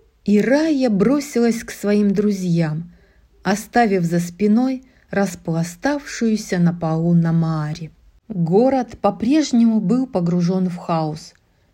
И Рая бросилась к своим друзьям, оставив за спиной распластавшуюся на полу Намаари. Город по-прежнему был погружен в хаос.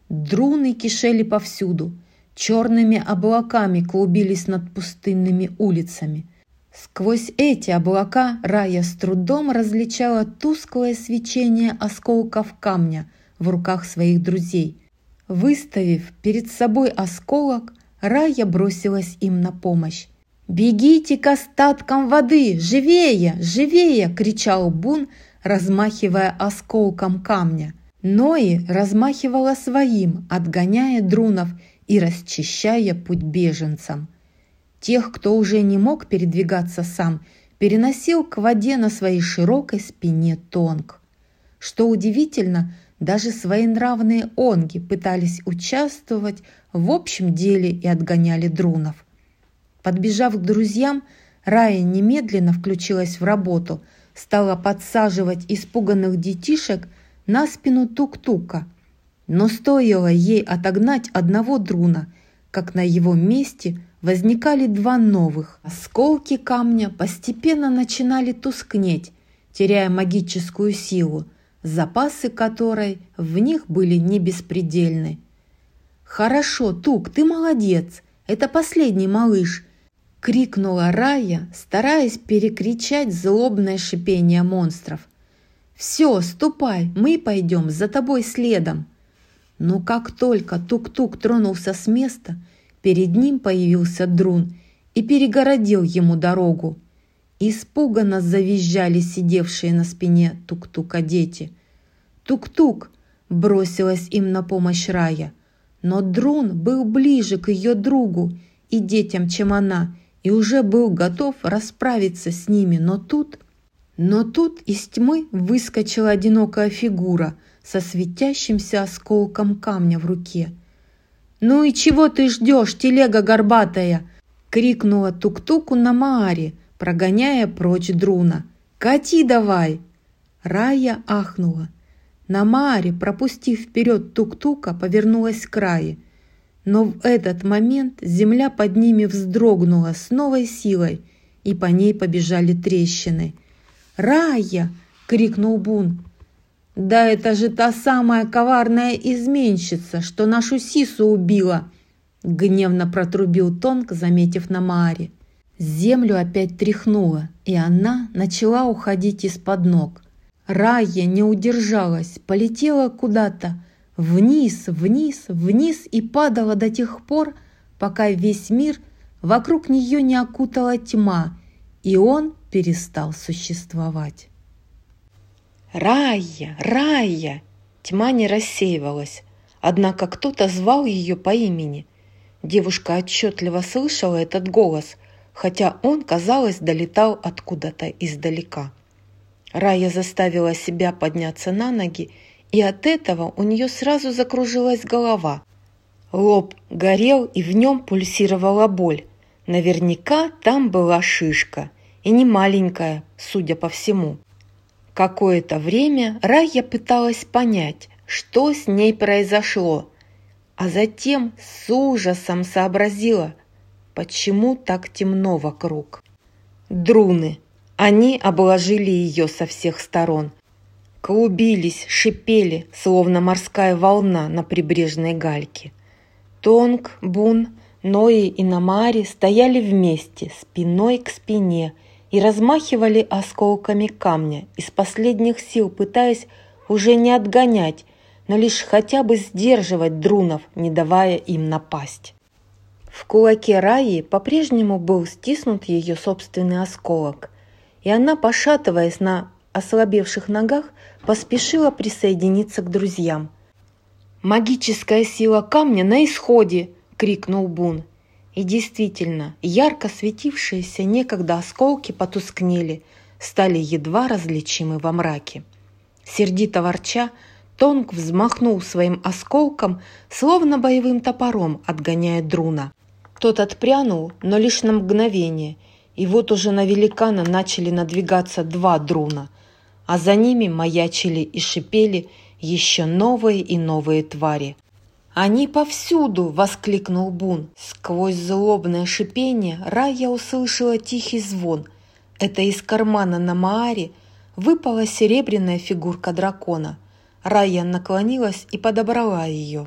Друны кишели повсюду, черными облаками клубились над пустынными улицами. Сквозь эти облака Рая с трудом различала тусклое свечение осколков камня в руках своих друзей. Выставив перед собой осколок, Рая бросилась им на помощь. «Бегите к остаткам воды! Живее! Живее!» – кричал Бун, размахивая осколком камня. Нои размахивала своим, отгоняя друнов и расчищая путь беженцам. Тех, кто уже не мог передвигаться сам, переносил к воде на своей широкой спине Тонг. Что удивительно, даже своенравные онги пытались участвовать в общем деле и отгоняли друнов. Подбежав к друзьям, Рая немедленно включилась в работу, стала подсаживать испуганных детишек на спину Тук-Тука. Но стоило ей отогнать одного друна, как на его месте возникали два новых. Осколки камня постепенно начинали тускнеть, теряя магическую силу, запасы которой в них были не беспредельны. «Хорошо, Тук, ты молодец, это последний малыш!» — крикнула Рая, стараясь перекричать злобное шипение монстров. «Все, ступай, мы пойдем за тобой следом!» Но как только Тук-Тук тронулся с места, перед ним появился друн и перегородил ему дорогу. Испуганно завизжали сидевшие на спине Тук-Тука дети. «Тук-Тук!» – бросилась им на помощь Рая. Но друн был ближе к ее другу и детям, чем она, и уже был готов расправиться с ними, но тут... Но тут из тьмы выскочила одинокая фигура со светящимся осколком камня в руке. «Ну и чего ты ждешь, телега горбатая?» — крикнула Тук-Туку Намаари, прогоняя прочь друна. «Кати давай!» Рая ахнула. Намаари, пропустив вперед Тук-Тука, повернулась к Рае. Но в этот момент земля под ними вздрогнула с новой силой, и по ней побежали трещины. «Рая!» — вскрикнул Бун. «Да это же та самая коварная изменщица, что нашу Сису убила!» Гневно протрубил Тонг, заметив Намаари. Землю опять тряхнуло, и она начала уходить из-под ног. Райя не удержалась, полетела куда-то вниз, вниз, вниз и падала до тех пор, пока весь мир вокруг нее не окутала тьма, и он перестал существовать. «Райя! Райя!» Тьма не рассеивалась, однако кто-то звал ее по имени. Девушка отчетливо слышала этот голос, хотя он, казалось, долетал откуда-то издалека. Райя заставила себя подняться на ноги, и от этого у нее сразу закружилась голова. Лоб горел, и в нем пульсировала боль. Наверняка там была шишка, и не маленькая, судя по всему. Какое-то время Райя пыталась понять, что с ней произошло, а затем с ужасом сообразила, почему так темно вокруг. Друны. Они обложили ее со всех сторон. Клубились, шипели, словно морская волна на прибрежной гальке. Тонг, Бун, Нои и Намаари стояли вместе, спиной к спине, и размахивали осколками камня, из последних сил пытаясь уже не отгонять, но лишь хотя бы сдерживать друнов, не давая им напасть. В кулаке Райи по-прежнему был стиснут ее собственный осколок, и она, пошатываясь на ослабевших ногах, поспешила присоединиться к друзьям. «Магическая сила камня на исходе!» — крикнул Бун. И действительно, ярко светившиеся некогда осколки потускнели, стали едва различимы во мраке. Сердито ворча, Тонг взмахнул своим осколком, словно боевым топором, отгоняя друна. Тот отпрянул, но лишь на мгновение, и вот уже на великана начали надвигаться два друна, а за ними маячили и шипели еще новые и новые твари. «Они повсюду!» — воскликнул Бун. Сквозь злобное шипение Райя услышала тихий звон. Это из кармана Намаари выпала серебряная фигурка дракона. Райя наклонилась и подобрала ее.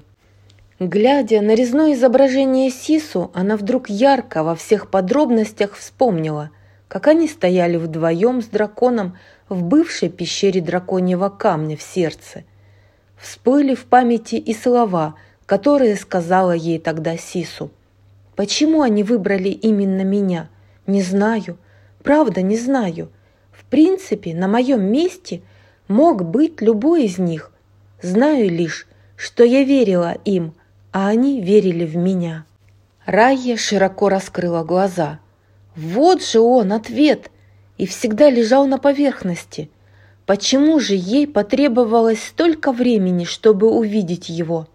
Глядя на резное изображение Сису, она вдруг ярко во всех подробностях вспомнила, как они стояли вдвоем с драконом в бывшей пещере драконьего камня в сердце. Всплыли в памяти и слова, которые сказала ей тогда Сису. Почему они выбрали именно меня? Не знаю. Правда, не знаю. В принципе, на моем месте мог быть любой из них. Знаю лишь, что я верила им, а они верили в меня. Райя широко раскрыла глаза. Вот же он, ответ, и всегда лежал на поверхности. Почему же ей потребовалось столько времени, чтобы увидеть его?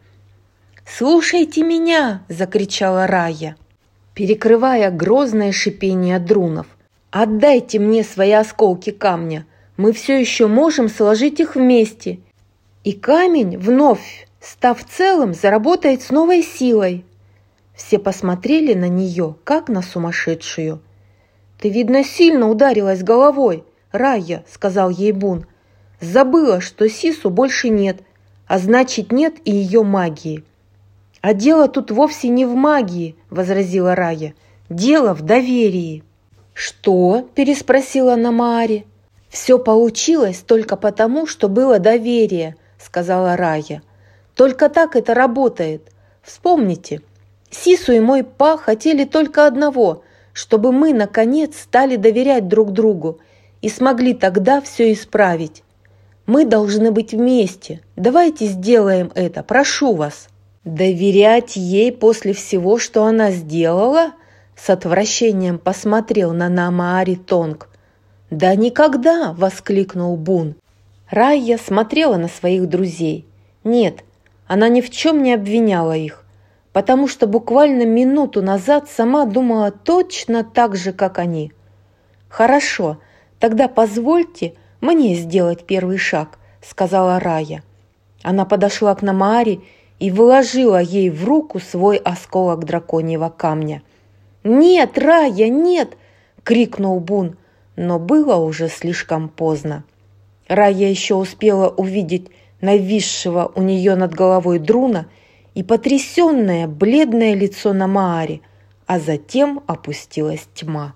«Слушайте меня!» – закричала Райя, перекрывая грозное шипение друнов. «Отдайте мне свои осколки камня, мы все еще можем сложить их вместе, и камень, вновь став целым, заработает с новой силой». Все посмотрели на нее, как на сумасшедшую. «Ты, видно, сильно ударилась головой, Райя», – сказал ей Бун. «Забыла, что Сису больше нет, а значит, нет и ее магии». «А дело тут вовсе не в магии», – возразила Райя. «Дело в доверии». «Что?» – переспросила Намаари. «Все получилось только потому, что было доверие», – сказала Райя. «Только так это работает. Вспомните, Сису и мой Па хотели только одного, чтобы мы, наконец, стали доверять друг другу и смогли тогда все исправить. Мы должны быть вместе. Давайте сделаем это, прошу вас». «Доверять ей после всего, что она сделала?» С отвращением посмотрел на Намаари Тонг. «Да никогда!» – воскликнул Бун. Райя смотрела на своих друзей. Нет, она ни в чем не обвиняла их, потому что буквально минуту назад сама думала точно так же, как они. «Хорошо, тогда позвольте мне сделать первый шаг», – сказала Райя. Она подошла к Намаари и вложила ей в руку свой осколок драконьего камня. «Нет, Райя, нет!» – крикнул Бун, но было уже слишком поздно. Рая еще успела увидеть нависшего у нее над головой Друна и потрясенное бледное лицо Намаари, а затем опустилась тьма.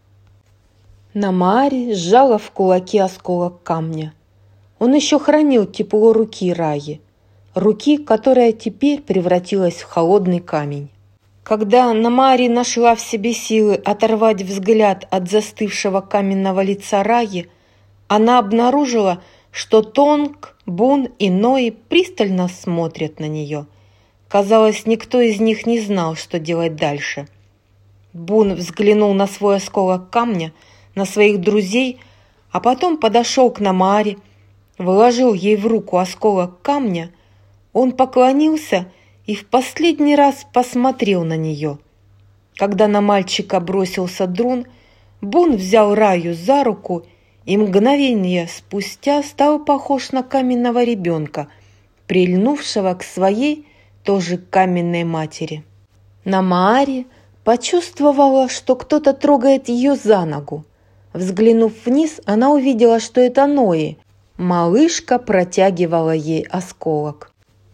Намаари сжала в кулаки осколок камня. Он еще хранил тепло руки Раи, руки, которая теперь превратилась в холодный камень. Когда Намаари нашла в себе силы оторвать взгляд от застывшего каменного лица Раи, она обнаружила, что Тонг, Бун и Ной пристально смотрят на нее. Казалось, никто из них не знал, что делать дальше. Бун взглянул на свой осколок камня, на своих друзей, а потом подошел к Намаари, вложил ей в руку осколок камня. Он поклонился и в последний раз посмотрел на нее. Когда на мальчика бросился Друн, Бун взял Раю за руку и мгновение спустя стал похож на каменного ребенка, прильнувшего к своей тоже каменной матери. Намаари почувствовала, что кто-то трогает ее за ногу. Взглянув вниз, она увидела, что это Нои. Малышка протягивала ей осколок.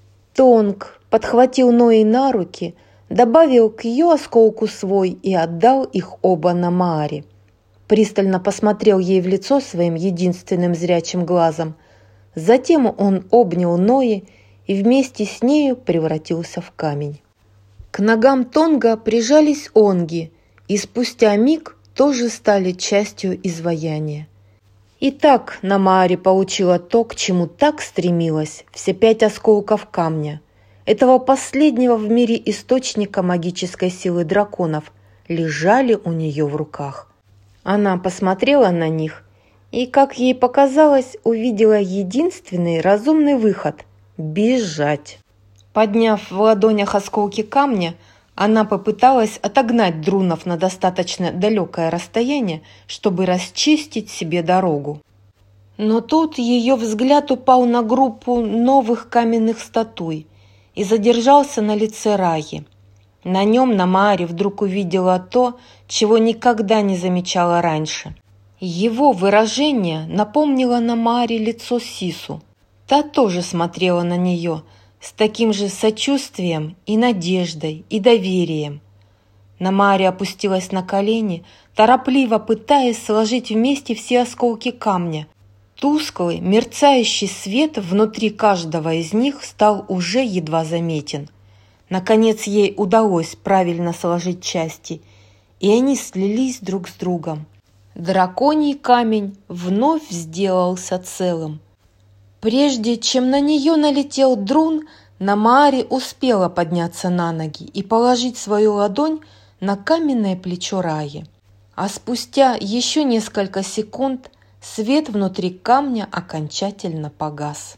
Тонг подхватил Нои на руки, добавил к ее осколку свой и отдал их оба Намаари. Пристально посмотрел ей в лицо своим единственным зрячим глазом. Затем он обнял Нои и вместе с нею превратился в камень. К ногам Тонга прижались онги, и спустя миг тоже стали частью изваяния. И так Намаари получила то, к чему так стремилась, все пять осколков камня. Этого последнего в мире источника магической силы драконов лежали у нее в руках. Она посмотрела на них и, как ей показалось, увидела единственный разумный выход – бежать. Подняв в ладонях осколки камня, она попыталась отогнать друнов на достаточно далекое расстояние, чтобы расчистить себе дорогу. Но тут ее взгляд упал на группу новых каменных статуй и задержался на лице Раи. На нем Намаари вдруг увидела то, чего никогда не замечала раньше. Его выражение напомнило Намаари лицо Сису. Та тоже смотрела на нее с таким же сочувствием и надеждой и доверием. Намаари опустилась на колени, торопливо пытаясь сложить вместе все осколки камня. Тусклый, мерцающий свет внутри каждого из них стал уже едва заметен. Наконец ей удалось правильно сложить части, и они слились друг с другом. Драконий камень вновь сделался целым. Прежде чем на нее налетел Друн, Намаари успела подняться на ноги и положить свою ладонь на каменное плечо Раи. А спустя еще несколько секунд свет внутри камня окончательно погас.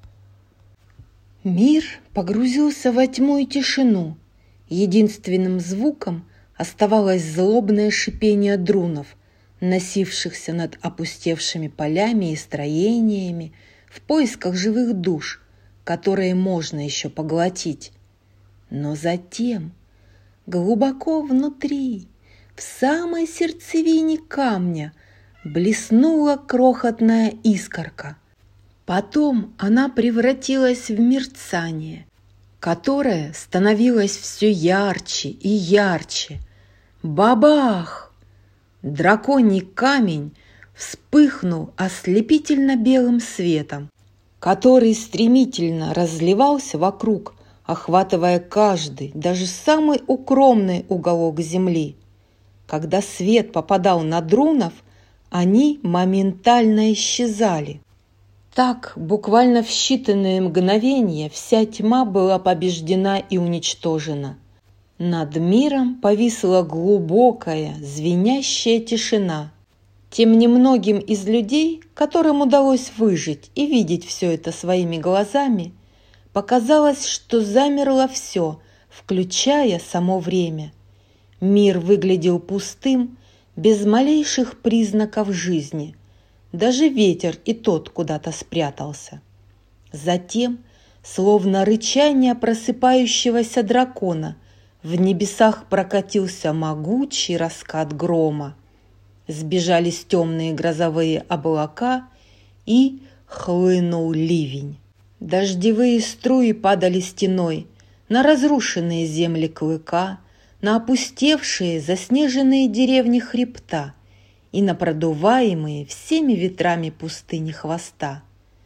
Мир погрузился во тьму и тишину. Единственным звуком оставалось злобное шипение друнов, носившихся над опустевшими полями и строениями в поисках живых душ, которые можно еще поглотить. Но затем, глубоко внутри, в самой сердцевине камня, блеснула крохотная искорка. Потом она превратилась в мерцание, которое становилось все ярче и ярче. Бабах! Драконий камень вспыхнул ослепительно белым светом, который стремительно разливался вокруг, охватывая каждый, даже самый укромный уголок земли. Когда свет попадал на друнов, они моментально исчезали. Так, буквально в считанные мгновения вся тьма была побеждена и уничтожена. Над миром повисла глубокая, звенящая тишина. Тем немногим из людей, которым удалось выжить и видеть все это своими глазами, показалось, что замерло все, включая само время. Мир выглядел пустым, без малейших признаков жизни. Даже ветер и тот куда-то спрятался. Затем, словно рычание просыпающегося дракона, в небесах прокатился могучий раскат грома. Сбежались темные грозовые облака, и, хлынул ливень. Дождевые струи падали стеной на разрушенные земли Клыка, на опустевшие заснеженные деревни Хребта и на продуваемые всеми ветрами пустыни Хвоста.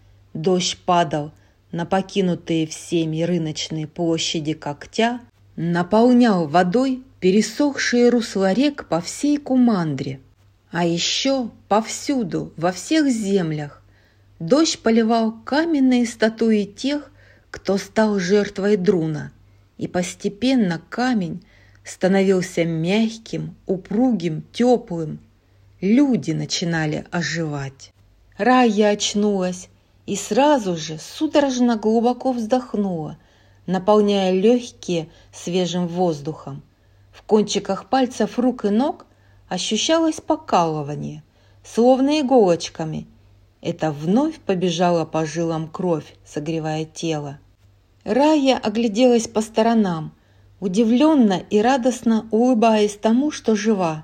Дождь падал на покинутые всеми рыночные площади Когтя, наполнял водой пересохшие русла рек по всей Кумандре. А еще повсюду, во всех землях, дождь поливал каменные статуи тех, кто стал жертвой Друна, и постепенно камень становился мягким, упругим, теплым. Люди начинали оживать. Райя очнулась и сразу же судорожно глубоко вздохнула, наполняя легкие свежим воздухом. В кончиках пальцев рук и ног ощущалось покалывание, словно иголочками. Это вновь побежала по жилам кровь, согревая тело. Райя огляделась по сторонам, удивленно и радостно улыбаясь тому, что жива.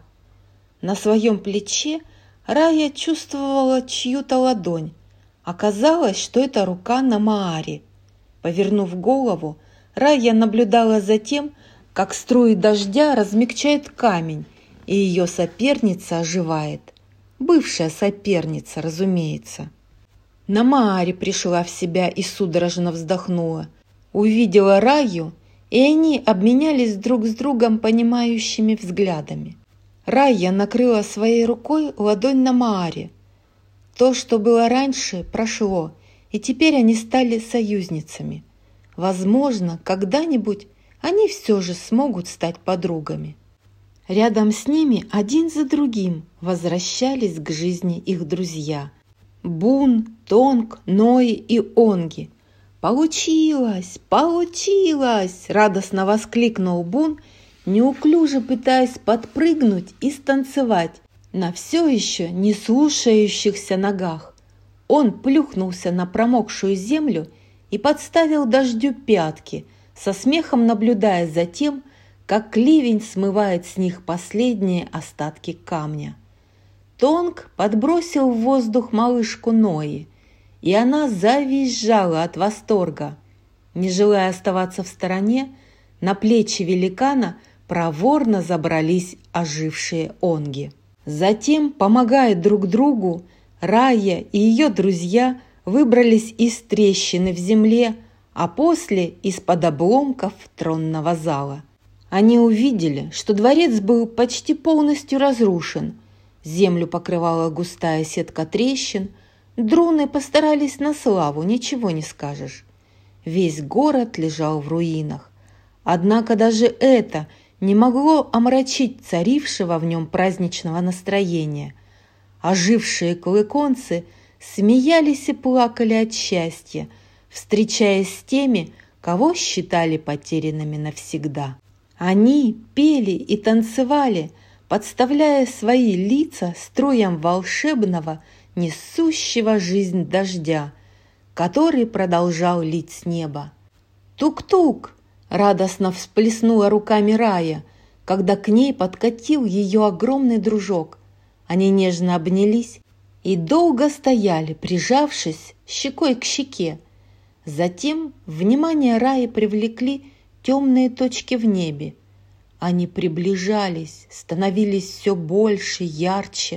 На своем плече Райя чувствовала чью-то ладонь. Оказалось, что это рука Намаари. Повернув голову, Райя наблюдала за тем, как струи дождя размягчают камень, и ее соперница оживает. Бывшая соперница, разумеется. Намаари пришла в себя и судорожно вздохнула. Увидела Райю, и они обменялись друг с другом понимающими взглядами. Райя накрыла своей рукой ладонь Намаари. То, что было раньше, прошло, и теперь они стали союзницами. Возможно, когда-нибудь они все же смогут стать подругами. Рядом с ними один за другим возвращались к жизни их друзья. Бун, Тонг, Ной и Онги. «Получилось! Получилось!» – радостно воскликнул Бун, неуклюже пытаясь подпрыгнуть и станцевать на все еще не слушающихся ногах. Он плюхнулся на промокшую землю и подставил дождю пятки, со смехом наблюдая за тем, как ливень смывает с них последние остатки камня. Тонг подбросил в воздух малышку Нои, и она завизжала от восторга. Не желая оставаться в стороне, на плечи великана проворно забрались ожившие онги. Затем, помогая друг другу, Райя и ее друзья выбрались из трещины в земле, а после из-под обломков тронного зала. Они увидели, что дворец был почти полностью разрушен. Землю покрывала густая сетка трещин. Друны постарались на славу, ничего не скажешь. Весь город лежал в руинах. Однако даже это не могло омрачить царившего в нем праздничного настроения. Ожившие клыконцы смеялись и плакали от счастья, встречаясь с теми, кого считали потерянными навсегда. Они пели и танцевали, подставляя свои лица струям волшебного, несущего жизнь дождя, который продолжал лить с неба. «Тук-тук!» – радостно всплеснула руками Райя, когда к ней подкатил ее огромный дружок. Они нежно обнялись и долго стояли, прижавшись щекой к щеке. Затем внимание Райи привлекли темные точки в небе. Они приближались, становились все больше, ярче.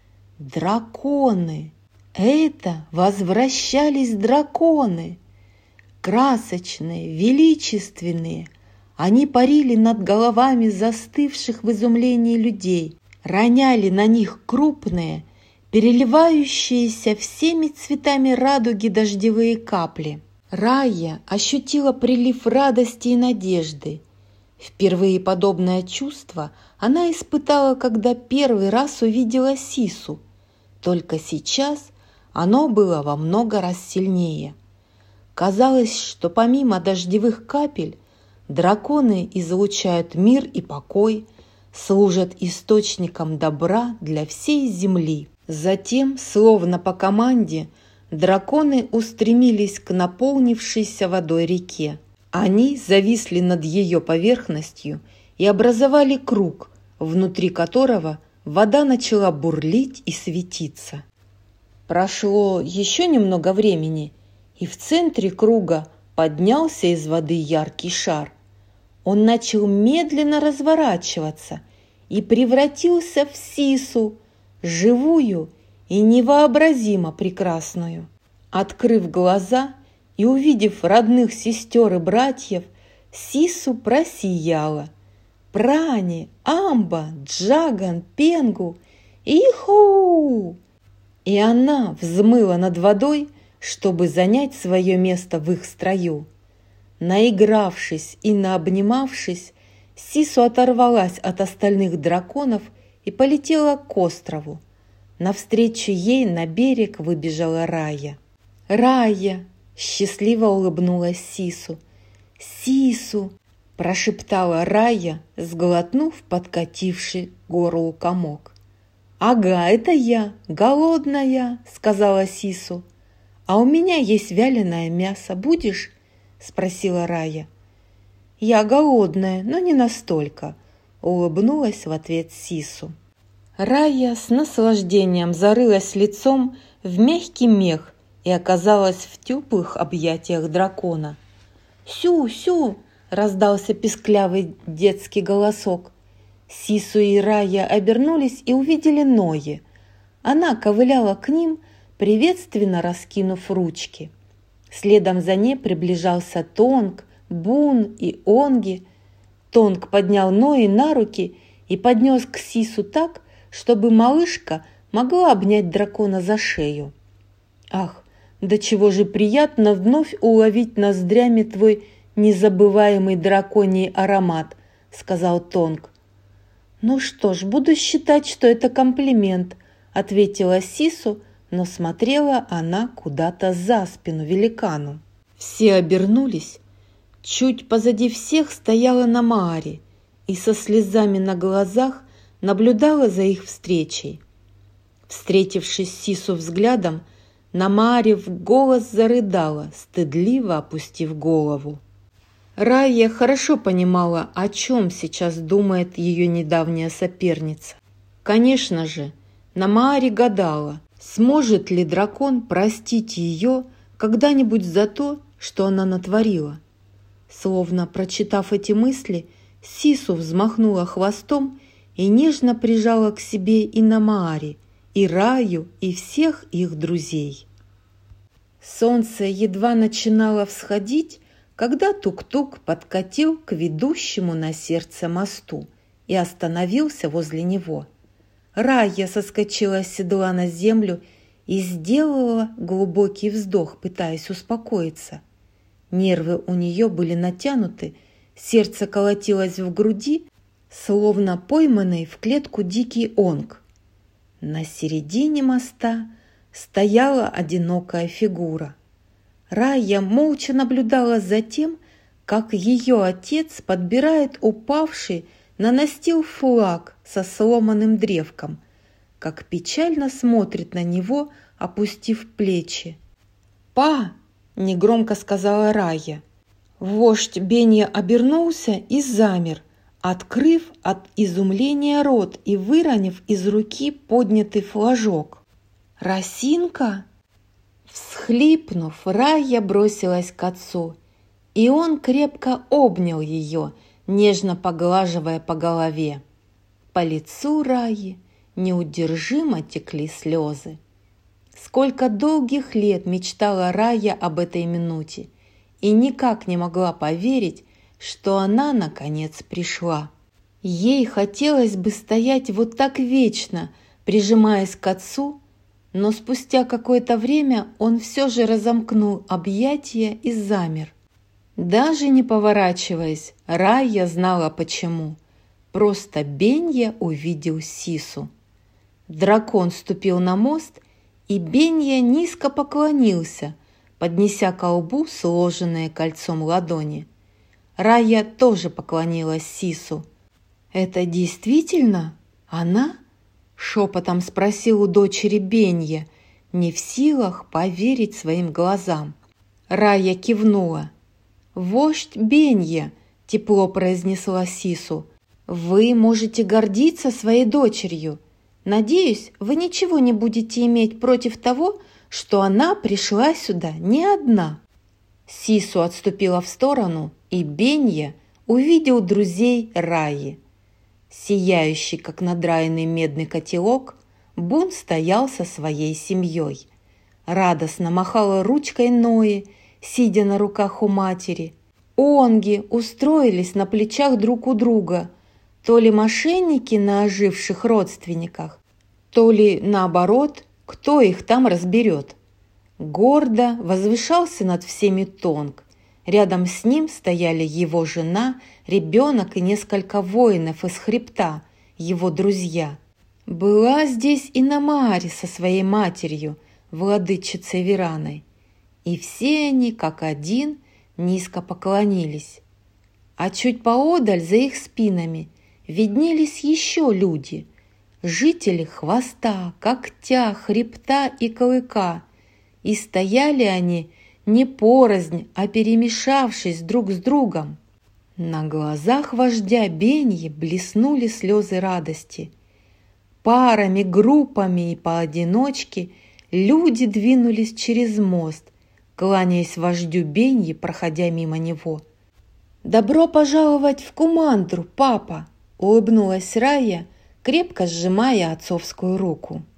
Драконы! Это возвращались драконы! Красочные, величественные. Они парили над головами застывших в изумлении людей, роняли на них крупные, переливающиеся всеми цветами радуги дождевые капли. Райя ощутила прилив радости и надежды. Впервые подобное чувство она испытала, когда первый раз увидела Сису. Только сейчас оно было во много раз сильнее. Казалось, что помимо дождевых капель, драконы излучают мир и покой, служат источником добра для всей земли. Затем, словно по команде, драконы устремились к наполнившейся водой реке. Они зависли над ее поверхностью и образовали круг, внутри которого вода начала бурлить и светиться. Прошло еще немного времени, и в центре круга поднялся из воды яркий шар. Он начал медленно разворачиваться и превратился в Сису, живую и невообразимо прекрасную. Открыв глаза и увидев родных сестер и братьев, Сису просияла. Прани, Амба, Джаган, Пенгу, иху! И она взмыла над водой, чтобы занять свое место в их строю. Наигравшись и наобнимавшись, Сису оторвалась от остальных драконов и полетела к острову. Навстречу ей на берег выбежала Рая. «Рая!» – счастливо улыбнулась Сису. «Сису!» – прошептала Рая, сглотнув подкативший к горлу комок. «Ага, это я, голодная!» – сказала Сису. «А у меня есть вяленое мясо. Будешь?» – спросила Рая. «Я голодная, но не настолько», – улыбнулась в ответ Сису. Рая с наслаждением зарылась лицом в мягкий мех и оказалась в теплых объятиях дракона. «Сю, сю!» – раздался писклявый детский голосок. Сису и Рая обернулись и увидели Нои. Она ковыляла к ним, приветственно раскинув ручки. Следом за ней приближался Тонг, Бун и Онги. Тонг поднял Нои на руки и поднес к Сису так, чтобы малышка могла обнять дракона за шею. «Ах, до чего же приятно вновь уловить ноздрями твой незабываемый драконий аромат», — сказал Тонг. «Ну что ж, буду считать, что это комплимент», — ответила Сису, но смотрела она куда-то за спину великану. Все обернулись. Чуть позади всех стояла Намаари и со слезами на глазах наблюдала за их встречей. Встретившись с Сису взглядом, Намаари в голос зарыдала, стыдливо опустив голову. Рая хорошо понимала, о чем сейчас думает ее недавняя соперница. Конечно же, Намаари гадала, сможет ли дракон простить ее когда-нибудь за то, что она натворила. Словно прочитав эти мысли, Сису взмахнула хвостом и нежно прижала к себе и Намаари, и Раю, и всех их друзей. Солнце едва начинало всходить, когда тук-тук подкатил к ведущему на сердце мосту и остановился возле него. Рая соскочила с седла на землю и сделала глубокий вздох, пытаясь успокоиться. Нервы у нее были натянуты, сердце колотилось в груди, словно пойманный в клетку дикий онг. На середине моста стояла одинокая фигура. Рая молча наблюдала за тем, как ее отец подбирает упавший на настил флаг со сломанным древком, как печально смотрит на него, опустив плечи. «Па!» – негромко сказала Рая. Вождь Бенья обернулся и замер, открыв от изумления рот и выронив из руки поднятый флажок. «Росинка?» Всхлипнув, Рая бросилась к отцу, и он крепко обнял ее, нежно поглаживая по голове. По лицу Раи неудержимо текли слезы. Сколько долгих лет мечтала Рая об этой минуте и никак не могла поверить, что она, наконец, пришла. Ей хотелось бы стоять вот так вечно, прижимаясь к отцу, но спустя какое-то время он все же разомкнул объятия и замер. Даже не поворачиваясь, Рая знала почему. Просто Бенья увидел Сису. Дракон ступил на мост, и Бенья низко поклонился, поднеся ко лбу сложенные кольцом ладони. Рая тоже поклонилась Сису. «Это действительно она?» — шепотом спросил у дочери Бенья, не в силах поверить своим глазам. Рая кивнула. «Вождь Бенья», — тепло произнесла Сису, — «вы можете гордиться своей дочерью. Надеюсь, вы ничего не будете иметь против того, что она пришла сюда не одна». Сису отступила в сторону, и Бенья увидел друзей Раи. Сияющий, как надраенный медный котелок, Бун стоял со своей семьей. Радостно махала ручкой Нои, сидя на руках у матери. Онги устроились на плечах друг у друга, то ли мошенники на оживших родственниках, то ли, наоборот, кто их там разберет. Гордо возвышался над всеми Тонг. Рядом с ним стояли его жена, ребенок и несколько воинов из хребта, его друзья. Была здесь и Намаари со своей матерью, владычицей Вираной. И все они, как один, низко поклонились. А чуть поодаль, за их спинами, виднелись еще люди, жители хвоста, когтя, хребта и клыка. И стояли они не порознь, а перемешавшись друг с другом. На глазах вождя Беньи блеснули слезы радости. Парами, группами и поодиночке люди двинулись через мост, кланяясь вождю Беньи, проходя мимо него. «Добро пожаловать в Кумандру, папа!» — улыбнулась Рая, крепко сжимая отцовскую руку.